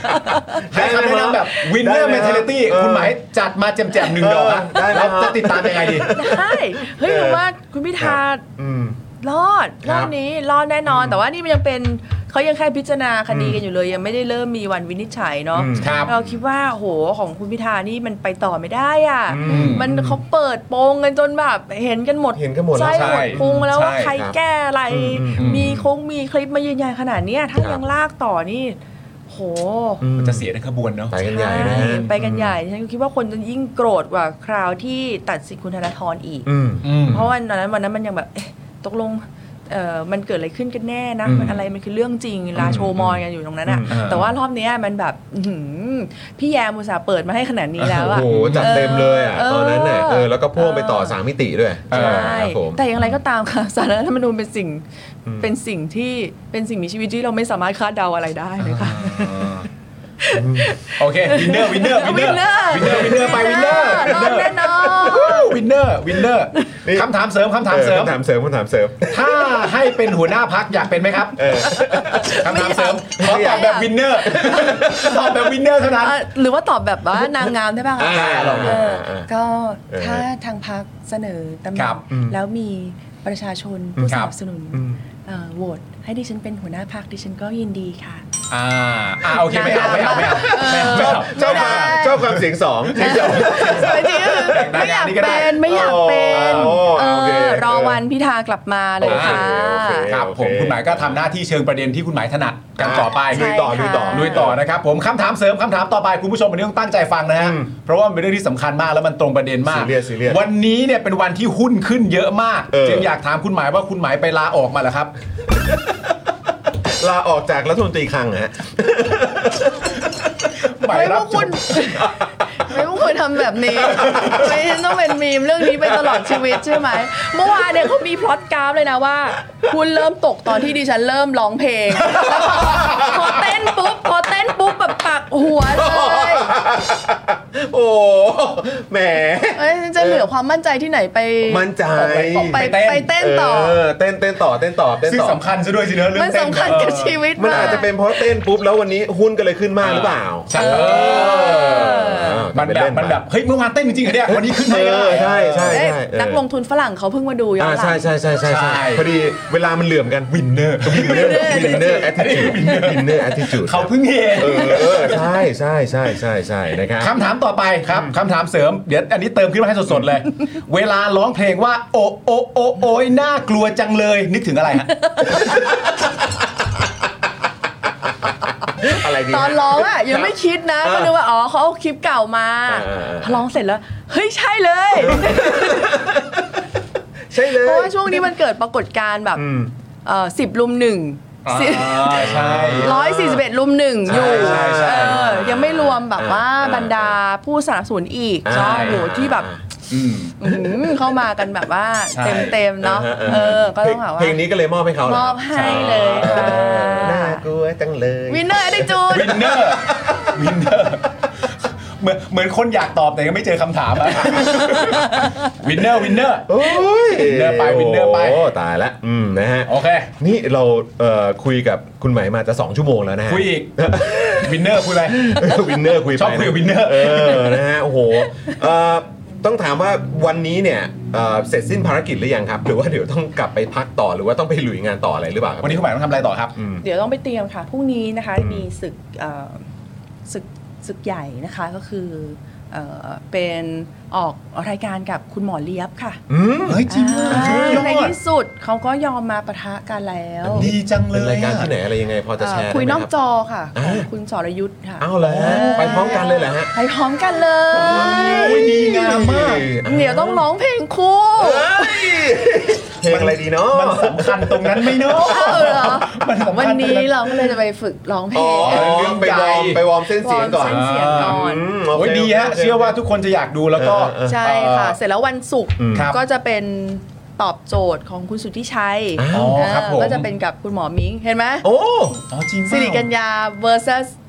ให้คำแนะนำแบบ winner mentality คุณหมายจัดมาแจ่มๆ1 ดอกนะแล้วจะติดตามยังไงดีได้เฮ้ยผมว่าคุณพิธารอดนี้รอดแน่นอนแต่ว่านี่มันยังเป็นเขายังแค่พิจารณาคดีกันอยู่เลยยังไม่ได้เริ่มมีวันวินิจฉัยเนาะเราคิดว่าโหของคุณพิธานี่มันไปต่อไม่ได้อ่ะมันเขาเปิดโปงกันจนแบบเห็นกันหมดไส้หมดพุงแล้วว่าใครแก้อะไรมีคลิปมายืนยันขนาดนี้ถ้ายังลากต่อนี่โหมันจะเสียทั้งขบวนเนาะไปกันใหญ่ไปกันใหญ่ฉันคิดว่าคนจะยิ่งโกรธกว่าคราวที่ตัดสินคุณธนาธรอีกเพราะวันนั้นมันยังแบบตกลงมันเกิดอะไรขึ้นกันแน่นะมันอะไรมันคือเรื่องจริงลาโชมอยกันอยู่ตรงนั้นอ่ะแต่ว่ารอบนี้มันแบบพี่แยมอุตส่าห์เปิดมาให้ขนาดนี้แล้วอ่ะโอ้โหจัดเต็มเลยอ่ะตอนนั้นน่ะแล้วก็พ่วงไปต่อ3 มิติด้วยใช่แต่อย่างไรก็ตามค่ะศาลรัฐธรรมนูญเป็นสิ่งมีชีวิตที่เราไม่สามารถคาดเดาอะไรได้เลยค่ะโอเควินเนอร์ไปวินเนอร์แน่นอนวินเนอร์คำถามเสริมถ้าให้เป็นหัวหน้าพรรคอยากเป็นไหมครับคำถามเสริมขอตอบแบบวินเนอร์เท่านั้นหรือว่าตอบแบบว่านางงามได้บ้างก็ถ้าทางพรรคเสนอตำแหน่งแล้วมีประชาชนผู้สนับสนุนโหวตให้ดิฉันเป็นหัวหน้าพรรคดิฉันก็ยินดีค่ะโอเคไม่เอาชอบความเสียง2 จริงไม่อยากเป็นรอวันพิธากลับมาเลยค่ะครับผมคุณหมายก็ทำหน้าที่เชิงประเด็นที่คุณหมายถนัดกันต่อไปลุยต่อนะครับผมคำถามเสริมคำถามต่อไปคุณผู้ชมวันนี้ต้องตั้งใจฟังนะฮะเพราะว่าเป็นเรื่องที่สำคัญมากแล้วมันตรงประเด็นมากวันนี้เนี่ยเป็นวันที่หุ้นขึ้นเยอะมากจึงอยากถามคุณหมายว่าคุณหมายไปลาออกมาเหรอครับลาออกจากรัฐมนตรีคลังฮะไม่ว่าคุณทำแบบนี้ไม่ต้องเป็นมีมเรื่องนี้ไปตลอดชีวิตใช่ไหมเมื่อวานเนี่ยเขามีพล็อตกราฟเลยนะว่าคุณเริ่มตกตอนที่ดิฉันเริ่มร้องเพลงแล้วพอเต้นปุ๊บแบบปักหัวเลยโอ้แหมจะเหลือความมั่นใจที่ไหนไปมั่นใจไปเต้นต่อเต้นต่อซึ่งสำคัญซะด้วยสิเนอะเรื่องมันสำคัญกับชีวิตมันอาจจะเป็นเพราะเต้นปุ๊บแล้ววันนี้หุ้นก็เลยขึ้นมากหรือเปล่าใช่มันแบบเฮ้ยเมื่อวานเต้นจริงๆเหรอเนี่ยวันนี้ขึ้นเลยใช่นักลงทุนฝรั่งเขาเพิ่งมาดูย้อนหลังใช่พอดีเวลามันเหลื่อมกันวินเนอร์แอททิจูดเขาเพิ่งเห็นใช่นะครับคำถามต่อไปครับคำถามเสริมเดี๋ยวอันนี้เติมขึ้นมาให้สดๆเลยเวลาร้องเพลงว่าโอ้ยน่ากลัวจังเลยนึกถึงอะไรฮะตอนร้องอ่ะยังไม่คิดนะก็นึกว่าเขาเอาคลิปเก่ามาพอร้องเสร็จแล้วเฮ้ยใช่เลยเพราะว่าช่วงนี้มันเกิดปรากฏการณ์แบบ10 ลุม 1 ใช่ 141 ลุม 1อยู่ยังไม่รวมแบบว่าบรรดาผู้สนับสนุนอีกโอ้โหที่แบบเข้ามากันแบบว่าเต็มเนาะก็ต้องแบบว่าเพลงนี้ก็เลยมอบให้เขามอบให้เลยค่ะน่ากลัวจังเลยวินเนอร์ได้จูนวินเนอร์เหมือนคนอยากตอบแต่ยังไม่เจอคำถามอะวินเนอร์โอ้ยวินเนอร์ไปโอ้ตายแล้วนะฮะโอเคนี่เราคุยกับคุณหมายมาจะ2 ชั่วโมงแล้วนะฮะคุยอีกวินเนอร์คุยไปวินเนอร์คุยไปชอบคุยกับวินเนอร์นะฮะโอ้โหต้องถามว่าวันนี้เนี่ยเสร็จสิ้นภารกิจหรือยังครับหรือว่าเดี๋ยวต้องกลับไปพักต่อหรือว่าต้องไปลุยงานต่ออะไรหรือเปล่าวันนี้คุณหมายต้องทำอะไรต่อครับเดี๋ยวต้องไปเตรียมค่ะพรุ่งนี้นะคะมีศึกใหญ่นะคะก็คือเป็นออกรายการกับคุณหมอเลียบค่ะเฮ้ยจริงในที่สุดเขาก็ยอมมาปะทะกันแล้วดีจังเลยรายการที่ไหนอะไรยังไงพอจะแชร์คุยนอกจอค่ะของคุณสรยุทธ์ค่ะอ้าวเหรอไปพร้อมกันเลยเหรอฮะไปพร้อมกันเลยดีงามมากเดี๋ยวต้องร้องเพลงคู่เพลงอะไรดีเนาะมันสำคัญตรงนั้นไม่เนาะวันนี้เราก็เลยจะไปฝึกร้องเพลงไปวอร์มเส้นเสียงก่อนโอ้ยดีฮะเชื่อว่าทุกคนจะอยากดูแล้วก็ใช่ค่ะเสร็จแล้ววันศุกร์ก็จะเป็นตอบโจทย์ของคุณสุทธิชัยก็จะเป็นกับคุณหมอมิ้งเห็นไหมโอ้จริงสิริกัญญา versus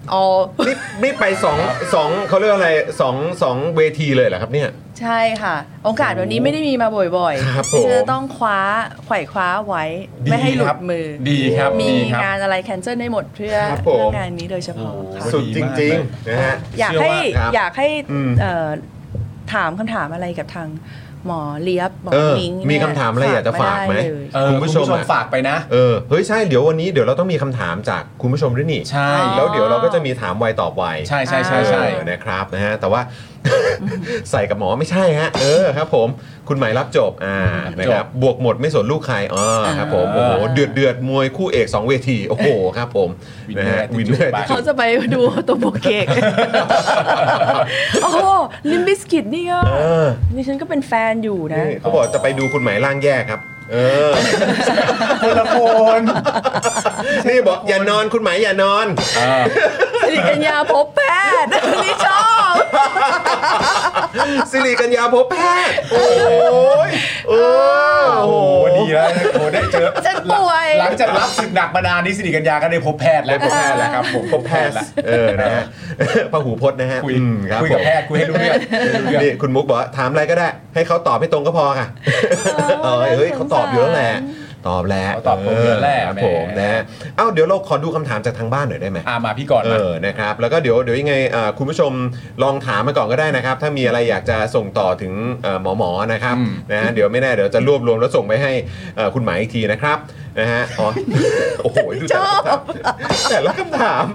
อ๋อนี่ไปสองเขาเรียกอะไรสองเวทีเลยเหรอครับเนี่ยใช่ค่ะ โอกาสแบบนี้ไม่ได้มีมาบ่อยครับๆผมจะต้องไขว่คว้าไว้ไม่ให้หลุดมือดีครับมีดีครับงานอะไรแคนเซิลได้หมดเพื่อครับผมงานนี้โดยเฉพาะค่ะสุดจริงๆนะฮะอยากให้เชื่อว่าครับอยากให้อืมถามคำถามอะไรกับทางหมอเลียบหมอมิงมีคำถามอะไรอยากจะฝากไหมด้เลยคุณผู้ชมฝากไปนะเฮ้ยใช่เดี๋ยววันนี้เดี๋ยวเราต้องมีคำถามจากคุณผู้ชมด้วยนี่ใช่แล้วเดี๋ยวเราก็จะมีถามไวตอบไวใช่นะครับนะฮะแต่ว่า ใส่กับหมอไม่ใช่ฮะครับผมคุณหมายรับจบนะครับบวกหมดไม่สนลูกใครครับผมโอ้โหเดือดมวยคู่เอก2เวทีโอ้โหครับผมนะฮะวินเนอร์เขาจะไปดูตัวโบเกกโอ้โหลิมบิสกิตนี่ก็นี่ฉันก็เป็นแฟนอยู่นะเขาบอกจะไปดูคุณหมายร่างแยกครับคนละคนนี่บอกอย่านอนคุณหมายอย่านอนสิริกัญญาพบแพทย์นี่ชอบสิริกัญญาพบแพทย์โอ้ยโอ้โหดีแล้วโอ้ได้เจอฉันป่วยหลังจากรับศึกหนักมานานนี้สิริกัญญาก็ได้พบแพทย์แล้วครับผมพบแพทย์นะฮะพหูพจน์นะฮะคุยกับแพทย์คุยให้รู้เรื่องนี่คุณมุกบอกถามอะไรก็ได้ให้เขาตอบให้ตรงก็พอค่ะเฮ้ยเขาตอบอยู่แล้วแหละตอบแล้วตอบผมแล้วแหละผมนะเดี๋ยวเราขอดูคำถามจากทางบ้านหน่อยได้ไหมมาพี่ก่อนนะครับแล้วก็เดี๋ยวยังไงคุณผู้ชมลองถามมาก่อนก็ได้นะครับถ้ามีอะไรอยากจะส่งต่อถึงหมอนะครับนะเดี๋ยวไม่แน่เดี๋ยวจะรวบรวมแล้วส่งไปให้คุณหมายอีกทีนะครับนะฮะโอ้โหดูแต่ละคำถาม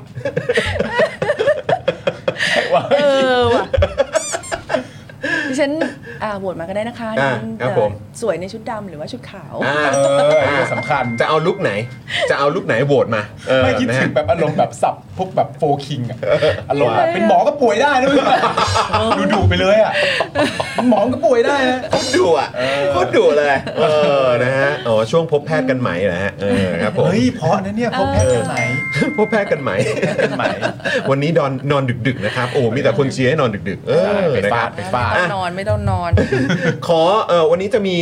ว่ะดิฉันโหวตมาก็ได้นะคะครับผมสวยในชุดดำหรือว่าชุดขาวสำคัญจะเอาลุคไหนโหวตมาไม่คิดถึงแบบอารมณ์แบบสับพวกแบบโฟคิงอารมณ์แบบเป็นหมอก็ป่วยได้นะดูไปเลยหมอก็ป่วยได้นะโคตรดุเลยนะฮะช่วงพบแพทย์กันไหมนะฮะครับผมเฮ้ยเพราะนั้นเนี่ยพบแพทย์กันไหมพบแพทย์กันไหมวันนี้นอนดึกๆนะครับโอ้มีแต่คนเชียร์ให้นอนดึกๆไปฟาดนอนไม่ต้องนอนขอวันนี้จะมี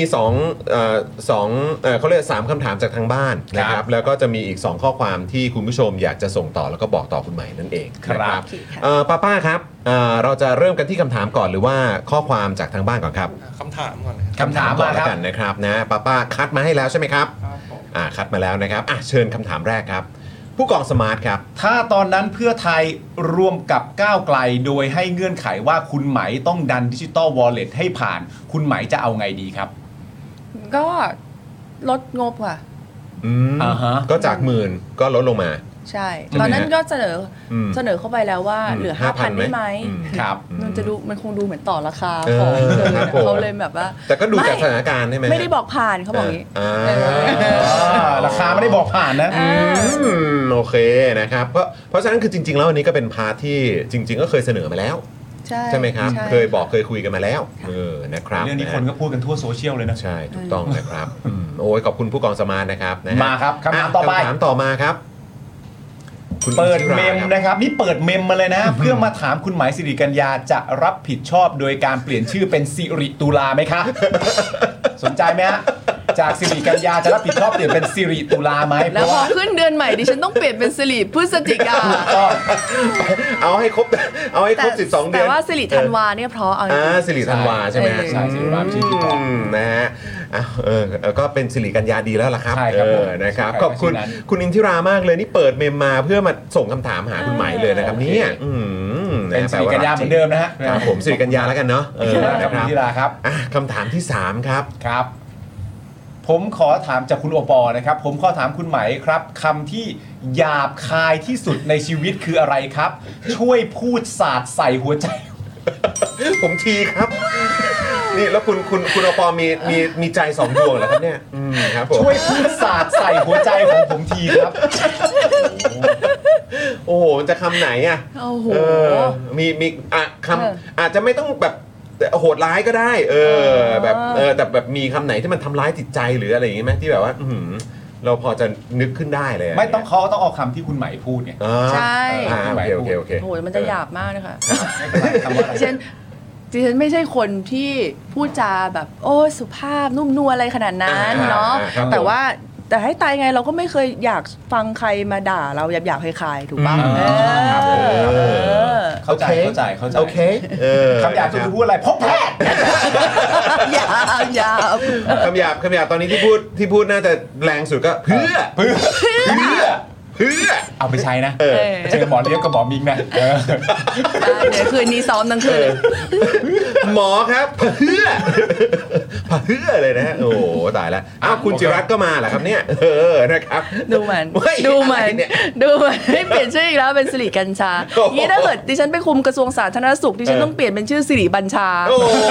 เขาเรียก3คำถามจากทางบ้านนะครับแล้วก็จะมีอีก2ข้อความที่คุณผู้ชมอยากจะส่งต่อแล้วก็บอกต่อคุณใหม่นั่นเองครับป้าครับเราจะเริ่มกันที่คำถามก่อนหรือว่าข้อความจากทางบ้านก่อนครับคำถามก่อนคำถามก่อนแล้วกันนะครับนะป้าคัดมาให้แล้วใช่ไหมครับคัดมาแล้วนะครับเชิญคำถามแรกครับผู้กองสมาร์ทครับถ้าตอนนั้นเพื่อไทยรวมกับก้าวไกลโดยให้เงื่อนไขว่าคุณไหมต้องดันดิจิตอลวอลเล็ตให้ผ่านคุณไหมจะเอาไงดีครับก็ลดงบค่ะก็จาก10,000ก็ลดลงมาใช่ตอนนั้นก็เสนอเข้าไปแล้วว่าเหลือ 5,000 ได้ไหมครับมันคงดูเหมือนต่อราคาของเขาเลยแบบว่าแต่ก็ดูจากสถานการณ์ใช่ไหมไม่ได้บอกผ่านเขาบอกอย่างนี้ราคาไม่ได้บอกผ่านนะโอเคนะครับเพราะฉะนั้นคือจริงๆแล้ววันนี้ก็เป็นพาร์ทที่จริงๆก็เคยเสนอมาแล้วใช่ไหมครับเคยคุยกันมาแล้วนะครับเรื่องนี้คนก็พูดกันทั่วโซเชียลเลยนะใช่ถูกต้องนะครับโอ้ยขอบคุณผู้กองสมาร์ทนะครับมาครับคำถามต่อไปคำถามต่อมาครับเปิดเมมนะครับนี่เปิดเมมมาเลยนะเพื่อมาถามคุณหมายสิริกัญญาจะรับผิดชอบโดยการเปลี่ยนชื่อเป็นสิริตุลาไหมครับสนใจไหมฮะจากสิริกัญญาจะรับผิดชอบเปลี่ยนเป็นสิริตุลาไหมแล้วพอขึ้นเดือนใหม่ดิฉันต้องเปลี่ยนเป็นสิริพฤศจิกาเอาให้ครบ12 เดือนแต่ว่าสิริธันวาเนี่ยเพราะสิริธันวาใช่ไหมใช่สิริธันวาชื่อที่เพราะนะฮะก็เป็นสิริกัญญาดีแล้วล่ะครับนะครับขอบคุณคุณอินทิรามากเลยนี่เปิดเมมมาเพื่อมาส่งคำถามหาคุณไหมเลยนะครับเนี่ยเป็นสิริกัญญาเหมือนเดิมนะฮะครับผมสิริกัญญาแล้วกันเนาะนะครับอินทิราครับคำถามที่3ครับครับผมขอถามจากคุณโอปอนะครับผมขอถามคุณไหมครับคำที่หยาบคายที่สุดในชีวิตคืออะไรครับช่วยพูดสาดใส่หัวใจผมทีครับนี่แล้วคุณโอปอมีใจ2 ดวงเหรอครับเนี่ยครับผมช่วยพูดสาดใส่หัวใจของผมทีครับโอ้โหจะคำไหนโอ้โหมีคำอาจจะไม่ต้องแบบโหดร้ายก็ได้แบบแต่แบบมีคำไหนที่มันทำร้ายจิตใจหรืออะไรอย่างงี้ไหมที่แบบว่าเราพอจะนึกขึ้นได้เลยไม่ต้องเขาต้องเอาคำที่คุณไหมพูดไงใช่โอเคโอ้โหมันจะหยาบมากนะคะดิฉันไม่ใช่คนที่พูดจาแบบโอ้สุภาพนุ่มนวลอะไรขนาดนั้นเนาะแต่ว่าแต่ให้ตายไงเราก็ไม่เคยอยากฟังใครมาด่าเราหยาบๆคล้ายๆถูกป่ะครับเข้าใจโอเคคำหยาบคือพูดอะไรพบแพทย์หยาบคำหยาบตอนนี้ที่พูดน่าจะแรงสุดก็เพื่อเอาไปใช้นะเจอหมอเลี้ยบกับหมอมิงนะเดี๋ยวคืนนี้ซ้อมทั้งคืนเลยหมอครับเพื่อเลยนะโอ้ตายแล้วอ้าวคุณจิรัตน์ก็มาเหรอครับเนี่ยนะครับดูมันให้เปลี่ยนชื่ออีกแล้วเป็นสิริกัญชางี้ถ้าเกิดดิฉันไปคุมกระทรวงสาธารณสุขดิฉันต้องเปลี่ยนเป็นชื่อสิริบัญชา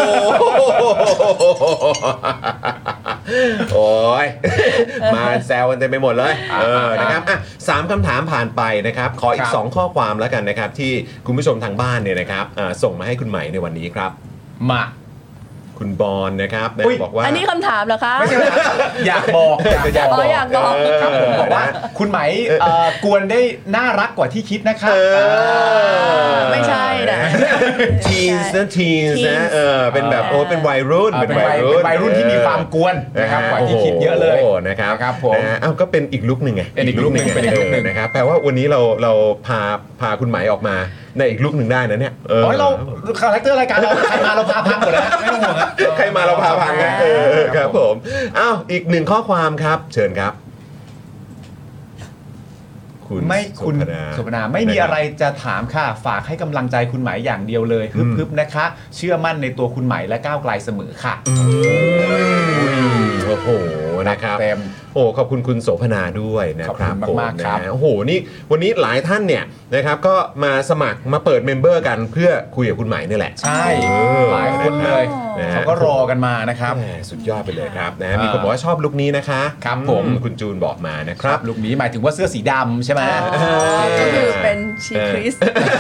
โอ้ยมาแซวกันเต็มไปหมดเลยนะครับ3คำถามผ่านไปนะครับขออีก2ข้อความแล้วกันนะครับที่คุณผู้ชมทางบ้านเนี่ยนะครับส่งมาให้คุณใหม่ในวันนี้ครับมาคุณบอลนะครับบอกว่าอันนี้คำถามเหรอคะอยากบอกครับผมบอกว่าคุณไหมกวนได้น่ารักกว่าที่คิดนะครับไม่ใช่นะทีนส์นะเป็นแบบเป็นวัยรุ่นเป็นวัยรุ่นที่มีความกวนนะครับกว่าที่คิดเยอะเลยนะครับผมก็เป็นอีกลุคนึงไงเป็นอีกลุคนึงนะครับแปลว่าวันนี้เราพาคุณไหมออกมาในอีกลุคนึงได้นะเนี่ยเราคาแรคเตอร์รายการเราใครมาเราพาพังหมดเลยนะไม่ต้องห่วงนะใครมาเราพาพังนะครับผมอีก1ข้อความครับเชิญครับคุณสุพนาไม่มีอะไรจะถามค่ะฝากให้กำลังใจคุณไหมอย่างเดียวเลยฮึบๆนะคะเชื่อมั่นในตัวคุณไหมและก้าวไกลเสมอค่ะโอ้โหนะครับขอบคุณคุณโสภณาด้วยนะครับมากครับโอ้โหนี่วันนี้หลายท่านเนี่ยนะครับก็มาสมัครมาเปิดเมมเบอร์กันเพื่อคุยกับคุณไหมนี่แหละใช่หลายคนเลยเขาก็รอกันมานะครับสุดยอดไปเลยครับนะมีคนบอกว่าชอบลุคนี้นะคะครับผมคุณจูนบอกมานะครับลุคนี้หมายถึงว่าเสื้อสีดำใช่ไหมก็คือเป็นชีคริส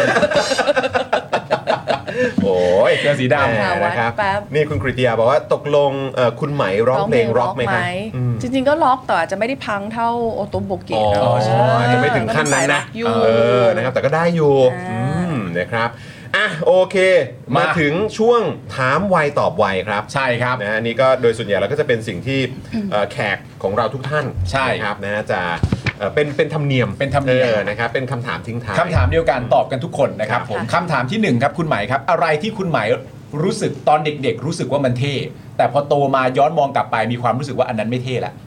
โอ้ยเสื้อสีดำนะครับนี่คุณกฤติยาบอกว่าตกลงคุณไหมร้องเพลงร็อกไหมครับจริงๆก็ร็อกแต่อาจจะไม่ได้พังเท่าโอโตโบเกะจะไม่ถึงขั้นนั้นนะนะครับแต่ก็ได้อยู่นะครับโอเคมาถึงช่วงถามไวตอบไวครับใช่ครับนะนี่ก็โดยส่วนใหญ่แล้วก็จะเป็นสิ่งที่แขกของเราทุกท่านใช่ครับนะจะเป็นธรรมเนียมนะครับเป็นคำถามทิ้งท้ายคำถามเดียวกันตอบกันทุกคนนะครับผมคำถามที่1ครับคุณไหมครับอะไรที่คุณไหมรู้สึกตอนเด็กๆรู้สึกว่ามันเท่แต่พอโตมาย้อนมองกลับไปมีความรู้สึกว่าอันนั้นไม่เท่ละ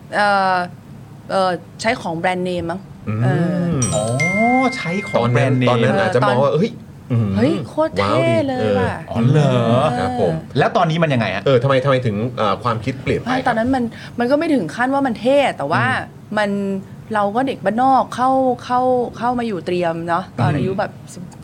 ใช้ของแบรนด์เนมมั้งใช้ของแบรนด์เนมตอนนั้นอาจจะมองว่าเฮ้ยโคตรเท่เลยว่ะเหรอครับผมแล้วตอนนี้มันยังไงฮะทำไมถึงความคิดเปลี่ยนไปตอนนั้นมันก็ไม่ถึงขั้นว่ามันเท่แต่ว่ามันเราก็เด็กบ้านนอกเข้ามาอยู่เตรียมเนาะตอนอายุแบบ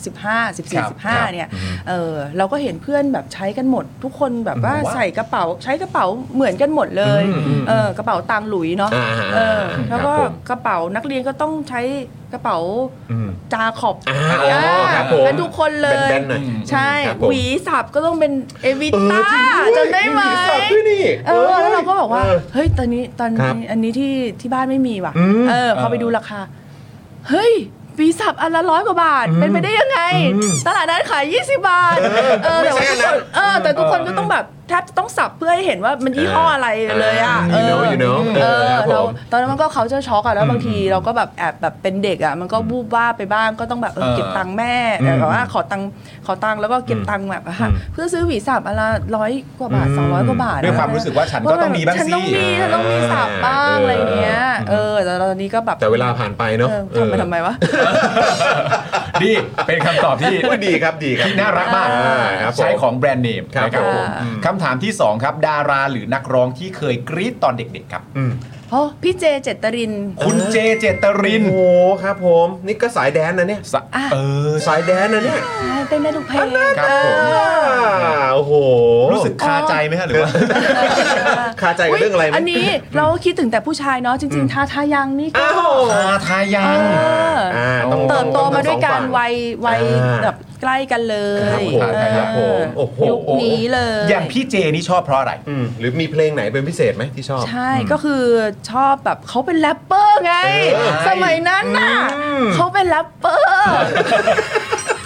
14-15เนี่ยเราก็เห็นเพื่อนแบบใช้กันหมดทุกคนแบบว่าใส่กระเป๋าใช้กระเป๋าเหมือนกันหมดเลยกระเป๋าตังหลุยเนาะแล้วก็กระเป๋านักเรียนก็ต้องใช้กระเป๋าจาขอบกันทุกคนเลยใช่หวีสับก็ต้องเป็นเอวิต้าจำได้ไหมแล้วเราก็บอกว่าเฮ้ยตอนนี้อันนี้ที่บ้านไม่มีว่ะพอไปดูราคาเฮ้ยวีสับอันละ100 กว่าบาทเป็นไปได้ยังไงตลาดนัดขาย20 บาทแต่ทุกคนก็ต้องแบบแทบต้องสับเพื่อให้เห็นว่ามันยี่ห้ออะไรเลยอ่ะเราตอนนั้นมันก็เขาจะช็อกอะแล้วบางทีเราก็แบบแอบแบบเป็นเด็กอะมันก็บูบว่าไปบ้างก็ต้องแบบเก็บตังค์แม่แต่ว่าขอตังค์แล้วก็เก็บตังค์แบบเพื่อซื้อหวีสับอันละ100 กว่าบาท200 กว่าบาทด้วยความรู้สึกว่าฉันก็ต้องมีบ้างสิฉันต้องมีสับบ้างอะไรเงี้ยแต่ตอนนี้ก็แบบแต่เวลาผ่านไปเนาะทำไมวะดีเป็นคำตอบที่ดีครับที่น่ารักมากใช้ของแบรนด์เนมนะครับผมคำถามที่2ครับดาราหรือนักร้องที่เคยกรี๊ดตอนเด็กๆครับพี่เจเจตรินคุณเจเจตรินโอ้ครับผมนี่ก็สายแดนนะเนี่ยสายแดนนะเนี่ยเต้นได้ทุกเพลงครับผมโอ้โหรู้สึกคาใจไหมฮะหรือว่าคาใจกับเรื่องอะไรอันนี้เราคิดถึงแต่ผู้ชายเนาะจริงๆทายังนี่ก็ทายังเติบโตมาด้วยการวัยแบบใกล้กันเลยยุคนี้เลยอย่างพี่เจนี่ชอบเพราะอะไรหรือมีเพลงไหนเป็นพิเศษไหมที่ชอบใช่ก็คือชอบแบบเขาเป็นแรปเปอร์ไงสมัยนั้นน่ะเขาเป็นแรปเปอร์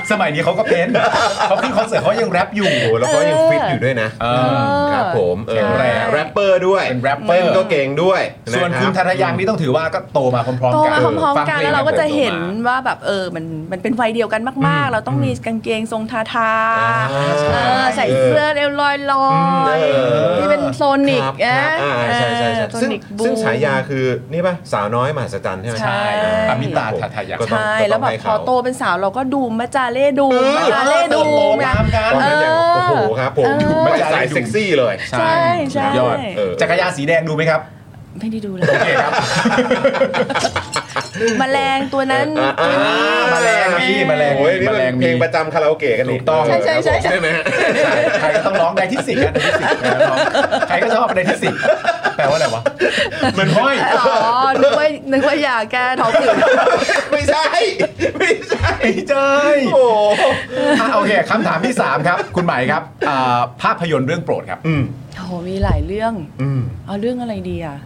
สมัยนี้เขาก็เป็นเขาขึ้นคอนเสิร์ตเขายังแรปอยู่แล้วก็ยังฟิตอยู่ด้วยนะครับผมแรปเปอร์ด้วยเป็นแรปเปอร์ต้นก็เก่งด้วยส่วนคุณธนยังนี่ต้องถือว่าก็โตมาพร้อมโตๆกันมาพร้อมๆกันแล้วเราก็จะเห็นฟังพลงว่าแบบมันเป็นวัยเดียวกันมากๆ เราต้องมีกางเกงทรงทาใส่เสื้อเอวลอยๆที่เป็นโซนิกซึ่งฉายาคือนี่ป่ะสาวน้อยมหัศจรรย์ใช่ไหมใช่อมิตาทาทายังใช่แล้วแบบพอโตเป็นสาวเราก็ดูมัจจาเล่ดูมัจจาเล่ดูตามกันโอ้โหครับผมไม่สายเซ็กซี่เลยใช่ใช่ยอดจักรยานสีแดงดูไหมครับไม่ได้ดูเลยโอเคครับแมลงตัวนั้นตัวนี้แมลงมีแมลงโอ้ยนี่เป็นเพลงประจำคาราโอเกะกันถูกต้องใช่ไหมฮะใครก็ต้องร้องไดที่สิกนะไดที่สิกใครก็ชอบไดที่สิกแปลว่าอะไรวะเหมือนห้อยอ๋อนึกว่าอยากแก้ท้องผืดไม่ใช่โอเคคำถามที่ 3 ครับคุณใหม่ครับภาพยนตร์เรื่องโปรดครับโอ้โหมีหลายเรื่องเอาเรื่องอะไรดีอ่ะ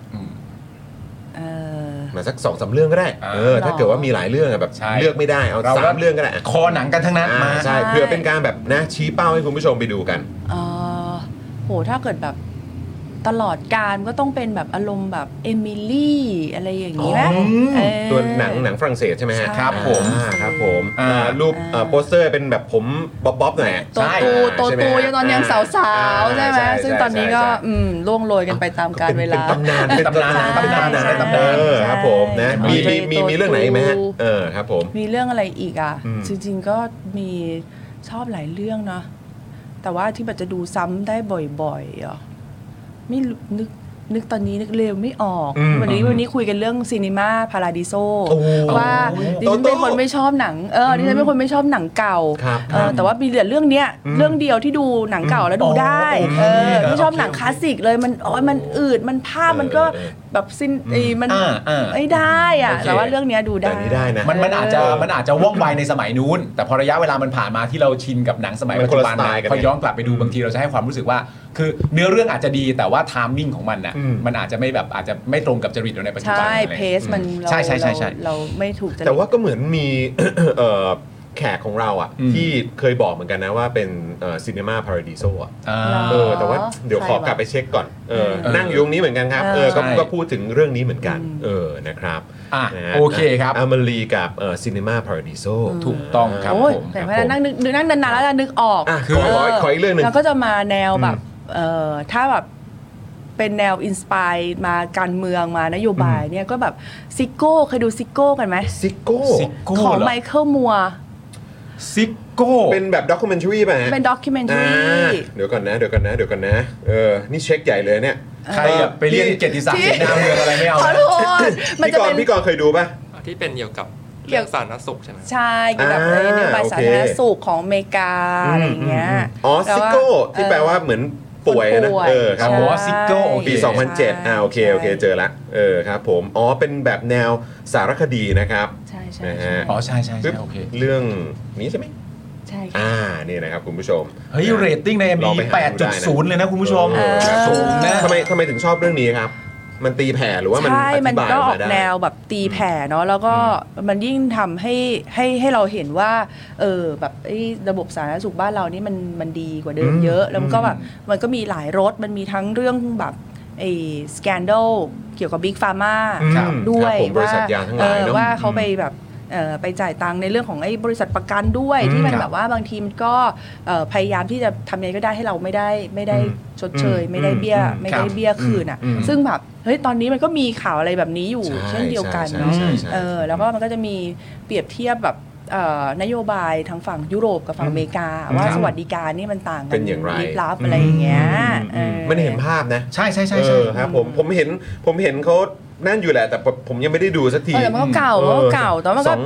มาสัก 2-3 เรื่องก็ได้ถ้าเกิดว่ามีหลายเรื่องแบบเลือกไม่ได้เอา3 เรื่องก็ได้คอหนังกันทั้งนั้นมาใช่เพื่อเป็นการแบบนะชี้เป้าให้คุณผู้ชมไปดูกันโหถ้าเกิดแบบตลอดการก็ต้องเป็นแบบอารมณ์แบบเอมิลี่อะไรอย่างนี้ไหมตัวหนังฝรั่งเศสใช่ไหมฮะครับผมรูปโปสเตอร์เป็นแบบผมบ๊อบๆหน่อยตัวยังตอนยังสาวๆใช่ไหมซึ่งตอนนี้ก็ล่วงโรยกันไปตามกาลเวลาเป็นตำนานครับผมนะมีเรื่องไหนไหมฮะครับผมมีเรื่องอะไรอีกอ่ะจริงๆก็มีชอบหลายเรื่องเนาะแต่ว่าที่แบบจะดูซ้ำได้บ่อยๆอ่ะไม่นึกตอนนี้นึกเร็วไม่ออกวันนี้คุยกันเรื่องซีนีมาพาราดิโซว่าดิฉันเป็นคนไม่ชอบหนังดิฉันเป็นคนไม่ชอบหนังเก่าแต่ว่ามีเหลือเรื่องเนี้ยเรื่องเดียวที่ดูหนังเก่าแล้วดูได้ไม่ชอบหนังคลาสสิกเลยมันอืดมันภาพมันก็แบบมันไม่ได้อะแต่ว่าเรื่องเนี้ยดูได้มันอาจจะว่องไวในสมัยนู้นแต่พอระยะเวลามันผ่านมาที่เราชินกับหนังสมัยปัจจุบันพอย้อนกลับไปดูบางทีเราจะให้ความรู้สึกว่าคือเนื้อเรื่องอาจจะดีแต่ว่าไทมิ่งของมันน่ะมันอาจจะไม่แบบอาจจะไม่ตรงกับจริตเราในปัจจุบันใช่เพสมันใช่เราไม่ถูกแต่ว่าก็เหมือนมีแขกของเราอ่ะที่เคยบอกเหมือนกันนะว่าเป็นซีนีมาพาราดิโซอ่ะแต่ว่าเดี๋ยวขอกลับไปเช็คก่อนนั่งอยู่ตรงนี้เหมือนกันครับก็พูดถึงเรื่องนี้เหมือนกันนะครับโอเคครับอามารีกับซีนีมาพาราดิโซถูกต้องครับผมแต่ว่านั่งนานๆแล้วนึกออกคือขออีกเรื่องนึงแล้วก็จะมาแนวแบบถ้าแบบเป็นแนวอินสปายมาการเมืองมานโยบายเนี่ยก็แบบซิโก้เคยดูซิโก้กันไหมซิโก้ของไมเคิลมัวร์ซิโก้เป็นแบบด็อกิเมนทรีป่ะเป็นด็อกิเมนทรีเดี๋ยวก่อนนะนี่เช็คใหญ่เลยเนี่ยใครไปเรียนเกียรติศักดิ์เสนาเมืองอะไรไม่เอาพี่กรเคยดูป่ะที่เป็นเกี่ยวกับเรื่องสาธารณสุขใช่ไหมใช่เกี่ยวกับนโยบายสาธารณสุขของอเมริกาอะไรอย่างเงี้ยซิโก้ที่แปลว่าเหมือนป่วยนะครับผมว่าซิโก้ปี2007โอเคเจอละครับผมเป็นแบบแนวสารคดีนะครับใช่ใช่โอเคเรื่องนี้ใช่ไหมใช่นี่นะครับคุณผู้ชมเฮ้ยเรตติ้งใน IMDb 8.0 เลยนะคุณผู้ชมสูงนะทำไมถึงชอบเรื่องนี้ครับมันตีแผ่หรือว่ามันอธิบายก็ออกแนวแบบตีแผ่เนาะแล้วก็มันยิ่งทำให้เราเห็นว่าแบบระบบสาธารณสุขบ้านเรานี่มันดีกว่าเดิมเยอะแล้วมันก็แบบมันก็มีหลายรสมันมีทั้งเรื่องแบบสแกนโดลเกี่ยวกับบิ๊กฟาร์มาด้วยว่าเขาไปแบบไปจ่ายตังค์ในเรื่องของบริษัทประกันด้วยที่มันแบบว่าบางทีมันก็พยายามที่จะทำยังไงก็ได้ให้เราไม่ได้ชดเชยไม่ได้เบี้ยคืนอ่ะซึ่งแบบเฮ้ยตอนนี้มันก็มีข่าวอะไรแบบนี้อยู่เช่นเดียวกันเนาะแล้วก็มันก็จะมีเปรียบเทียบแบบนโยบายทางฝั่งยุโรปกับฝั่งอเมริกาว่าสวัสดิการนี่มันต่างกันลิบลับอะไรอย่างเงี้ยมันเห็นภาพนะใช่ครับผมเห็นเขานั่นอยู่แหละแต่ผมยังไม่ได้ดูสักทีแต่มันก็เก่าแต่มันก็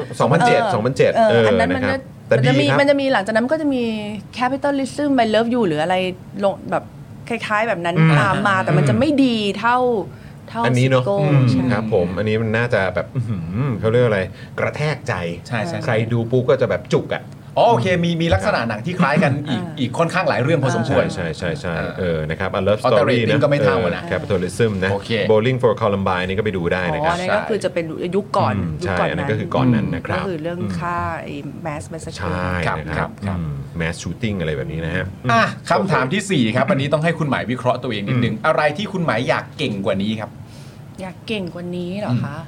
2007 อันนั้นมันจะมีหลังจากนั้นก็จะมี Capitalism by Love You หรืออะไรลงแบบคล้ายๆแบบนั้นตามมาแต่มันจะไม่ดีเท่าอันนี้เนาะครับผมอันนี้มันน่าจะแบบเขาเรียกอะไรกระแทกใจใครดูปุ๊บก็จะแบบจุกอ่ะอ๋อโอเคมีลักษณะหนังที่คล้ายกันอีกค่อนข้างหลายเรื่องพอสมควรใช่นะครับ A Love แต่ Story rating ก็ไม่เท่านะ Capitalism นะโอเค Bowling for Columbine นี่ก็ไปดูได้นะคอ๋รัอบ นั่นก็คือจะเป็นยุคก่อนยุคใช่ก่อนอันนั้นั้นนก็คือก่อนนั้นนะครับก็คือเรื่องค่าไอ้ mass massacre ใช่นะครับ Mass Shooting อะไรแบบนี้นะฮะคำถามที่ 4 ครับอันนี้ต้องให้คุณหมายวิเคราะห์ตัวเองนิดนึงอะไรที่คุณหมายอยากเก่งกว่านี้ครับอยากเก่งกว่านี้เหรอคะ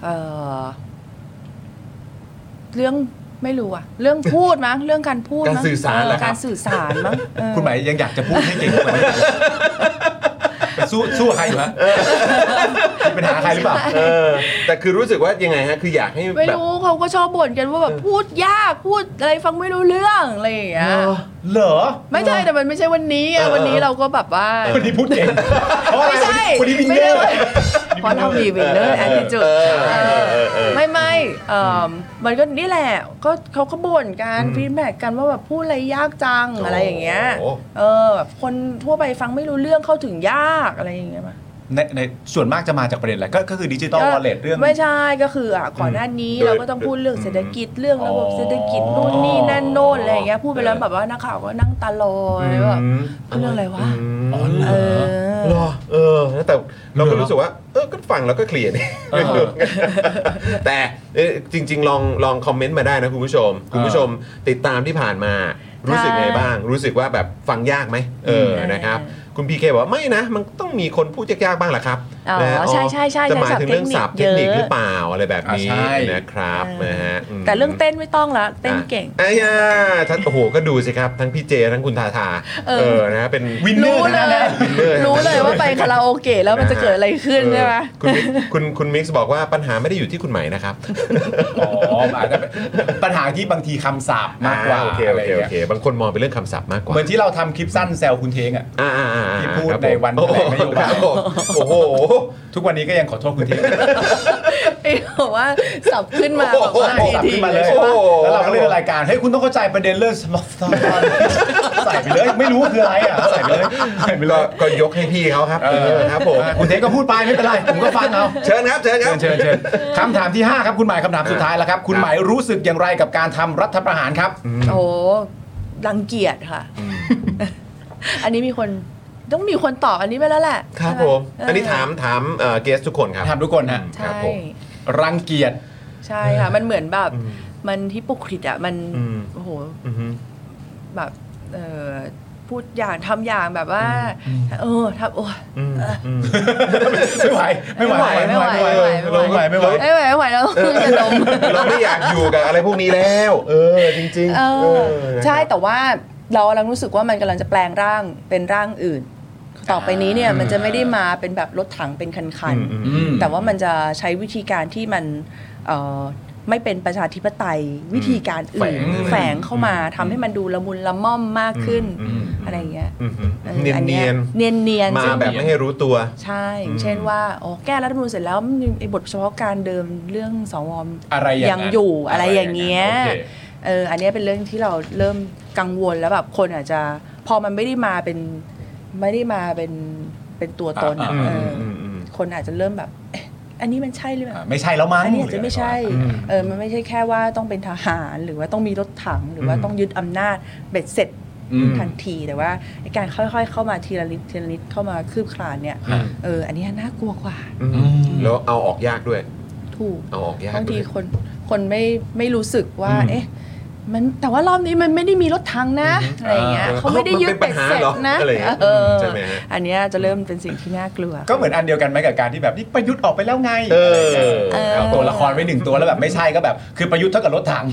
เรื่องไม่รู้อะเรื่องพูดมั้งเรื่องการพูดมั้งการสื่อสารเหรอครับการสื่อสารมั้งคุณหมายยังอยากจะพูดให้เก่งกว่านี้ไปสู้กับใครอยู่ฮะมีปัญหาใครหรือเปล่าแต่คือรู้สึกว่ายังไงฮะคืออยากให้ไม่แบบรู้เขาก็ชอบบ่นกันว่าแบบพูดยากพูดอะไรฟังไม่รู้เรื่องอะไรอย่างเงี้ยเหรอไม่ใช่แต่มันไม่ใช่วันนี้อะวันนี้เราก็แบบว่าวันนี้พูดเก่งไม่ใช่วันนี้วินไม่เนอได้ร์เพราะเรามีวินเนอร์แอทิจูดไม่มันก็นี่แหละก็เขาก็บ่นกันฟีดแบ็กกันว่าแบบพูดอะไรยากจังอะไรอย่างเงี้ยแบบคนทั่วไปฟังไม่รู้เรื่องเข้าถึงยากอะไรอย่างเงี้ยมาในส่วนมากจะมาจากประเด็นอะไรก็คือดิจิตอลวอลเล็ตเรื่องไม่ใช่ก็คือก่อนหน้านี้เราก็ต้องพูดเรื่องเศรษฐกิจเรื่องระบบเศรษฐกิจนู่นนี่นั่นโน่นอะไรอย่างเงี้ยพูดไปแล้วแบบว่านักข่าวก็นั่งตาลอยแบบพูดเรื่องอะไรวะแต่เราก็รู้สึกว่าก็ฟังแล้วก็เคลียร์นี่แต่จริงๆลองคอมเมนต์มาได้นะคุณผู้ชมติดตามที่ผ่านมารู้สึกไงบ้างรู้สึกว่าแบบฟังยากไหมนะครับคุณพีเคบอกว่าไม่นะมันต้องมีคนพูดยากๆบ้างแหละครับใช่จะหมายถึงเรื่องศัพท์เทคนิคหรือเปล่าอะไรแบบนี้นะครับนะฮะแต่เรื่องเต้นไม่ต้องละเต้นเก่งท่านโอ้โหก็ดูสิครับทั้งพี่เจทั้งคุณทาทานะเป็นวินเนอร์รู้เลยว่าไปคาราโอเกะแล้วมันจะเกิดอะไรขึ้นใช่ไหมคุณมิกซ์บอกว่าปัญหาไม่ได้อยู่ที่คุณใหม่นะครับอาจจะปัญหาที่บางทีคำศัพท์มากกว่าโอเคบางคนมองเป็นเรื่องคำศัพท์มากกว่าเหมือนที่เราทำคลิปสั้นแซวคุณเทงที่พูดในวันแถลงนโยบายโอ้โหทุกวันนี้ก็ยังขอโทษคุณเทงบอกว่าสับขึ้นมาบอกว่าสับขึ้นมาเลยแล้วเราก็เล่นรายการเฮ้ยคุณต้องเข้าใจประเด็นเรื่องสมอลใส่ไปเลยไม่รู้คืออะไรใส่ไปเลยก็ยกให้พี่เขาครับครับผมคุณเทงก็พูดไปไม่เป็นไรผมก็ฟังเอาเชิญครับคำถามที่5ครับคุณหมายคำถามสุดท้ายแล้วครับคุณหมายรู้สึกอย่างไรกับการทำรัฐประหารครับโอ้รังเกียจค่ะอันนี้ต้องมีคนตอบอันนี้ไปแล้วแหละครับผมอันนี้ถามเกสทุกคนครับถามทุกคนฮะใช่รังเกียจใช่ค่ะมันเหมือนแบบมันฮิปโปคริตอ่ะมันโอ้โหแบบพูดอย่างทำอย่างแบบว่าทำโอ้ไม่ไหวแล้วจะดมเราไม่อยากอยู่กับอะไรพวกนี้แล้วจริงๆใช่แต่ว่าเรากำลังรู้สึกว่ามันกำลังจะแปลงร่างเป็นร่างอื่นต่อไปนี้เนี่ยมันจะไม่ได้มาเป็นแบบรถถังเป็นคันๆแต่ว่ามันจะใช้วิธีการที่มันไม่เป็นประชาธิปไตยวิธีการอื่นแฝงเข้ามาทำให้มันดูละมุนละม่อมมากขึ้นอะไรเงี้ยเนียนมาแบบไม่ให้รู้ตัวใช่เช่นว่าแก้รัฐธรรมนูญเสร็จแล้วไอ้บทเฉพาะการเดิมเรื่องสวยังอยู่อะไรอย่างเงี้ยอันนี้เป็นเรื่องที่เราเริ่มกังวลแล้วแบบคนอาจจะพอมันไม่ได้มาเป็นตัวตนคนอาจจะเริ่มแบบอันนี้มันใช่หรือเปล่าไม่ใช่แล้วมั้งอันนี้อาจจะไม่ใช่มันไม่ใช่แค่ว่าต้องเป็นทหารหรือว่าต้องมีรถถังหรือว่าต้องยึดอำนาจเบ็ดเสร็จทันทีแต่ว่าการค่อยๆเข้ามาทีละนิดเข้ามาคืบคลานเนี่ยอันนี้น่ากลัวกว่าแล้วเอาออกยากด้วยถูกเอาออกยากบางทีคนไม่รู้สึกว่ามันแต่ว่ารอบนี้มันไม่ได้มีรถถังนะอะไรเงี้ยเขาไม่ได้ยึดเป็ดเสร็จนะอันนี้จะเริ่มเป็นสิ่งที่น่ากลัวก็เหมือนอันเดียวกันไหมกับการที่แบบนี่ประยุทธ์ออกไปแล้วไงเอาตัวละครไว้1ตัวแล้วแบบไม่ใช่ก็แบบคือประยุทธ์เท่ากับรถถัง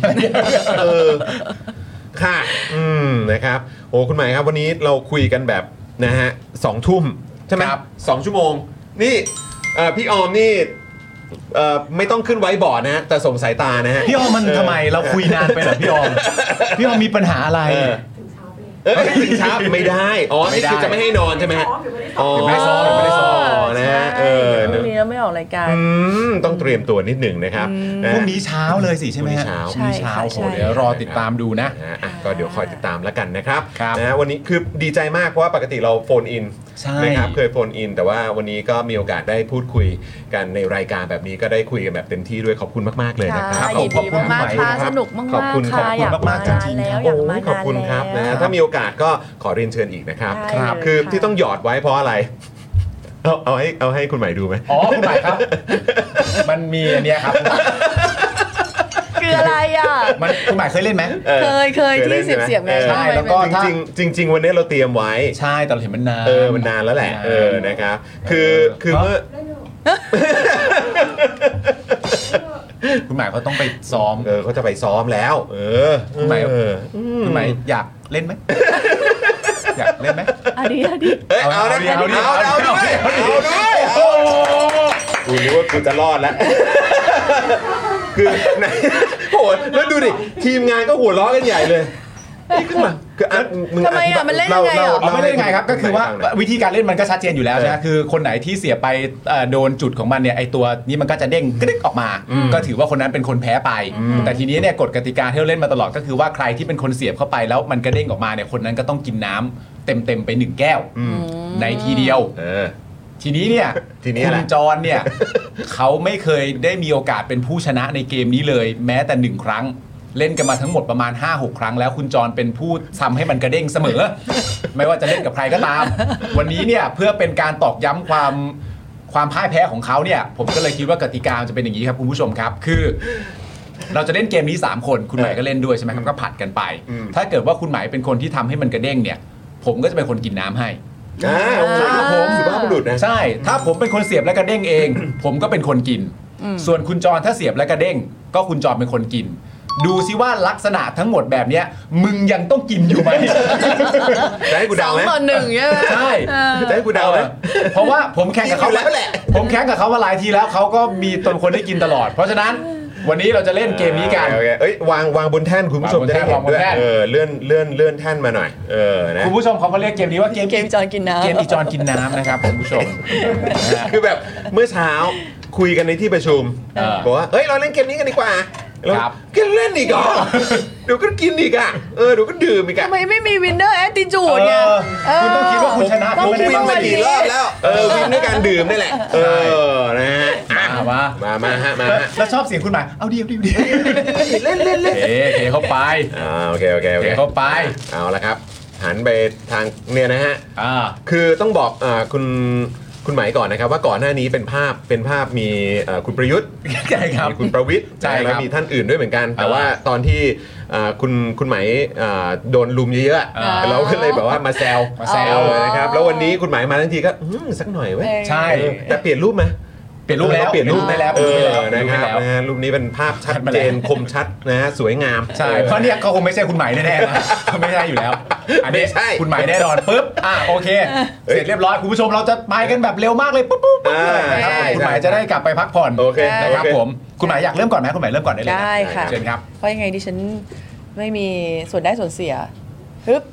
ค่ะนะครับโอ้คุณหมายครับวันนี้เราคุยกันแบบนะฮะ2 ทุ่มใช่ไหม2 ชั่วโมงนี่พี่ออมนี่ไม่ต้องขึ้นไว้บอร์ดนะแต่ส่งสายตานะฮะพี่ออมมันทำไมเราคุยนานไปเหรอพี่ออมมีปัญหาอะไรถึงเช้าไม่ได้นี่คือจะไม่ให้นอนใช่ไหมฮะไม่ได้ซ้อมนะฮะมียังไม่ออกรายการต้องเตรียมตัวนิดหนึ่งนะครับพรุ่งนี้เช้าเลยสิใช่ไหมฮะพรุ่งนี้เช้าพรุ่งนี้เช้าโอ้โหเดี๋ยวรอติดตามดูนะก็เดี๋ยวคอยติดตามแล้วกันนะครับครับนะวันนี้คือดีใจมากเพราะว่าปกติเราโฟนอินใช่นะครับเคยโฟนอินแต่ว่าวันนี้ก็มีโอกาสได้พูดคุยกันในรายการแบบนี้ก็ได้คุยกันแบบเต็มที่ด้วยขอบคุณมากๆเลยนะครับค่ะยินดีมากๆค่ะสนุกมากขอบคุณๆค่ะอยากมานานแล้วอยากมานานขอบคุณครับแล้วนะถ้ามีโอกาสก็ขอเรียนเชิญอีกนะครับได้เลยคือค่ะที่ต้องหยอดไว้เพราะอะไรเอาให้คุณใหม่ดูไหมอ๋อคุณหมายครับ มันมีอันเนี้ยครับคืออะไรอ่ะมันคุณหมายเคยเล่นไหมเคยที่เสียบๆไงใช่แล้วก็จริงวันนี้เราเตรียมไว้ใช่แต่เราเห็นมันนานมันนานแล้วแหละนะครับคือเมื่อคุณหมายเขาต้องไปซ้อมเขาจะไปซ้อมแล้วคุณหมายคุณหมายอยากเล่นไหมอยากเล่นไหมเอาดีเอาด้วยกูนึกว่ากูจะรอดแล้วคือไหนโหแล้วดูดิทีมงานก็หัวล้อกันใหญ่เลยนี่ขึ้นมาคือทำไมอ่ะมันเล่นยังไงอ่ะไม่เล่นยังไงครับก็คือว่าวิธีการเล่นมันก็ชัดเจนอยู่แล้วใช่ไหมคือคนไหนที่เสียไปโดนจุดของมันเนี่ยไอตัวนี้มันก็จะเด้งกระดึกออกมาก็ถือว่าคนนั้นเป็นคนแพ้ไปแต่ทีนี้เนี่ยกฎกติกาที่เราเล่นมาตลอดก็คือว่าใครที่เป็นคนเสียบเข้าไปแล้วมันกระเด้งออกมาเนี่ยคนนั้นก็ต้องกินน้ำเต็มไป1แก้วในทีเดียวทีนี้เนี่ยคุณจรเนี่ยเขาไม่เคยได้มีโอกาสเป็นผู้ชนะในเกมนี้เลยแม้แต่1ครั้งเล่นกันมาทั้งหมดประมาณ 5-6 ครั้งแล้วคุณจรเป็นผู้ทำให้มันกระเด้งเสมอ ไม่ว่าจะเล่นกับใครก็ตาม วันนี้เนี่ยเพื่อเป็นการตอกย้ำความพ่ายแพ้ของเขาเนี่ยผมก็เลยคิดว่ากติกาจะเป็นอย่างนี้ครับคุณผู้ชมครับคือเราจะเล่นเกมนี้3คนคุณหมายก็เล่นด้วยใช่ไหมครับก็ผัดกันไปถ้าเกิดว่าคุณหมายเป็นคนที่ทำให้มันกระเด้งเนี่ยผมก็จะเป็นคนกินน้ำให้ผมสุภาพบุรุษนะใช่ถ้าผมเป็นคนเสียบและกระเด้งเอง ผมก็เป็นคนกินส่วนคุณจรถ้าเสียบและกระเด้งก็คุณจรเป็นคนกินดูซิว่าลักษณะทั้งหมดแบบเนี้ยมึงยังต้องกินอยู่ไหมจะให้กูเดาไหม 2-1ใช่ไหมใช่จะให้กูเดาไหมเพราะว่าผมแข่งกับเขาแล้วแหละผมแข่งกับเขามาหลายทีแล้วเขาก็มีตนคนได้กินตลอดเพราะฉะนั้นวันนี้เราจะเล่นเกมนี้กันวางบนแท่นคุณผู้ชมจะได้เห็นด้วยเลื่อนแท่นมาหน่อยนะคุณผู้ชมเขาก็เรียกเกมนี้ว่าเกมจอนกินน้ำเกมอีจอนกินน้ำนะครับคุณผู้ชมคือแบบเมื่อเช้าคุยกันในที่ประชุมบอกว่าเราเล่นเกมนี้กันดีกว่าครับก็เล่นอีกเหรอเดี๋ยวก็กินอีกอ่ะเดี๋ยวก็ดื่มอีกอ่ะทำไมไม่มีวินเนอร์แอตติจูดไงคุณต้องคิดว่าคุณชนะผมวินมากี่รอบแล้ววินด้วยการดื่มนี่แหละนะฮะมาฮะแล้วชอบเสียงคุณหมายเอาดีเล่นเคเข้าไปโอเคเข้าไปเอาละครับหันไปทางเนี่ยนะฮะคือต้องบอกคุณหมายก่อนนะครับว่าก่อนหน้านี้เป็นภาพมีคุณประยุทธ์มีคุณประวิตรแล้วมีท่านอื่นด้วยเหมือนกันแต่ว่าตอนที่คุณหมายโดนลุมเยอะๆเราก็เลยแบบว่ามาแซวนะครับแล้ววันนี้คุณหมายมาทั้งทีก็สักหน่อยเว้ยใช่แต่เปลี่ยนรูปไหมเปลี่ยนรูปแล้วเปลี่ยนรูปได้แล้วนะครับรูปนี้เป็นภาพชัดเจนคมชัดนะฮะสวยงามใช่เพราะเนี่ยเขาคงไม่ใช่คุณหมายแน่ๆนะไม่ใช่อยู่แล้วอันนี้ใช่คุณหมายแน่นอนปุ๊บโอเคเสร็จเรียบร้อยคุณผู้ชมเราจะไปกันแบบเร็วมากเลยปุ๊บนะครับคุณหมายจะได้กลับไปพักผ่อนนะครับผมคุณหมายอยากเริ่มก่อนไหมคุณหมายเริ่มก่อนได้เลยได้ค่ะเชิญครับเพราะยังไงดิฉันไม่มีส่วนได้ส่วนเสียฮึบ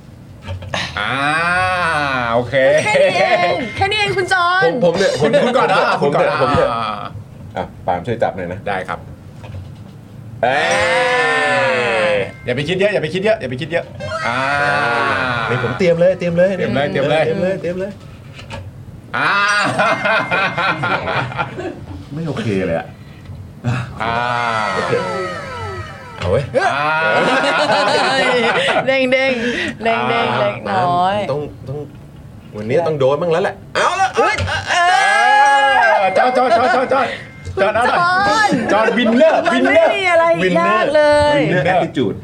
โอเคแค่นี้เองคุณจอนผมเนี่ยคุณก่อนนะผมปาล์มช่วยจับหน่อยนะได้ครับอย่าไปคิดเยอะอย่าไปคิดเยอะนี่ผมเตรียมเลยไม่โอเคเลยโอเคเอาเว้ยเด้งน้อยต้องวันนี้ต้องโดนบ้างแล้วแหละเอาละจอนวินเนอร์มันไม่มีอะไรยากเลยวินเนอร์แอตติจูด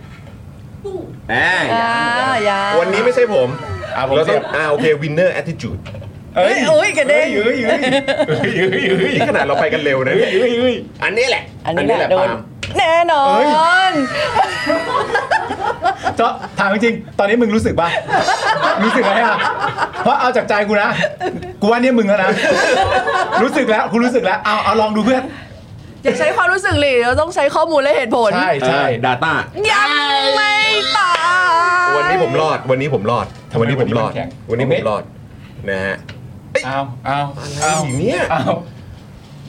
วันนี้ไม่ใช่ผมเราต้องโอเควินเนอร์แอตติจูดกระเด้งนี่ขนาดเราไปกันเร็วนะอันนี้แหละโดนแน่นอนถามจริงๆตอนนี้มึงรู้สึกป่ะรู้สึกอะไรอ่ะเพราะเอาจากใจกูนะกูว่าเนี่ยมึงแล้วนะรู้สึกแล้วกูรู้สึกแล้วเอาลองดูเพื่อนอย่าใช้ความรู้สึกเลยเราต้องใช้ข้อมูลและเหตุผลใช่ data ยังไม่ตายวันนี้ผมรอดนะฮะเอาอย่างเนี้ย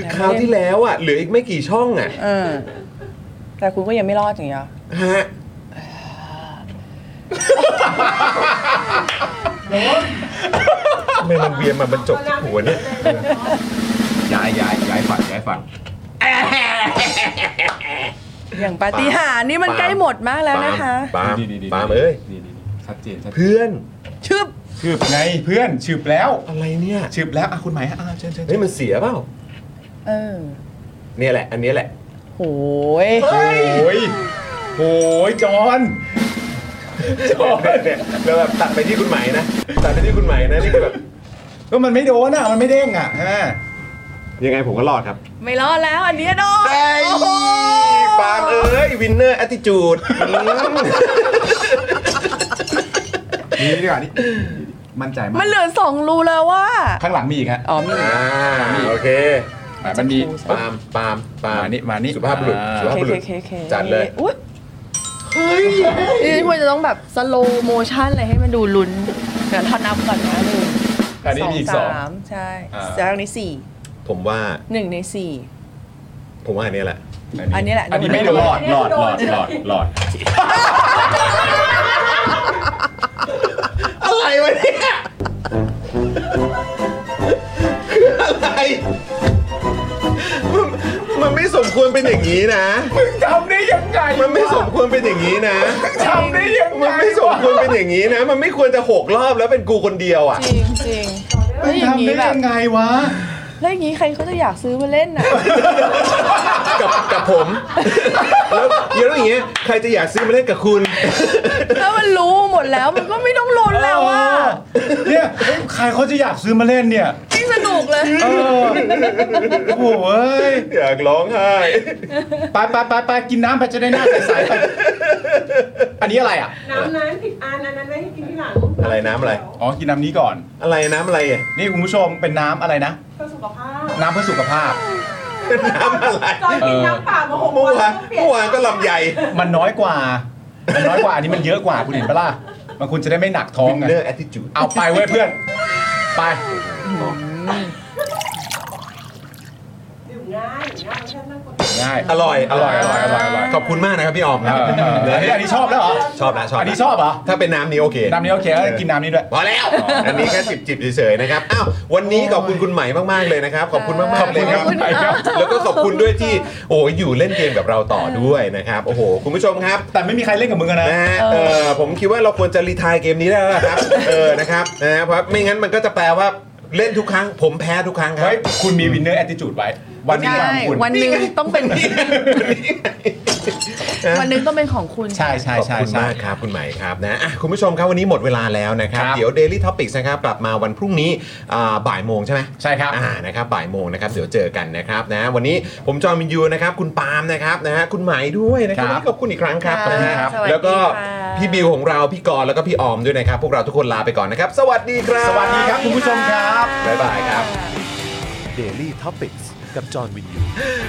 คือคราวที่แล้วอ่ะเหลืออีกไม่กี่ช่องอ่ะแต่คุณก็ยังไม่รอดอย่างเงี้ยฮะไม่มันเวียนมาบรรจบที่หัวเนี่ยย้ายฝั่งอย่างปาฏิหาริย์นี่มันใกล้หมดมากแล้วนะคะปาล์มเอ้ยชัดเจนเพื่อนชืบไงเพื่อนชืบแล้วอะไรเนี่ยชืบแล้วคุณหมายเชิญเฮ้ยมันเสียเปล่าเนี่ยแหละอันนี้แหละโหยจอนเนี่ยแล้วแบบตัดไปที่คุณหมายนะนี่คือแบบก็มันไม่โดนอ่ะมันไม่เด้งอ่ะฮะยังไงผมก็รอดครับไม่รอดแล้วอันนี้โดนปาล์มเอ้ยวินเนอร์แอตติจูดนี่ดีกว่านี่มั่นใจมากมันเหลือ2รูแล้วว่าข้างหลังมีอีกฮะมีโอเคมันมีปาล์มมานี่สุภาพบุรุษจัดเลยเฮ้ยนี่ควรจะต้องแบบสโลว์โมชั่นอะไรให้มันดูลุ้นเดี๋ยวทอนับก่อนนะ1 อันนี้มีอีก 2ใช่จากนี้4 ผมว่า 1 ใน 4 ผมว่าอันนี้แหละอันนี้แหละอันนี้ไม่รอดอะไรวะเนี่ยอะไรมันไม่สมควรเป็นอย่างนี้นะมึงทำได้ยังไงมันไม่สมควรเป็นอย่างนี้นะทำได้ยังไงมันไม่สมควรเป็นอย่างนี้นะมันไม่ควรจะ6 รอบแล้วเป็นกูคนเดียวอ่ะจริงแล้วอย่างนี้แบบยังไงวะแล้วอย่างนี้ใครเขาจะอยากซื้อมาเล่นน่ะกับผมแล้วอย่างเงี้ยใครจะอยากซื้อมาเล่นกับคุณแล้วมันรู้หมดแล้วมันก็ไม่ต้องลุ้นแล้วว่าเนี่ยใครเขาจะอยากซื้อมาเล่นเนี่ยยิ่งสนุกเลยโอ้ยอยากร้องไห้ไปกินน้ำไปจะได้หน้าใสๆไปอันนี้อะไรอ่ะน้ำผิดอันนั้นไม่ให้กินที่หลังอะไรน้ำอะไรอ๋อกินน้ำนี้ก่อนอะไรน้ำอะไรนี่คุณผู้ชมเป็นน้ำอะไรนะเพื่อสุขภาพน้ำเพื่อสุขภาพน้ำอะไรจอยกินน้ำเปล่ามา6 วันเมื่อวานก็ลำใหญ่มันน้อยกว่าอันนี้มันเยอะกว่าคุณเห็นปะล่ะมันคุณจะได้ไม่หนักท้องไง Winner attitude เอาไปเว้ยเพื่อนไปง่ายอร่อยขอบคุณมากนะครับพี่ออมครับอันนี้ชอบแล้วเหรอชอบนะอันนี้ชอบเหรอถ้าเป็นน้ำนี้โอเคแล้วกินน้ำนี้ด้วยพอแล้วอันนี้แค่จิบเฉยๆนะครับอ้าววันนี้ขอบคุณคุณใหม่มากๆเลยนะครับขอบคุณมากๆเลยครับแล้วก็ขอบคุณด้วยที่โอ้ยอยู่เล่นเกมกับเราต่อด้วยนะครับโอ้โหคุณผู้ชมครับแต่ไม่มีใครเล่นกับมึงนะผมคิดว่าเราควรจะรีไทร์เกมนี้ได้แล้วครับนะครับเพราะไม่งั้นมันก็จะแปลว่าเล่นทุกครั้งผมแพ้ทุกครั้งครับคุณมีวินเนอร์แอตติจูดไว้วันหนึ่งต้องเป็นวันหนึ่งต้องเป็นของคุณใช่ขอบคุณมากครับคุณใหม่ครับนะคุณผู้ชมครับวันนี้หมดเวลาแล้วนะครับเดี๋ยว Daily Topics นะครับกลับมาวันพรุ่งนี้บ่ายโมงใช่ไหมใช่ครับนะครับบ่ายโมงนะครับเดี๋ยวเจอกันนะครับนะวันนี้ผมจอห์นวินยูนะครับคุณปาล์มนะครับนะฮะคุณใหม่ด้วยนะครับขอบคุณอีกครั้งครับแล้วก็พี่บิวของเราพี่กรณ์แล้วก็พี่ออมด้วยนะครับพวกเราทุกคนลาไปก่อนนะครับสวัสดีครับสวัสดีครับคุณผู้ชมครับบ๊ายบายครับ Daily Topics กับจอห์นวินยู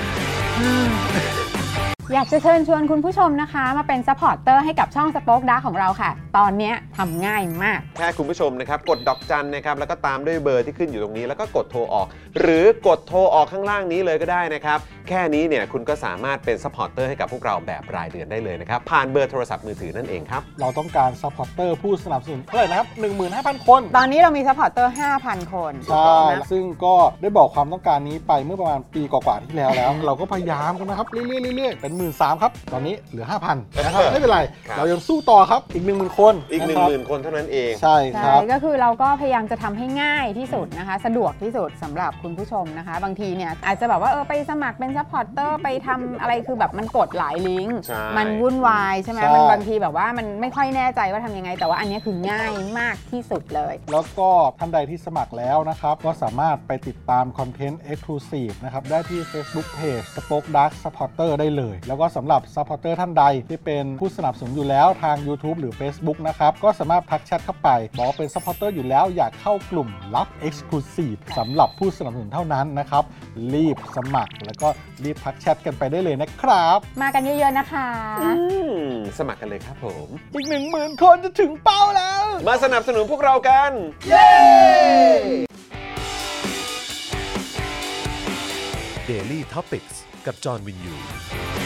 อยากจะเชิญชวนคุณผู้ชมนะคะมาเป็นซัพพอร์ตเตอร์ให้กับช่อง Spoke Dark ของเราค่ะตอนนี้ทำง่ายมากแค่คุณผู้ชมนะครับกดดอกจันนะครับแล้วก็ตามด้วยเบอร์ที่ขึ้นอยู่ตรงนี้แล้วก็กดโทรออกหรือกดโทรออกข้างล่างนี้เลยก็ได้นะครับแค่นี้เนี่ยคุณก็สามารถเป็นซัพพอร์ตเตอร์ให้กับพวกเราแบบรายเดือนได้เลยนะครับผ่านเบอร์โทรศัพท์มือถือนั่นเองครับเราต้องการซัพพอร์ตเตอร์ผู้สนับสนุนเท่าไหร่นะครับ 15,000 คนตอนนี้เรามีซัพพอร์ตเตอร์ 5,000 คนใช่ซึ่งก็ได้บอกความต้องการนี้ไปเมื่อประมาณปีกว่าๆที่แล้วเราก็พยายามกันนะครับเรื่อยๆเป็น 13,000 ครับตอนนี้เหลือ 5,000 นะครับไม่เป็นไรเรายังสู้ต่อครับอีก 10,000 คนอีก 10,000 คนเท่านั้นเองใช่ครับก็คือเราก็พยายามจะทำให้ง่ายที่สุดนะคะสะดวกที่สุดสำหรับคุณผู้ชมนะคะบางทีเนี่ยอาจจะแบบว่าไปสมัครเป็นซัพพอร์ตเตอร์ไปทำอะไรคือแบบมันกดหลายลิงก์มันวุ่นวายใช่ไหมมันบางทีแบบว่ามันไม่ค่อยแน่ใจว่าทำยังไงแต่ว่าอันนี้คือง่ายมากที่สุดเลยแล้วก็ท่านใดที่สมัครแล้วนะครับก็สามารถไปติดตามคอนเทนต์ Exclusive นะครับได้ที่ Facebook Page Spoke Dark Supporter ได้เลยแล้วก็สำหรับ Supporter ท่านใดที่เป็นผู้สนับสนุนอยู่แล้วทาง YouTube หรือ Facebook นะครับก็สามารถทักแชทเข้าไปบอกว่าเป็น Supporter อยู่แล้วอยากเข้ากลุ่มลับ Exclusive สำหรับผู้สนับสนุนเท่านั้นนะครับรีบสมัครแล้วก็รีบทักแชทกันไปได้เลยนะครับมากันเยอะๆนะคะสมัครกันเลยครับผมอีก 10,000 คนจะถึงเป้าแล้วมาสนับสนุนพวกเรากันเย้ Daily Topics กับจอห์นวินยู